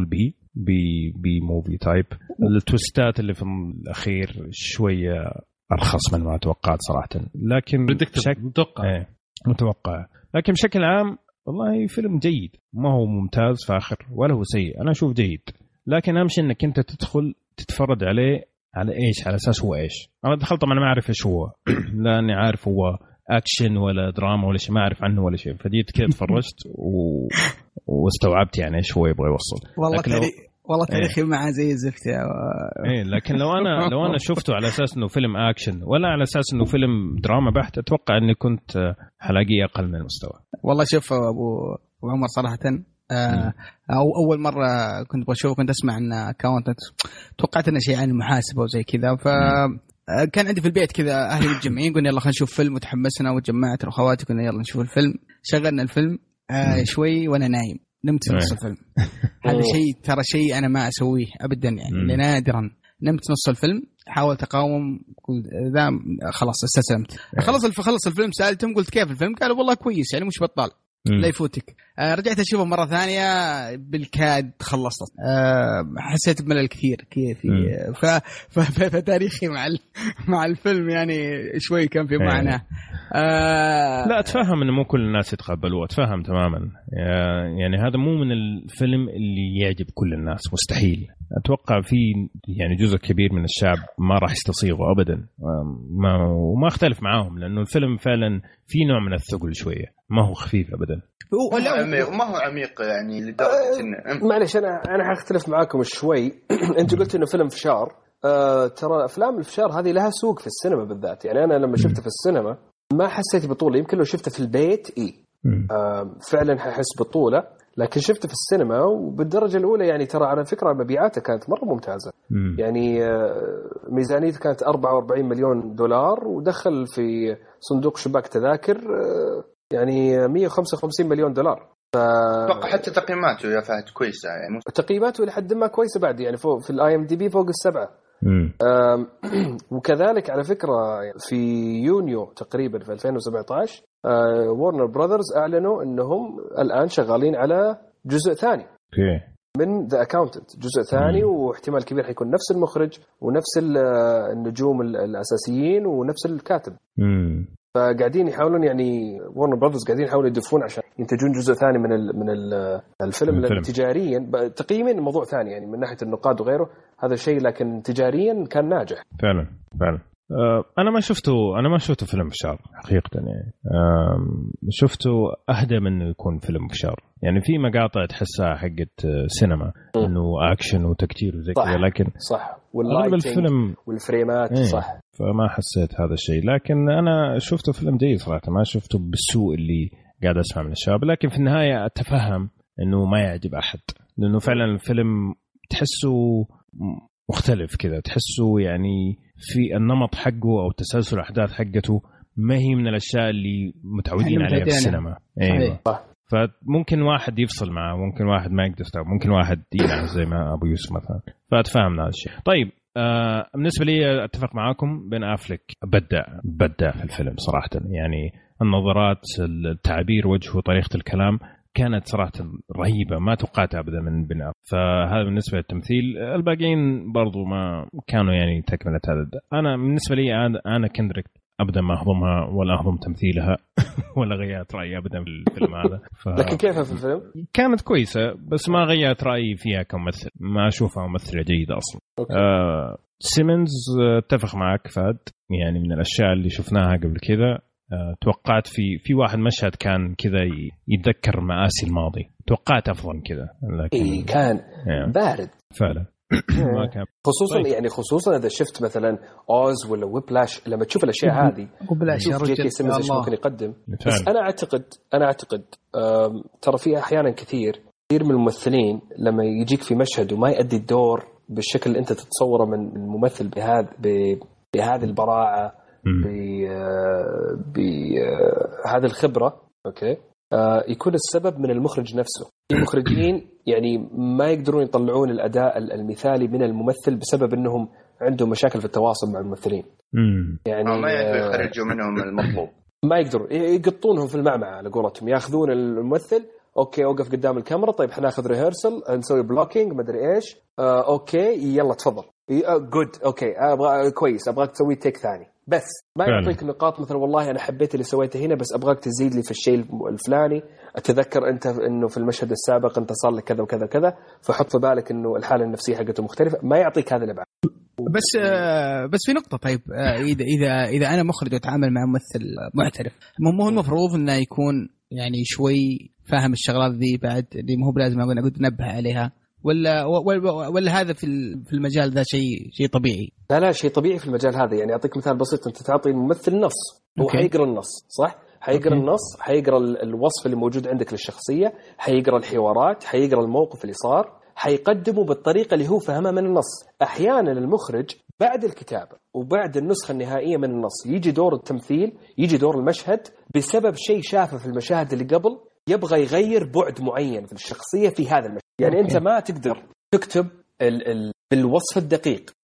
E: بي موفي تايب. التويستات اللي في الاخير شويه ارخص من ما توقعت صراحه، لكن متوقع. لكن بشكل عام والله فيلم جيد، ما هو ممتاز فاخر ولا هو سيء، انا اشوف جيد. لكن اهم شيء انك انت تدخل تتفرج عليه على ايش، على اساس هو ايش. انا دخلت طبعا ما اعرف ايش هو، لاني عارف هو اكشن ولا دراما ولا شيء، ما اعرف عنه ولا شيء. فجيت كذا تفرجت واستوعبت يعني ايش هو يبغى يوصل.
B: والله تاريخي معه زي الزفت يا
E: لكن لو انا شفته على اساس انه فيلم اكشن ولا على اساس انه فيلم دراما بحت، اتوقع اني كنت حلاقيه اقل من المستوى.
B: والله شوف ابو عمر صراحه اول مره كنت بشوف كنت اسمع عن اكاونتنت، توقعت انه شيء عن المحاسبه وزي كذا. كان عندي في البيت كذا اهلي متجمعين، قلنا يلا خلينا نشوف فيلم، وتحمسنا وتجمعت اخواتي قلنا يلا نشوف الفيلم. شغلنا الفيلم شوي وانا نايم، نمت في نص الفيلم. هذا شيء ترى شيء انا ما اسويه ابدا يعني، نادرا نمت نص الفيلم، حاولت اقاوم، ذا خلاص استسلمت. خلص الفيلم، سالتهم قلت كيف الفيلم؟ قالوا والله كويس يعني مش بطال لا يفوتك. رجعت اشوفه مره ثانيه بالكاد خلصت. حسيت بملل كثير كيف. فتاريخي مع الفيلم يعني شوي كان في معنى.
E: لا أتفهم إنه مو كل الناس يتقبلوه، أتفهم تماما. يعني هذا مو من الفيلم اللي يعجب كل الناس، مستحيل. أتوقع في يعني جزء كبير من الشعب ما راح يستصيغه أبدا، وما اختلف معاهم، لأنه الفيلم فعلا في نوع من الثقل شوية، ما هو خفيف أبدا.
G: ما هو عميق يعني لدرجة إنه
F: معلش أنا هختلف معاكم شوي. أنت قلت إنه فيلم فشار. ترى أفلام الفشار هذه لها سوق في السينما بالذات. يعني أنا لما شفته في السينما ما حسيت بطولة. يمكن لو شفته في البيت فعلا ححس بطولة، لكن شفته في السينما وبالدرجة الأولى. يعني ترى على فكرة مبيعاته كانت مرة ممتازة. يعني ميزانيته كانت 44 مليون دولار، ودخل في صندوق شباك تذاكر يعني 155 مليون دولار.
G: أتوقع حتى تقييماته يا فهد كويسة، يعني
F: تقييماته لحد ما كويسة بعد، يعني فوق في IMDb فوق 7. وكذلك على فكرة في يونيو تقريبا في 2017 وارنر براذرز أعلنوا أنهم الآن شغالين على جزء ثاني من The Accountant، جزء ثاني، واحتمال كبير حيكون نفس المخرج ونفس النجوم الأساسيين ونفس الكاتب. فقاعدين يحاولون، يعني وارنر براذرز قاعدين يحاولوا يدفون عشان ينتجون جزء ثاني من الفيلم. لأن تجاريا تقييميا الموضوع ثاني، يعني من ناحية النقاد وغيره هذا الشيء، لكن تجاريا كان ناجح
E: فعلا. أنا ما شفته فيلم فشار حقيقة. يعني شفته أهدى من إنه يكون فيلم فشار. يعني في مقاطع تحسها حقت سينما إنه أكشن وتكتير وزي كذا، لكن
F: صح والفيلم والفريمات صح.
E: فما حسيت هذا الشيء. لكن أنا شفته فيلم جيد صراحة، ما شفته بالسوء اللي قاعد أسمع من الشباب. لكن في النهاية أتفهم إنه ما يعجب أحد، لأنه فعلا الفيلم تحسه مختلف كذا، تحسه يعني في النمط حقه أو تسلسل الأحداث حقته ما هي من الأشياء اللي متعودين عليها في السينما. أيوة. فممكن واحد يفصل معه، ممكن واحد ما يقدر يستوعب، ممكن واحد يلعب زي ما أبو يوسف مثلا. فأتفهم هذا الشيء. طيب بالنسبة لي أتفق معاكم، بين أفلك بدع في الفيلم صراحة. يعني النظرات، التعبير وجهه، طريقة الكلام كانت صراحة رهيبة، ما توقعتها أبدا من بناء. فهذا بالنسبة للتمثيل. الباقيين برضو ما كانوا يعني تكملة هذا. أنا بالنسبة لي أنا كندريك أبدا ما أهضمها ولا أهضم تمثيلها ولا غيرت رأيي أبدا في الفيلم هذا.
F: لكن كيف في الفيلم؟
E: كانت كويسة بس ما غيرت رأيي فيها كممثل، ما أشوفها ممثلة جيدة أصلا. سيمنز اتفق معك فهد، يعني من الأشياء اللي شفناها قبل كذا. توقعت في واحد مشهد كان كذا يتذكر مآسي الماضي، توقعت أفضل كذا، لكن
F: كان بارد
E: فعلا. ما كان
F: خصوصا طيب. يعني خصوصا إذا شفت مثلا أوز ولا ويبلاش، لما تشوف الأشياء هذه شوف جي كي سيمنز إيش ممكن يقدم. بس أنا أعتقد ترى في أحيانا كثير من الممثلين لما يجيك في مشهد وما يؤدي الدور بالشكل اللي أنت تتصوره من الممثل بهذه البراعة، بهذه الخبرة، أوكي، يكون السبب من المخرج نفسه. المخرجين يعني ما يقدرون يطلعون الأداء المثالي من الممثل بسبب أنهم عندهم مشاكل في التواصل مع الممثلين.
G: يعني ما يقدروا يخرجوا منهم المطلوب،
F: ما يقدروا يقطونهم في المعمعة على قولتهم. ياخذون الممثل، أوكي أوقف قدام الكاميرا، طيب حناخذ ريهرسل، نسوي بلوكينج، ما أدري إيش، أوكي يلا تفضل، جود، أوكي أبغى كويس، أبغاك تسوي تيك ثاني، بس ما يعطيك نقاط مثلا والله أنا حبيت اللي سويته هنا بس أبغاك تزيد لي في الشيء الفلاني، أتذكر أنت إنه في المشهد السابق أنت صار لك كذا وكذا كذا، فحط في بالك إنه الحالة النفسية حقته مختلفة. ما يعطيك هذا الأبعاد.
B: بس في نقطة، طيب إذا أنا مخرج وأتعامل مع ممثل محترف، مو المفروض إنه يكون يعني شوي فاهم الشغلات ذي بعد، اللي مو بلازم أقول ننبه عليها، ولا هذا في المجال ذا شيء طبيعي؟
F: لا شيء طبيعي في المجال هذا. يعني أعطيك مثال بسيط، أنت تعطي الممثل نص، هو حيقرأ النص صح، حيقرأ النص، حيقرأ الوصف اللي موجود عندك للشخصية، حيقرأ الحوارات، حيقرأ الموقف اللي صار، حيقدمه بالطريقة اللي هو فهمها من النص. أحيانا المخرج بعد الكتابة وبعد النسخة النهائية من النص يجي دور التمثيل، يجي دور المشهد، بسبب شيء شافه في المشاهد اللي قبل يبغى يغير بعد معين في الشخصية في هذا المشهد. يعني أنت ما تقدر تكتب بالوصف الدقيق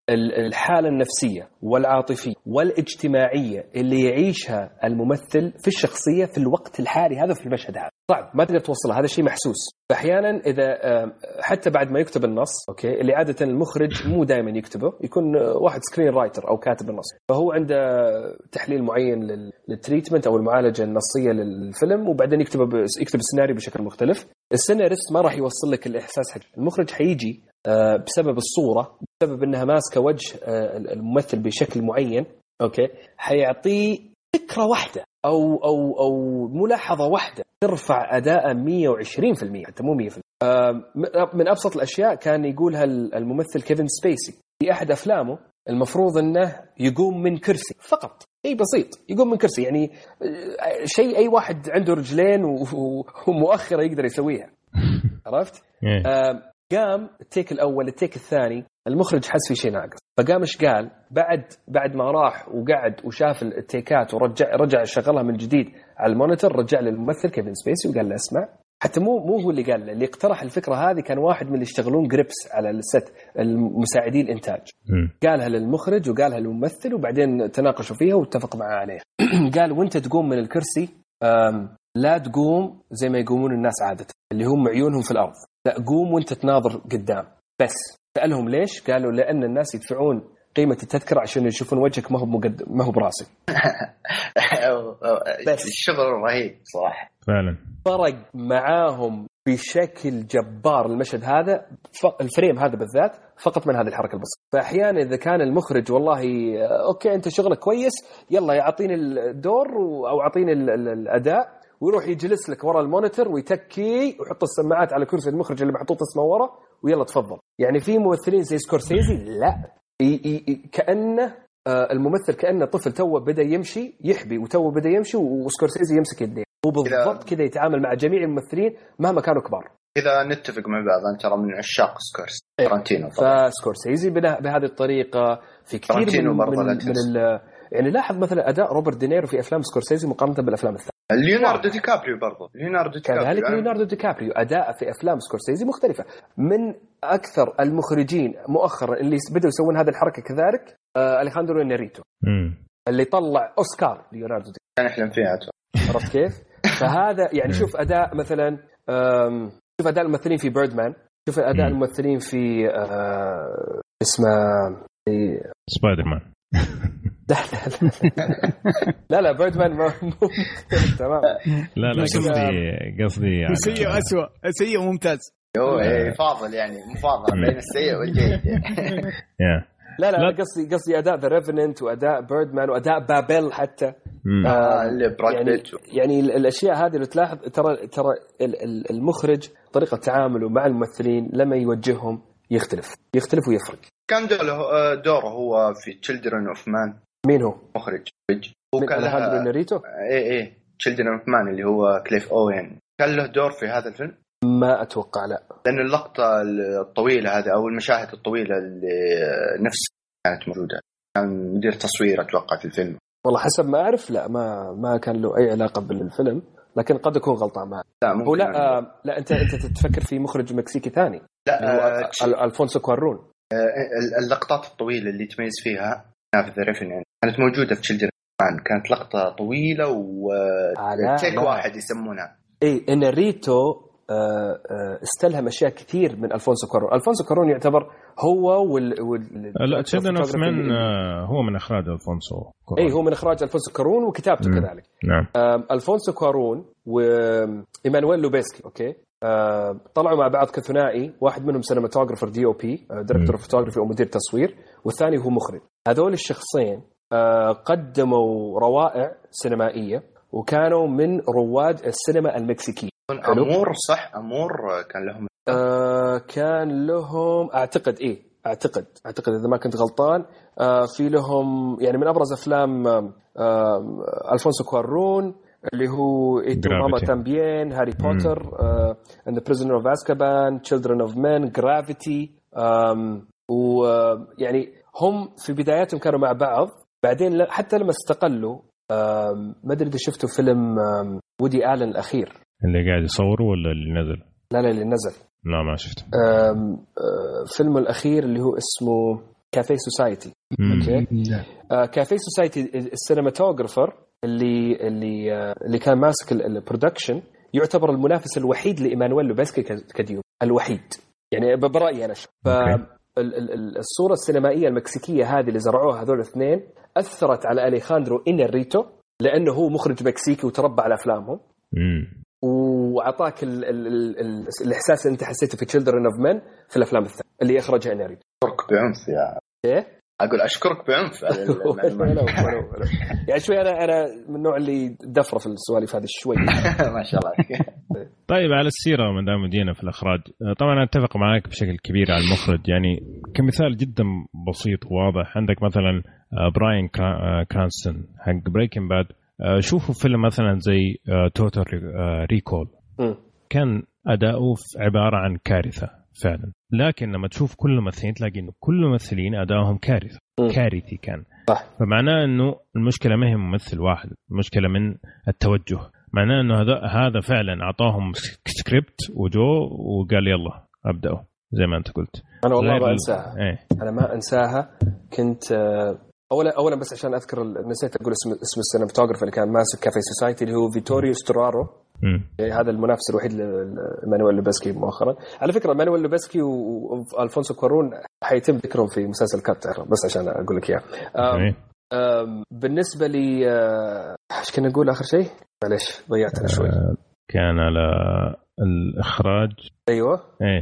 F: الحالة النفسية والعاطفية والاجتماعية اللي يعيشها الممثل في الشخصية في الوقت الحالي هذا في المشهد هذا صعب ما تقدر توصلها. هذا شيء محسوس. فأحيانا إذا حتى بعد ما يكتب النص أوكي اللي عادة المخرج مو دائما يكتبه يكون واحد سكرين رايتر أو كاتب النص فهو عنده تحليل معين للتريتمنت أو المعالجة النصية للفيلم وبعدين يكتب السيناريو بشكل مختلف. السيناريست ما راح يوصل لك الإحساس حق المخرج حيجي بسبب الصورة بسبب أنها ماسكة وجه الممثل بشكل معين أوكي حيعطيه فكرة واحدة أو ملاحظة واحدة ترفع أداء 120% حتى مو 100%. من أبسط الأشياء كان يقولها الممثل كيفن سبيسي في أحد أفلامه المفروض أنه يقوم من كرسي فقط أي بسيط يقوم من كرسي يعني شيء أي واحد عنده رجلين ومؤخرة يقدر يسويها عرفت؟ قام التيك الأول التيك الثاني المخرج حس في شيء ناقص فقام إيش قال بعد ما راح وقعد وشاف التيكات ورجع شغلها من جديد على المونيتور رجع للممثل كيفن سبيسي وقال له اسمع حتى مو هو اللي قال له اللي اقترح الفكرة هذه كان واحد من اللي يشتغلون جريبس على الست المساعدين الإنتاج قالها للمخرج وقالها للممثل وبعدين تناقشوا فيها واتفق معه عليها. قال وانت تقوم من الكرسي لا تقوم زي ما يقومون الناس عادة اللي هم عيونهم في الأرض لا قوم وانت تناظر قدام بس. سألهم ليش قالوا لأن الناس يدفعون قيمة التذكرة عشان يشوفون وجهك ما هو براسي.
G: بس الشغل رهيب صراحة
E: فعلا
F: فرق معاهم بشكل جبار المشهد هذا الفريم هذا بالذات فقط من هذه الحركة البسيطة. فأحيانا إذا كان المخرج والله أوكي أنت شغلك كويس يلا يعطيني الدور أو أعطيني الأداء ويروح يجلس لك ورا المونيتور ويتكي ويحط السماعات على كرسي المخرج اللي محطوط اسمه ورا ويلا تفضل. يعني في ممثلين زي سكورسيزي لا كأنه الممثل كأنه طفل توه بدأ يمشي يحبي وتوه بدأ يمشي وسكورسيزي يمسك يديه وبالضبط كذا يتعامل مع جميع الممثلين مهما كانوا كبار.
G: إذا نتفق مع بعض أنت ترى من عشاق تارانتينو
F: فسكورسيزي بهذه الطريقة في كثير من يعني لاحظ مثلا أداء روبرت دينيرو في أفلام سكورسيزي مقارنة بالأفلام الثانية.
G: ليوناردو دي كابريو برضه
F: كذلك ليوناردو دي كابريو أداء في أفلام سكورسيزي مختلفة. من أكثر المخرجين مؤخرا اللي بدأوا يسوون هذه الحركة كذلك أليخاندرو إناريتو اللي طلع أوسكار ليوناردو دي
G: كان يحلم فيها
F: عرفت كيف؟ فهذا يعني شوف أداء مثلا شوف أداء الممثلين في بيردمان شوف أداء الممثلين في اسمه
E: سبايدر مان
F: لا بيردمان تمام
E: لا قصدي يعني
B: سيء أسوأ سيء وممتاز
G: فاضل يعني مفاضل بين السيء والجيد
F: لا قصدي أداء ذا ريفننت وأداء بيردمان وأداء بابل حتى يعني الأشياء هذه اللي تلاحظ ترى المخرج طريقة تعامله مع الممثلين لما يوجههم يختلف ويفرق.
G: كان دوره هو في Children of Man.
F: مين هو؟
G: مخرج
F: وكان له ناريتو
G: Children of Man اللي هو كليف أوين كان له دور في هذا الفيلم.
F: ما أتوقع لا
G: لأن اللقطة الطويلة هذه أو المشاهد الطويلة اللي نفس كانت موجودة كان مدير تصوير أتوقع في الفيلم.
F: والله حسب ما أعرف لا ما كان له أي علاقة بالفيلم لكن قد يكون غلطان معه. لا أنت تفكر في مخرج مكسيكي ثاني لا ألفونسو كوارون.
G: اللقطات الطويلة اللي تميز فيها نافذ ريفننت كانت موجودة في Children of Man. كانت لقطة طويلة وتيك واحد يسمونها
F: إناريتو استلهم أشياء كثير من ألفونسو كوارون يعتبر هو
E: لا Children of Men هو من إخراج ألفونسو كوارون.
F: هو من إخراج ألفونسو كوارون وكتابته كذلك.
E: نعم.
F: ألفونسو كوارون وإيمانويل لوبيسكي أوكي طلعوا مع بعض كثنائي واحد منهم سينماتوغرافر DOP دايركتور فوتوغرافي أو مدير تصوير والثاني هو مخرج. هذول الشخصين قدموا روائع سينمائية وكانوا من رواد السينما المكسيكية.
G: أمور صح أمور
F: كان لهم أعتقد إذا ما كنت غلطان في لهم يعني من أبرز أفلام ألفونسو كوارون اللي هو ماما تامبيين هاري بوتر and the prisoner of Azkaban Children of Men Gravity ويعني هم في بداياتهم كانوا مع بعض بعدين حتى لما استقلوا ما أدري إذا شفتوا فيلم وودي آلن الأخير
E: اللي قاعد يصوره ولا اللي نزل؟
F: لا اللي نزل.
E: لا ما شفته.
F: فيلمه الأخير اللي هو اسمه كافيه سوسايتي. اوكي كافيه سوسايتي السينماتوجرافر اللي كان ماسك البرودكشن يعتبر المنافس الوحيد لإيمانويل لوبسكي كديوب الوحيد يعني برأيي أنا. فالصورة السينمائية المكسيكية هذه اللي زرعوها هذول الاثنين أثرت على أليخاندرو إنيريتو لأنه هو مخرج مكسيكي وتربى على أفلامهم وعطاك الإحساس اللي أنت حسيته في Children of Men في الأفلام الثانية اللي أخرجها إنيريتو.
G: أشكرك بعنف يا
F: إيه؟
G: أقول أشكرك بعنف على
F: يعني شوي أنا من النوع اللي دفرة في السوالف هذه شوي.
G: ما شاء الله.
E: طيب على السيرة من دام مدينة في الإخراج طبعا أتفق معك بشكل كبير على المخرج. يعني كمثال جدا بسيط وواضح عندك مثلا براين كرانستون حق بريكنج باد. شوفوا فيلم مثلا زي توتال ريكول كان أداؤه عبارة عن كارثة فعلا لكن لما تشوف كل الممثلين تلاقي إنه كل الممثلين أداؤهم كارثي كان
F: صح.
E: فمعناه إنه المشكلة ما هي ممثل واحد المشكلة من التوجه. معناه إنه هذا فعلا أعطاهم سكريبت وجو وقال يلا أبدأوا زي ما أنت قلت.
F: أنا والله ما أنساها. أنا ما أنساها. كنت أولا بس عشان أذكر نسيت أقول اسم السينماتوجرافر اللي كان ماسك كافيه سوسايتي اللي هو فيتوريو ستورارو. هذا المنافس الوحيد لمانويل لوبسكي مؤخرا. على فكرة مانويل لوبسكي وألفونسو كوارون حيتم ذكرهم في مسلسل كات بس عشان أقول لك إياه. بالنسبة لي إيش كنا نقول آخر شيء معلش ضيعتنا شوي.
E: كان على الإخراج.
F: أيوة.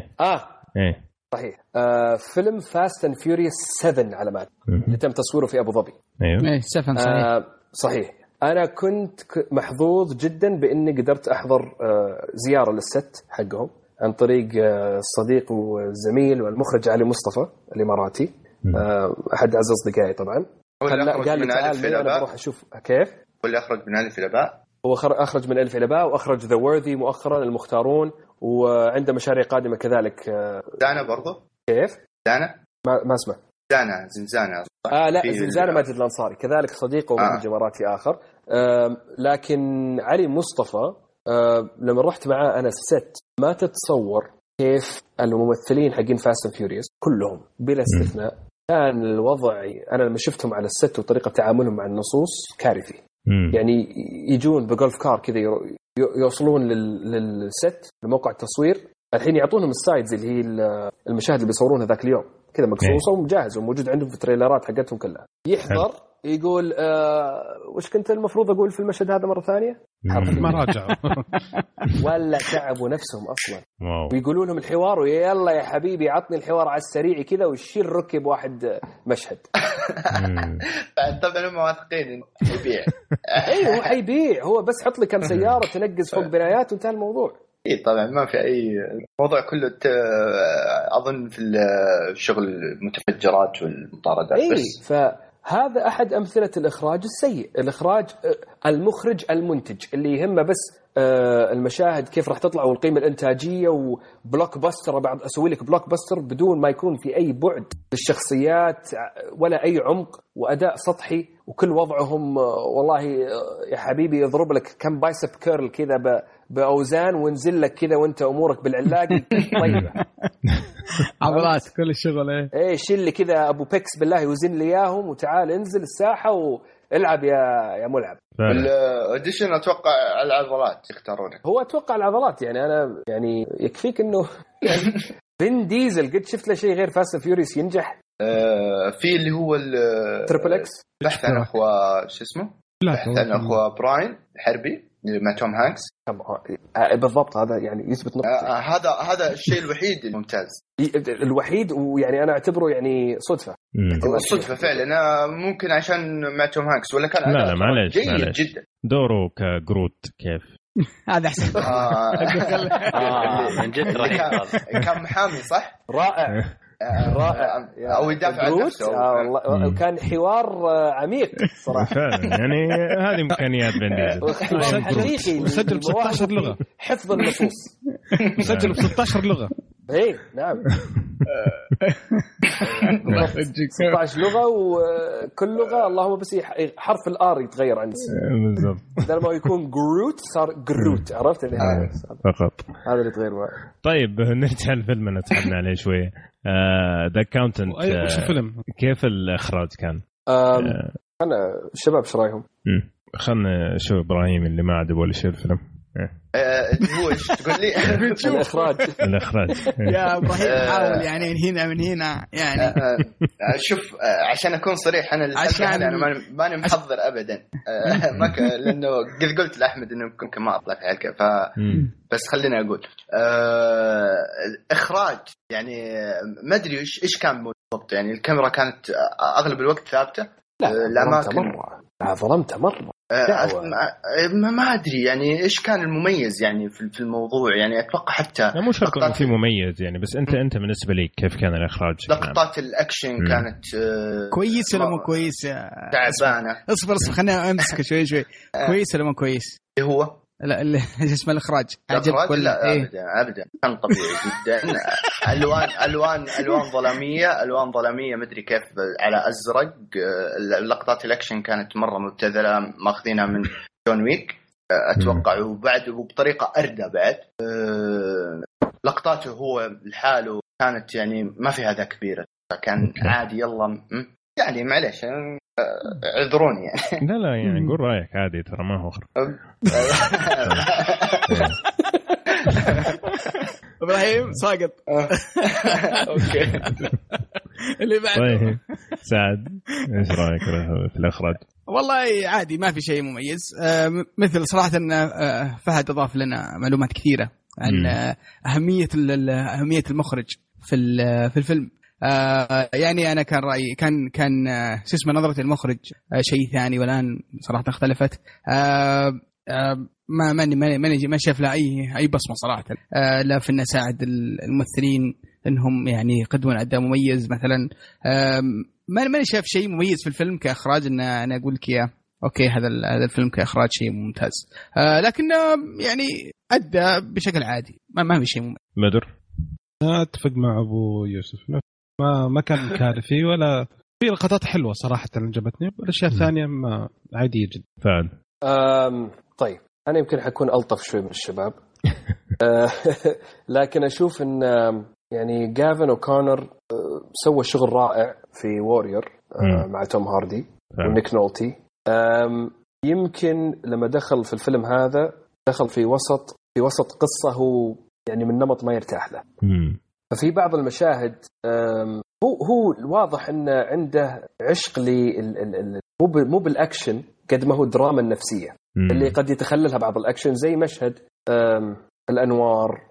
E: إيه
F: صحيح. فيلم فاست اند فيوريوس 7 على ما اللي تم تصويره في أبو ظبي.
E: أيوة
B: 7 صحيح.
F: صحيح. أنا كنت محظوظ جدا بإني قدرت أحضر زيارة للست حقهم عن طريق الصديق والزميل والمخرج علي مصطفى الإماراتي. أحد أعز أصدقائي طبعا. قال لي تعال أنا بروح أشوف كيف.
G: واللي أخرج من ألف إلى باء.
F: هو أخرج من ألف إلى باء وأخرج The Worthy مؤخرا المختارون وعنده مشاريع قادمة كذلك.
G: دانا برضو.
F: كيف؟
G: دانا
F: ما اسمه.
G: دانا زنزانة.
F: لا زنزانة ماجد الأنصاري كذلك صديقه ومخرج إماراتي آخر. لكن علي مصطفى لما رحت معاه أنا الست ما تتصور كيف الممثلين حقين فاست اند فيوريوس كلهم بلا استثناء كان الوضع. أنا لما شفتهم على الست وطريقة تعاملهم مع النصوص كارثي. يعني يجون بجولف كار كذا يوصلون للست لموقع التصوير الحين يعطونهم السايدز اللي هي المشاهد اللي بيصورونها ذاك اليوم كذا مقصوصة ومجهز وموجود عندهم في التريلرات حقتهم كلها. يحضر يقول وش كنت المفروض أقول في المشهد هذا مرة ثانية
C: ما راجعوا
F: ولا تعبوا نفسهم أصلا.
E: واو.
F: ويقولوا لهم الحوار ويلا يا حبيبي عطني الحوار على السريع كذا ويشيل ركب واحد مشهد.
G: طبعا هم واثقين يبيع.
F: ايوه هو حيبيع هو بس حط لي كم سيارة تنقز فوق بنايات وانتهى الموضوع.
G: إيه طبعا ما في أي موضوع كله أظن في الشغل المتفجرات والمطاردات. بس
F: فهذا أحد أمثلة الإخراج السيء. الإخراج المخرج المنتج اللي يهمه بس المشاهد كيف راح تطلع والقيمة الإنتاجية وبلوك باستر. بعد أسوي لك بلوك باستر بدون ما يكون في أي بعد للشخصيات ولا أي عمق وأداء سطحي وكل وضعهم والله يا حبيبي يضرب لك كم بايسب كيرل كذا بأوزان ونزل لك كذا وانت أمورك بالعلاقي طيبة
B: عضلات كل الشغل.
F: ايه شيل لي كذا أبو بيكس بالله وزن لي إياهم وتعال انزل الساحة والعب يا ملعب.
G: الأوديشن أتوقع العضلات يختارونه.
F: هو أتوقع العضلات يعني أنا يعني يكفيك إنه يعني فين ديزل قد شفت له شيء غير فاست فيوريوس ينجح.
G: في اللي هو
F: تريبل إكس
G: بحث عن أخوة شو اسمه بحث عن أخوة براين الحربي مع توم هانكس.
F: بالضبط هذا يعني يثبت نقطة.
G: هذا الشيء الوحيد الممتاز
F: الوحيد ويعني أنا أعتبره يعني صدفة.
G: صدفة فعلا. أنا ممكن عشان مع توم هانكس ولا كان
E: لا معلش
G: جيد جدا
E: دوره كجروت كيف
B: هذا أحسن.
D: من جد
G: كان محامي صح
F: رائع
G: أو يدافع عن نفسه.
F: والله كان حوار عميق صراحة
E: فعلا. يعني هذه إمكانيات بن ديزل
F: حقيقي.
C: مسجل ب 16 لغة
F: حفظ النصوص
C: مسجل ب 16 لغة.
F: ايه نعم. 16 لغه وكل لغه اللهم بس حرف الار يتغير عندي
E: بالضبط.
F: بدل ما يكون جروت صار جروت، عرفت اللي
E: فقط
F: هذا اللي يتغير معي.
E: طيب نرجع الفيلم نتحدث عليه شويه. ذا كاونتنت
C: وش الفيلم؟
E: كيف الاخراج كان؟
F: انا الشباب ايش رايهم؟
E: خلنا شو ابراهيم اللي ما عاد ولا شيء الفيلم.
G: هو ايش تقول لي؟
E: الاخراج
B: يا ابراهيم حاول يعني من هنا يعني
G: شوف عشان اكون صريح انا انا ماني محضر ابدا لانه قلت لاحمد انه ممكن ما اطلع في حلقه بس خليني اقول الاخراج يعني ما ادري ايش كان بالضبط. يعني الكاميرا كانت اغلب الوقت ثابته.
F: لا ظلمت مره
G: ما ادري يعني ايش كان المميز يعني في الموضوع. يعني اتوقع حتى
E: مو شرط انه في مميز يعني، بس انت بالنسبه لي كيف كان الاخراج؟
G: لقطات الاكشن كانت
B: كويس ولا مو كويس؟
G: تعبانه.
B: اصبر خلينا امسك شوي كويس ولا مو كويس؟
G: هو
B: لا ايش اسمه الاخراج عجبك ولا
G: ايه؟ ابدا كان طبيعي جدا. الوان ظلاميه مدري كيف على ازرق. لقطات الاكشن كانت مره مبتذله ماخذينها من جون ويك اتوقع، وبعد وبطريقه اردى بعد. لقطاته هو لحاله كانت يعني ما فيها ذا كبيره، كان عادي يلا يعني معلش عذروني يعني.
E: لا يعني قول رايك عادي ترى ما هو
B: ابراهيم ساقط.
G: اوكي
B: اللي بعد
E: طيب سعد ايش رايك في الاخراج؟
B: والله عادي ما في شيء مميز. مثل صراحه ان فهد اضاف لنا معلومات كثيره عن اهميه المخرج في الفيلم. يعني انا كان رايي كان اسمه نظره المخرج شيء ثاني، والان صراحه اختلفت. ما شاف له اي بصمه صراحه. لا في انه ساعد الممثلين انهم يعني يقدمون اداء مميز مثلا. ما شاف شيء مميز في الفيلم كاخراج ان انا اقول لك يا اوكي هذا الفيلم كاخراج شيء ممتاز، لكن يعني ادى بشكل عادي، ما في شيء مميز.
E: مدر
C: اتفق مع ابو يوسف، ما كان كارثي ولا في لقطات حلوه صراحه عجبتني، والاشياء الثانيه ما عاديه جدا
E: فعلا.
F: طيب انا يمكن حكون الطف شوي من الشباب لكن اشوف ان يعني جافن أوكونر سوى شغل رائع في وورير مع توم هاردي ونيك نولتي. يمكن لما دخل في الفيلم هذا دخل في وسط قصة هو يعني من نمط ما يرتاح له. ففي بعض المشاهد هو واضح انه عنده عشق مو بالاكشن قد ما هو الدراما النفسية اللي قد يتخللها بعض الاكشن، زي مشهد الانوار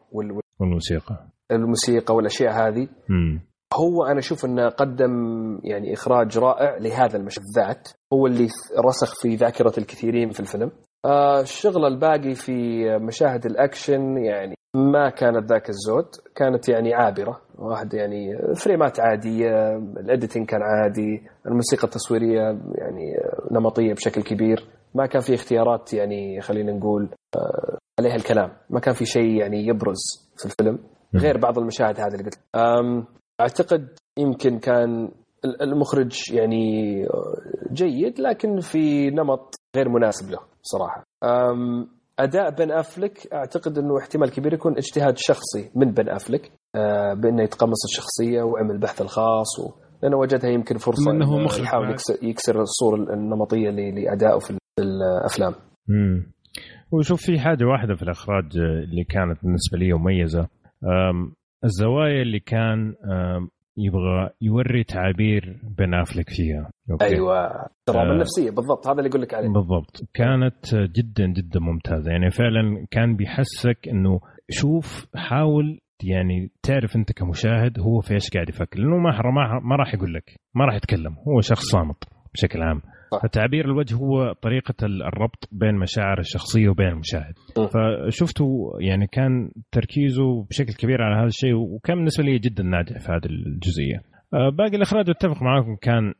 F: والموسيقى والاشياء هذه. هو انا اشوف انه قدم يعني اخراج رائع لهذا المشهد ذات، هو اللي رسخ في ذاكرة الكثيرين في الفيلم. الشغل الباقي في مشاهد الاكشن يعني ما كانت ذاك الزود، كانت يعني عابرة، واحد يعني فريمات عادية، الاديتنج كان عادي، الموسيقى التصويرية يعني نمطية بشكل كبير، ما كان في اختيارات يعني خلينا نقول عليها الكلام، ما كان في شيء يعني يبرز في الفيلم غير بعض المشاهد هذه اللي قلت. أعتقد يمكن كان المخرج يعني جيد لكن في نمط غير مناسب له صراحة. أداء بن أفلك أعتقد أنه احتمال كبير يكون اجتهاد شخصي من بن أفلك بأنه يتقمص الشخصية وعمل البحث الخاص لأنه وجدها يمكن فرصة أنه يحاول يكسر الصورة النمطية لأدائه في الأفلام.
E: وشوف في حاجة واحدة في الإخراج اللي كانت بالنسبة لي مميزة، الزوايا اللي كان يبغى يوري تعابير بن أفلك فيها.
F: أوكي. أيوة الدراما النفسية بالضبط، هذا اللي يقول لك عليه
E: بالضبط. كانت جدا جدا ممتازة، يعني فعلا كان بيحسك إنه شوف حاول يعني تعرف أنت كمشاهد هو في إيش قاعد يفكر، لأنه ما راح يقول لك، ما راح يتكلم، هو شخص صامت بشكل عام. فتعبير الوجه هو طريقة الربط بين مشاعر الشخصية وبين المشاهد. فشفته يعني كان تركيزه بشكل كبير على هذا الشيء، وكان بالنسبة لي جدا ناجح في هذه الجزئية. باقي الإخراج اتفق معاكم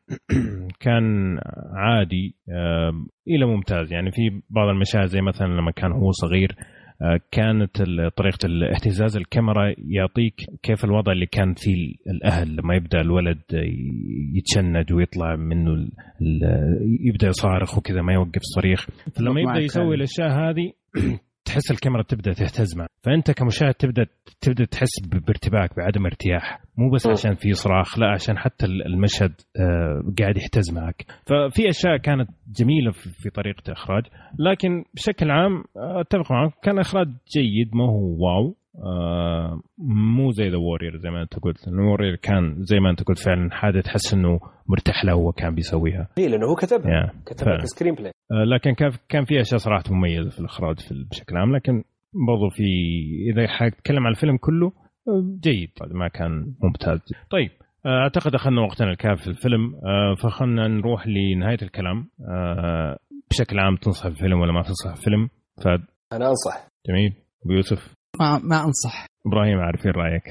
E: كان عادي إلى ممتاز. يعني في بعض المشاهد زي مثلا لما كان هو صغير كانت طريقة الاهتزاز الكاميرا يعطيك كيف الوضع اللي كان فيه الأهل لما يبدأ الولد يتشنج ويطلع منه يبدأ يصارخ وكذا ما يوقف صريخ. فلما يبدأ يسوي الأشياء هذه تحس الكاميرا تبدأ تهتز معه، فأنت كمشاهد تبدأ تحس بارتباك بعدم ارتياح، مو بس عشان في صراخ، لا عشان حتى المشهد قاعد يهتز معك. ففي أشياء كانت جميلة في طريقة إخراج، لكن بشكل عام أتفق معك كان إخراج جيد، ما هو واو، مو زي ذا وورير زي ما أنت قلت. الوورير كان زي ما أنت قلت فعلا حاجة تحس إنه مرتاح له هو كان بيسويها،
F: لأنه هو كتبها كسكرين بلاي.
E: لكن كان في أشياء صراحة مميزة في الإخراج بشكل عام، لكن برضو في إذا حتكلم عن الفيلم كله جيد، ما كان ممتاز. طيب أعتقد أخذنا وقتنا الكافي في الفيلم، فخلنا نروح لنهاية الكلام. بشكل عام تنصح الفيلم ولا ما تنصح الفيلم؟ فهد.
F: أنا أنصح.
E: جميل. أبو يوسف؟
B: ما أنصح.
E: إبراهيم عارفين رأيك.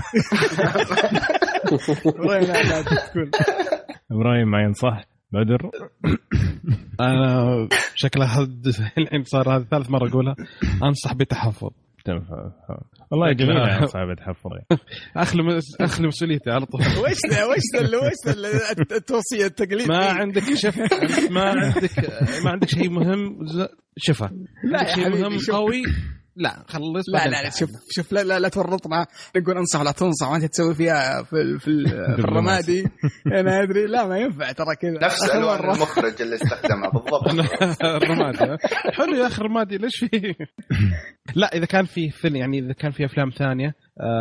B: إبراهيم لا تقول.
E: إبراهيم ما ينصح. بدر؟
C: أنا شكلها الحين صار هذا ثالث مرة أقولها، أنصح بتحفظ.
E: والله جميل صعب تحفظ.
C: أخلي مسؤوليتي على طول.
B: وش التوصية التقليدية؟
C: ما عندك ما عندك شيء مهم شفه. لا شيء مهم قوي. لا خلص.
B: لا شوف لا تورطنا نقول انصح ولا تنصح وانت تسوي فيها في الرمادي. انا ادري لا ما ينفع ترى كذا.
G: نفس الوان المخرج اللي استخدمها بالضبط.
C: الرمادي حلو يا اخي الرمادي ليش فيه. لا اذا كان في فيلم يعني اذا كان في افلام ثانيه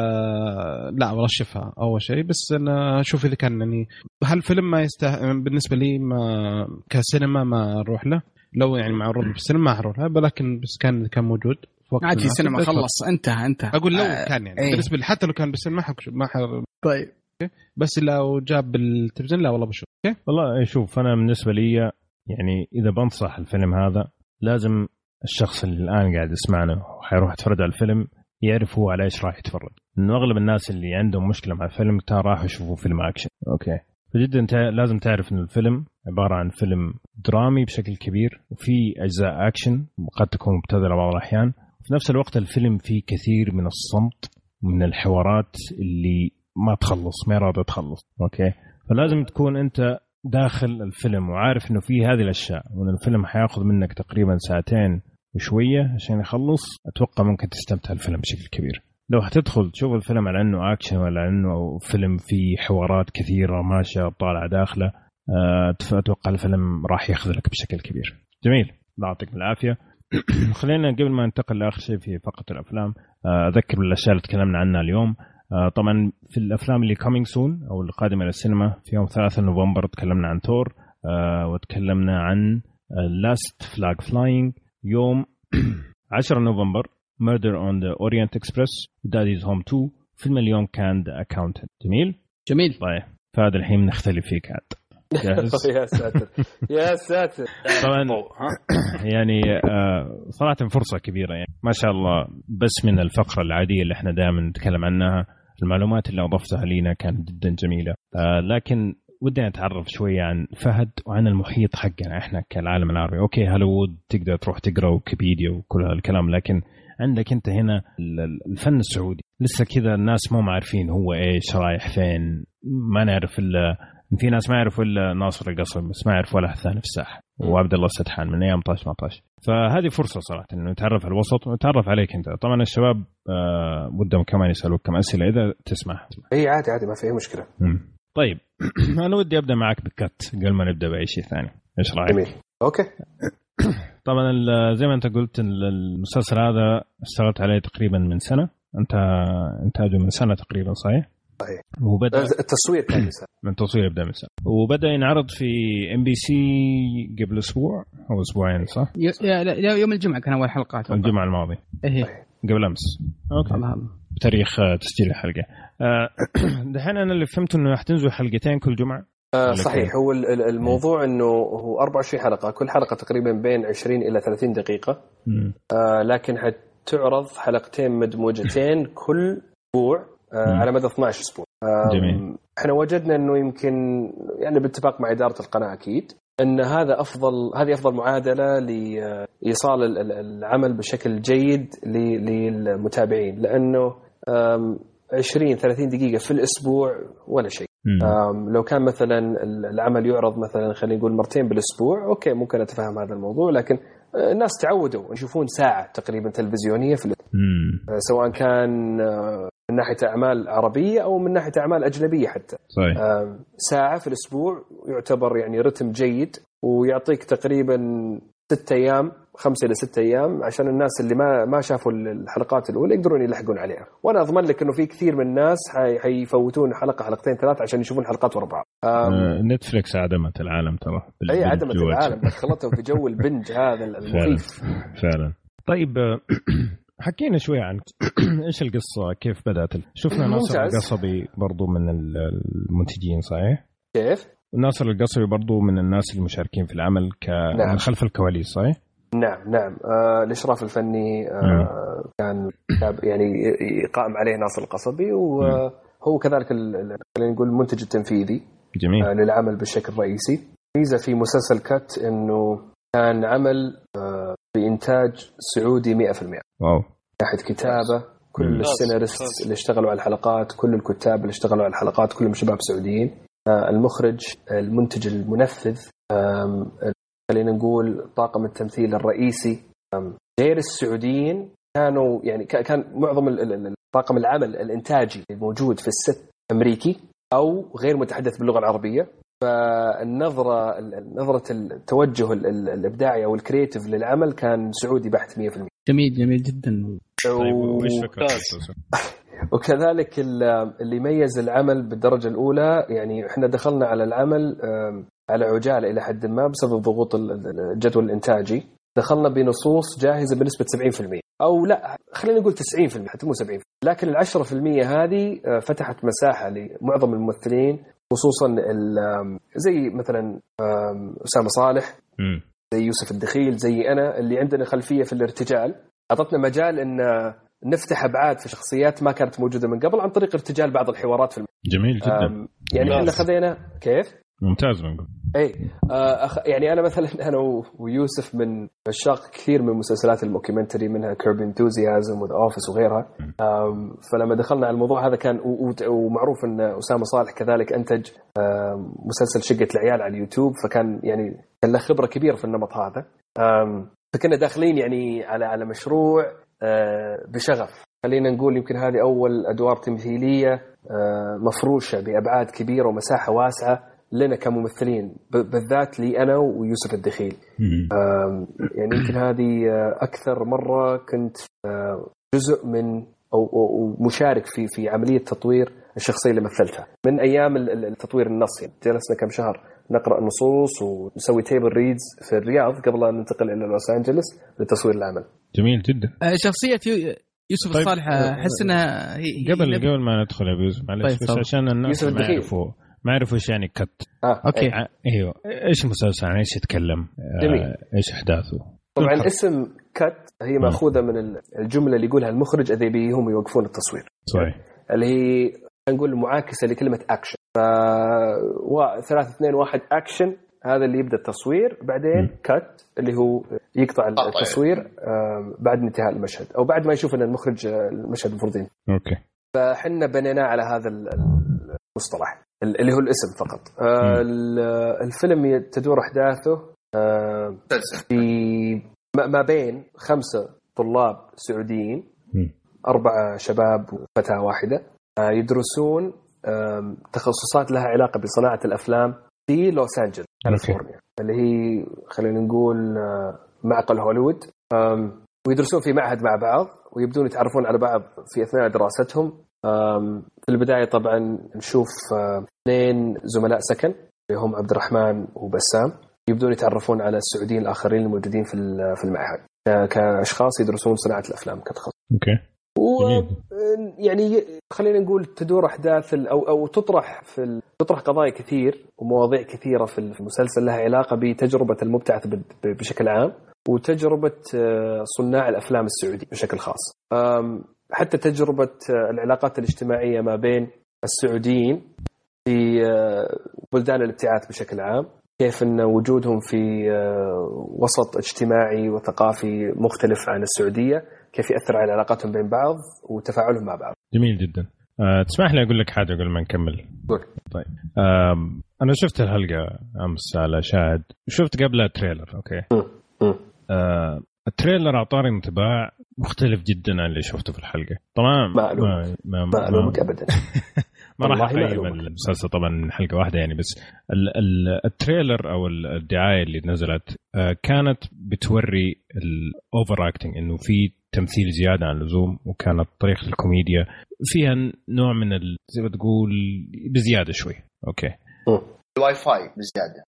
C: لا والله شوفها اول شيء، بس انا اشوف اذا كان يعني هالفيلم ما يستاهل بالنسبه لي، ما كسينما ما اروح له. لو يعني معروض في السينما ما اروح له، ولكن بس كان موجود
B: عادي في السينما خلص انتهى.
C: اقول لو كان يعني بالنسبه لي حتى لو كان بالسينما ما
B: طيب
C: بس لو جاب بالتلفزيون لا والله بشوف.
E: والله شوف انا بالنسبه لي يعني اذا بنصح الفيلم هذا لازم الشخص اللي الان قاعد يسمعنا وحيروح يتفرج على الفيلم يعرف هو على ايش راح يتفرج، لانه اغلب الناس اللي عندهم مشكله مع الفيلم راحوا يشوفوا فيلم اكشن. اوكي فجدا انت لازم تعرف ان الفيلم عباره عن فيلم درامي بشكل كبير، وفي اجزاء اكشن وقد تكون مبتذله بعض الاحيان. في نفس الوقت الفيلم فيه كثير من الصمت من الحوارات اللي ما تخلص، ما راضي تخلص. اوكي فلازم تكون انت داخل الفيلم وعارف انه فيه هذه الاشياء، وان الفيلم حياخذ منك تقريبا ساعتين وشويه عشان يخلص. اتوقع ممكن تستمتع الفيلم بشكل كبير. لو هتدخل تشوف الفيلم على انه اكشن ولا انه فيلم فيه حوارات كثيره ماشيه طالعه داخله، اتوقع الفيلم راح يخذلك بشكل كبير. جميل، الله يعطيكم العافيه. خلينا قبل ما ننتقل لاخر شيء في فقره الافلام اذكر بالاشياء اللي تكلمنا عنها اليوم. طبعا في الافلام اللي coming soon او اللي قادمه للسينما، في يوم 3 نوفمبر تكلمنا عن ثور، وتكلمنا عن Last Flag Flying. يوم 10 نوفمبر Murder on the Orient Express، Daddy's Home 2. فيلم اليوم كان The Accountant. جميل. طيب فهذا الحين نختلف فيك عاد.
F: يا ساتر
E: طبعا يعني صراحة فرصة كبيرة يعني ما شاء الله. بس من الفقرة العادية اللي احنا دائما نتكلم عنها، المعلومات اللي أضفتها لينا كانت جدا جميلة. لكن ودي نتعرف شوية عن فهد وعن المحيط حقنا احنا كالعالم العربي. اوكي هوليوود تقدر تروح تقرأ ويكيبيديا وكل هالكلام، لكن عندك انت هنا الفن السعودي لسه كذا الناس مو عارفين هو ايش رايح فين. ما نعرف الا في ناس ما يعرفوا الا ناصر القصر، بس ما يعرفوا ولا ثاني الساح وعبد الله السدحان من ايام 18. فهذه فرصه صراحه انه نتعرف على الوسط ونتعرف عليك انت. طبعا الشباب ودهم كمان يسالوك كم اسئله اذا تسمح.
F: اي عادي ما في اي مشكله.
E: طيب انا ودي ابدا معك بالكت قبل ما نبدا باي شيء ثاني. ايش رايك؟
F: جميل. اوكي.
E: طبعا زي ما انت قلت المسلسل هذا اشتغلت عليه تقريبا من سنه. انت انتاجه من سنه تقريبا صحيح؟
F: صحيح.
E: وبدأ
F: التصوير كان من سنه.
E: من التصوير يبدا من سنه، وبدا ينعرض في MBC قبل اسبوع او اسبوعين صح؟
B: يوم الجمعه كان اول حلقات.
E: الجمعه الماضي.
B: ايه
E: قبل امس. اوكي الله. بتاريخ تسجيل الحلقه. دحين انا اللي فهمت انه راح تنزل حلقتين كل جمعه.
F: صحيح. هو الموضوع انه هو 24 حلقه، كل حلقه تقريبا بين 20 الى 30 دقيقه. لكن حتعرض حلقتين مدموجتين كل اسبوع على مدى 12 اسبوع.
E: جميل.
F: احنا وجدنا انه يمكن يعني باتفاق مع اداره القناه اكيد ان هذه افضل معادله لايصال العمل بشكل جيد للمتابعين، لانه 20-30 دقيقه في الاسبوع ولا شيء. لو كان مثلا العمل يعرض مثلا خلينا نقول مرتين بالاسبوع اوكي ممكن اتفهم هذا الموضوع، لكن الناس تعودوا يشوفون ساعه تقريبا تلفزيونيه في سواء كان من ناحيه اعمال عربيه او من ناحيه اعمال اجنبيه حتى.
E: صحيح.
F: ساعه في الاسبوع يعتبر يعني رتم جيد، ويعطيك تقريبا 6 أيام 5 إلى 6 أيام عشان الناس اللي ما شافوا الحلقات الأولى يقدرون يلحقون عليها. وأنا أضمن لك إنه في كثير من الناس حيفوتون حلقة 2-3 عشان يشوفون حلقات ورا بعض.
E: نتفليكس عدمت العالم ترى.
F: أي عدمت العالم، دخلتهم في جو البنج هذا المخيف.
E: فعلا. طيب حكينا شوي عن إيش القصة كيف بدأت. شفنا ناصر القصبي برضو من المنتجين صحيح؟
F: كيف؟
E: ناصر القصبي برضو من الناس المشاركين في العمل
F: نعم.
E: خلف الكواليس صحيح؟
F: نعم. الإشراف الفني كان يعني قائم عليه ناصر القصبي، وهو كذلك خلينا نقول المنتج التنفيذي.
E: جميل.
F: للعمل بالشكل الرئيسي. ميزة في مسلسل كات إنه كان عمل بإنتاج سعودي 100%.
E: واو.
F: ناحية كتابة كل السيناريست اللي اشتغلوا على الحلقات، كل الكتاب اللي اشتغلوا على الحلقات كلهم شباب سعوديين. المخرج، المنتج المنفذ، خلينا نقول طاقم التمثيل الرئيسي غير السعوديين كانوا يعني كان معظم طاقم العمل الإنتاجي الموجود في الست أمريكي أو غير متحدث باللغة العربية. فالنظرة التوجه الإبداعي أو الكرياتيف للعمل كان سعودي بحت 100%.
B: جميل جدا.
F: وكذلك اللي يميز العمل بالدرجة الأولى، يعني إحنا دخلنا على العمل على عجالة إلى حد ما بسبب ضغوط الجدول الإنتاجي. دخلنا بنصوص جاهزة بنسبة 70%، أو لا خلينا نقول 90%، حتى مو 70%. لكن 10% هذه فتحت مساحة لمعظم الممثلين، خصوصا زي مثلا أسامة صالح، زي يوسف الدخيل، زي أنا اللي عندنا خلفية في الارتجال. أعطتنا مجال إن نفتح أبعاد في شخصيات ما كانت موجودة من قبل عن طريق ارتجال بعض الحوارات في
E: جميل جدا.
F: يعني احنا خذينا كيف
E: ممتاز منكم.
F: اي يعني انا مثلا انا ويوسف من عشاق كثير من مسلسلات الموكيومنتري، منها كيرب انثوزيازم وذا اوفيس وغيرها. فلما دخلنا على الموضوع هذا كان ومعروف ان اسامه صالح كذلك انتج مسلسل شقة العيال على اليوتيوب، فكان يعني كان له خبره كبيره في النمط هذا. فكنا داخلين يعني على مشروع بشغف. خلينا نقول يمكن هذه أول أدوار تمثيلية مفروشة بأبعاد كبيرة ومساحة واسعة لنا كممثلين، بالذات لي أنا ويوسف الدخيل. يعني يمكن هذه أكثر مرة كنت جزء من أو مشارك في عملية تطوير الشخصية اللي مثلتها من أيام التطوير النص. يعني جلسنا كم شهر نقرأ النصوص ونسوي تيبل ريدز في الرياض قبل أن ننتقل إلى لوس أنجلس لتصوير العمل.
E: جميل جدا.
B: شخصية يوسف
E: طيب
B: الصالح أحس إنها
E: قبل ما ندخل يا يوسف معلش بس عشان الناس ما يعرفوا إيش يعني كت.
B: أوكي.
E: أيوه إيش مسلسل عن إيش يتكلم إيش أحداثه.
F: طبعا اسم كت هي مأخوذة من الجملة اللي يقولها المخرج إذا بيهم يوقفون التصوير.
E: صحيح.
F: اللي هي نقول معاكسة لكلمة أكشن. 3 2 1 أكشن هذا اللي يبدأ التصوير، بعدين كات اللي هو يقطع التصوير بعد انتهاء المشهد أو بعد ما يشوف أن المخرج المشهد مفروضين.
E: أوكي.
F: فحنا بنينا على هذا المصطلح اللي هو الاسم فقط. الفيلم تدور أحداثه في ما بين 5 طلاب سعوديين، 4 شباب وفتاة واحدة، يدرسون تخصصات لها علاقة بصناعة الأفلام في لوس أنجلس كاليفورنيا، اللي هي خلينا نقول معقل هوليوود. ويدرسون في معهد مع بعض ويبدون يتعرفون على بعض في أثناء دراستهم. في البداية طبعا نشوف 2 زملاء سكن اللي هم عبد الرحمن وبسام، يبدون يتعرفون على السعوديين الآخرين الموجودين في المعهد كأشخاص يدرسون صناعة الأفلام كتخصص.
E: أوكي.
F: يعني خلينا نقول تدور أحداث أو تطرح قضايا كثير ومواضيع كثيرة في المسلسل لها علاقة بتجربة المبتعث بشكل عام وتجربة صناع الأفلام السعودي بشكل خاص. حتى تجربة العلاقات الاجتماعية ما بين السعوديين في بلدان الابتعاث بشكل عام كيف أن وجودهم في وسط اجتماعي وثقافي مختلف عن السعودية كيف يأثر على علاقاتهم بين بعض وتفاعلهم مع بعض.
E: جميل جدا. تسمح لي أقول لك حاجة قبل ما نكمل؟
F: قول.
E: طيب أنا شفت الحلقة أمس على شاهد، شفت قبلها تريلر. أوكي. التريلر أعطاني انطباع مختلف جدا عن اللي شفته في الحلقة. طبعا
F: ما ألومك أبدا.
E: ما راح أقيم المسلسل طبعا حلقة واحدة يعني، بس التريلر أو الدعاية اللي نزلت كانت بتوري الأوفر أكتنج، إنه في تمثيل زيادة عن اللزوم، وكانت طريقة الكوميديا فيها نوع من زي ما تقول بزيادة شوي. أوكي.
G: الواي فاي بزيادة.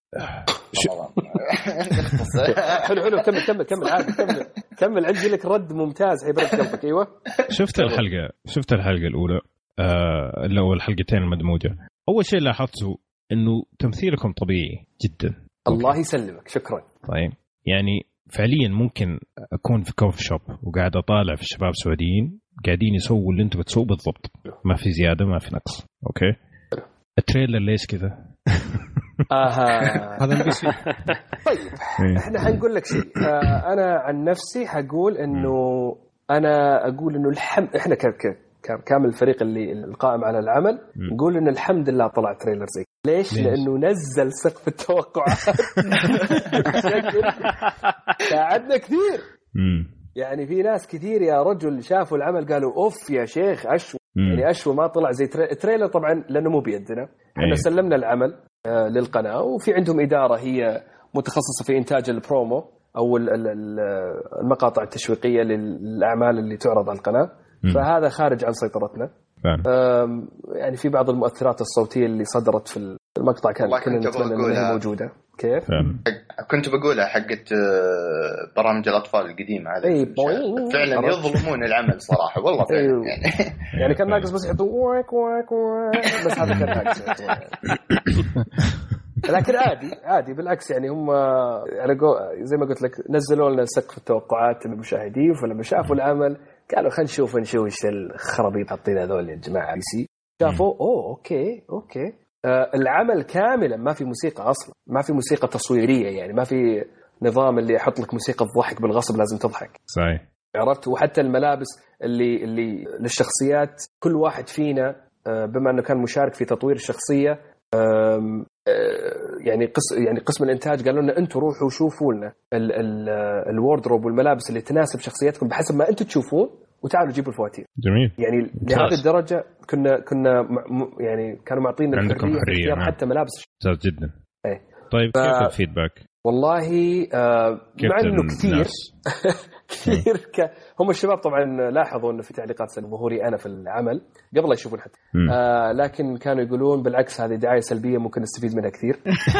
F: حلو كمل عادي كمل عندي لك رد ممتاز هيبرد قلبك. أيوة.
E: شفت الحلقة الأولى اللي هو الحلقتين المدموجة. أول شيء لاحظته إنه تمثيلكم طبيعي جدا.
F: الله يسلمك، شكرا.
E: طيب يعني فعليا ممكن أكون في كوفي شوب وقاعد أطالع في الشباب السعوديين قاعدين يسووا اللي أنتوا بتسووا بالضبط، ما في زيادة ما في نقص. أوكي. التريلر ليش كذا؟
F: هذا نبيسي. طيب احنا حنقول لك شيء. انا عن نفسي حقول انه احنا كامل الفريق اللي القائم على العمل نقول ان الحمد لله طلع تريلر زي. ليش؟ لانه نزل سقف التوقعات. ساعدنا كثير. يعني في ناس كثير يا رجل شافوا العمل قالوا اوف يا شيخ اشو. يعني اشو ما طلع زي تريلر طبعا لانه مو بيدنا. احنا سلمنا العمل للقناة، وفي عندهم إدارة هي متخصصة في إنتاج البرومو أو المقاطع التشويقية للأعمال اللي تعرض على القناة. فهذا خارج عن سيطرتنا. يعني في بعض المؤثرات الصوتية اللي صدرت في المقطع كنا نتمنى أنها موجودة. كيف؟
G: كنت بقولها حقت برامج الأطفال القديمة هذه. فعلا يظلمون العمل صراحة والله فعلا.
F: يعني كان ناقص بس يحطوا واك واك واك بس هذا كان ناقص. لكن عادي بالعكس يعني هم يعني زي ما قلت لك نزلوا لنا سقف التوقعات للمشاهدين، فلما شافوا العمل قالوا خلينا نشوف ايش الخرابيط حاطين هذول يا جماعة. شافوا اوكي العمل كاملا ما في موسيقى أصلا، ما في موسيقى تصويرية، يعني ما في نظام اللي يحط لك موسيقى الضحك بالغصب لازم تضحك.
E: صحيح.
F: عرفت؟ وحتى الملابس اللي للشخصيات كل واحد فينا بما أنه كان مشارك في تطوير الشخصية يعني قسم الإنتاج قالوا لنا أنتوا روحوا شوفوا لنا الوردروب والملابس اللي تناسب شخصياتكم بحسب ما أنتوا تشوفون وتعالوا جيبوا الفواتير.
E: جميل.
F: يعني لهذه الدرجة كنا يعني كانوا معطينا
E: الحرية
F: حتى ملابس.
E: جدا. طيب كيف الفيدباك؟
F: والله مع انه كثير هم الشباب طبعا لاحظوا انه في تعليقات ظهوري انا في العمل قبل لا يشوفون حتى لكن كانوا يقولون بالعكس هذه دعاية سلبية ممكن نستفيد منها كثير.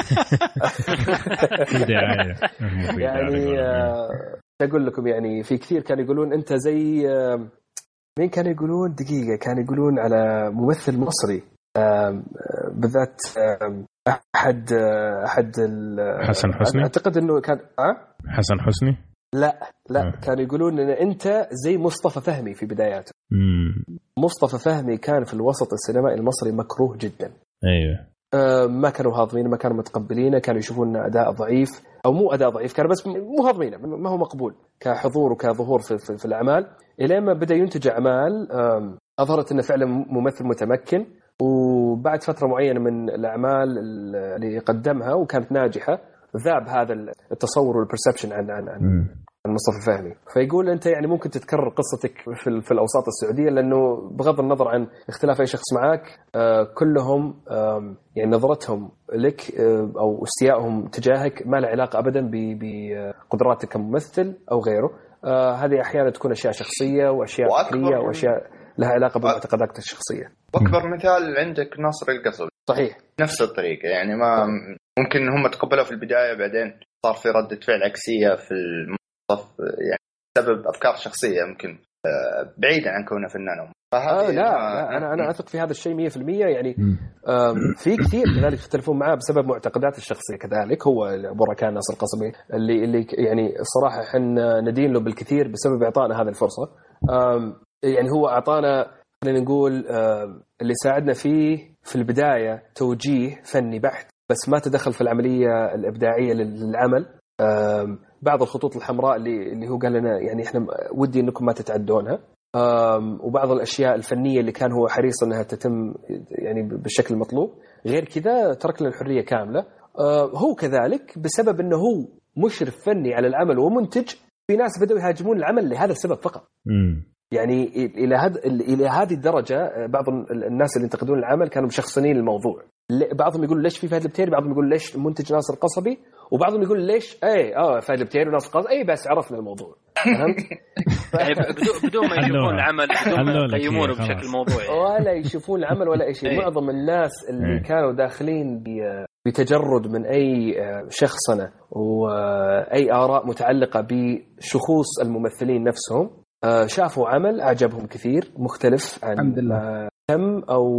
F: يعني أقول لكم يعني في كثير كانوا يقولون أنت زي مين كانوا يقولون دقيقة كانوا يقولون على ممثل مصري بالذات أحد
E: حسن حسني
F: أعتقد أنه كان
E: حسن حسني
F: لا كانوا يقولون أن أنت زي مصطفى فهمي في بداياته. مصطفى فهمي كان في الوسط السينمائي المصري مكروه جدا.
E: أيوه
F: ما كانوا هاضمين، ما كانوا متقبلينه، كانوا يشوفون أداء ضعيف أو مو أداء ضعيف، كان بس مو هاضمينه، ما هو مقبول كحضور وكظهور في الأعمال. إلى ما بدأ ينتج أعمال أظهرت أنه فعلا ممثل متمكن، وبعد فترة معينة من الأعمال اللي قدمها وكانت ناجحة ذاب هذا التصور والبرسبشن عن مصطفى فهمي. فيقول أنت يعني ممكن تتكرر قصتك في الأوساط السعودية، لأنه بغض النظر عن اختلاف أي شخص معك كلهم يعني نظرتهم لك أو استيائهم تجاهك ما له علاقة أبدا بقدراتك كممثل أو غيره. هذه أحيانا تكون أشياء شخصية وأشياء فكرية وأشياء لها علاقة بمعتقداتك الشخصية.
G: وأكبر مثال عندك ناصر القصبي.
F: صحيح
G: نفس الطريقة، يعني ما ممكن هم تقبلوا في البداية بعدين صار في ردة فعل عكسية في المنصف، يعني سبب أفكار شخصية ممكن بعيدا عن كونه فنان.
F: لا أنا أثق في هذا الشيء 100%. يعني في كثير كذلك يختلفون معاه بسبب معتقدات الشخصية. كذلك هو أبو ركان ناصر القصبي اللي يعني الصراحة حنا ندين له بالكثير بسبب إعطائنا هذه الفرصة. يعني هو أعطانا خلينا نقول اللي ساعدنا فيه في البداية توجيه فني بحت، بس ما تدخل في العملية الإبداعية للعمل. بعض الخطوط الحمراء اللي هو قال لنا يعني إحنا ودي إنكم ما تتعدونها. وبعض الأشياء الفنية اللي كان هو حريص أنها تتم يعني بالشكل المطلوب. غير كذا ترك لنا الحرية كاملة. هو كذلك بسبب أنه هو مشرف فني على العمل ومنتج، في ناس بدأوا يهاجمون العمل لهذا السبب فقط. يعني إلى هذه الدرجة بعض الناس اللي ينتقدون العمل كانوا مشخصنين الموضوع. بعضهم يقول ليش في فهد البتيري، بعضهم يقول ليش المنتج ناصر قصبي، وبعضهم يقول ليش فهد البتيري وناصر قصبي بس عرفنا الموضوع. فهمت؟
D: يعني بدون ما يشوفون العمل، بدون ما يقيمونه بشكل موضوعي،
F: ولا يشوفون العمل ولا أي شيء. معظم الناس اللي كانوا داخلين بتجرد من أي شخصنة وأي آراء متعلقة بشخوص الممثلين نفسهم شافوا عمل أعجبهم كثير مختلف عن تم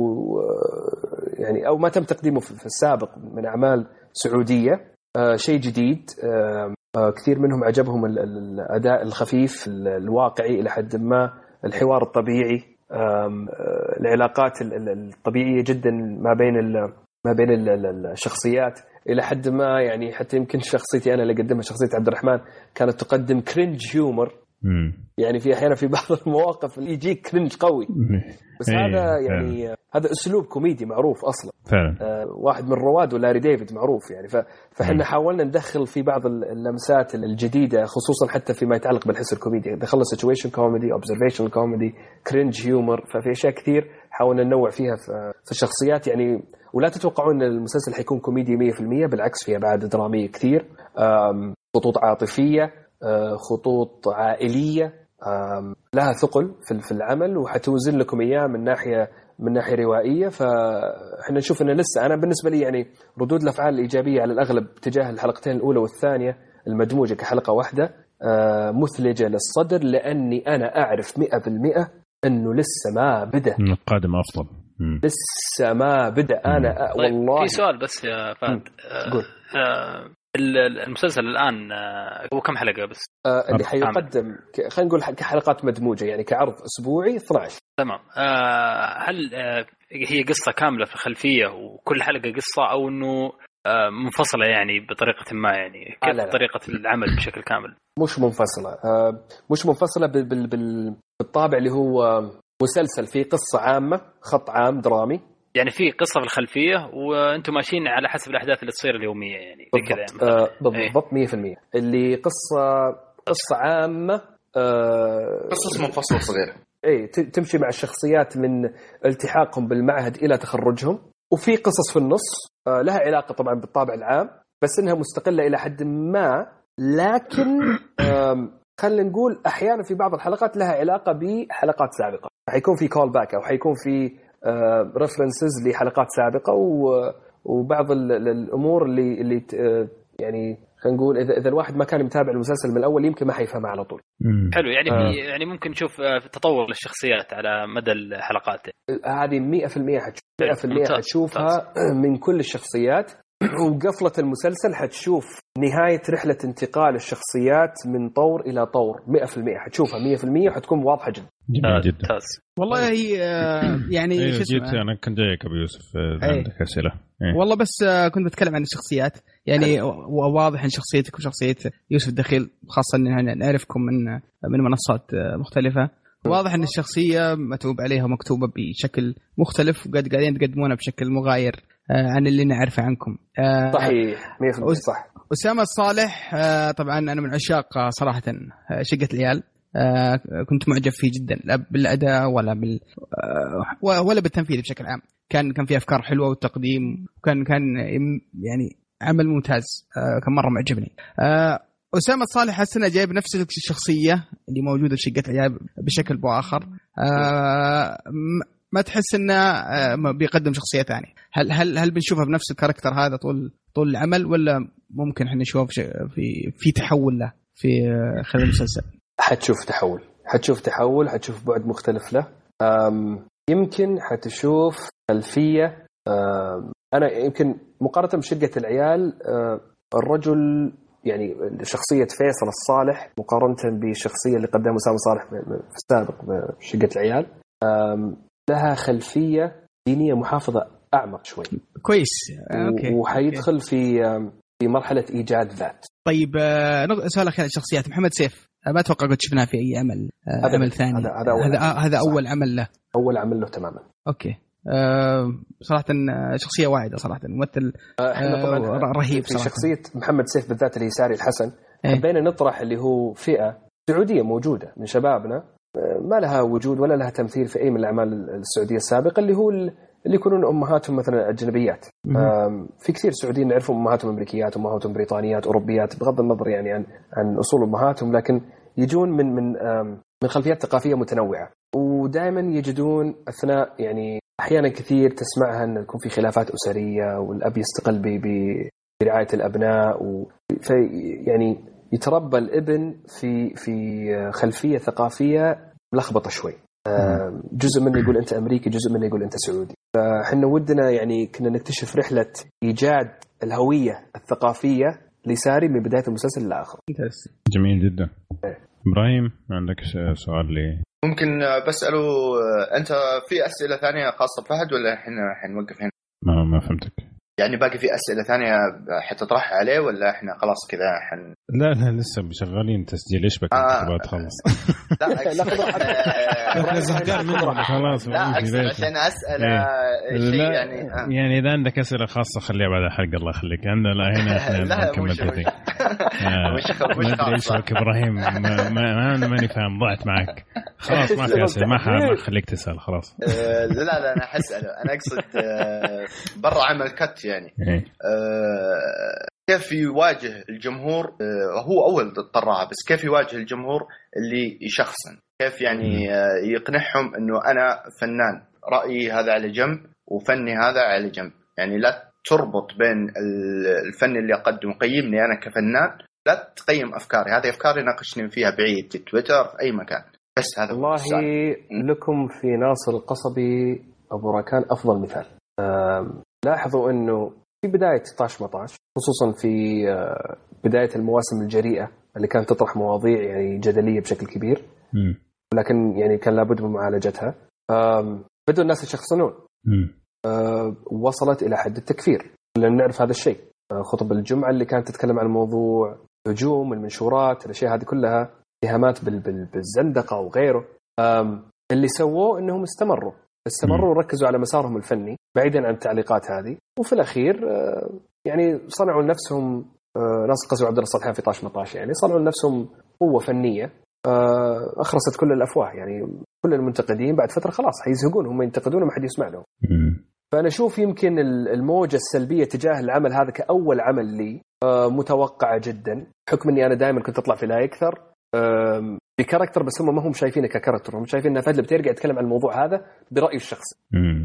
F: أو ما تم تقديمه في السابق من أعمال سعودية. شيء جديد. كثير منهم عجبهم الأداء الخفيف الواقعي إلى حد ما، الحوار الطبيعي، العلاقات الطبيعية جدا ما بين الشخصيات إلى حد ما. يعني حتى يمكن شخصيتي أنا اللي قدمها، شخصية عبد الرحمن، كانت تقدم كرنج هيومر. يعني في أحيانا في بعض المواقف اللي يجيك كرنج قوي، بس هذا يعني هذا أسلوب كوميدي معروف أصلا فعلا. واحد من رواد لاري ديفيد معروف يعني. فإحنا حاولنا ندخل في بعض اللمسات الجديدة، خصوصا حتى فيما يتعلق بالحس الكوميدي. دخلنا سيتويشن كوميدي، اوبزرفيشن كوميدي، كرنج هيومر. ففي أشياء كثير حاولنا ننوع فيها في الشخصيات يعني. ولا تتوقعون أن المسلسل حيكون كوميدي 100%، بالعكس فيها بعد درامية كثير، خطوط عاطفية، خطوط عائلية، لها ثقل في العمل، وحتوزن لكم إياه من ناحية روائية. فإحنا نشوف أنه لسه، أنا بالنسبة لي يعني ردود الأفعال الإيجابية على الأغلب تجاه الحلقتين الأولى والثانية المدموجة كحلقة واحدة مثلجة للصدر، لأني أنا أعرف 100% أنه لسه ما بدأ،
E: القادم أفضل.
F: لسه ما بدأ. أنا والله
D: في سؤال بس يا فهد. المسلسل الآن هو كم حلقة بس؟
F: اللي حيقدم خلينا نقول كحلقات مدموجة يعني كعرض أسبوعي 12.
D: تمام. هل هي قصة كاملة في الخلفية وكل حلقة قصة، أو إنه منفصلة يعني بطريقة ما؟ يعني كيف طريقة العمل بشكل كامل؟
F: مش منفصلة بالطابع اللي هو مسلسل فيه قصة عامة، خط عام درامي.
D: يعني في قصة في الخلفية وأنتم ماشيين على حسب الأحداث اللي تصير اليومية يعني كذا يعني.
F: بالضبط 100%. اللي قصة عامة،
G: قصص منفصلة صغيرة،
F: تمشي مع الشخصيات من التحاقهم بالمعهد إلى تخرجهم. وفي قصص في النص لها علاقة طبعا بالطابع العام، بس إنها مستقلة إلى حد ما. لكن خلينا نقول أحيانا في بعض الحلقات لها علاقة بحلقات سابقة، حيكون في كول باك أو حيكون في ريفرنسز لحلقات سابقة، وبعض الأمور اللي يعني خلينا نقول إذا الواحد ما كان متابع المسلسل من الأول يمكن ما حيفهم على طول.
D: حلو. يعني يعني ممكن نشوف تطور للشخصيات على مدى الحلقات.
F: هذه 100% حتشوفها من كل الشخصيات. وقفلة المسلسل حتشوف نهاية رحلة انتقال الشخصيات من طور إلى طور. 100% حتشوفها 100% وحتكون واضحة جدا.
E: جدا.
B: والله هي يعني
E: جيت أنا كنت جايك أبو يوسف عندك أسئلة.
B: والله بس كنت بتكلم عن الشخصيات يعني. واضح أن شخصيتك وشخصية يوسف الدخيل، خاصة أن نعرفكم من منصات مختلفة، واضح أن الشخصية متعوب عليها ومكتوبة بشكل مختلف، وقد قاعدين تقدمونها بشكل مغاير عن اللي نعرفه عنكم.
F: صحيح 100% صح.
B: أسامة الصالح طبعا أنا من عشاق صراحة شقة العيال. كنت معجب فيه جدا، لا بالأداء ولا ولا بالتنفيذ بشكل عام. كان فيه أفكار حلوة والتقديم، وكان يعني عمل ممتاز. كان مرة معجبني. أسامة الصالح السنة جايب نفس الشخصية اللي موجودة في شقة العيال بشكل بآخر. ما تحس إنه بيقدم شخصية ثانية؟ هل بنشوفها بنفس الكاركتر هذا طول العمل، ولا ممكن إحنا نشوف في تحول له في خلال المسلسل؟
F: حتشوف تحول، حتشوف بعد مختلف له. يمكن حتشوف خلفية. أنا يمكن مقارنة بشقة العيال، الرجل يعني شخصية فيصل الصالح مقارنة بالشخصية اللي قدمها أسامة صالح في السابق بشقة العيال، لها خلفية دينية محافظة اعمق شوي.
B: كويس. اوكي.
F: وحيدخل في مرحله ايجاد ذات.
B: طيب سؤال اخير عن الشخصيات. محمد سيف ما اتوقع قد شفناه في اي عمل ثاني. هذا اول عمل له.
F: اول عمل له تماما.
B: اوكي. صراحه شخصيه واعده صراحه، ممثل رهيب
F: في شخصيه محمد سيف بالذات اللي هي ساري الحسن. حبينا نطرح اللي هو فئه سعوديه موجوده من شبابنا ما لها وجود ولا لها تمثيل في اي من الاعمال السعوديه السابقه، اللي هو اللي يكونون امهاتهم مثلا اجنبيات. في كثير سعوديين نعرفهم امهاتهم امريكيات، امهاتهم بريطانيات، اوروبيات، بغض النظر يعني عن اصول امهاتهم، لكن يجون من خلفيات ثقافيه متنوعه، ودائما يجدون اثناء يعني احيانا كثير تسمعها ان يكون في خلافات اسريه والاب يستقل برعايه الابناء، يعني يتربى الابن في خلفيه ثقافيه ملخبطه شوي. جزء منه يقول انت امريكي، جزء منه يقول انت سعودي. فاحنا ودنا يعني كنا نكتشف رحله ايجاد الهويه الثقافيه لساري من بدايه المسلسل لاخره.
E: جميل جدا. ابراهيم عندك سؤال لي؟
G: ممكن بساله انت في اسئله ثانيه خاصه بفهد ولا احنا حنوقف هنا؟
E: ما فهمتك.
G: يعني باقي في أسئلة ثانية حتطرح عليه ولا إحنا خلاص كذا
E: لا لسه شغالين تسجيل. إيش بك انت تخلص؟
G: لا
E: خلاص.
G: لا عشان أسأل شيء
E: يعني إذا عندك أسئلة خاصة خليها بعد الحلقة الله يخليك. عندنا لا هنا إحنا نكمل تدريب. ما أدري إيش وك إبراهيم ما ماني فاهم ضعت معك. خلاص ما في أسئلة ما خليك تسأل خلاص.
G: لا أنا حسأله. أنا أقصد برا عمل كت يعني كيف يواجه الجمهور. هو أول تطرع بس كيف يواجه الجمهور اللي يشخصن، كيف يعني يقنعهم إنه أنا فنان، رأيي هذا على جنب وفني هذا على جنب. يعني لا تربط بين الفن اللي أقدم قيمني أنا كفنان، لا تقيم أفكاري. هذه أفكاري ناقشني فيها بعيد في تويتر في أي مكان. بس هذا
F: والله لكم في ناصر القصبي أبو راكان أفضل مثال. لاحظوا أنه في بداية 16-18 خصوصا في بداية المواسم الجريئة اللي كانت تطرح مواضيع يعني جدلية بشكل كبير، لكن يعني كان لابد من معالجتها. بدأوا الناس يشخصنون. وصلت إلى حد التكفير، لأن نعرف هذا الشيء. خطب الجمعة اللي كانت تتكلم عن الموضوع، هجوم المنشورات، الأشياء هذه كلها اتهامات بالزندقة وغيره. اللي سووه أنهم استمروا وركزوا على مسارهم الفني بعيدا عن التعليقات هذه، وفي الأخير يعني صنعوا لنفسهم ناصر القصبي وعبد الله السطحان في 18 يعني صنعوا لنفسهم قوة فنية أخرست كل الأفواه. يعني كل المنتقدين بعد فترة خلاص حيزهقون، هم ينتقدون وما حد يسمع لهم. فأنا أشوف يمكن الموجة السلبية تجاه العمل هذا كأول عمل لي متوقعة جدا، حكم أني أنا دائما كنت أطلع في لا يكثر بكاركتر، بس هم ما هم شايفينه ككاركتر، هم شايفين أن فهد البتيري قاعد يتكلم عن الموضوع هذا برأيه الشخصي.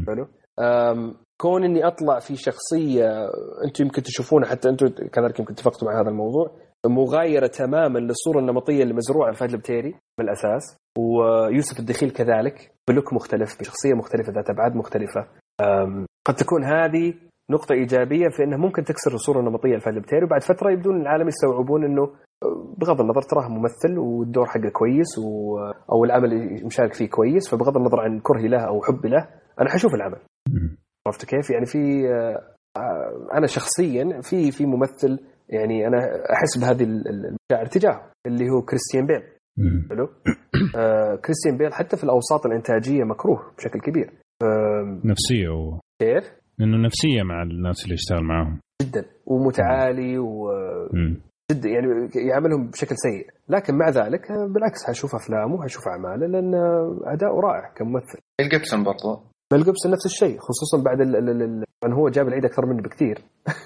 F: كون أني أطلع في شخصية أنتم يمكن تشوفونها، حتى أنتم كذلك يمكن اتفقتوا مع هذا الموضوع، مغايرة تماما للصورة النمطية اللي مزروعة لفهد البتيري بالأساس، ويوسف الدخيل كذلك بلوك مختلف، بشخصية مختلفة، ذات أبعاد مختلفة. قد تكون هذه نقطة إيجابية في أنها ممكن تكسر الصورة النمطية لفهد البتيري، وبعد فترة يبدون العالم يستوعبون أنه بغض النظر تراه ممثل والدور حقه كويس أو العمل اللي مشارك فيه كويس، فبغض النظر عن كرهي له أو حبي له أنا حشوف العمل. عرفت كيف؟ يعني في أنا شخصيا في ممثل يعني أنا أحس بهذه المشاعر تجاهه اللي هو كريستيان بيل. حلو. كريستيان بيل حتى في الأوساط الإنتاجية مكروه بشكل كبير.
E: نفسية
F: كيف؟
E: إنه نفسية مع الناس اللي يشتغل معهم جدا
F: ومتعالي جدا يعني يعملهم بشكل سيء، لكن مع ذلك بالعكس هشوف أفلامه هشوف أعماله لأن أداؤه رائع كممثل.
G: ميل جيبسون برضه.
F: ميل جيبسون نفس الشيء، خصوصا بعد أن هو جاب العيد أكثر مني بكثير.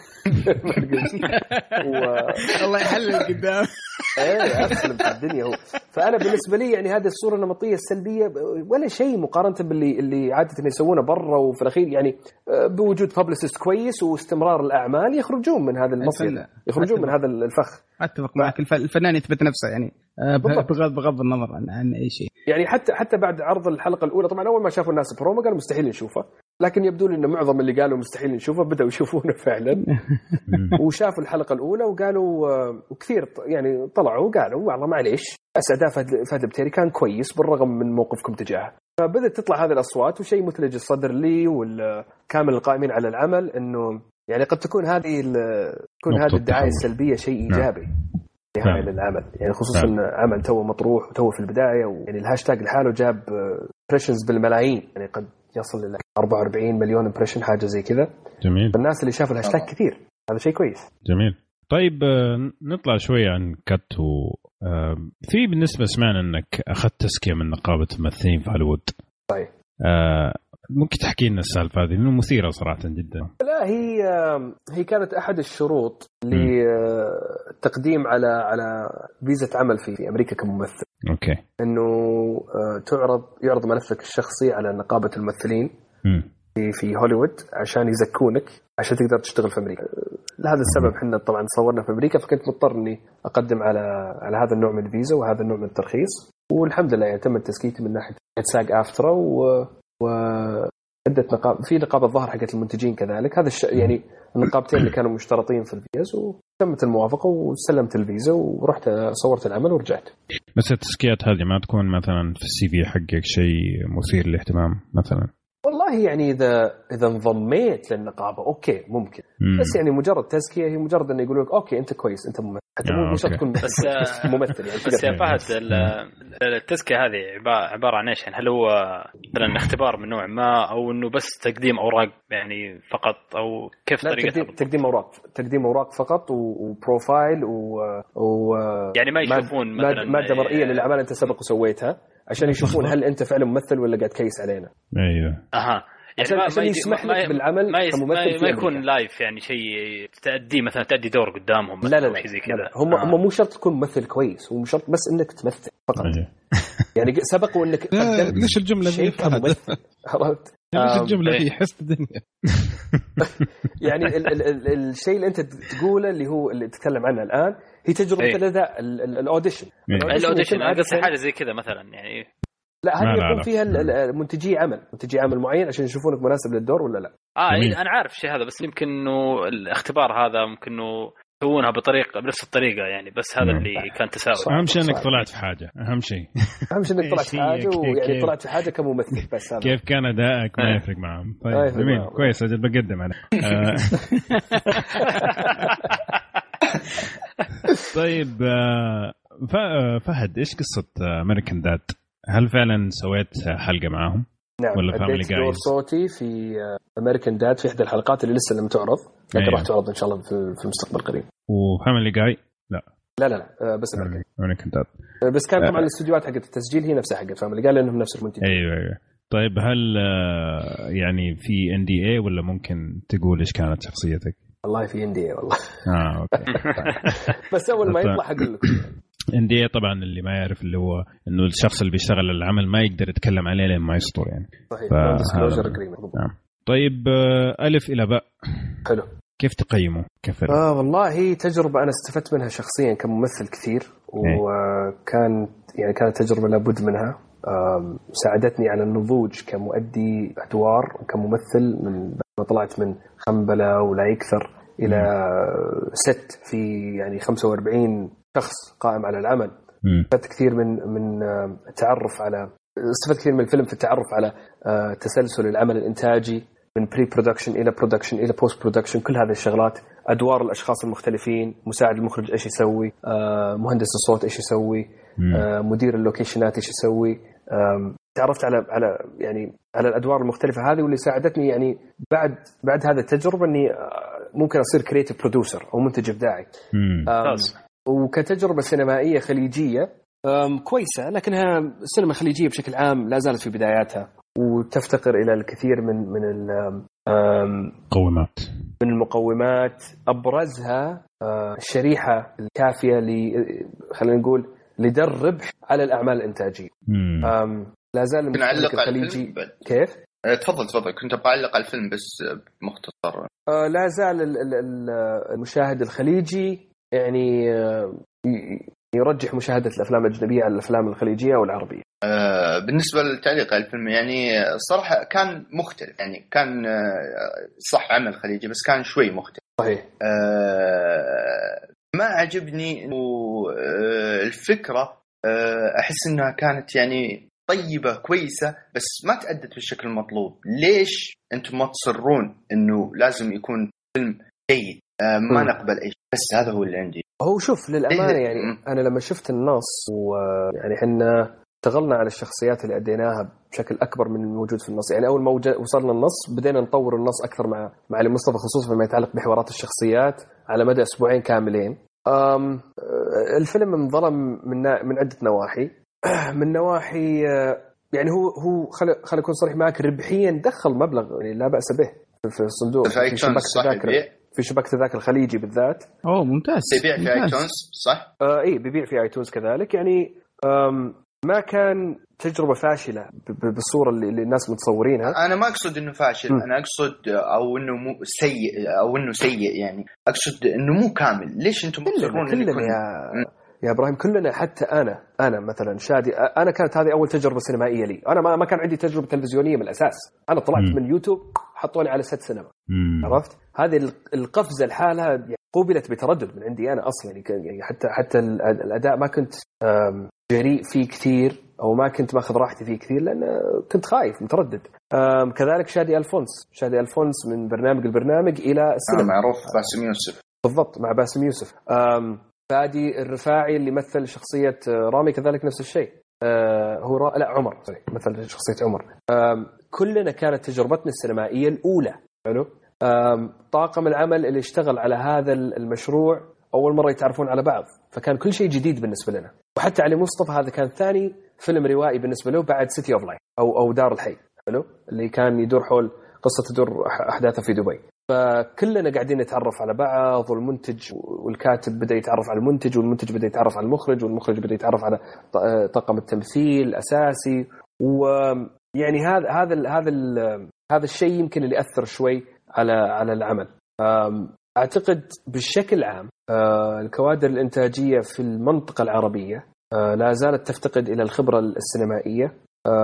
B: الله يحلل قدام.
F: أسلم في الدنيا هو. فأنا بالنسبة لي يعني هذه الصورة النمطية السلبية ولا شيء مقارنة اللي عادة يسوونه برا، وفي الأخير يعني بوجود بابليسيست كويس واستمرار الأعمال يخرجون من هذا المصير، يخرجون من هذا الفخ.
B: أتفق معك، الفنان يثبت نفسه يعني بغض النظر عن أي شيء.
F: يعني حتى بعد عرض الحلقة الأولى، طبعا أول ما شافوا الناس برومو قالوا مستحيل نشوفه، لكن يبدو لي أن معظم اللي قالوا مستحيل نشوفه بدأوا يشوفونه فعلا. وشافوا الحلقة الأولى وقالوا وكثير يعني طلعوا وقالوا والله معليش بس أداء فهد البتيري كان كويس بالرغم من موقفكم تجاهه. فبدأت تطلع هذه الأصوات، وشيء مثلج الصدر لي والكامل القائمين على العمل إنه يعني قد تكون هذه الدعاية السلبية شيء إيجابي نهاية للعمل، يعني خصوصا عمل توه مطروح وتوه في البداية، ويعني الهاشتاج لحاله جاب impressions بالملايين، يعني قد يصل إلى 44 مليون impression حاجة زي كذا.
E: جميل.
F: الناس اللي شافوا الهاشتاج كثير، هذا شيء كويس.
E: جميل. طيب نطلع شوية عن كات في بالنسبة سمعنا أنك أخذت تزكية من نقابة الممثلين في هوليوود.
F: طيب.
E: ممكن تحكي لنا السالفة هذه لأنه مثيرة صراحة جدا.
F: لا هي كانت أحد الشروط للتقديم على فيزا عمل في أمريكا كممثل.
E: أوكي.
F: إنه يعرض ملفك الشخصي على نقابة الممثلين في هوليوود عشان يزكونك عشان تقدر تشتغل في أمريكا. لهذا السبب حنا طبعا صورنا في أمريكا، فكنت مضطر إني أقدم على هذا النوع من الفيزا وهذا النوع من الترخيص، والحمد لله يعني تم تزكيتي من ناحية ساق أفترا وعدة في نقابة ظهر حقت المنتجين كذلك. هذا يعني النقابتين اللي كانوا مشترطين في الفيز، وتمت الموافقة وسلمت الفيزا ورحت صورت العمل ورجعت.
E: بس التزكيات هذه ما تكون مثلا في السي في حقك شيء مثير للاهتمام مثلا؟
F: والله يعني إذا انضميت للنقابة أوكي ممكن، بس يعني مجرد تزكية هي مجرد إنه يقولوا لك أوكي أنت كويس أنت ممثل، حتى مو شرط تكون بس ممثل يعني.
D: بس يا فهد التزكية هذه عبارة عن إيش يعني؟ هل هو مثلا اختبار من نوع ما، أو إنه بس تقديم أوراق يعني فقط، أو كيف طريقة؟
F: تقديم أوراق فقط وبروفايل
D: يعني ما يشوفون مثلا
F: مادة مرئية للأعمال أنت سبق وسويتها عشان يشوفون هل أنت فعلا ممثل ولا قاعد كيس علينا.
E: ايوه.
D: يعني
F: عشان يسمح لك بالعمل
D: كممثل ما يكون لايف يعني شيء تأدي دور قدامهم.
F: لا شيء زي كذا. هم مو شرط تكون ممثل كويس، هو شرط بس انك تمثل فقط. يعني سبقوا انك
C: تقدم. ليش الجمله
F: ذي كممثل؟ عرفت
C: ليش الجمله ذي؟ حس الدنيا.
F: يعني الشيء اللي انت تقوله اللي هو اللي تتكلم عنه الان هي تجربه الاوديشن.
D: الاوديشن اقصد حاجه زي كذا مثلا يعني.
F: لا هذه يكون فيها منتجي عمل معين عشان يشوفونك مناسب للدور ولا لا.
D: انا عارف الشيء هذا، بس يمكن انه الاختبار هذا ممكن انه يسوونها بنفس الطريقه يعني، بس هذا اللي كان تساؤل.
E: اهم شيء انك طلعت في حاجه، اهم شيء
F: انك طلعت في حاجه، ويعني طلعت في حاجه كممثل بس. هذا
E: كيف كان ادائك ما يفرق معهم. طيب جميل كويس، اجل بقدم انا. طيب فهد ايش قصه امريكان داد؟ هل فعلا سويت حلقه معاهم؟
F: نعم،
E: ولا فاميلي جاي؟
F: دور صوتي في امريكان داد في احدى الحلقات اللي لسه لم تعرض، لكن راح تعرض ان شاء الله في المستقبل القريب.
E: وفاميلي جاي
F: لا بس
E: امريكان داد.
F: بس كان طبعا الاستديوهات حقت التسجيل هي نفسها حقت فاميلي جاي لانهم نفس المنتجين.
E: ايوه. طيب هل يعني في NDA ولا ممكن تقول ايش كانت شخصيتك؟
F: والله في NDA والله.
E: اوكي.
F: بس اول ما يطلع اقول لكم.
E: NDA طبعا اللي ما يعرف اللي هو انه الشخص اللي بيشتغل العمل ما يقدر يتكلم عليه لين ما يسطر يعني.
F: صحيح.
E: طيب ألف إلى باء.
F: حلو.
E: كيف تقيمه كفر؟
F: والله تجربة أنا استفدت منها شخصيا كممثل كثير، كانت تجربة لابد منها. ساعدتني على النضوج كمؤدي أدوار وكممثل من ما طلعت من خنبلة ولا يكثر إلى ست في يعني 45 شخص قائم على العمل. استفدت كثير من التعرف على استفدت كثير من الفيلم في التعرف على تسلسل العمل الإنتاجي من بري برودكشن إلى برودكشن إلى بوست برودكشن، كل هذه الشغلات، أدوار الأشخاص المختلفين، مساعد المخرج إيش يسوي، مهندس الصوت إيش يسوي، مدير اللوكيشنات إيش يسوي. تعرفت على الأدوار المختلفة هذه، واللي ساعدتني يعني بعد هذا التجربة إني ممكن أصير كرييتيف برودوسر أو منتج إبداعي. وكتجربة سينمائية خليجية كويسة، لكنها السينما الخليجية بشكل عام لا زالت في بداياتها وتفتقر إلى الكثير من المقومات، أبرزها الشريحة الكافية خلينا نقول لدر ربح على الأعمال الإنتاجية. لا زال المشاهد الخليجي كيف؟
G: تفضل كنت بعلق على الفيلم بس مختصر.
F: لا زال المشاهد الخليجي يعني يرجح مشاهدة الأفلام الأجنبية على الأفلام الخليجية أو العربية.
G: بالنسبة للتعليق على الفيلم يعني صراحة كان مختلف، يعني كان صح عمل خليجي بس كان شوي مختلف.
F: صحيح.
G: ما عجبني إنه الفكرة أحس إنها كانت يعني طيبة كويسة بس ما تأدت بالشكل المطلوب. ليش أنتم ما تصرون إنه لازم يكون فيلم جيد؟ ما نقبل أي شيء. بس هذا هو اللي عندي.
F: هو شوف للأمانة يعني أنا لما شفت النص ويعني حنا اشتغلنا على الشخصيات اللي أديناها بشكل أكبر من الموجود في النص. يعني أول ما وصلنا النص بدينا نطور النص أكثر مع مصطفى خصوصا فيما يتعلق بحوارات الشخصيات على مدى أسبوعين كاملين. الفيلم انظلم من عدة نواحي. من نواحي يعني هو خلي أكون صريح معك، ربحيا دخل مبلغ يعني لا بأس به في الصندوق في شبكة الذاكرة الخليجي بالذات.
B: ممتاز.
G: بيبيع في ايتونز صح؟
F: اي بيبيع في ايتونز كذلك. يعني ما كان تجربة فاشلة بالصورة اللي الناس متصورينها.
G: أنا ما أقصد إنه فاشل. أنا أقصد أو إنه مو سيء أو إنه سيء. يعني أقصد إنه مو كامل. ليش أنتم
F: كلنا يا إبراهيم كلنا، حتى أنا مثلا شادي، أنا كانت هذه أول تجربة سينمائية لي. أنا ما كان عندي تجربة تلفزيونية من الأساس. أنا طلعت من يوتيوب حطوني على ست سينما. عرفت هذه القفزة الحالة يعني قوبلت بتردد من عندي أنا أصلا. يعني حتى الأداء ما كنت جريء فيه كثير أو ما كنت ماخذ راحتي فيه كثير لأن كنت خايف متردد. كذلك شادي ألفونس من برنامج إلى السينما.
G: معروف باسم يوسف.
F: بالضبط مع باسم يوسف. فادي الرفاعي اللي مثل شخصية رامي كذلك نفس الشيء. عمر مثل شخصية عمر. كلنا كانت تجربتنا السينمائية الأولى. حلو. طاقم العمل اللي اشتغل على هذا المشروع أول مرة يتعرفون على بعض، فكان كل شيء جديد بالنسبة لنا. وحتى علي مصطفى هذا كان ثاني فيلم روائي بالنسبة له بعد سيتي أوف لايف أو دار الحي. حلو. اللي كان يدور حول قصة تدور أحداثه في دبي. فكلنا قاعدين نتعرف على بعض، والمنتج والكاتب بدأ يتعرف على المنتج، والمنتج بدأ يتعرف على المخرج، والمخرج بدأ يتعرف على طاقم التمثيل الأساسي. ويعني هذا الشيء يمكن اللي أثر شوي على العمل. أعتقد بالشكل عام الكوادر الإنتاجية في المنطقة العربية لا زالت تفتقد إلى الخبرة السينمائية.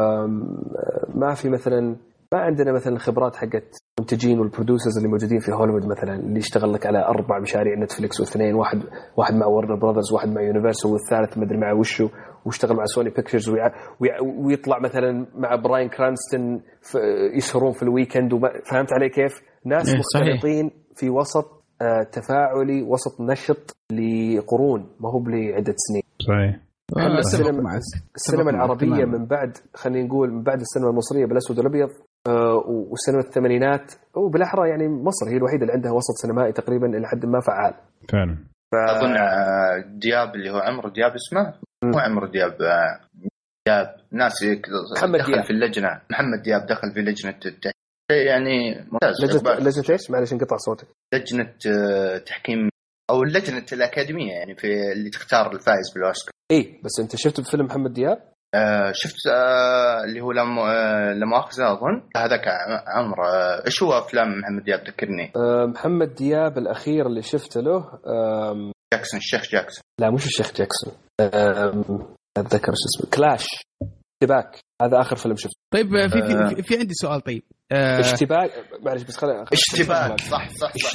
F: ما عندنا مثلا الخبرات حقت المنتجين والبرودوسرز اللي موجودين في هوليوود مثلا، اللي يشتغل لك على 4 مشاريع نتفليكس واثنين، واحد مع وارنر براذرز، واحد مع يونيفرسال، والثالث ما ادري مع وشو، واشتغل مع سوني بيكتشرز، ويطلع مثلا مع براين كرانستون يسهرون في الويكند. فهمت علي كيف؟ ناس مختلطين في وسط تفاعلي، وسط نشط لقرون ما هو لعدة سنين.
E: صحيح.
F: السينما العربية من بعد خلينا نقول من بعد السينما المصرية بالأسود والأبيض والسينما الثمانينات، وبالأحرى يعني مصر هي الوحيدة اللي عندها وسط سينمائي تقريبا إلى حد ما فعال
E: فعلا.
G: أظن دياب اللي هو عمرو دياب اسمه مو عمرو دياب ناس دخل في اللجنة. محمد دياب دخل في لجنة يعني ممتاز.
F: لجنة إيش؟ معلش انقطع صوتك.
G: لجنة تحكيم أو لجنة الأكاديمية يعني في اللي تختار الفائز بالأوسكار.
F: إيه بس أنت شفت بفيلم محمد دياب؟
G: شفت اللي هو لما أخذ أظن هذاك عمر. إيش هو أفلام محمد دياب ذكرني؟
F: محمد دياب الأخير اللي شفته له
G: الشيخ جاكسون.
F: لا مش الشيخ جاكسون. أتذكر شو اسمه، كلاش اشتباك. هذا آخر فيلم شفته.
B: طيب في عندي سؤال. طيب
F: اشتباك معلش بس
G: اشتباك صح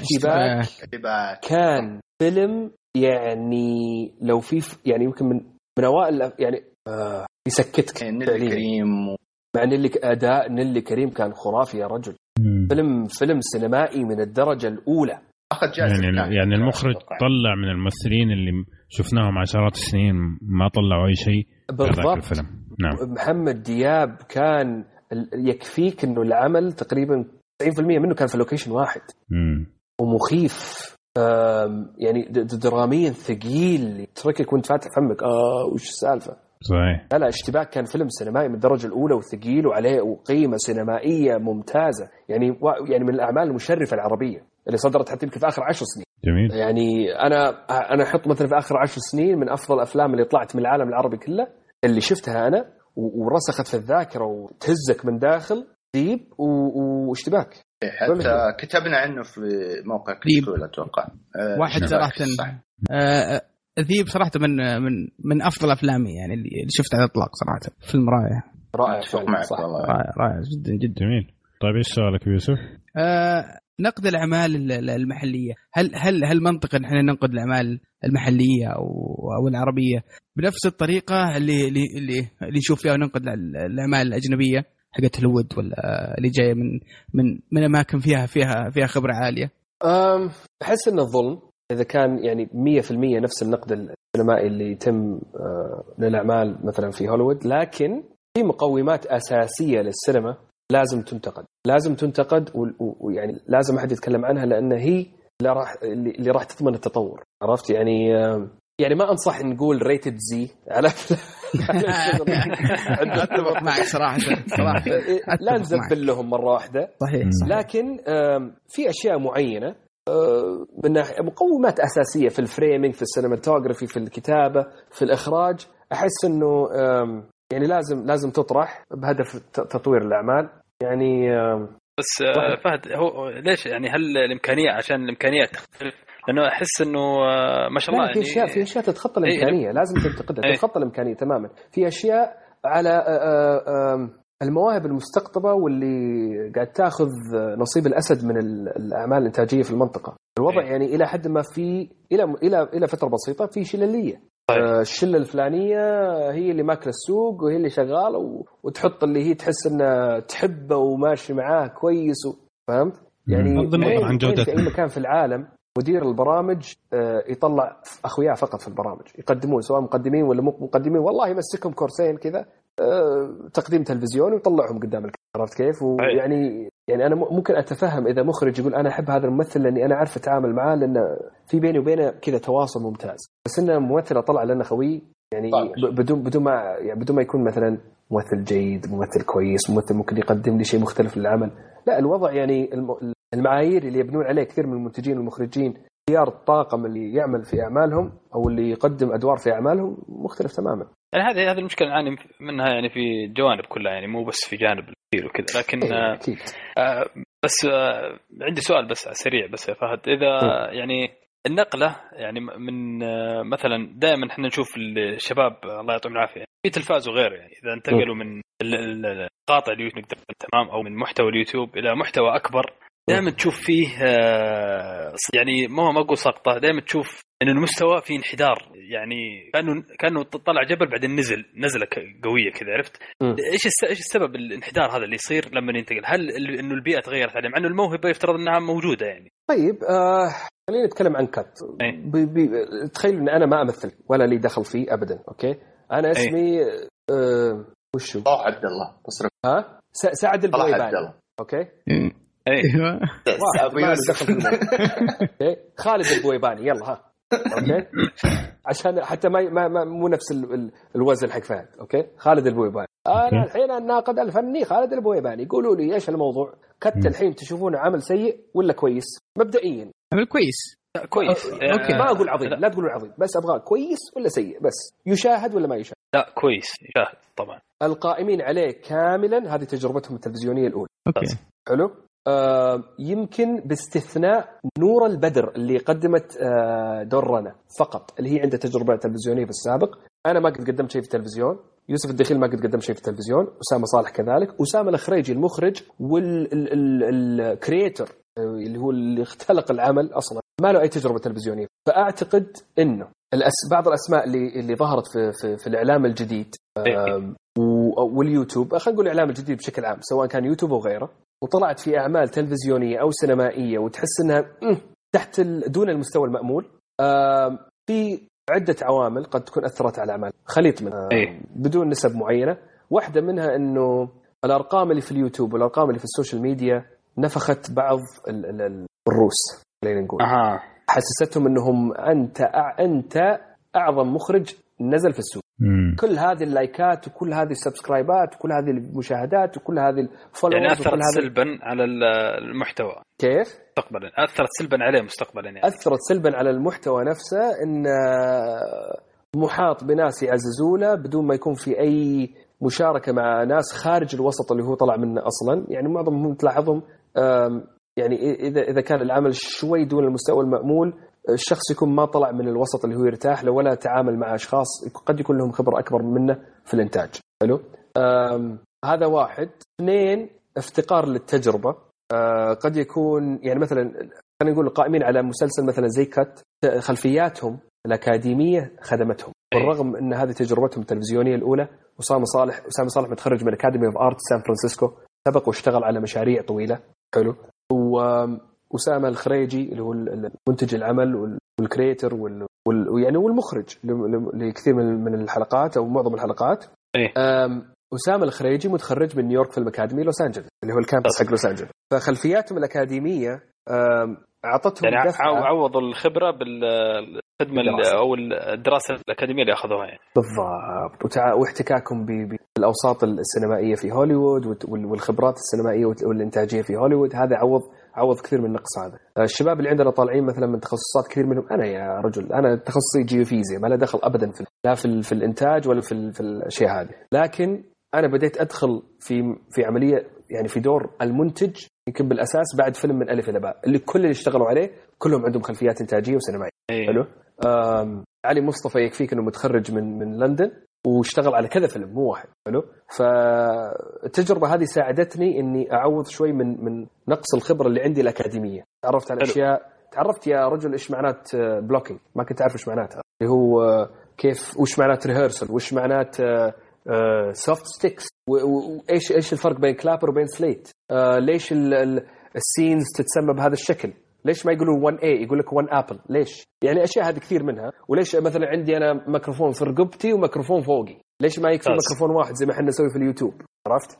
F: اشتباك كان فيلم يعني لو في يعني يمكن من أوائل يعني يسكتك.
G: نيلي كريم
F: مع أداء نيلي كريم كان خرافي يا رجل. فيلم سينمائي من الدرجة الأولى.
G: أخذ جائزة.
E: يعني المخرج طلع من الممثلين اللي شفناهم عشرات السنين ما طلعوا أي شيء
F: بالضبط.
E: الفيلم. نعم.
F: محمد دياب كان يكفيك إنه العمل تقريبا 90% منه كان في لوكيشن واحد. ومخيف يعني دراميا ثقيل يتركك وانت فاتح فمك وش السالفة.
E: صحيح.
F: لا اشتباك كان فيلم سينمائي من الدرجة الأولى وثقيل وعليه وقيمة سينمائية ممتازة. يعني من الأعمال المشرفة العربية اللي صدرت حتى يمكن في آخر 10 سنين.
E: جميل.
F: يعني أنا أحط مثلا في آخر 10 سنين من أفضل الأفلام اللي طلعت من العالم العربي كله اللي شفتها أنا ورسخت في الذاكرة وتهزك من داخل ذيب واشتباك.
G: حتى كتبنا عنه في موقع كشكول أتوقع.
B: واحد صراحة ذيب صراحة من أفضل أفلامي يعني اللي شفتها على الإطلاق صراحة. فيلم
F: رائع
G: صح.
B: رائع جدا جدا.
E: جميل. طيب إيش سؤالك يوسف؟
B: نقد الاعمال المحليه، هل منطق ان احنا ننقد الاعمال المحليه او العربيه بنفس الطريقه اللي نشوف فيها وننقد الاعمال الاجنبيه حقت هوليوود ولا اللي جايه من اماكن فيها خبره عاليه؟
F: احس ان الظلم اذا كان يعني 100% نفس النقد السينمائي اللي يتم للاعمال مثلا في هوليوود، لكن في مقومات اساسيه للسينما لازم تنتقد ويعني لازم أحد يتكلم عنها، لأن هي اللي راح تضمن التطور. عرفت يعني ما أنصح نقول ريتد زي على
B: أتفق معك صراحة
F: لا نزبل لهم مرة واحدة.
B: صحيح.
F: لكن في أشياء معينة من مقومات أساسية في الفريمينج، في السينماتوغرافي، في الكتابة، في الإخراج، أحس إنه يعني لازم تطرح بهدف تطوير الأعمال. يعني
D: بس فهد، هو ليش يعني هل الإمكانية عشان الإمكانيات تختلف؟ لأنه أحس إنه ما شاء الله
F: في أشياء تتخطى الإمكانية لازم تنتقدها. تتخطى الإمكانية تماما. في أشياء على المواهب المستقطبة واللي قاعد تأخذ نصيب الأسد من الأعمال الإنتاجية في المنطقة. الوضع يعني إلى حد ما في إلى فترة بسيطة في شللية. الشلة الفلانية هي اللي ماكله السوق وهي اللي شغالة وتحط اللي هي تحس انها تحبه وماشي معاه كويس فهمت يعني
C: عن
F: في أي مكان في العالم مدير البرامج يطلع أخويا فقط في البرامج يقدمون، سواء مقدمين ولا مو مقدمين، والله يمسكهم كورسين كذا تقديم تلفزيون ويطلعهم قدام الكاميرا. عرفت كيف؟ ويعني أنا ممكن أتفهم إذا مخرج يقول أنا أحب هذا الممثل لأني أنا عارف أتعامل معاه لأن في بيني وبينه كذا تواصل ممتاز، بس إنه ممثل طلع لنا خوي يعني بدون ما يكون مثلا ممثل جيد، ممثل كويس، ممثل ممكن يقدم لي شيء مختلف للعمل. لا، الوضع يعني المعايير اللي يبنون عليه كثير من المنتجين والمخرجين، خيار الطاقم اللي يعمل في أعمالهم أو اللي يقدم أدوار في أعمالهم مختلف تماما.
D: يعني هذه المشكلة نعاني منها يعني في الجوانب كلها، يعني مو بس في جانب الكثير وكذا. لكن بس عندي سؤال بس سريع بس يا فهد، إذا يعني النقلة يعني من مثلا دائما احنا نشوف الشباب الله يعطيهم العافية في تلفاز وغيره، يعني إذا انتقلوا من قاطع اليوتيوب تمام أو من محتوى اليوتيوب إلى محتوى أكبر، دائما تشوف فيه يعني ما أقول سقطة، دائما تشوف إن المستوى فيه انحدار، يعني كأنه طلع جبل بعدين نزلة قوية كذا. عرفت إيش السبب الانحدار هذا اللي يصير لما ينتقل؟ هل إنه البيئة تغيرت عليه مع إنه الموهبة يفترض إنها موجودة يعني؟
F: طيب خلينا نتكلم عن كات. تخيل إن أنا ما أمثل ولا لي دخل فيه أبدا. أوكي، أنا اسمي وشو؟
G: عبد الله تصرف
F: سعد البويباني. أوكي.
B: ايوه
F: خالد البويباني، يلا ها. اوكي، عشان حتى ما مو نفس الوزن حق فهد. اوكي، خالد البويباني. انا الحين الناقد الفني خالد البويباني. قولوا لي ايش الموضوع؟ كت الحين تشوفونه عمل سيء ولا كويس؟ مبدئيا
B: عمل كويس.
F: اوكي، ما اقول عظيم، لا تقولوا عظيم، بس ابغى كويس ولا سيء، بس يشاهد ولا ما يشاهد؟
D: لا كويس يشاهد طبعا.
F: القائمين عليه كاملا هذه تجربتهم التلفزيونيه الاولى.
B: اوكي
F: حلو. يمكن باستثناء نور البدر اللي قدمت دور رنا فقط، اللي هي عنده تجربة تلفزيونية في السابق. أنا ما قد قدمت شيء في التلفزيون، يوسف الدخيل ما قد قدم شيء في التلفزيون، أسامة صالح كذلك، أسامة الخريجي المخرج والكرياتور اللي هو اللي اختلق العمل أصلا ما له أي تجربة تلفزيونية. فأعتقد إنه بعض الأسماء اللي ظهرت في الإعلام الجديد واليوتيوب، خلينا نقول الإعلام الجديد بشكل عام سواء كان يوتيوب أو غيره، وطلعت في أعمال تلفزيونية أو سينمائية وتحس أنها تحت دون المستوى المأمول، في عدة عوامل قد تكون أثرت على الأعمال، خليط منها بدون نسب معينة. واحدة منها أنه الأرقام اللي في اليوتيوب والأرقام اللي في السوشيال ميديا نفخت بعض الروس، خلينا نقول حسستهم أنهم أنت أعظم مخرج نزل في السوق. كل هذه اللايكات وكل هذه السبسكرايبات وكل هذه المشاهدات وكل هذه الفولورز
D: يعني أثرت سلبا على المحتوى.
F: كيف؟
D: مستقبلا أثرت سلبا عليه مستقبلا يعني.
F: أثرت سلبا على المحتوى نفسه، إن محاط بناس يعززونه بدون ما يكون في أي مشاركة مع ناس خارج الوسط اللي هو طلع منه أصلا. يعني معظمهم تلاحظهم يعني إذا كان العمل شوي دون المستوى المأمول، الشخص يكون ما طلع من الوسط اللي هو يرتاح له ولا تعامل مع أشخاص قد يكون لهم خبرة أكبر منه في الإنتاج. حلو. هذا واحد. اثنين، افتقار للتجربة. قد يكون يعني مثلا خلينا نقول قائمين على مسلسل مثلا زي كات، خلفياتهم الأكاديمية خدمتهم بالرغم أن هذه تجربتهم التلفزيونية الأولى. أسامة صالح متخرج من أكاديمي أوف آرت سان فرانسيسكو، سبق واشتغل على مشاريع طويلة حلو. وأسامة الخريجي اللي هو المنتج العمل والكريتر ويعني والمخرج لكثير من الحلقات أو معظم الحلقات. أسامة الخريجي متخرج من نيويورك فيلم أكاديمي لوس أنجلوس اللي هو الكامبس حق لوس أنجلوس. فخلفياتهم الأكاديمية أعطتهم
D: يعني عوضوا الخبرة بالخدمة أو الدراسة الأكاديمية اللي أخذوها يعني.
F: بالضبط. واحتكاكهم بالأوساط السينمائية في هوليوود والخبرات السينمائية والإنتاجية في هوليوود، هذا عوض كثير من النقص هذا. الشباب اللي عندنا طالعين مثلا من تخصصات كثير منهم، أنا يا رجل أنا تخصصي جيوفيزياء ما له دخل أبدا لا في الإنتاج ولا في الأشياء هذه، لكن أنا بديت أدخل في عملية يعني في دور المنتج يمكن بالأساس بعد فيلم من ألف إلى باء، اللي كل اللي اشتغلوا عليه كلهم عندهم خلفيات إنتاجية وسينمائية. حلو. علي مصطفى يكفيك إنه متخرج من لندن واشتغل على كذا فيلم مو واحد. حلو. فالتجربة هذه ساعدتني إني أعوض شوي من نقص الخبرة اللي عندي الأكاديمية. تعرفت على أشياء، تعرفت يا رجل إيش معنات بلوكينج، ما كنت أعرف إيش معناتها، اللي هو كيف وش معنات ريهرسل، وش معنات سوفت ستيكس، وايش الفرق بين كلابر وبين سليت، ليش السينز تتسمى بهذا الشكل، ليش ما يقولوا 1A يقول لك 1 ابل، ليش يعني اشياء هذه كثير منها. وليش مثلا عندي انا ميكروفون في رقبتي وميكروفون فوقي، ليش ما يكفي ميكروفون واحد زي ما احنا نسوي في اليوتيوب؟ عرفت؟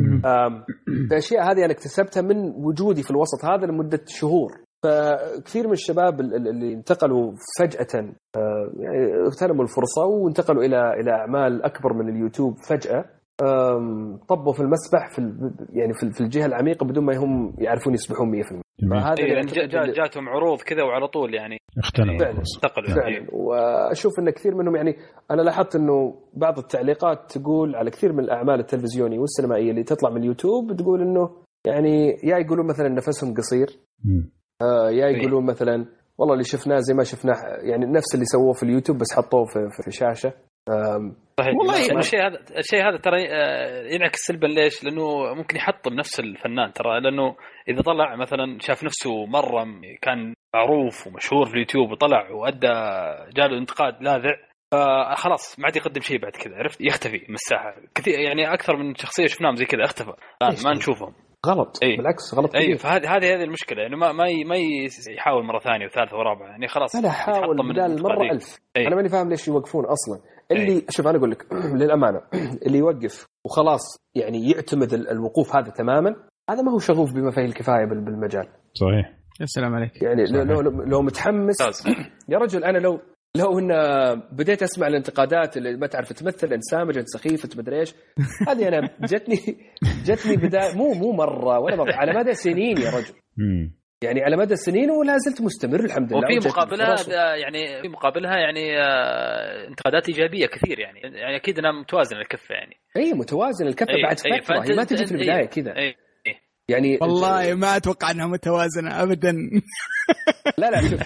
F: فاشياء هذه انا اكتسبتها من وجودي في الوسط هذا لمده شهور. فكثير من الشباب اللي انتقلوا فجأة يعني اغتنموا الفرصة وانتقلوا إلى أعمال أكبر من اليوتيوب فجأة، طبوا في المسبح في الجهة العميقة بدون ما هم يعرفون يسبحون 100%.
D: فهذا يعني جاتهم عروض كذا وعلى طول يعني انتقلوا
F: فعلا. وأشوف أن كثير منهم يعني أنا لاحظت أنه بعض التعليقات تقول على كثير من الأعمال التلفزيونية والسينمائية اللي تطلع من اليوتيوب تقول أنه يعني يا يقولون مثلا نفسهم قصير، يا يقولون مثلا والله اللي شفناه زي ما شفناه يعني نفس اللي سووه في اليوتيوب بس حطوه في شاشة.
D: صحيح. والله الشيء هذا ترى ينعكس سلبا. ليش؟ لأنه ممكن يحطم نفس الفنان ترى، لأنه إذا طلع مثلا شاف نفسه مرة كان معروف ومشهور في اليوتيوب وطلع وأدى جاله انتقاد لاذع، خلاص ما عاد يقدم شيء بعد كذا، عرفت؟ يختفي من الساحة كثير يعني. أكثر من شخصية شفناهم زي كذا اختفى ما نشوفهم.
F: غلط. بالعكس غلط كثير.
D: فهذه المشكلة يعني ما يحاول مرة ثانية وثالثة ورابعة يعني خلاص.
F: لا حاول بدال مرة 1000. أنا ماني فاهم ليش يوقفون أصلا. اللي شوف أنا أقول لك للأمانة اللي يوقف وخلاص يعني يعتمد الوقوف هذا تماما، هذا ما هو شغوف بما فيه الكفاية بالمجال.
E: صحيح.
B: السلام عليك.
F: يعني لو متحمس يا رجل. أنا لو إن بديت أسمع الانتقادات اللي ما تعرف تمثل، أنت سامج، أنت سخيف، أنت مدري إيش، هذه أنا جتني بداية مو مرة ولا مرة، على مدى سنين يا رجل. يعني على مدى السنين ولا زلت مستمر الحمد لله.
D: وفي مقابلها يعني انتقادات إيجابية كثير يعني أكيد أنا متوازن الكفة يعني.
F: أي متوازن الكفة بعد فترة، ما تجي في البداية كذا.
B: يعني والله ما أتوقع أنها متوازنة أبدا.
F: لا شوف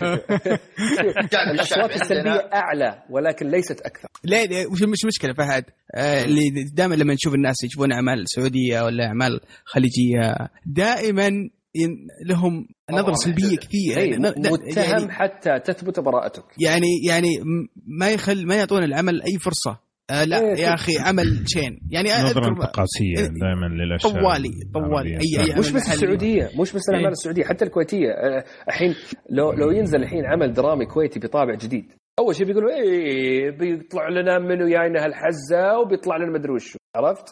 F: الأصوات السلبية أعلى ولكن ليست أكثر.
B: لا مش مشكلة فهد. اللي دائما لما نشوف الناس يجيبون أعمال سعودية ولا أعمال خليجية دائما لهم نظرة سلبية كثير.
F: متهم يعني حتى تثبت براءتك.
B: يعني ما يعطون العمل أي فرصة. لا يا أخي عمل شين يعني
E: نظرة قاسية دائما للأشياء
B: طوالي
F: مش بس السعودية، مش بس الأعمال السعودية، حتى الكويتية. الحين لو ينزل الحين عمل درامي كويتي بطابع جديد، أول شيء بيقولوا بيطلع لنا منو جاينا هالحزة وبيطلع لنا مدري وش، عرفت؟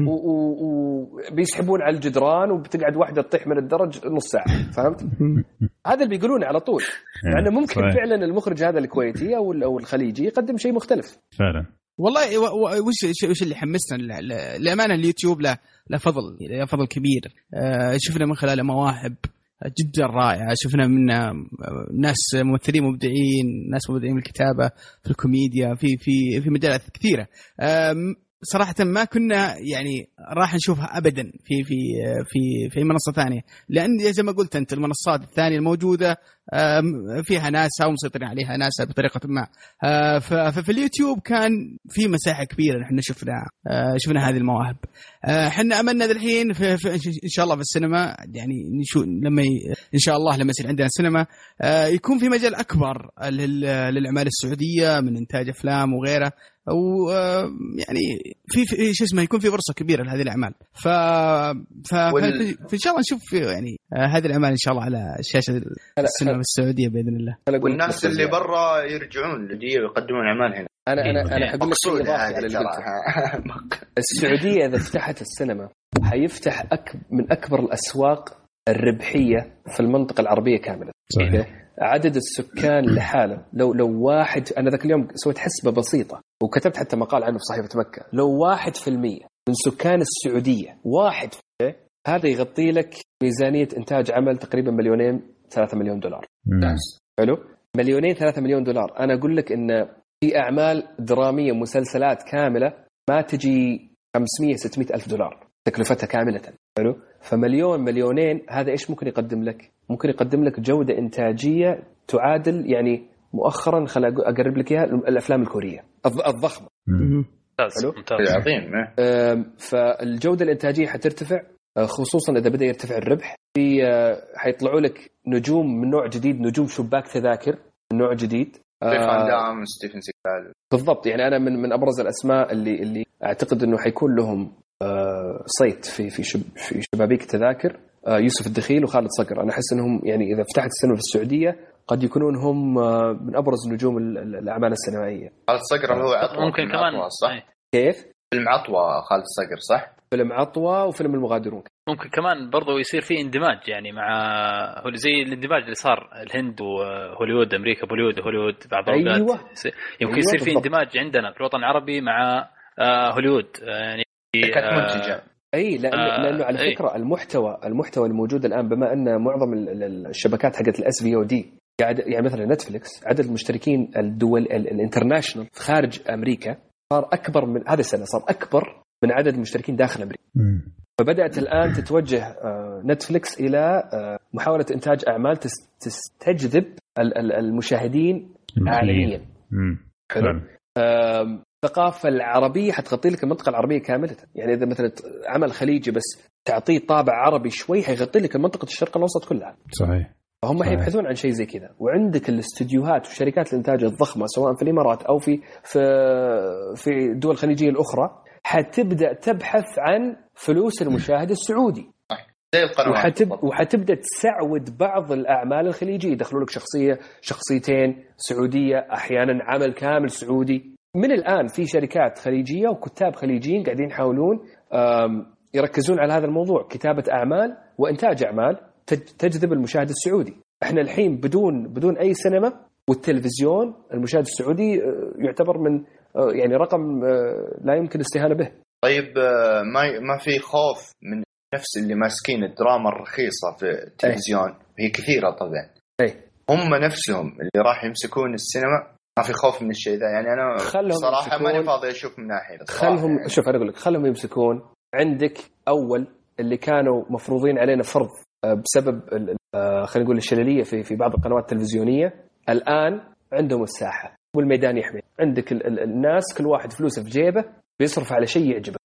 F: وبيسحبون على الجدران وبتقعد واحدة تطيح من الدرج نص ساعة، فهمت؟ هذا اللي بيقولون على طول. لأنه ممكن فعلا المخرج هذا الكويتي أو الخليجي يقدم شيء مختلف
E: فعلا.
B: والله وش اللي حمسنا للأمانة اليوتيوب له فضل كبير. شفنا من خلاله مواهب جدا رائعة، شفنا من ناس ممثلين مبدعين، ناس مبدعين بالكتابة، في الكوميديا، في مجالات كثيرة. صراحة ما كنا يعني راح نشوفها أبدا في منصة ثانية، لأن زي ما قلت أنت المنصات الثانية الموجودة فيها ناسها ومسيطرين عليها ناسها بطريقة ما. ففي اليوتيوب كان في مساحة كبيرة نحن شفنا هذه المواهب. حنا أملنا الحين إن شاء الله في السينما، يعني لما إن شاء الله لما يصير عندنا سينما يكون في مجال أكبر للأعمال السعودية من إنتاج أفلام وغيره، أو يعني في شو اسمه يكون في فرصة كبيرة لهذه الأعمال. فإن شاء الله نشوف يعني هذه الأعمال إن شاء الله على شاشة السينما السعودية بإذن الله.
G: والناس اللي برا يرجعون لدي ويقدمون أعمال هنا.
F: أنا حقول لك على السعودية إذا فتحت السينما حيفتح من أكبر الأسواق الربحية في المنطقة العربية كاملة.
E: صحيح.
F: عدد السكان لحاله لو واحد، أنا ذاك اليوم سويت حسبة بسيطة وكتبت حتى مقال عنه في صحيفة مكة، لو 1% من سكان السعودية 1%، هذا يغطي لك ميزانية إنتاج عمل تقريبا 2-3 مليون دولار. حلو، 2-3 مليون دولار. أنا أقول لك إن في أعمال درامية مسلسلات كاملة ما تجي 500-600 ألف دولار تكلفتها كاملة. حلو، فمليون-2 هذا إيش ممكن يقدم لك؟ ممكن يقدم لك جودة إنتاجية تعادل، يعني مؤخرا خل أقرب لك إياها، الأفلام الكورية الضخمة.
D: ممتاز
G: عظيم.
F: فالجودة الإنتاجية حترتفع، خصوصا إذا بدأ يرتفع الربح. في حيطلعوا لك نجوم من نوع جديد، نجوم شباك تذاكر من نوع جديد.
G: ستيفن سيغال
F: بالضبط. يعني أنا من أبرز الأسماء اللي أعتقد إنه حيكون لهم صيت في شبابيك التذاكر، يوسف الدخيل وخالد صقر. أنا أحس إنهم يعني إذا فتحت السينما في السعودية قد يكونون هم من أبرز نجوم الأعمال السينمائية.
G: خالد صقر هو عطوة
D: ممكن كمان
G: صح؟
F: كيف؟
G: فيلم عطوة خالد صقر صح؟
F: فيلم عطوة وفيلم المغادرون.
D: ممكن كمان برضو يصير فيه اندماج، يعني مع زي الاندماج اللي صار الهند وهوليوود، أمريكا بوليوود بعض الأوقات.
F: أيوة.
D: يمكن يصير فيه اندماج عندنا في الوطن العربي مع هوليوود، يعني
G: منتجة.
F: اي لانه على فكره المحتوى الموجود الان، بما ان معظم الشبكات حقت الاس في او دي قاعد، يعني مثلا نتفليكس عدد المشتركين الدول الانترناشنال خارج امريكا صار اكبر من هذه السنه، صار اكبر من عدد المشتركين داخل امريكا. فبدات الان تتوجه نتفليكس الى محاوله انتاج اعمال تستجذب المشاهدين عالميا. حلو. الثقافة العربية حتغطي لك المنطقة العربية كاملة. يعني إذا مثلا عمل خليجي بس تعطيه طابع عربي شوي حيغطي لك المنطقة الشرق الأوسط كلها.
E: صحيح.
F: فهم حيبحثون عن شيء زي كذا. وعندك الاستديوهات وشركات الإنتاج الضخمة سواء في الإمارات أو في الدول الخليجية الأخرى حتبدأ تبحث عن فلوس المشاهد السعودي. وحتبدأ تسعود بعض الأعمال الخليجية، يدخلوا لك شخصيتين سعودية، أحيانا عمل كامل سعودي. من الآن في شركات خليجية وكتاب خليجيين قاعدين يحاولون يركزون على هذا الموضوع، كتابة أعمال وإنتاج أعمال تجذب المشاهد السعودي. احنا الحين بدون أي سينما والتلفزيون، المشاهد السعودي يعتبر من يعني رقم لا يمكن الاستهانة به.
G: طيب ما في خوف من نفس اللي ماسكين الدراما الرخيصة في التلفزيون؟ هي كثيرة طبعا. هم نفسهم اللي راح يمسكون السينما، ما في خوف من الشيء ذا؟ يعني أنا صراحة ماني فاضي أشوف من ناحية.
F: خلهم يعني. شوف أنا أقول لك خلهم يمسكون. عندك أول اللي كانوا مفروضين علينا فرض بسبب خلينا نقول الشلالية في بعض القنوات التلفزيونية، الآن عندهم الساحة والميدان يحمي. عندك الناس كل واحد فلوسه في جيبه بيصرف على شيء يعجبه.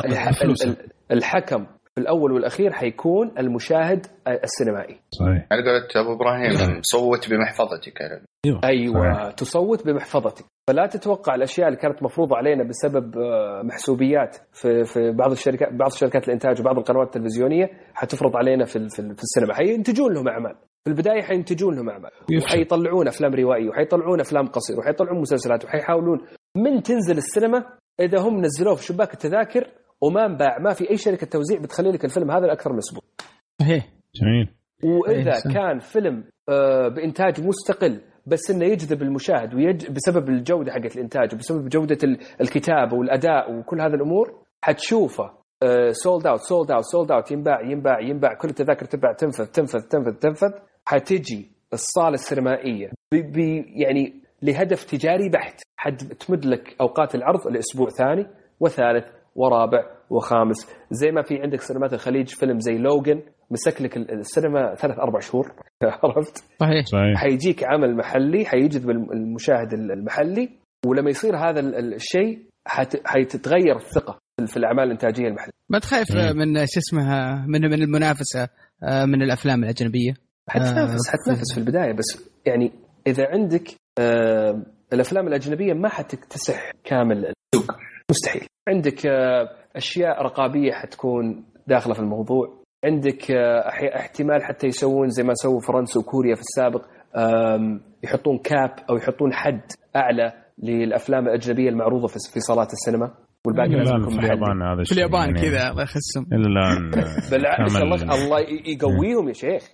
F: الحكم في الأول والأخير حيكون المشاهد السينمائي.
E: صحيح.
G: أنا قلت أبو إبراهيم صوت بمحفظتك.
F: أيوة تصوت بمحفظتك. فلا تتوقع الأشياء اللي كانت مفروضة علينا بسبب محسوبيات في بعض الشركات الإنتاج وبعض القنوات التلفزيونية حتفرض علينا في السينما. حينتجون لهم أعمال في البداية، حينتجون لهم أعمال وحيطلعون أفلام روائية وحيطلعون أفلام قصيرة وحيطلعون مسلسلات وحيحاولون من تنزل السينما. إذا هم نزلوه في شباك التذاكر وما انباع، ما في أي شركة توزيع بتخلي لك الفيلم هذا لأكثر من أسبوع.
E: جميل.
F: وإذا كان فيلم بإنتاج مستقل بس إنه يجذب المشاهد بسبب الجودة حقت الإنتاج وبسبب جودة الكتابة والأداء وكل هذه الأمور، حتشوفه سولد أوت ينباع كل التذاكر تباع تنفذ. حتجي الصالة السينمائية يعني لهدف تجاري بحت، حد تمد لك أوقات العرض لأسبوع ثاني وثالث ورابع وخامس. زي ما في عندك سينمات الخليج فيلم زي لوغان مسك لك السينما 3-4 شهور عرفت؟
B: صحيح.
F: حيجيك عمل محلي حيجذب المشاهد المحلي، ولما يصير هذا الشيء حيتتغير الثقة في الأعمال الإنتاجية المحلية.
B: ما تخاف من شو اسمها من المنافسة من الأفلام الأجنبية؟
F: حتنافس في البداية، بس يعني إذا عندك الأفلام الأجنبية ما حتكتسح كامل السوق، مستحيل. عندك أشياء رقابية حتكون داخلة في الموضوع، عندك احتمال حتى يسوون زي ما سووا فرنسا وكوريا في السابق، يحطون كاب أو يحطون حد أعلى للأفلام الأجنبية المعروضة في صالات السينما، والباقي لازم يكون
E: في اليابان. هذا
B: في اليابان يعني كذا الله يخصهم
E: الآن
F: بالعكس الله يقويهم يا شيخ.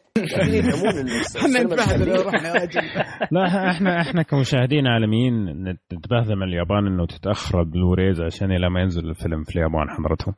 B: احنا نتبهدل لو رحنا راجل.
E: لا احنا كمشاهدين عالميين نتبهدل من اليابان انه تتاخر البلوريز عشان لما ينزل الفيلم في اليابان حضرتهم.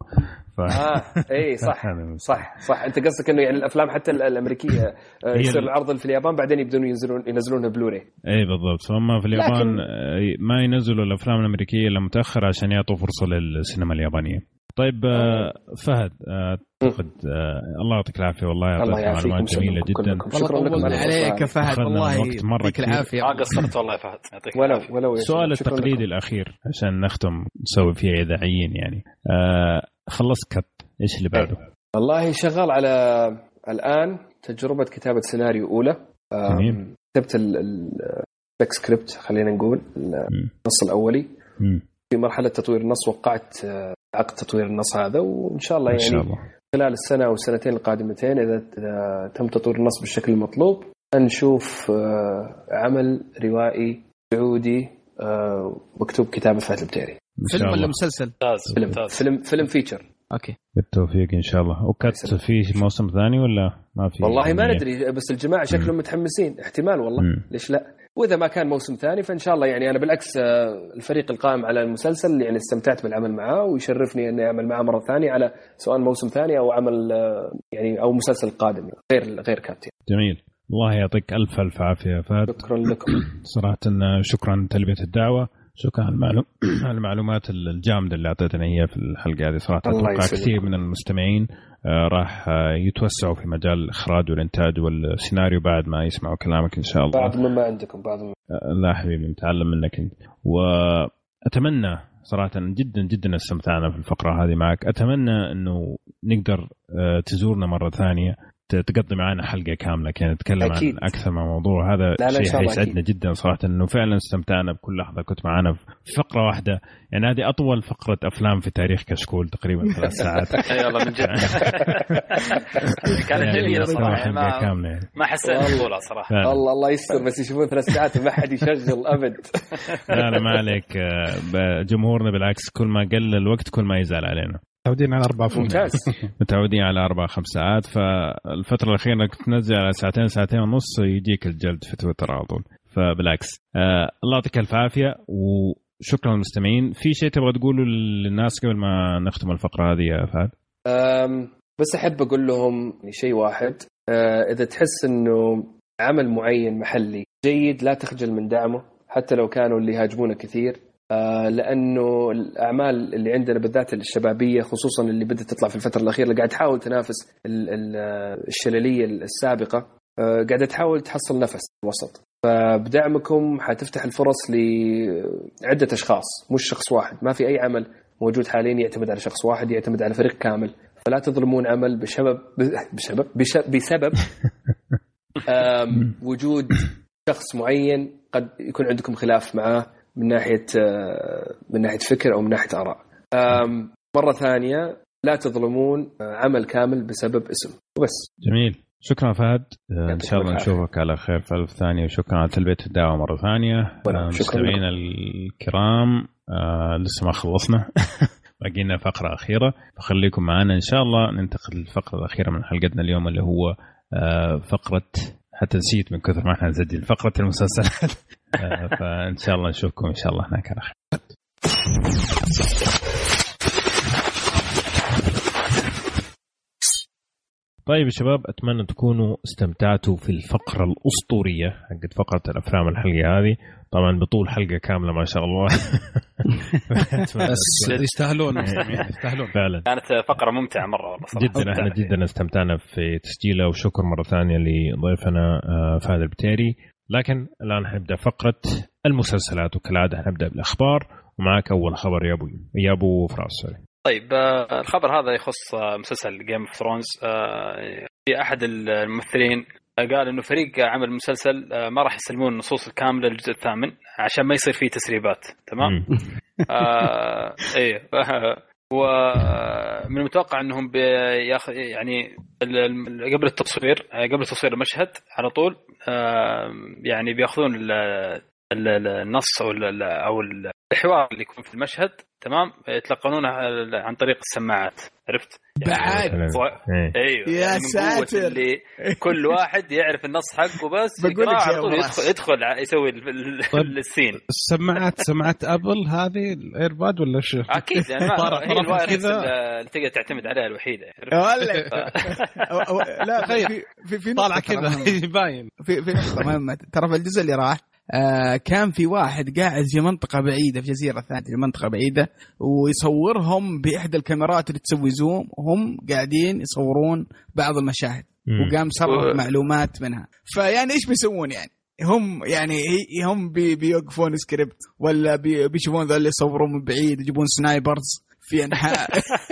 F: اي صح انت قصدك انه يعني الافلام حتى الامريكيه يصير العرض في اليابان بعدين يبدون ينزلونها بلوري.
E: اي بالضبط. فهم في اليابان ما ينزلوا الافلام الامريكيه الا متاخر عشان يعطوا فرصه للسينما اليابانيه. طيب فهد اعتقد الله يعطيك العافيه والله، يعطيك معلومات جميله جدا.
B: شكرا لكم عليك فهد، والله يعطيك العافيه.
D: ما قصرت والله فهد، يعطيك
F: ولو
E: السؤال التقليدي الاخير عشان نختم نسوي فيه اذاعيين يعني خلصت كت ايش اللي بعده؟
F: والله شغال على الان تجربه كتابه سيناريو اولى. كتبت السكريبت خلينا نقول النص الاولي. في مرحله تطوير النص وقعت عقد تطوير النص هذا، وان شاء الله يعني شاء الله خلال السنه او السنتين القادمتين اذا تم تطوير النص بالشكل المطلوب نشوف عمل روائي سعودي مكتوب كتابه فهد البتيري.
B: فيلم ولا مسلسل؟
F: فيلم فيتشر.
B: اوكي
E: بالتوفيق ان شاء الله. وكت في موسم ثاني ولا ما في؟
F: والله ما ندري، بس الجماعه شكلهم متحمسين، احتمال والله ليش لا. واذا ما كان موسم ثاني فان شاء الله يعني انا بالعكس الفريق القائم على المسلسل يعني استمتعت بالعمل معاه، ويشرفني اني اعمل معاه مره ثانيه على سواء موسم ثاني او عمل يعني او مسلسل قادم غير كابتن.
E: جميل، الله يعطيك الف عافيه فهد.
F: شكرا لكم
E: صراحه، شكرا تلبيه الدعوه، شكرا على المعلومات الجامده اللي اعطيتنا هي في الحلقه هذه. صراحه اتوقع كثير من المستمعين راح يتوسعوا في مجال الاخراج والانتاج والسيناريو بعد ما يسمعوا كلامك ان شاء الله.
F: بعد ما عندكم
E: لا حبيبي نتعلم منك انت. واتمنى صراحه جدا جدا استمتعنا في الفقره هذه معك. اتمنى انه نقدر تزورنا مره ثانيه تقضي معنا حلقة كاملة كانت نتكلم عن أكثر من موضوع. هذا شيء حيسعدنا جدا صراحة، إنه فعلا استمتعنا بكل لحظة كنت معنا في فقرة واحدة. يعني هذه أطول فقرة أفلام في تاريخ كشكول تقريبا 3 ساعات.
D: أي والله من جد كانت جميلة صراحة، ما حسيت بالطولة صراحة.
F: الله يستر، بس يشوفون 3 ساعات وما حد يشغل أبد.
E: لا ما عليك، جمهورنا بالعكس كل ما قل الوقت كل ما يزعل علينا.
C: متعودين على 4
F: ممتاز.
E: متعودين على 4-5 ساعات، فالفترة الأخيرة كنت تنزل على 2-2.5 يجيك الجلد في تويتر على طول. فبالعكس الله يعطيك الف عافية وشكرا للمستمعين. في شيء تبغى تقوله للناس قبل ما نختم الفقرة هذه يا فهد؟
F: بس أحب أقول لهم شيء واحد، إذا تحس إنه عمل معين محلي جيد لا تخجل من دعمه حتى لو كانوا اللي يهاجمونه كثير، لأنه الأعمال اللي عندنا بالذات الشبابية خصوصا اللي بدأت تطلع في الفترة الأخيرة اللي قاعد تحاول تنافس الشلالية السابقة، قاعدة تحاول تحصل نفس وسط. فبدعمكم حتفتح الفرص لعدة أشخاص مش شخص واحد. ما في أي عمل موجود حاليا يعتمد على شخص واحد، يعتمد على فريق كامل. فلا تظلمون عمل بسبب وجود شخص معين قد يكون عندكم خلاف معه من ناحية فكر أو من ناحية آراء. مرة ثانية لا تظلمون عمل كامل بسبب اسم وبس.
E: جميل، شكرا فهد. إن شاء الله نشوفك على خير في الف ثانية، وشكرا على تلبية الدعوة مرة ثانية. مستمعينا الكرام لسه ما خلصنا باقي لنا فقرة أخيرة، فخليكم معنا إن شاء الله. ننتقل للفقرة الأخيرة من حلقتنا اليوم اللي هو فقرة، حتى نسيت من كثر ما احنا نسجل، فقرة المسلسلات. فإن شاء الله نشوفكم إن شاء الله هناك على خير. طيب يا شباب، أتمنى تكونوا استمتعتوا في الفقرة الأسطورية حقت فقرة الأفلام الحلقة هذه. طبعا بطول حلقة كاملة ما شاء الله.
C: يستاهلون
E: فعلا،
D: كانت فقرة ممتعة مرة والله
E: جدا. احنا جدا استمتعنا في تسجيلها، وشكر مرة ثانية لضيفنا فهد البتيري. لكن الآن حنبدأ فقرة المسلسلات، وكالعادة حنبدأ بالأخبار، ومعك أول خبر يا أبو فراس.
D: طيب الخبر هذا يخص مسلسل جيم اوف ثرونز. في أحد الممثلين قال إنه فريق عمل مسلسل ما راح يسلمون النصوص الكاملة للجزء الثامن عشان ما يصير فيه تسريبات. تمام. ايه. ومن المتوقع انهم يعني قبل التصوير المشهد على طول يعني بياخذون النص او الحوار اللي يكون في المشهد، تمام، يتلقنونه عن طريق السماعات. عرفت
B: بعد
D: ايوه
B: يا
D: يعني
B: ساتر،
D: اللي كل واحد يعرف النص حقه بس على طول يدخل يسوي السين.
C: سماعات ابل هذه الايرباد ولا شو؟
D: اكيد يعني هي الوايرلس اللي تقدر تعتمد عليها الوحيده.
B: ولا لا في
C: طالع كذا يباين.
B: في نقطه مهمه ترى في الجزء اللي راح كان في واحد قاعد في منطقة بعيدة في جزيرة ثانية في منطقة بعيدة، ويصورهم بإحدى الكاميرات اللي تسوي زوم، وهم قاعدين يصورون بعض المشاهد، وقام سرب معلومات منها. فيعني إيش بيسوون يعني؟ هم بيوقفون سكريبت، ولا بيشوفون ذا اللي يصورون من بعيد، يجيبون سنايبرز في انحاء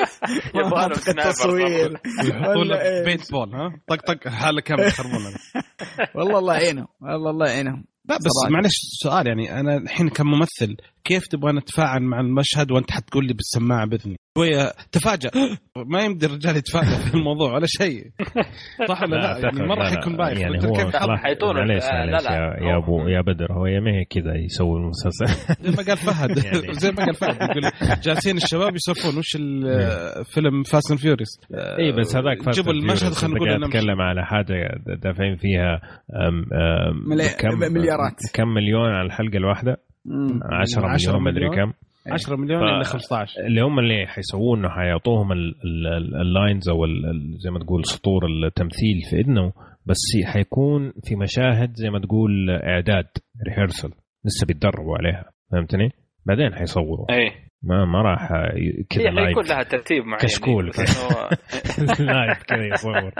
B: التصوير
C: ولا بيت بول طق حاله كامله يخربونها.
B: والله الله يعينهم.
C: بس معلش سؤال، يعني أنا الحين كممثل كيف تبغى نتفاعل مع المشهد وأنت حتقول لي بالسماعة بإذني؟ شوية تفاجأ، ما يمدي الرجال يتفاجأ في الموضوع ولا شيء. صح ولا لا؟ يعني مرة حيكون بايخ.
E: يعني هو معليش يا أبو يا بدر، هو يمه كذا يسوي المسلسل
C: زي ما قال فهد. زي ما قال فهد يقول جالسين الشباب يسولفون وش الفيلم فاست اند فيوريوس.
E: اي بس هذاك فاست
C: جيبوا المشهد خلينا نقول
E: نتكلم على حاجة دافعين فيها
B: مليارات،
E: كم مليون على الحلقة الواحدة؟ 10 مليون ما أدري كم.
C: 10 مليون إلى 15
E: اللي هم اللي حيسوونه حيعطوهم اللاينز أو زي ما تقول سطور التمثيل في إذنه، بس حيكون في مشاهد زي ما تقول إعداد ريهرسل لسه بيتدربوا عليها، فهمتني؟ بعدين حيصوروا. ما راح كذا لايف
D: كلها ترتيب معين
E: كشكول لايف كذا يصور.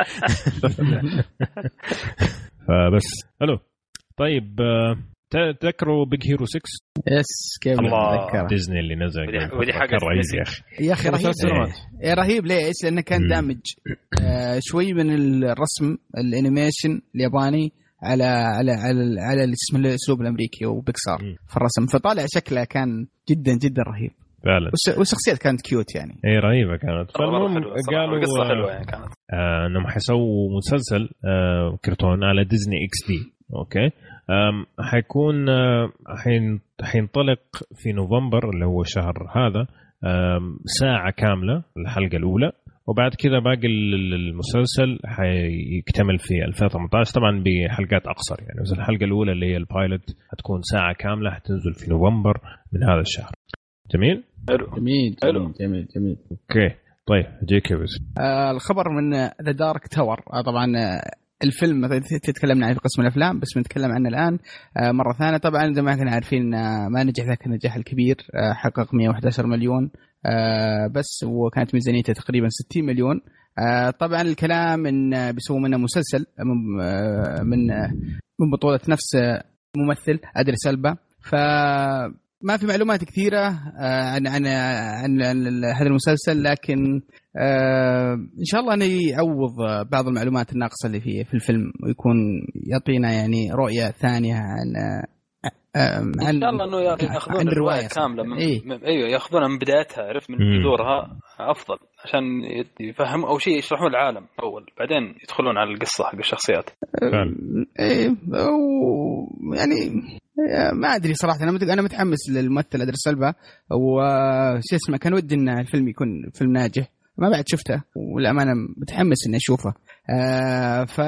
E: فبس حلو. طيب تذكروا بيج هيرو 6؟
B: يس كيف اتذكر
E: ديزني اللي نزل
D: ودي حاجه
E: رهيب
B: يا اخي رهيب ليش؟ لانه كان دامج شوي من الرسم الانيميشن الياباني على على على على الاسلوب الامريكي وبيكسار في الرسم، فطالع شكله كان جدا جدا رهيب
E: فعلا،
B: والشخصيات كانت كيوت يعني.
E: اي رهيبه كانت. فالمهم قالوا
D: قصه حلوه يعني كانت
E: انهم حيسووا مسلسل كرتون على ديزني اكس دي. اوكي، حيكون حينطلق في نوفمبر اللي هو شهر هذا، ساعة كاملة الحلقة الأولى، وبعد كذا باقي المسلسل حيكتمل في 2018 طبعا بحلقات أقصر يعني. بس الحلقة الأولى اللي هي البايلوت هتكون ساعة كاملة، حتنزل في نوفمبر من هذا الشهر. جميل؟
B: جميل.
E: أوكي طيب جيك بس
B: الخبر من ذا دارك تاور. طبعا الفيلم تتكلمنا عنه في قسم الأفلام، بس بنتكلم عنه الآن مرة ثانية. طبعا زي ما كنا عارفين ما نجح ذاك النجاح الكبير، حقق 111 مليون بس، وكانت ميزانيته تقريبا 60 مليون. طبعا الكلام إن بيسووا منه مسلسل من بطولة نفس ممثل أدريس ألبا. فما في معلومات كثيرة عن هذا المسلسل، لكن إن شاء الله أن يعوض بعض المعلومات الناقصة اللي في الفيلم، ويكون يعطينا يعني رؤية ثانية عن
D: إن شاء الله إنه يأخذون الرواية كاملة أيوة يأخذونها من بدايتها، عرفت، من جذورها أفضل، عشان يفهموا أو شيء يشرحون العالم أول، بعدين يدخلون على القصة حق الشخصيات.
B: يعني ما أدري صراحة، أنا متحمس للممثل أدريس ألبا، وش اسمه كان ودي إن الفيلم يكون فيلم ناجح، ما بعد شفته والأمانة متحمس إني أشوفه. ف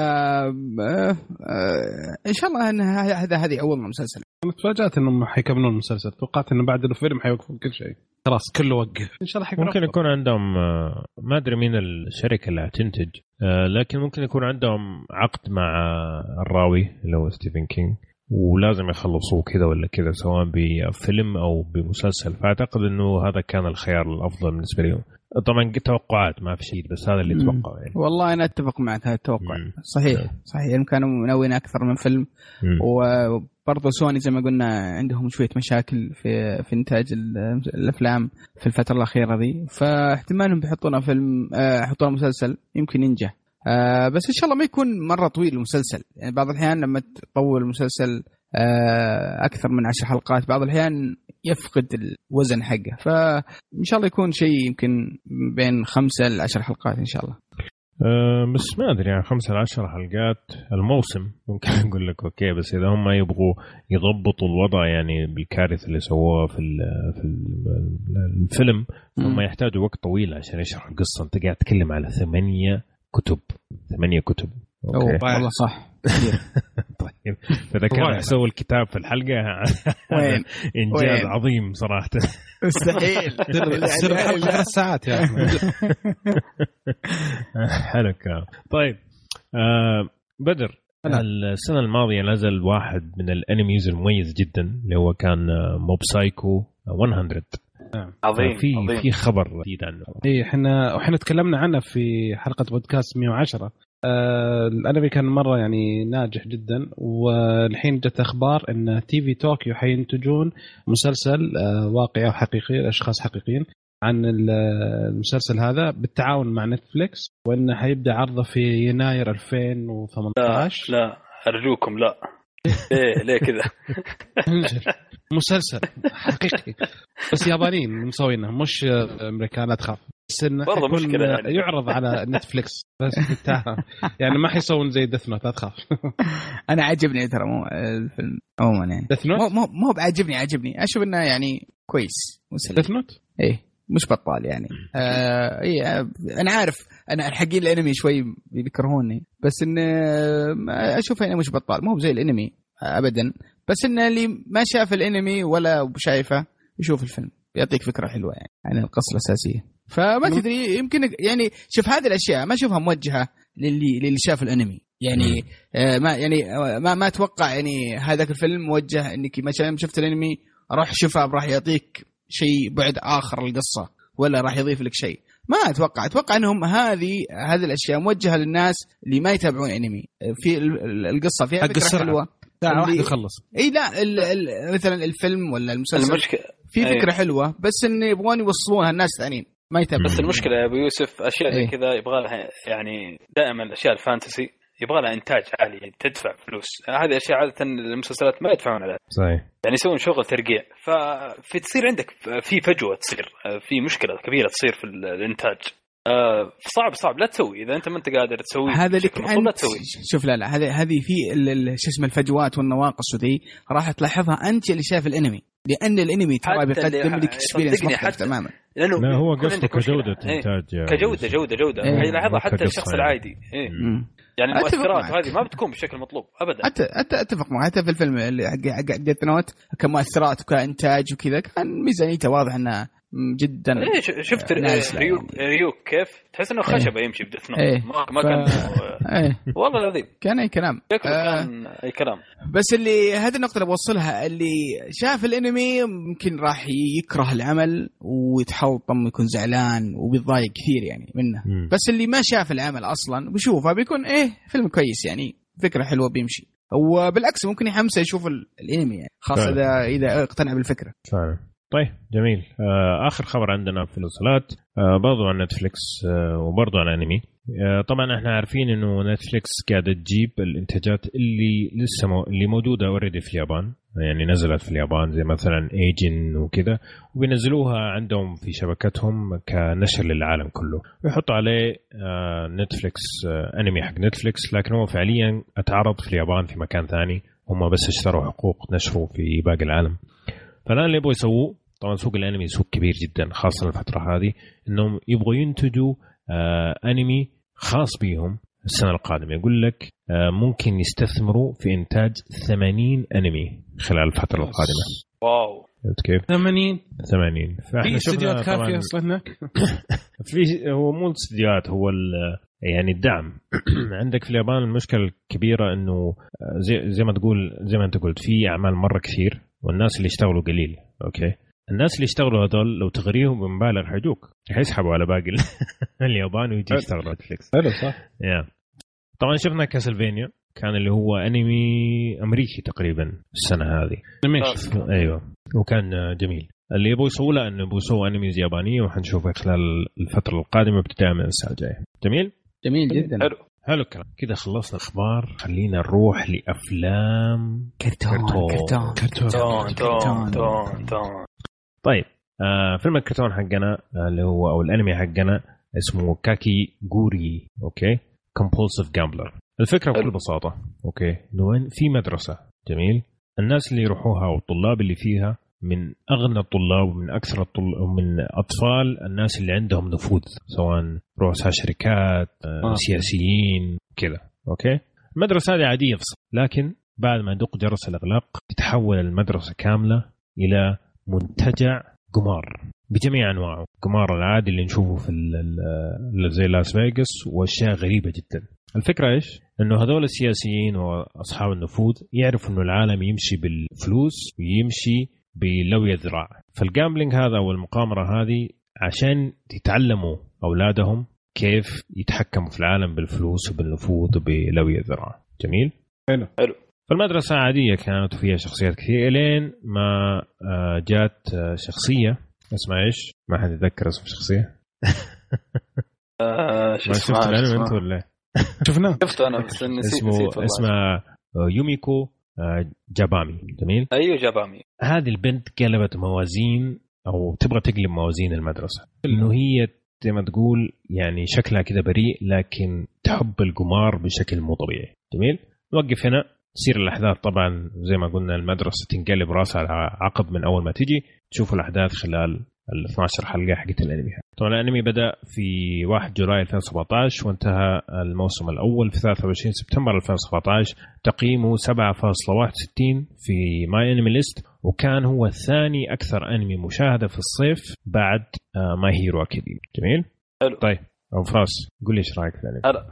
B: ان شاء الله ان هذه اول مسلسل.
C: انا تفاجأت انهم حيكملون المسلسل، توقعت انه بعد الفيلم حيوقفون كل شيء، خلاص كله وقف. ان شاء الله حيكون
E: ممكن يكون عندهم ما ادري مين الشركه اللي هتنتج، لكن ممكن يكون عندهم عقد مع الراوي اللي هو ستيفن كينج، ولازم يخلصوه كذا ولا كذا سواء بفيلم او بمسلسل. فاعتقد انه هذا كان الخيار الافضل بالنسبه لهم. طبعا توقعات ما في شيء، بس هذا اللي اتوقعه يعني.
B: والله انا اتفق معك، هذا التوقع صحيح. يعني كانوا منوين اكثر من فيلم. وبرضه سوني زي ما قلنا عندهم شويه مشاكل في انتاج الافلام في الفتره الاخيره دي، فاحتمالهم بيحطونا فيلم يحطونا مسلسل يمكن ينجح. بس ان شاء الله ما يكون مره طويل المسلسل. يعني بعض الاحيان لما تطول المسلسل اكثر من 10 حلقات بعض الاحيان يفقد الوزن حقه، فان شاء الله يكون شيء يمكن بين 5 ل 10 حلقات ان شاء الله.
E: بس ما ادري يعني 5 ل 10 حلقات الموسم ممكن اقول لك اوكي، بس اذا هم يبغوا يضبطوا الوضع يعني بالكارثه اللي سووها في الفيلم، هم يحتاجوا وقت طويل عشان يشرحوا القصه. انت قاعد تتكلم على 8 كتب.
B: أوكي. والله صح.
E: طيب فإذا كان يسوي الكتاب في الحلقة إنجاز عظيم صراحة.
B: مستحيل
C: تصير الحلقة 3 ساعات يا أحمد.
E: حلو الكلام. طيب بدر، السنة الماضية نزل واحد من الأنميز المميز جدا اللي هو كان موب سايكو 100.
D: عظيم.
E: في خبر جديد عنه.
C: احنا تكلمنا عنه في حلقة بودكاست 110. الانمي كان مرة يعني ناجح جدا، والحين جت اخبار ان تي في طوكيو حينتجون مسلسل واقعي او حقيقي، الاشخاص حقيقيين عن المسلسل هذا بالتعاون مع نتفليكس، وانه حيبدا عرضه في يناير 2018.
D: لا ارجوكم لا. ليه كذا؟
C: مسلسل حقيقي بس يابانيين مسوينه مش امريكان. تخاف بس انه
D: برضه مشكله يعني.
C: يعرض على نتفليكس بس يعني ما حيسوون زي ديث نوت. لا تخاف.
B: انا عجبني ترى مو الفيلم عموما يعني. مو عجبني اشوف انه يعني كويس.
C: ديث نوت
B: ايه مش بطال يعني. انا عارف انا الحقين الانمي شوي بيكرهوني، بس ان اشوفه يعني مش بطال، مو زي الانمي ابدا. بس ان اللي ما شاف الانمي ولا شايفه يشوف الفيلم يعطيك فكره حلوه يعني عن القصه الاساسيه. فما تدري يمكن يعني شوف هذه الاشياء ما اشوفها موجهه للي شاف الانمي يعني. ما اتوقع يعني هذاك الفيلم موجه انك ما شفت الانمي راح شوفه راح يعطيك شيء بعد اخر القصه ولا راح يضيف لك شيء. ما اتوقع انهم هذه الاشياء موجهه للناس اللي ما يتابعون انمي. في القصه فيها فكره حلوه
C: واحد يخلص.
B: اي لا مثلا الفيلم ولا المسلسل في فكره حلوه، بس ان يبغون يوصلونها الناس ثانيين ما يتابعون.
D: بس المشكله يا ابو يوسف اشياء زي كذا يبغى لها يعني دائما الاشياء الفانتسي يبغى لها انتاج عالي تدفع فلوس. هذه اشياء عاده المسلسلات ما يدفعون عليها
E: صحيح،
D: يعني يسوون شغل ترقيع. ففي تصير عندك في فجوه، تصير في مشكله كبيره تصير في الانتاج. صعب لا تسوي اذا انت ما انت قادر تسوي
B: هذا لك انت. شوف لا هذه في شو اسمه الفجوات والنواقص وذي راح تلاحظها انت اللي شاف الانمي، لان الانمي ترى بيقدم لك اكسبيرينس مختلف تماما.
E: لانه هو قصده كجوده انتاج
D: كجوده يلاحظها حتى الشخص العادي. يعني المؤثرات هذه ما بتكون بالشكل المطلوب ابدا.
B: اتفق معك. حتى في الفيلم اللي حق ديث نوت كمؤثرات وكانتاج وكذا كان ميزانيته واضح انها جدا.
D: شفت ريوك كيف تحس انه خشبه يمشي بديث نوت. ما كان والله العظيم كان
B: اي كلام.
D: كان اي كلام.
B: بس اللي هذه النقطه اللي بوصلها، اللي شاف الانمي يمكن راح يكره العمل ويتحطم ويكون زعلان وبيتضايق كثير يعني منه. بس اللي ما شاف العمل اصلا بيشوفه بيكون فيلم كويس يعني فكره حلوه بيمشي، وبالعكس ممكن يحمسه يشوف الانمي يعني خاصه اذا اقتنع بالفكره.
E: طيب جميل. آخر خبر عندنا في الوصلات برضو عن نتفليكس وبرضو عن أنمي. طبعا احنا عارفين انه نتفليكس قاعدة تجيب الانتاجات اللي لسه اللي موجودة اوريدي في اليابان، يعني نزلت في اليابان زي مثلا ايجن وكذا، وبينزلوها عندهم في شبكتهم كنشر للعالم كله، ويحطوا عليه نتفليكس أنمي حق نتفليكس، لكن هو فعليا اتعرض في اليابان في مكان ثاني، هم بس اشتروا حقوق نشره في باقي العالم. فالآن اللي يبغوا يسووه، طبعا سوق الانمي سوق كبير جدا خاصة الفترة هذه، انهم يبغوا ينتجوا انمي خاص بيهم السنة القادمة. يقول لك ممكن يستثمروا في إنتاج 80 أنمي خلال الفترة القادمة.
D: واو
E: كيف
C: 80
E: فاحنا
C: في استديوهات كافيه اصلا هناك.
E: في هو مو استديوهات، هو يعني الدعم. عندك في اليابان المشكله الكبيره انه زي ما انت قلت في اعمال مره كثير والناس اللي يشتغلوا قليل. اوكي الناس اللي يشتغلوا هذول لو تغريهم بمبالغ حيجوك حيسحبوا على باقي اليابان ويجي يشتغلوا نتفليكس.
C: حلو صح.
E: طبعا شفنا كاسلفينيا كان اللي هو انمي امريكي تقريبا السنه هذه. ايوه وكان جميل. اللي يبغوا يسووا له انه يبغوا يسووا انميز يابانيه وحنشوفها خلال الفتره القادمه ابتداء من السنه الجايه.
B: جميل جدا.
D: حلو
E: الكلام. كده خلصنا اخبار، خلينا نروح لافلام
B: كرتون.
E: طيب فيلم الكرتون حقنا اللي هو او الانمي حقنا اسمه كاكي جوري. اوكي كومبولسيف جامبلر. الفكره بكل بساطه اوكي انه في مدرسه جميل، الناس اللي يروحوها والطلاب اللي فيها من أغنى الطلاب ومن أكثر الطلاب ومن أطفال الناس اللي عندهم نفوذ، سواء رؤساء شركات سياسيين كذا. أوكي المدرسة هذه عادية لكن بعد ما يدق جرس الإغلاق تتحول المدرسة كاملة إلى منتجع قمار بجميع أنواعه. قمار العادي اللي نشوفه في زي لاس فيغاس وأشياء غريبة جدا. الفكرة إيش؟ إنه هذول السياسيين وأصحاب النفوذ يعرفوا إنه العالم يمشي بالفلوس ويمشي بلوي الذراع. فالجامبلينج هذا والمقامرة هذه عشان يتعلموا أولادهم كيف يتحكموا في العالم بالفلوس وبالنفوذ وبلوي الذراع. جميل؟
D: حلو.
E: فالمدرسة عادية كانت فيها شخصيات كثير إلين ما جات شخصية اسمها إيش؟ ما حد يذكر اسم الشخصية. ما شفت الأنمي أنت ولا؟
D: شفته أنا بس نسيت.
E: اسمه يوميكو جابامي. جميل.
D: أيوة جابامي.
E: هذه البنت قلبت موازين أو تبغى تقلب موازين المدرسة. إنه هي زي ما تقول يعني شكلها كذا بريء لكن تحب القمار بشكل مو طبيعي. جميل. نوقف هنا تصير الأحداث. طبعا زي ما قلنا المدرسة تنقلب راسها على عقب من أول ما تيجي تشوفوا الأحداث خلال 12 حلقة حقت الأنمي. طبعا الأنمي بدأ في 1 جولاي 2017 وانتهى الموسم الأول في 23 سبتمبر 2017. تقييمه 7.61 في ماي أنمي ليست، وكان هو الثاني أكثر أنمي مشاهدة في الصيف بعد ماي هيرو أكاديمي. جميل؟
D: حلو.
E: طيب أو فراس قول لي إيش رأيك في الأنمي؟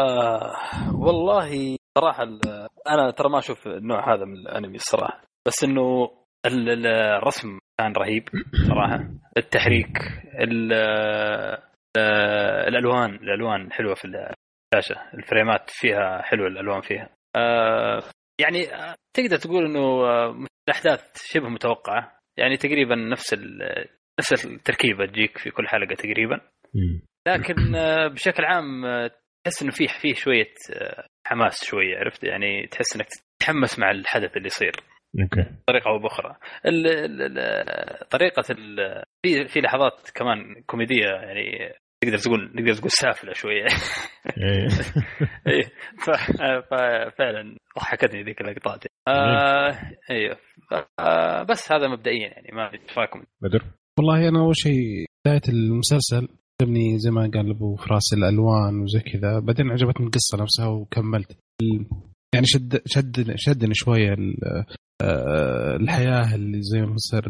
D: والله صراحة أنا ترى ما أشوف النوع هذا من الأنمي الصراحة، بس إنه الرسم كان رهيب صراحة. التحريك الألوان حلوة في الشاشة، الفريمات فيها حلوة، الألوان فيها يعني تقدر تقول إنه الأحداث شبه متوقعة، يعني تقريبا نفس التركيبة تجيك في كل حلقة تقريبا. لكن بشكل عام تحس إنه فيه شوية حماس شوية، عرفت يعني تحس إنك تتحمس مع الحدث اللي يصير. طريقة أو بأخرى. طريقة في لحظات كمان كوميدية، يعني نقدر تقول سافلة شوية. ففعلا ضحكتني ذيك اللقطات. ايوه بس هذا مبدئيا يعني ما اتفاكم
E: بدر.
C: والله انا اول شيء بداية المسلسل عجبني زي ما قال ابو فراس الالوان وزي كذا، بعدين عجبتني القصة نفسها وكملت. يعني شدني شوية الحياة اللي زي ما صار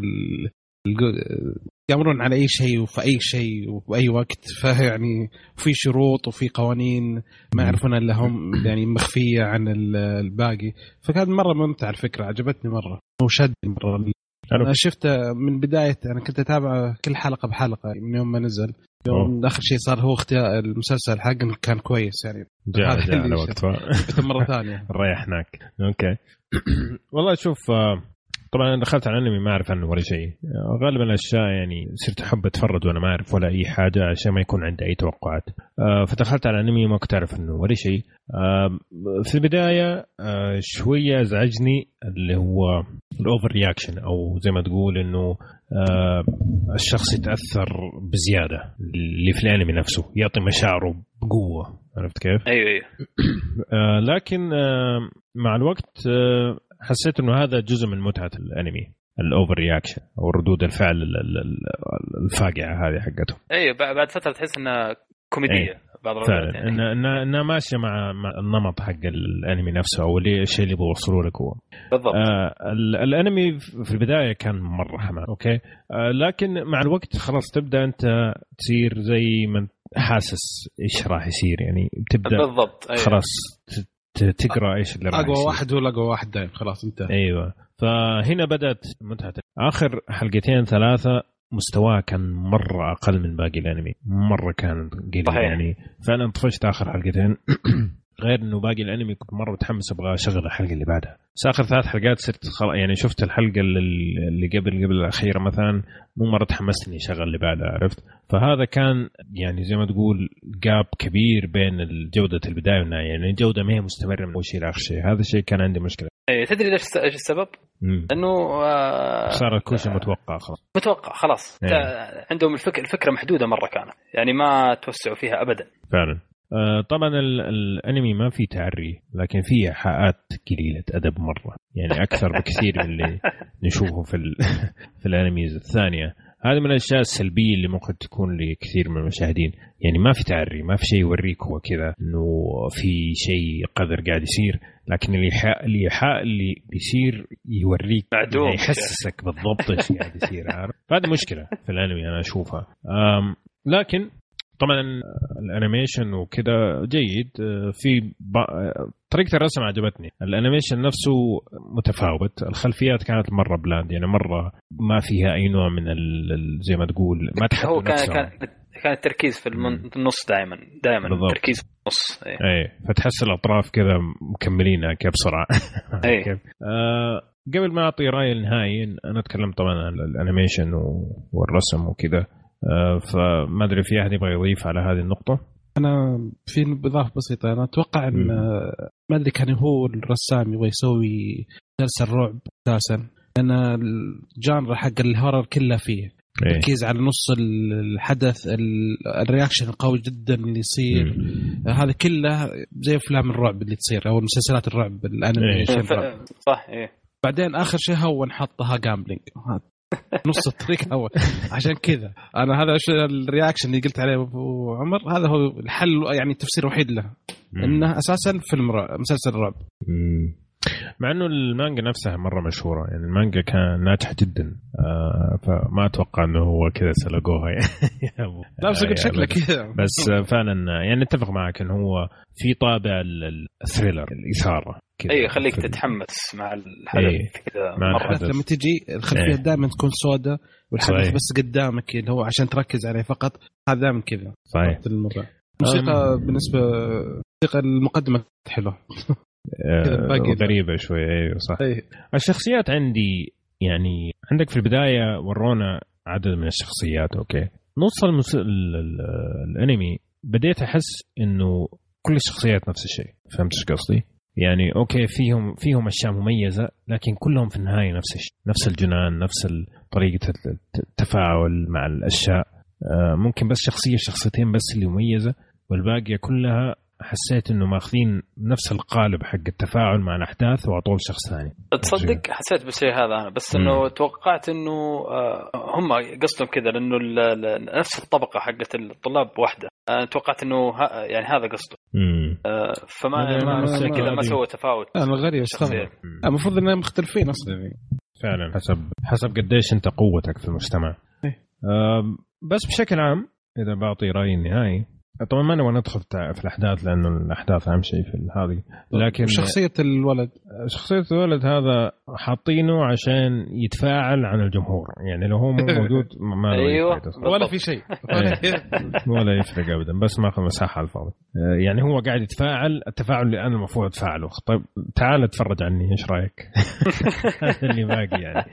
C: يأمرون على أي شيء وفي أي شيء وبأي وقت، فيعني في شروط وفي قوانين ما يعرفون إلا هم، يعني مخفية عن الباقي. فكان مرة ممتع الفكرة، عجبتني مرة وشدني مرة. أنا شفت من بداية، أنا كنت أتابع كل حلقة بحلقة من يوم ما نزل. يوم آخر شيء صار هو اختيار المسلسل حقا كان كويس، يعني
E: جاء على وقت
C: مرة ثانية
E: ريحناك. أوكي. والله شوف طبعا أنا دخلت على الأنمي ما أعرف عنه ولا شيء، غالبا الأشياء يعني صرت أحب أتفرج وأنا ما أعرف ولا أي حاجة عشان ما يكون عندي أي توقعات. فدخلت على الأنمي ما كنت أعرف عنه ولا شيء. في البداية شوية أزعجني اللي هو الأوفر رياكشن، أو زي ما تقول إنه الشخص يتأثر بزيادة اللي في الأنمي نفسه، يعطي مشاعره بقوة. عرفت كيف؟
D: أيوة.
E: لكن مع الوقت حسيت إنه هذا جزء من متعة الأنمي، الأوفر رياكشن أو ردود الفعل الفاقعة هذه حقته.
D: أيوة بعد فترة تحس إنه كوميديه بعض
E: فعلا يعني. انها ماشيه مع النمط حق الانمي نفسه او الشيء اللي بيوصلوا لك هو
D: بالضبط.
E: الانمي في البدايه كان مره حماس اوكي، لكن مع الوقت خلاص تبدا انت تصير زي ما حاسس ايش راح يصير، يعني بتبدا
D: بالضبط. أيوة.
E: خلاص تقرا ايش اللي راح يصير.
C: اقوى واحد ولا اقوى واحد دايم خلاص انت.
E: ايوه، فهنا بدات متعه. اخر حلقتين ثلاثه مستواه كان مرة أقل من باقي الأنمي، مرة كان قليل يعني، فأنا طفشت آخر حلقتين. غير إنه باقي الأنمي كنت مرة متحمس أبغى أشغل الحلقة اللي بعدها، بس آخر 3 حلقات صرت يعني شفت الحلقة اللي قبل الأخيرة مثلا مو مرة تحمست إني أشغل اللي بعدها، عرفت؟ فهذا كان يعني زي ما تقول جاب كبير بين جودة البداية والنهاية، يعني الجودة ما هي مستمرة من أول شيء لآخر شيء، هذا الشيء كان عندي مشكلة.
D: ايه تدري ايش السبب؟ انه
E: صار كل شيء متوقع
D: خلاص عندهم الفكره محدوده مره كانت، يعني ما توسعوا فيها ابدا فعلا.
E: طبعا الانمي ما في تعري، لكن فيه إيحاءات قليله ادب مره، يعني اكثر بكثير من اللي نشوفه في الانميز الثانيه. هذا من الاشياء السلبيه اللي ممكن تكون لكثير من المشاهدين، يعني ما في تعري، ما في شيء يوريك هو كذا انه في شيء قدر قاعد يصير، لكن الإيحاء اللي بيصير يوريك يعني يحسسك بالضبط ايش قاعد يصير، عارف؟ فهذه مشكله في الانمي انا اشوفها. لكن طبعا الانيميشن وكذا جيد، في طريقه الرسم عجبتني، الانيميشن نفسه متفاوت، الخلفيات كانت مره بلاند، يعني مره ما فيها اي نوع من زي ما تقول ما تحدد نفسه.
D: كان التركيز في النص دائما التركيز في النص.
E: اي فتحس الاطراف كذا مكملينها كيف بسرعه. كيف قبل ما اعطي رايي النهائي، انا اتكلم طبعا عن الانيميشن والرسم وكذا، فما ادري في احد يبغى يضيف على هذه النقطه؟
C: انا في اضافه بسيطه، انا اتوقع ان ما ادري كان هو الرسام يبغى يسوي مسلسل رعب اساسا، لان الجانر حق الهورر كله فيه تركيز على نص الحدث، الرياكشن القوي جدا اللي يصير، هذا كله زي افلام الرعب اللي تصير او مسلسلات الرعب الانيميشن.
D: صح.
C: بعدين اخر شيء هو نحطها جامبلينج نص الطريق هو. عشان كذا انا هذا الرياكشن اللي قلت عليه ابو عمر، هذا هو الحل، يعني التفسير الوحيد له انه اساسا فيلم مسلسل رعب.
E: مع انه المانجا نفسها مره مشهوره، يعني المانجا كان ناجح جدا، فما اتوقع انه هو كذا سلقوها يعني.
C: لا بس قلت شكله كذا،
E: بس فعلا يعني اتفق معك انه هو في طابع الثريلر، الاثاره كذا،
D: اي خليك تتحمس مع الحدث كذا
C: مره. لما تجي الخلفيه دائما تكون سوداء والحدث بس قدامك، اللي هو عشان تركز عليه فقط، هذا دائما كذا.
E: صحيح.
C: الموسيقى بالنسبه الموسيقى المقدمه حلوه.
E: غريبة شوية. أيوة صح. الشخصيات عندي يعني عندك في البداية ورونا عدد من الشخصيات، أوكي، نص الأنمي بديت أحس إنه كل الشخصيات نفس الشيء، فهمت إيش قصدي؟ يعني أوكي فيهم أشياء مميزة، لكن كلهم في النهاية نفس الشيء، نفس الجنان، نفس طريقة التفاعل مع الأشياء، ممكن بس شخصيتين بس اللي مميزة، والباقية كلها حسيت انه ماخذين نفس القالب حق التفاعل مع الاحداث وعطول شخص ثاني.
D: تصدق حسيت بالشيء هذا انا، بس انه توقعت انه هم قصدهم كذا، لانه نفس الطبقه حقت الطلاب واحده، انا توقعت انه يعني هذا قصده. فما كذا ما سوى تفاوت.
C: انا غريب المفروض انهم مختلفين اصلا
E: فعلا حسب قديش انت قوتك في المجتمع. بس بشكل عام اذا بعطي رايي النهائي، طبعا ما نبغى ندخل في الأحداث لأنه الأحداث أهم شيء في هذه، لكن
C: شخصية
E: الولد هذا حاطينه عشان يتفاعل عن الجمهور، يعني لو هو موجود ما
D: أيوة
C: ولا في شيء
E: ولا يفرق أبدا، بس ما أخذ مساحة على الفاضي. يعني هو قاعد يتفاعل التفاعل اللي أنا المفروض أتفاعله. طيب تعال اتفرج عني، إيش رأيك؟ هذا اللي باقي يعني.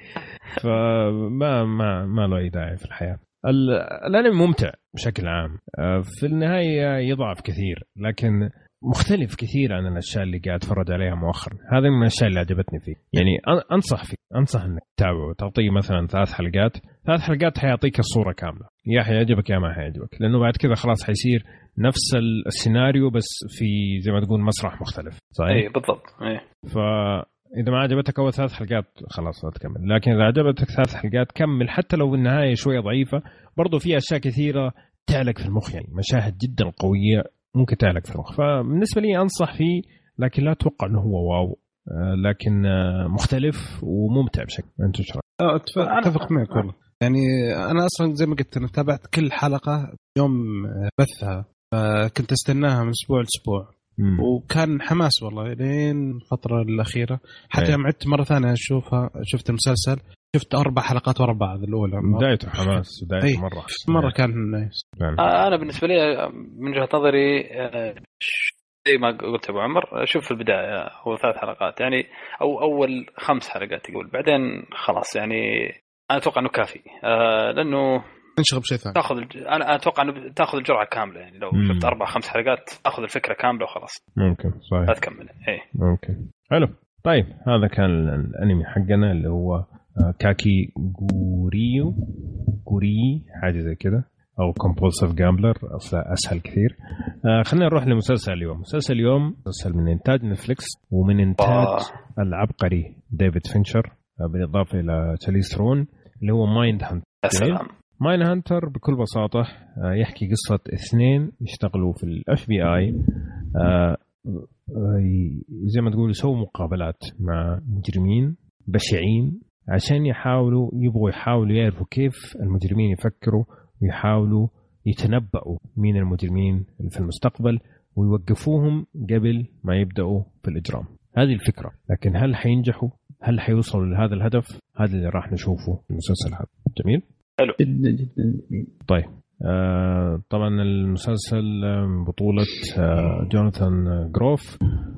E: فما له أي داعي في الحياة. الانمي ممتع بشكل عام، في النهاية يضعف كثير، لكن مختلف كثير عن الأشياء اللي قاعد أتفرج عليها مؤخرا. هذا من الأشياء اللي عجبتني فيه، يعني أنصح إنك تتابعه، تعطيه مثلا 3 حلقات حيعطيك الصورة كاملة، يا حيعجبك يا ما حيعجبك، لأنه بعد كذا خلاص حيصير نفس السيناريو بس في زي ما تقول مسرح مختلف. صحيح؟
D: أي بالضبط.
E: إذا ما عجبتك أول 3 حلقات خلاص لا تكمل، لكن إذا عجبتك 3 حلقات كمل، حتى لو النهاية شوية ضعيفة برضو فيها أشياء كثيرة تعلق في المخ، يعني مشاهد جدا قوية ممكن تعلق في المخ. فبالنسبة لي أنصح فيه، لكن لا أتوقع أنه هو واو، لكن مختلف وممتع بشكل. أنت شو رأيك؟
C: أتفق معك والله. يعني أنا أصلا زي ما قلت أنا تابعت كل حلقة يوم بثها، كنت استناها من أسبوع لأسبوع، وكان حماس والله لين الفترة الأخيرة. حتى يوم عدت مرة ثانية أشوفها، شفت المسلسل، شفت 4 حلقات ورا بعض. الأولى
E: بدايته حماس، بدايته
C: مرة كان نايس.
D: أنا بالنسبة لي من وجهة نظري زي ما قلت أبو عمر، شوف في البداية هو 3 حلقات يعني، أو أول 5 حلقات يقول، بعدين خلاص يعني أنا أتوقع أنه كافي، لأنه
C: نشغل بشيء ثاني.
D: أنا أتوقع أنه تأخذ الجرعة كاملة، يعني لو شفت 4-5 حلقات أخذ الفكرة كاملة وخلاص.
E: ممكن صحيح.
D: لا تكمل. إيه
E: ممكن. حلو. طيب هذا كان الأنمي حقنا اللي هو كاكي غوري حاجة زي كده، أو compulsive gambler، أسهل كثير. خلينا نروح لمسلسل اليوم. مسلسل اليوم مسلسل من إنتاج نتفليكس ومن إنتاج العبقري ديفيد فينشر، بالإضافة إلى تشارليز ثرون، اللي هو مايند هانتر. مايند هانتر بكل بساطة يحكي قصة 2 يشتغلوا في الFBI، زي ما تقول يسووا مقابلات مع مجرمين بشعين عشان يحاولوا يعرفوا كيف المجرمين يفكروا، ويحاولوا يتنبأوا مين المجرمين اللي في المستقبل ويوقفوهم قبل ما يبدأوا في الإجرام. هذه الفكرة، لكن هل حينجحوا؟ هل حيوصلوا لهذا الهدف؟ هذا اللي راح نشوفه في المسلسل هذا. جميل؟
D: حلو
B: جدا جدا.
E: طيب طبعا المسلسل بطولة جوناثان جروف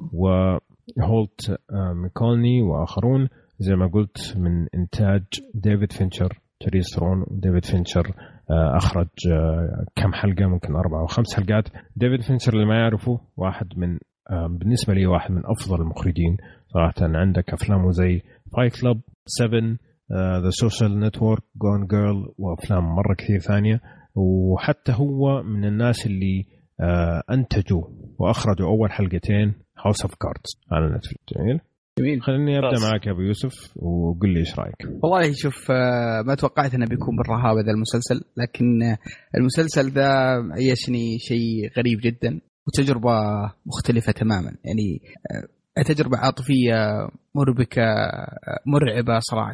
E: وهولت ميكولني وآخرون، زي ما قلت من إنتاج ديفيد فينشر. تشارليز ثرون وديفيد فينشر أخرج كم حلقة، ممكن 4 أو 5 حلقات. ديفيد فينشر اللي ما يعرفه واحد من بالنسبة لي واحد من أفضل المخرجين صراحة. عندك أفلامه زي فايت كلاب، 7، The Social Network، Gone Girl، وأفلام مرة كثير ثانية. وحتى هو من الناس اللي أنتجوا وأخرجوا أول حلقتين House of Cards على نتفلكس. جميل. خليني أبدأ معك يا أبو يوسف وقل لي إيش رأيك.
B: والله شوف، ما توقعت أنه بيكون بالرهابة ذا المسلسل، لكن المسلسل ذا عيشني شيء غريب جدا وتجربة مختلفة تماما. يعني تجربة عاطفية مربكة مرعبة صراحة.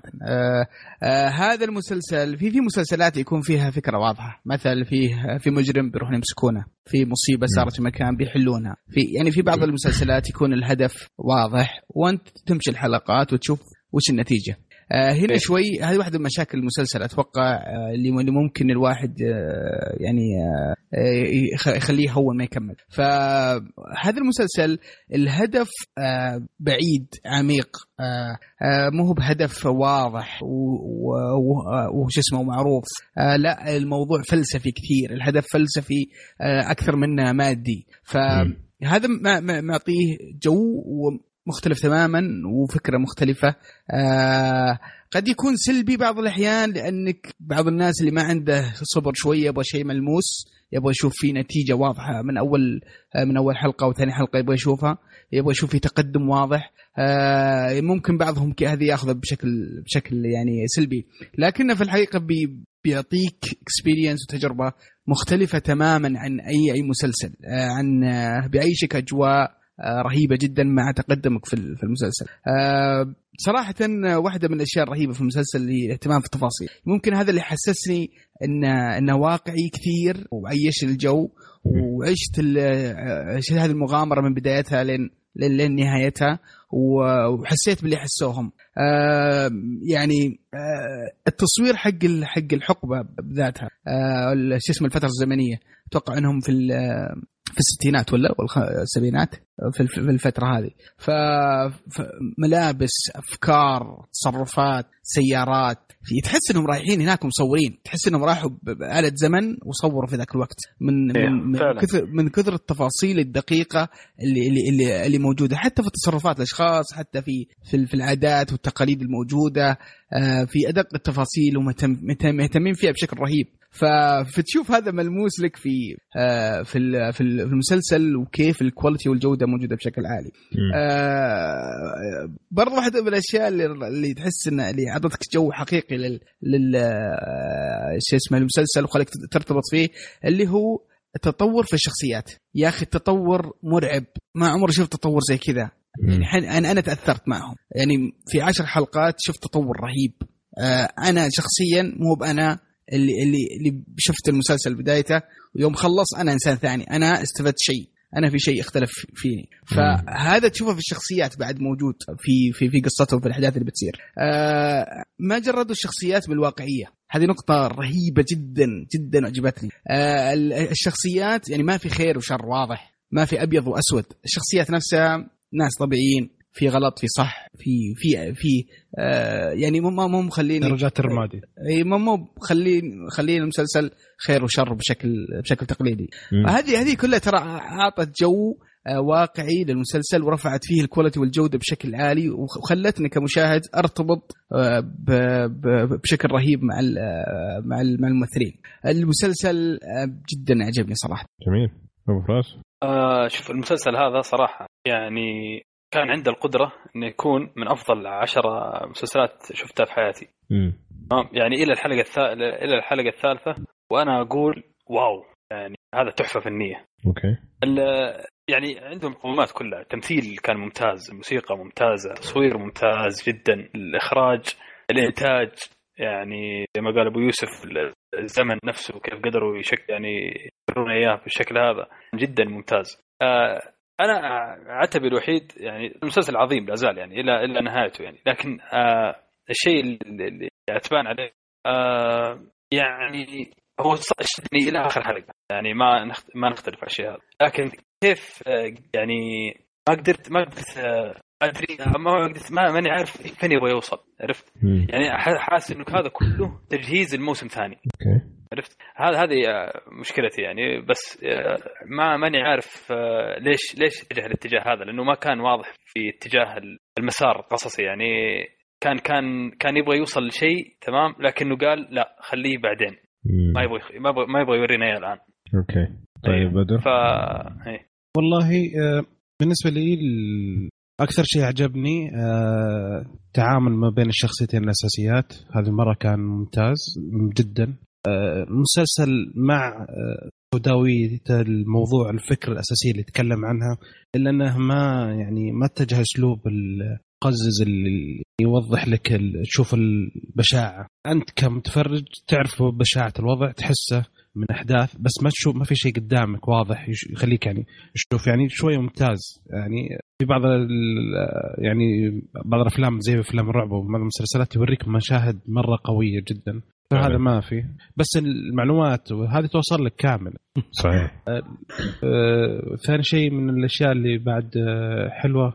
B: هذا المسلسل في مسلسلات يكون فيها فكرة واضحة، مثلا في مجرم بيروحون يمسكونه، في مصيبة صارت في مكان بيحلونها، في بعض المسلسلات يكون الهدف واضح وأنت تمشي الحلقات وتشوف وش النتيجة. هنا شوي هذه واحدة من مشاكل المسلسل أتوقع، اللي ممكن الواحد يعني يخليه هو ما يكمل. فهذا المسلسل الهدف بعيد عميق، مو هو بهدف واضح وش اسمه معروف. لا، الموضوع فلسفي كثير، الهدف فلسفي أكثر منه مادي. فهذا معطيه جو مختلف تماما وفكرة مختلفة. قد يكون سلبي بعض الأحيان، لأنك بعض الناس اللي ما عنده صبر شوية يبغى شيء ملموس، يبغى يشوف فيه نتيجة واضحة من أول حلقة وثاني حلقة، يبغى يشوف فيه تقدم واضح. ممكن بعضهم هذه يأخذه بشكل يعني سلبي، لكنه في الحقيقة بيعطيك experience وتجربة مختلفة تماما عن أي مسلسل، بيعيشك أجواء رهيبة جدا مع تقدمك في المسلسل. صراحة واحدة من الأشياء الرهيبة في المسلسل هي الاهتمام في التفاصيل. ممكن هذا اللي حسسني إنه واقعي كثير، وعيش الجو وعشت هذه المغامرة من بدايتها لين نهايتها، وحسيت باللي حسوهم. يعني التصوير حق الحقبة بذاتها، شو اسمه الفترة الزمنية، أتوقع أنهم في الستينات ولا السبعينات في الفترة هذه. فملابس، أفكار، تصرفات، سيارات، تحس إنهم رايحين هناك مصورين، تحس إنهم راحوا بآلة زمن وصوروا في ذاك الوقت من كثر التفاصيل الدقيقة اللي موجودة، حتى في تصرفات الأشخاص، حتى في العادات والتقاليد الموجودة، في أدق التفاصيل، ومهتمين فيها بشكل رهيب. فتشوف هذا ملموس لك في المسلسل، وكيف الكواليتي والجوده موجوده بشكل عالي. برضو واحده من الاشياء اللي تحس ان اللي عطتك جو حقيقي شيء اسمه المسلسل وخليك ترتبط فيه، اللي هو التطور في الشخصيات. يا اخي التطور مرعب، ما عمري شفت تطور زي كذا. يعني انا تاثرت معهم، يعني في 10 حلقات شفت تطور رهيب. انا شخصيا مو بانا اللي شفت المسلسل بدايته ويوم خلص انا انسان ثاني، انا استفدت شيء، انا في شيء اختلف فيني. فهذا تشوفه في الشخصيات بعد موجود في قصتهم، في الاحداث اللي بتصير. ما جردوا الشخصيات بالواقعيه، هذه نقطه رهيبه جدا جدا عجبتني. الشخصيات يعني ما في خير وشر واضح، ما في ابيض واسود. الشخصيات نفسها ناس طبيعيين، في غلط في صح، في يعني مو مخلين
C: درجات الرمادي،
B: اي مو خلين المسلسل خير وشر بشكل تقليدي. هذه كلها ترى اعطت جو واقعي للمسلسل، ورفعت فيه الكواليتي والجوده بشكل عالي، وخلتني كمشاهد ارتبط بشكل رهيب مع الممثلين. المسلسل جدا عجبني صراحه.
E: جميل. ابو فراس،
D: شوف المسلسل هذا صراحه يعني كان عنده القدرة إنه يكون من أفضل 10 مسلسلات شفتها في حياتي. يعني إلى الحلقة الثالثة وأنا أقول واو، يعني هذا تحفة فنية.
E: أوكي.
D: يعني عندهم مقومات كلها، التمثيل كان ممتاز، الموسيقى ممتازة، تصوير ممتاز جدا، الإخراج، الإنتاج، يعني زي ما قال أبو يوسف الزمن نفسه كيف قدروا يعني يرونا إياه بالشكل هذا جدا ممتاز. أنا عتبي الوحيد يعني المسلسل عظيم لا زال يعني إلى نهايته يعني، لكن الشيء اللي أتبان عليه يعني هو شدني إلى آخر حلقة، يعني ما نختلف على الشيء هذا، لكن كيف يعني ما قدرت أدري، ماني عارف فين يبغى يوصل، عرفت؟ يعني حاسس إنه هذا كله تجهيز الموسم ثاني. عرفت؟ هذه مشكلتي يعني، بس ماني عارف ليش اتجه الاتجاه هذا، لأنه ما كان واضح في اتجاه المسار القصصي يعني. كان يبغى يوصل لشيء تمام، لكنه قال لا خليه بعدين، ما يبغى يورينا اياه الآن.
E: اوكي طيب بدر.
C: والله بالنسبة لي أكثر شيء عجبني تعامل ما بين الشخصيتين الأساسيات، هذه المرة كان ممتاز جدا. مسلسل مع سوداوية الموضوع، الفكرة الأساسية اللي يتكلم عنها، إلا أنه ما اتجه أسلوب القزز اللي يوضح لك تشوف البشاعة. أنت كمتفرج تعرف بشاعة الوضع، تحسه من أحداث، بس ما في شيء قدامك واضح يخليك يعني تشوف. يعني شوية ممتاز يعني. في بعض الأفلام زي أفلام الرعب وبعض المسلسلات يوريك مشاهد مرة قوية جدا، فهذا ما في، بس المعلومات وهذه توصل لك كامل.
E: صحيح.
C: ثاني شيء من الأشياء اللي بعد حلوة،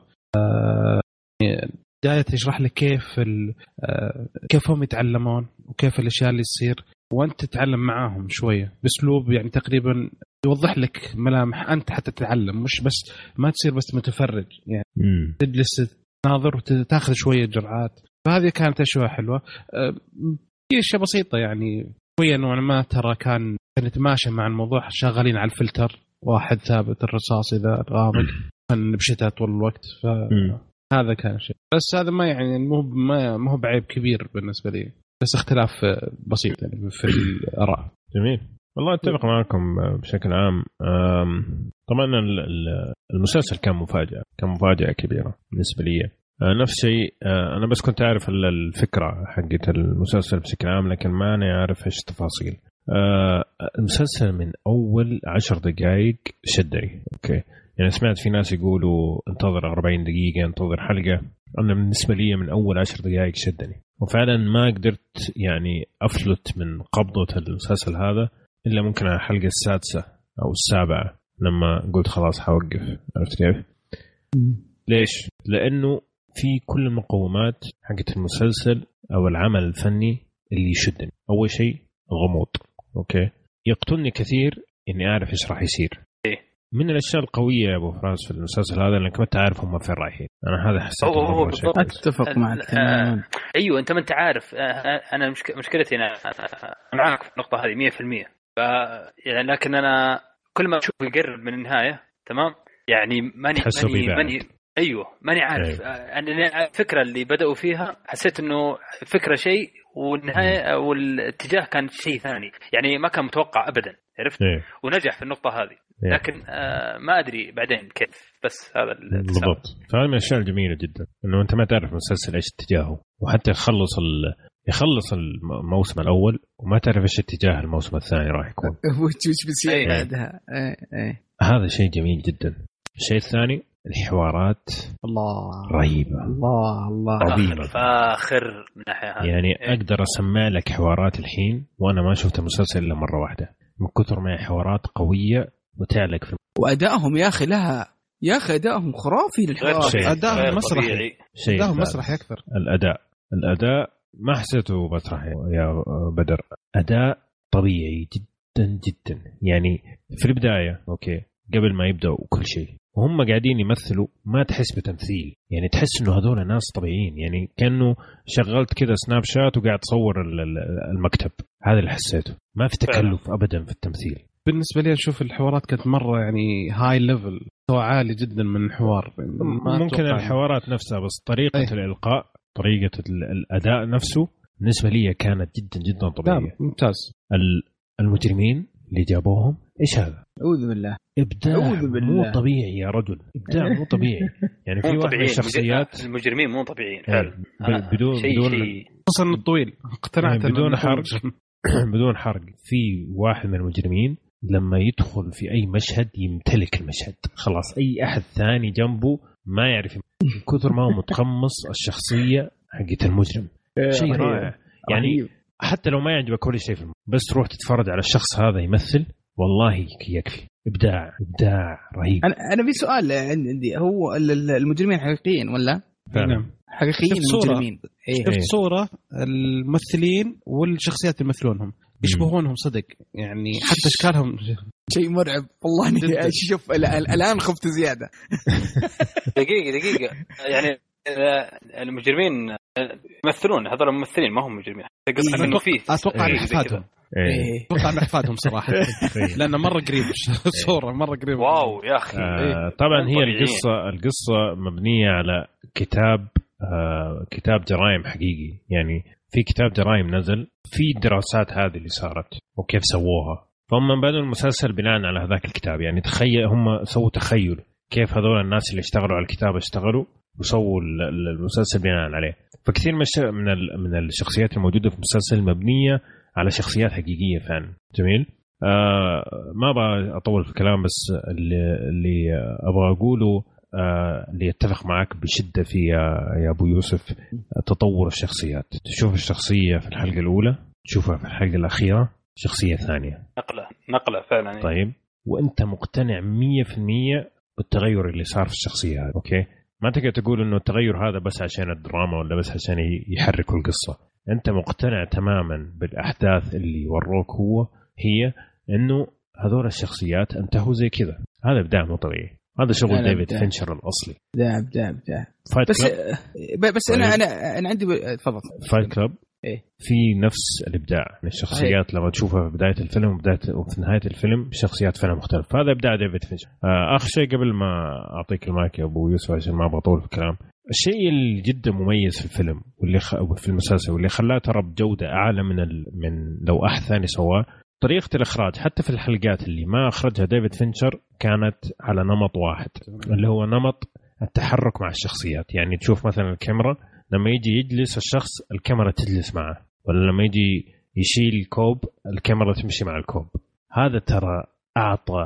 C: بداية يشرح لك كيف هم يتعلمون وكيف الأشياء اللي تصير، وأنت تتعلم معاهم شوية بأسلوب يعني تقريبا يوضح لك ملامح أنت حتى تتعلم، مش بس ما تصير بس متفرج يعني. تجلس تناظر وتاخذ شوية جرعات، فهذه كانت أشياء حلوة. هي أشياء بسيطة يعني شوية نوعا ما، ترى كان يتماشى مع الموضوع. شغالين على الفلتر واحد ثابت، الرصاص إذا غامض كان بشتاء طول الوقت، فهذا كان شيء. بس هذا ما يعني ما هو بعيب كبير بالنسبة لي، بس اختلاف بسيط يعني في الآراء.
E: جميل والله، اتفق معكم بشكل عام. طبعا المسلسل كان مفاجأة كبيرة بالنسبة لي. نفس شيء أنا بس كنت أعرف الفكرة حقت المسلسل بشكل عام، لكن ما أنا عارف إيش التفاصيل. المسلسل من أول 10 دقائق شدني. أوكي يعني سمعت في ناس يقولوا انتظر 40 دقيقة، انتظر حلقة. أنا بالنسبة لي من أول 10 دقائق شدني، وفعلا ما قدرت يعني أفلت من قبضة المسلسل هذا إلا ممكن على الحلقة 6 أو 7 لما قلت خلاص حوقف. عرفت كيف؟ ليش؟ لأنه في كل المقومات حقت المسلسل أو العمل الفني اللي يشدني. أول شيء غموض. أوكي، يقتلني كثير إني أعرف إيش راح يصير. من الاشياء القويه يا ابو فراس في المسلسل هذا انك ما تعرف هم فين رايحين. انا هذا حسيت
D: هو
B: اتفق معك تماما.
D: ايوه انت ما انت عارف. انا مشكلتي انا معك في النقطه هذه 100%. يعني لكن انا كل ما اشوف يقرب من النهايه تمام يعني ماني ايوه ماني عارف. انا الفكره اللي بداوا فيها حسيت انه فكره شيء والنهايه والاتجاه كان شيء ثاني يعني ما كان متوقع ابدا عرفت. ونجح في النقطه هذه لكن ما ادري بعدين كيف. بس هذا
E: بالضبط. فهذا من الاشياء الجميله جدا انه انت ما تعرف المسلسل ايش اتجاهه وحتى يخلص الموسم الاول وما تعرف ايش اتجاه الموسم الثاني راح يكون
B: وش بيصير بعدها.
E: هذا شيء جميل جدا. الشيء الثاني الحوارات
B: الله
E: رهيبه.
B: الله
E: عظيمه
D: فاخر من ناحيه
E: يعني اقدر اسمع لك حوارات الحين وانا ما شفت المسلسل الا مره واحده من كثر ما حوارات قويه وتعلق في
B: وادائهم يا اخي ادائهم خرافي للحوار.
C: ادائهم مسرحي. ادائهم مسرحي اكثر.
E: الاداء ما حسيته مسرحي يا بدر. اداء طبيعي جدا جدا يعني في البدايه اوكي قبل ما يبداوا كل شيء وهم قاعدين يمثلوا ما تحس بتمثيل يعني تحس انه هذول ناس طبيعيين يعني كانه شغلت كذا سناب شات وقاعد تصور المكتب. هذا اللي حسيته. ما في تكلف ابدا في التمثيل.
C: بالنسبه لي اشوف الحوارات كانت مره يعني هاي ليفل مستوى عالي جدا من الحوار.
E: ممكن الحوارات نفسها بس طريقه الالقاء طريقه الاداء نفسه بالنسبه لي كانت جدا جدا طبيعيه.
C: ممتاز.
E: المجرمين اللي جابوهم ايش هذا؟
B: اعوذ بالله.
E: ابداع مو طبيعي يا رجل. ابداع مو طبيعي يعني في واحد من الشخصيات
D: المجرمين مو طبيعيين فعلا.
E: بدون
C: خصوصا الطويل اقتنعت
E: بدون حرق في واحد من المجرمين لما يدخل في اي مشهد يمتلك المشهد خلاص اي احد ثاني جنبه ما يعرف من كثر ما هو متقمص الشخصيه حقت المجرم. شيء رائع يعني حتى لو ما يعجبك كل شيء في بس تروح تتفرج على الشخص هذا يمثل والله يكفي. ابداع رهيب.
B: انا في سؤال عندي. هو المجرمين حقيقيين ولا؟
E: نعم
B: حقيقيين المجرمين.
C: شفت صورة الممثلين والشخصيات اللي يمثلونهم يشبهونهم صدق يعني حتى اشكالهم
B: شيء مرعب والله. شوف الان خفت زياده.
D: دقيقه يعني المجرمين يمثلون هذول الممثلين ما هم مجرمين.
C: اتوقع نحفادهم. اتوقع نحفادهم صراحه لانه مره قريب صوره مره قريب.
D: واو يا اخي.
E: طبعا هي القصه مبنيه على كتاب جرائم حقيقي يعني في كتاب جرائم نزل في الدراسات هذه اللي صارت وكيف سووها. فهم بدأوا المسلسل بناء على هذاك الكتاب يعني تخيل هم سووا تخيل كيف هذول الناس اللي اشتغلوا على الكتاب اشتغلوا وسووا المسلسل بناء عليه. فكثير من الشخصيات الموجودة في المسلسل مبنية على شخصيات حقيقية فعلا. جميل. ما أبغى أطول في الكلام بس اللي أبغى أقوله اللي يتفق معك بشدة في يا أبو يوسف تطور الشخصيات. تشوف الشخصية في الحلقة الأولى تشوفها في الحلقة الأخيرة شخصية ثانية
D: نقلة فعلا.
E: طيب وأنت مقتنع 100% بالتغير اللي صار في الشخصية هذه. أوكي ما تقدر تقول إنه التغير هذا بس عشان الدراما ولا بس عشان يحركوا القصة. أنت مقتنع تماما بالأحداث اللي وروك هي إنه هذول الشخصيات انتهوا زي كذا. هذا إبداع مو طبيعي. هذا شغل ديفيد فينشر الأصلي.
B: ابداع. بس أنا عندي تفضل.
E: فايت كلاب في نفس الإبداع من الشخصيات لما تشوفها في بداية الفيلم وفي نهاية الفيلم شخصيات فعلا مختلفة. هذا إبداع ديفيد فينشر. آخر شيء قبل ما أعطيك المايك يا أبو يوسف عشان ما بطول في الكلام. الشيء اللي جدا مميز في الفيلم واللي في المسلسل واللي خلاه ترى بجودة أعلى من لو أحد ثاني سواه طريقة الإخراج. حتى في الحلقات اللي ما أخرجها ديفيد فينشر كانت على نمط واحد اللي هو نمط التحرك مع الشخصيات. يعني تشوف مثلا الكاميرا لما يجي يجلس الشخص الكاميرا تجلس معه ولا لما يجي يشيل الكوب الكاميرا تمشي مع الكوب. هذا ترى أعطى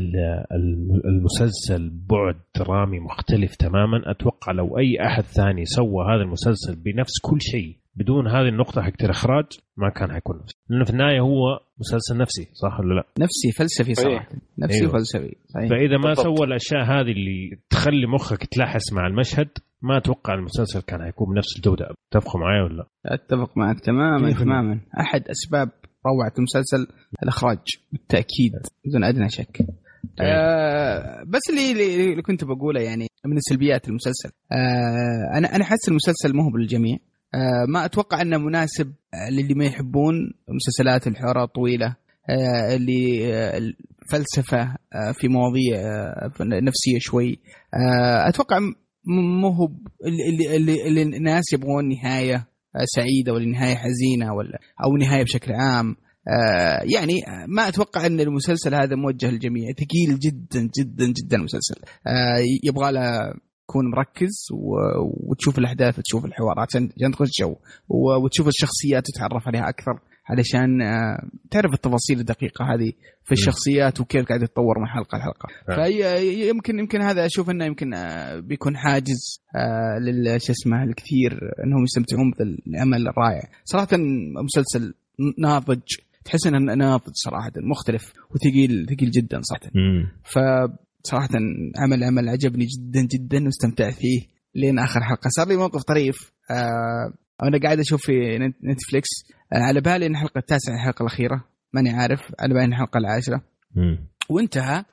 E: المسلسل بعد درامي مختلف تماما. أتوقع لو أي أحد ثاني سوى هذا المسلسل بنفس كل شيء بدون هذه النقطة حق الإخراج ما كان حيكون نفسي. لأنه في النهاية هو مسلسل نفسي صح ولا لا؟
B: نفسي فلسفي صراحة. نفسي فلسفي صحيح.
E: فإذا ما سوى الأشياء هذه اللي تخلي مخك تلاحس مع المشهد ما أتوقع المسلسل كان حيكون بنفس الجودة. تتفق معي ولا؟
B: أتفق معك تماما. أحد أسباب روعة المسلسل الإخراج بالتأكيد بدون أدنى شك. بس اللي كنت بقوله يعني من السلبيات المسلسل، انا حاسس المسلسل مو بالجميع. ما اتوقع انه مناسب للي ما يحبون مسلسلات الحوارات الطويله، اللي الفلسفه في مواضيع نفسيه شوي. اتوقع مو هو اللي الناس يبغون نهايه سعيده ولا نهايه حزينه ولا او نهايه بشكل عام. يعني ما اتوقع ان المسلسل هذا موجه للجميع، ثقيل جدا جدا جدا المسلسل. يبغى له تكون مركز وتشوف الاحداث وتشوف الحوارات عشان تخش جو وتشوف الشخصيات وتتعرف عليها اكثر، علشان تعرف التفاصيل الدقيقه هذه في الشخصيات وكيف قاعد يتطور من حلقه لحلقه. فيمكن هذا اشوف انه يمكن بيكون حاجز اسمه الكثير انهم يستمتعون بالعمل الرائع. صراحه مسلسل ناضج، تحس انه ناضج صراحه، مختلف وثقيل جدا صراحه. فصراحه عمل عجبني جدا جدا واستمتعت فيه لين اخر حلقه. صار لي موقف طريف، انا قاعد اشوف في نتفليكس، على بالي ان الحلقه 9 الحلقه الاخيره، ماني عارف، على بالي الحلقه 10 وانتهى.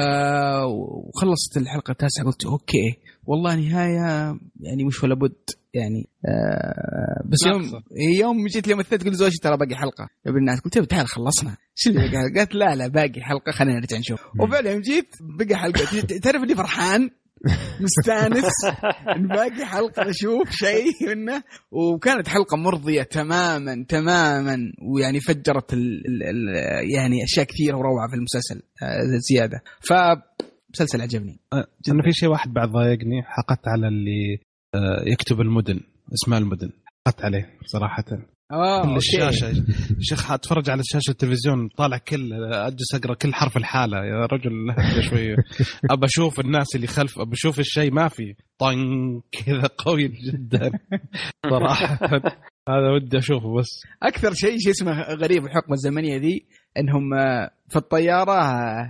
B: وخلصت الحلقه 9 قلت اوكي والله نهايه يعني مش ولا بد يعني. بس يوم جيت لي مثلت قلت زوجي ترى باقي حلقه يا ابن الناس، قلت تعال خلصنا شو اللي قالت لا باقي حلقه خلينا نرجع نشوف. وفعلا يوم جيت بقى حلقه، تعرف اني فرحان مستانس ان باقي حلقه اشوف شيء منه. وكانت حلقه مرضيه تماما ويعني فجرت يعني اشياء كثيره وروعه في المسلسل زياده. فمسلسل عجبني.
C: انا في شيء واحد بعد ضايقني، حقت على اللي يكتب المدن، اسماء المدن حقت عليه صراحه. كل الشاشه شيخ اتفرج على شاشه التلفزيون طالع اجلس اقرا كل حرف الحاله يا رجل شويه. ابى اشوف الناس اللي خلف، ابى اشوف الشيء ما في طن كذا قوي جدا صراحه. هذا ودي اشوفه. بس
B: اكثر شيء اسمه غريب الحقبه الزمنيه ذي انهم في الطياره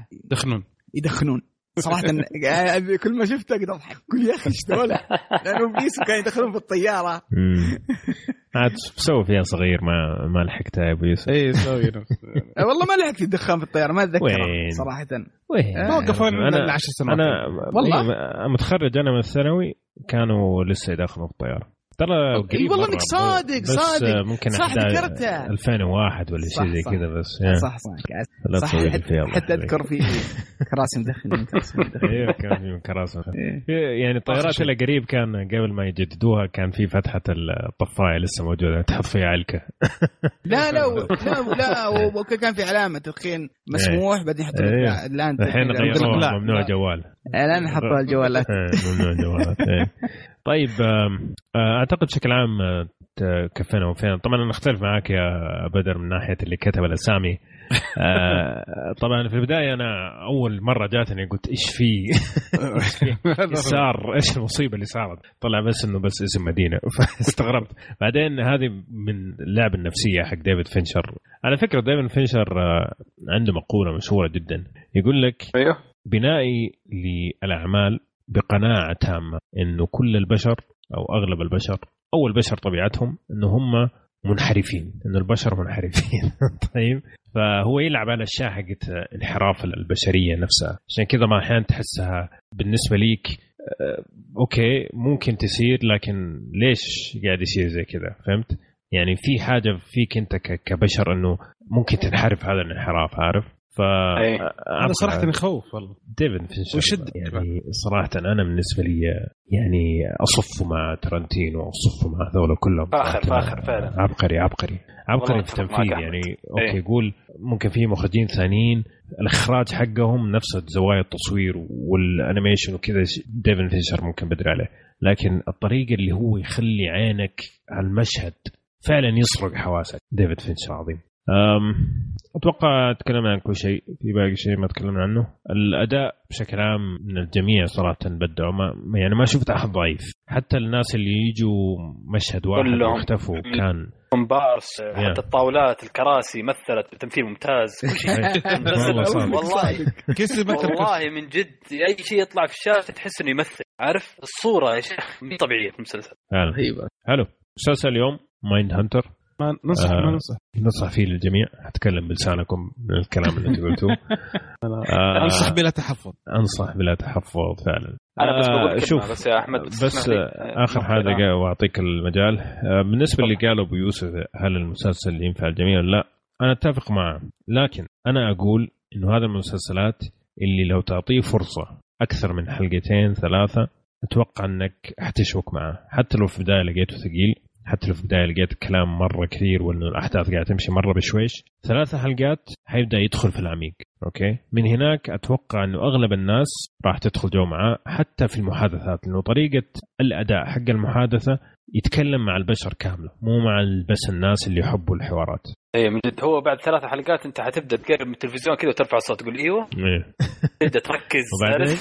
B: يدخنون صراحه. كل ما شفته قد اضحك، كل يا اخي ايش دول، لانه بيسوا كانوا يدخلون في الطياره.
E: عاد سوي فيها صغير ما لحقتها يا ابو يوسف.
C: اي سوي
B: والله ما لحقت الدخان في الطياره، ما اتذكر صراحه.
C: وقفوا من 10 سنوات.
E: انا والله متخرج انا من الثانوي كانوا لسه يدخلوا في الطياره ترى قريب.
B: والله انك صادق
E: ممكن
B: صح ذكرتها
E: 2001 ولا شيء زي كذا. بس
B: صح حتى اذكر في كراسي مدخن.
E: ايوه كان في كراسي يعني الطيارات اللي قريب كان قبل ما يجددوها كان في فتحه الطفايه لسه موجوده تحط فيها علكه. لا وكان في علامه تدخين مسموح بعدين يحط الان الحين غيروها ممنوع جوال.
B: الان حطوا الجوالات
E: ممنوع جوالات. طيب اعتقد بشكل عام كفينا وفينا. طبعا انا اختلف معاك يا بدر من ناحيه اللي كتب الاسامي. طبعا في البدايه انا اول مره جاتني قلت ايش في صار، ايش المصيبه اللي صارت؟ طلع بس انه بس اسم مدينه فاستغربت. بعدين هذه من اللعب النفسيه حق ديفيد فينشر. على فكره ديفيد فينشر عنده مقوله مشهوره جدا، يقول لك بنائي للاعمال بقناعة تامة إنه كل البشر أو أغلب البشر أو البشر طبيعتهم إنه هم منحرفين، إنه البشر منحرفين. طيب فهو يلعب على الأشياء حقت انحراف البشرية نفسها. عشان كذا ما أحيانا تحسها بالنسبة ليك أوكي ممكن تسير، لكن ليش قاعد يصير زي كذا؟ فهمت؟ يعني في حاجة فيك أنت كبشر إنه ممكن تنحرف هذا الانحراف، عارف؟
C: هذا صراحة يخوف والله
E: ديفيد فينشر. يعني صراحة أنا بالنسبة لي يعني أصف مع ترنتينو وأصف مع هذول كلهم.
D: فاخر فعلا
E: عبقري في التنفيذ. يعني أوكي يقول ممكن في مخرجين ثانيين الإخراج حقهم نفس زوايا التصوير والأنيميشن وكذا ديفيد فينشر ممكن بدري عليه، لكن الطريقة اللي هو يخلي عينك على المشهد فعلا يسرق حواسك. ديفيد فينشر عظيم. أتوقع تكلمنا عن كل شيء، في باقي شيء ما تكلمنا عنه. الأداء بشكل عام من الجميع صراحة بدعوا، يعني ما شفت أحد ضعيف. حتى الناس اللي يجوا مشهد واحد واختفوا كان
D: كومبارس، حتى الطاولات الكراسي مثلت بتمثيل ممتاز. كل شيء والله من جد أي شيء يطلع في الشاشة تحس إنه يمثل، عارف الصورة يا شيخ مش طبيعية في المسلسل.
E: حلو. مسلسل اليوم مايند هانتر.
C: ما ننصح
E: فيه للجميع. هتكلم بلسانكم من الكلام اللي انتم قلتوه.
C: انصح بلا تحفظ.
E: انصح بلا تحفظ فعلا.
D: انا بس بقول
E: شوف
D: بس يا احمد
E: بس اخر حاجه واعطيك المجال. بالنسبه اللي قالوا ابو يوسف هل المسلسل ينفع الجميع ولا لا، انا اتفق معه، لكن انا اقول انه هذا المسلسلات اللي لو تعطيه فرصه اكثر من حلقتين 3 اتوقع انك حتشوك معه، حتى لو في البدايه لقيته ثقيل، حتى لو في البدايه لقيت الكلام مره كثير وانه الاحداث قاعده تمشي مره بشويش. 3 حلقات حيبدا يدخل في العميق. اوكي، من هناك اتوقع انه اغلب الناس راح تدخل جو معاه، حتى في المحادثات، لانه طريقه الاداء حق المحادثه يتكلم مع البشر كامله، مو مع بس الناس اللي يحبوا الحوارات.
D: ايه من جد، هو بعد 3 حلقات انت حتبدا تقرب من التلفزيون كذا وترفع الصوت تقول ايوه تبدا تركز.
E: وبعدين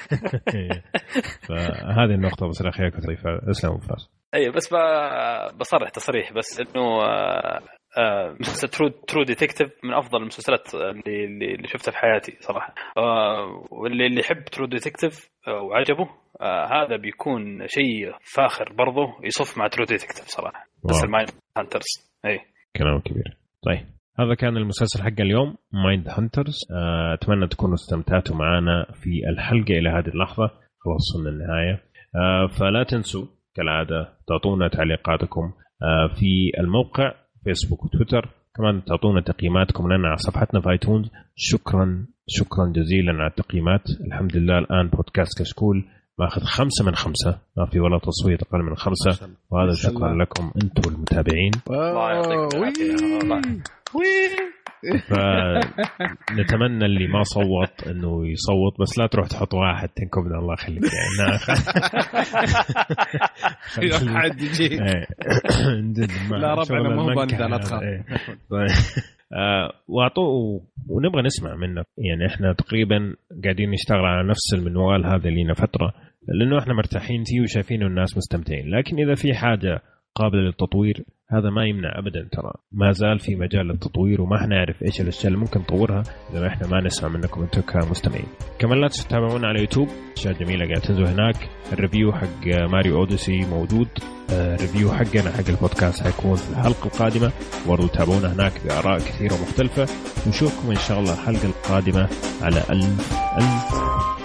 E: فهذه النقطه بس الاخيره كنت ضيفها. اسلام وفراس.
D: ايه بس بصرح تصريح بس انه مسلسل ترو ديتكتيف من افضل المسلسلات اللي شفتها في حياتي صراحه. واللي يحب ترو ديتكتيف وعجبه هذا بيكون شيء فاخر برضه يصف مع ترو ديتكتيف صراحه. بس المايند هانترز اي كلام
E: كبير. طيب هذا كان المسلسل حق اليوم مايند هانترز. اتمنى تكونوا استمتعتوا معنا في الحلقه الى هذه اللحظه. خلاص وصلنا للنهايه. فلا تنسوا كالعاده تعطونا تعليقاتكم في الموقع فيسبوك وتويتر، كمان تعطونا تقييماتكم لنا على صفحتنا في ايتونز. شكرا جزيلا على التقييمات. الحمد لله الان بودكاست كشكول ماخذ 5 من 5، ما في ولا تصويت اقل من 5، وهذا شكرا لكم انتم المتابعين.
D: الله يعطيكم العافيه.
E: فنتمنى اللي ما صوت انه يصوت، بس لا تروح تحط واحد تنكبنا الله يخليك يعني.
C: حد يجي لا ربعنا ما هو بند لا تخاف.
E: ونبغى نسمع منك يعني. احنا تقريبا قاعدين نشتغل على نفس المنوال هذا لنا فترة، لانه احنا مرتاحين فيه وشايفين الناس مستمتعين، لكن اذا في حاجة قابلة للتطوير هذا ما يمنع أبدا. ترى ما زال في مجال للتطوير وما احنا نعرف إيش الأشياء اللي ممكن نطورها إذا احنا ما نسمع منكم أنتم كمستمعين. كمان لا تنسوا تتابعونا على يوتيوب، أشياء جميلة قاعد تنزل هناك. الريفيو حق ماريو أوديسي موجود، الريفيو حقنا حق البودكاست هيكون في الحلقة القادمة، برضو تابعونا هناك بآراء كثيرة ومختلفة. ونشوفكم إن شاء الله الحلقة القادمة على ألف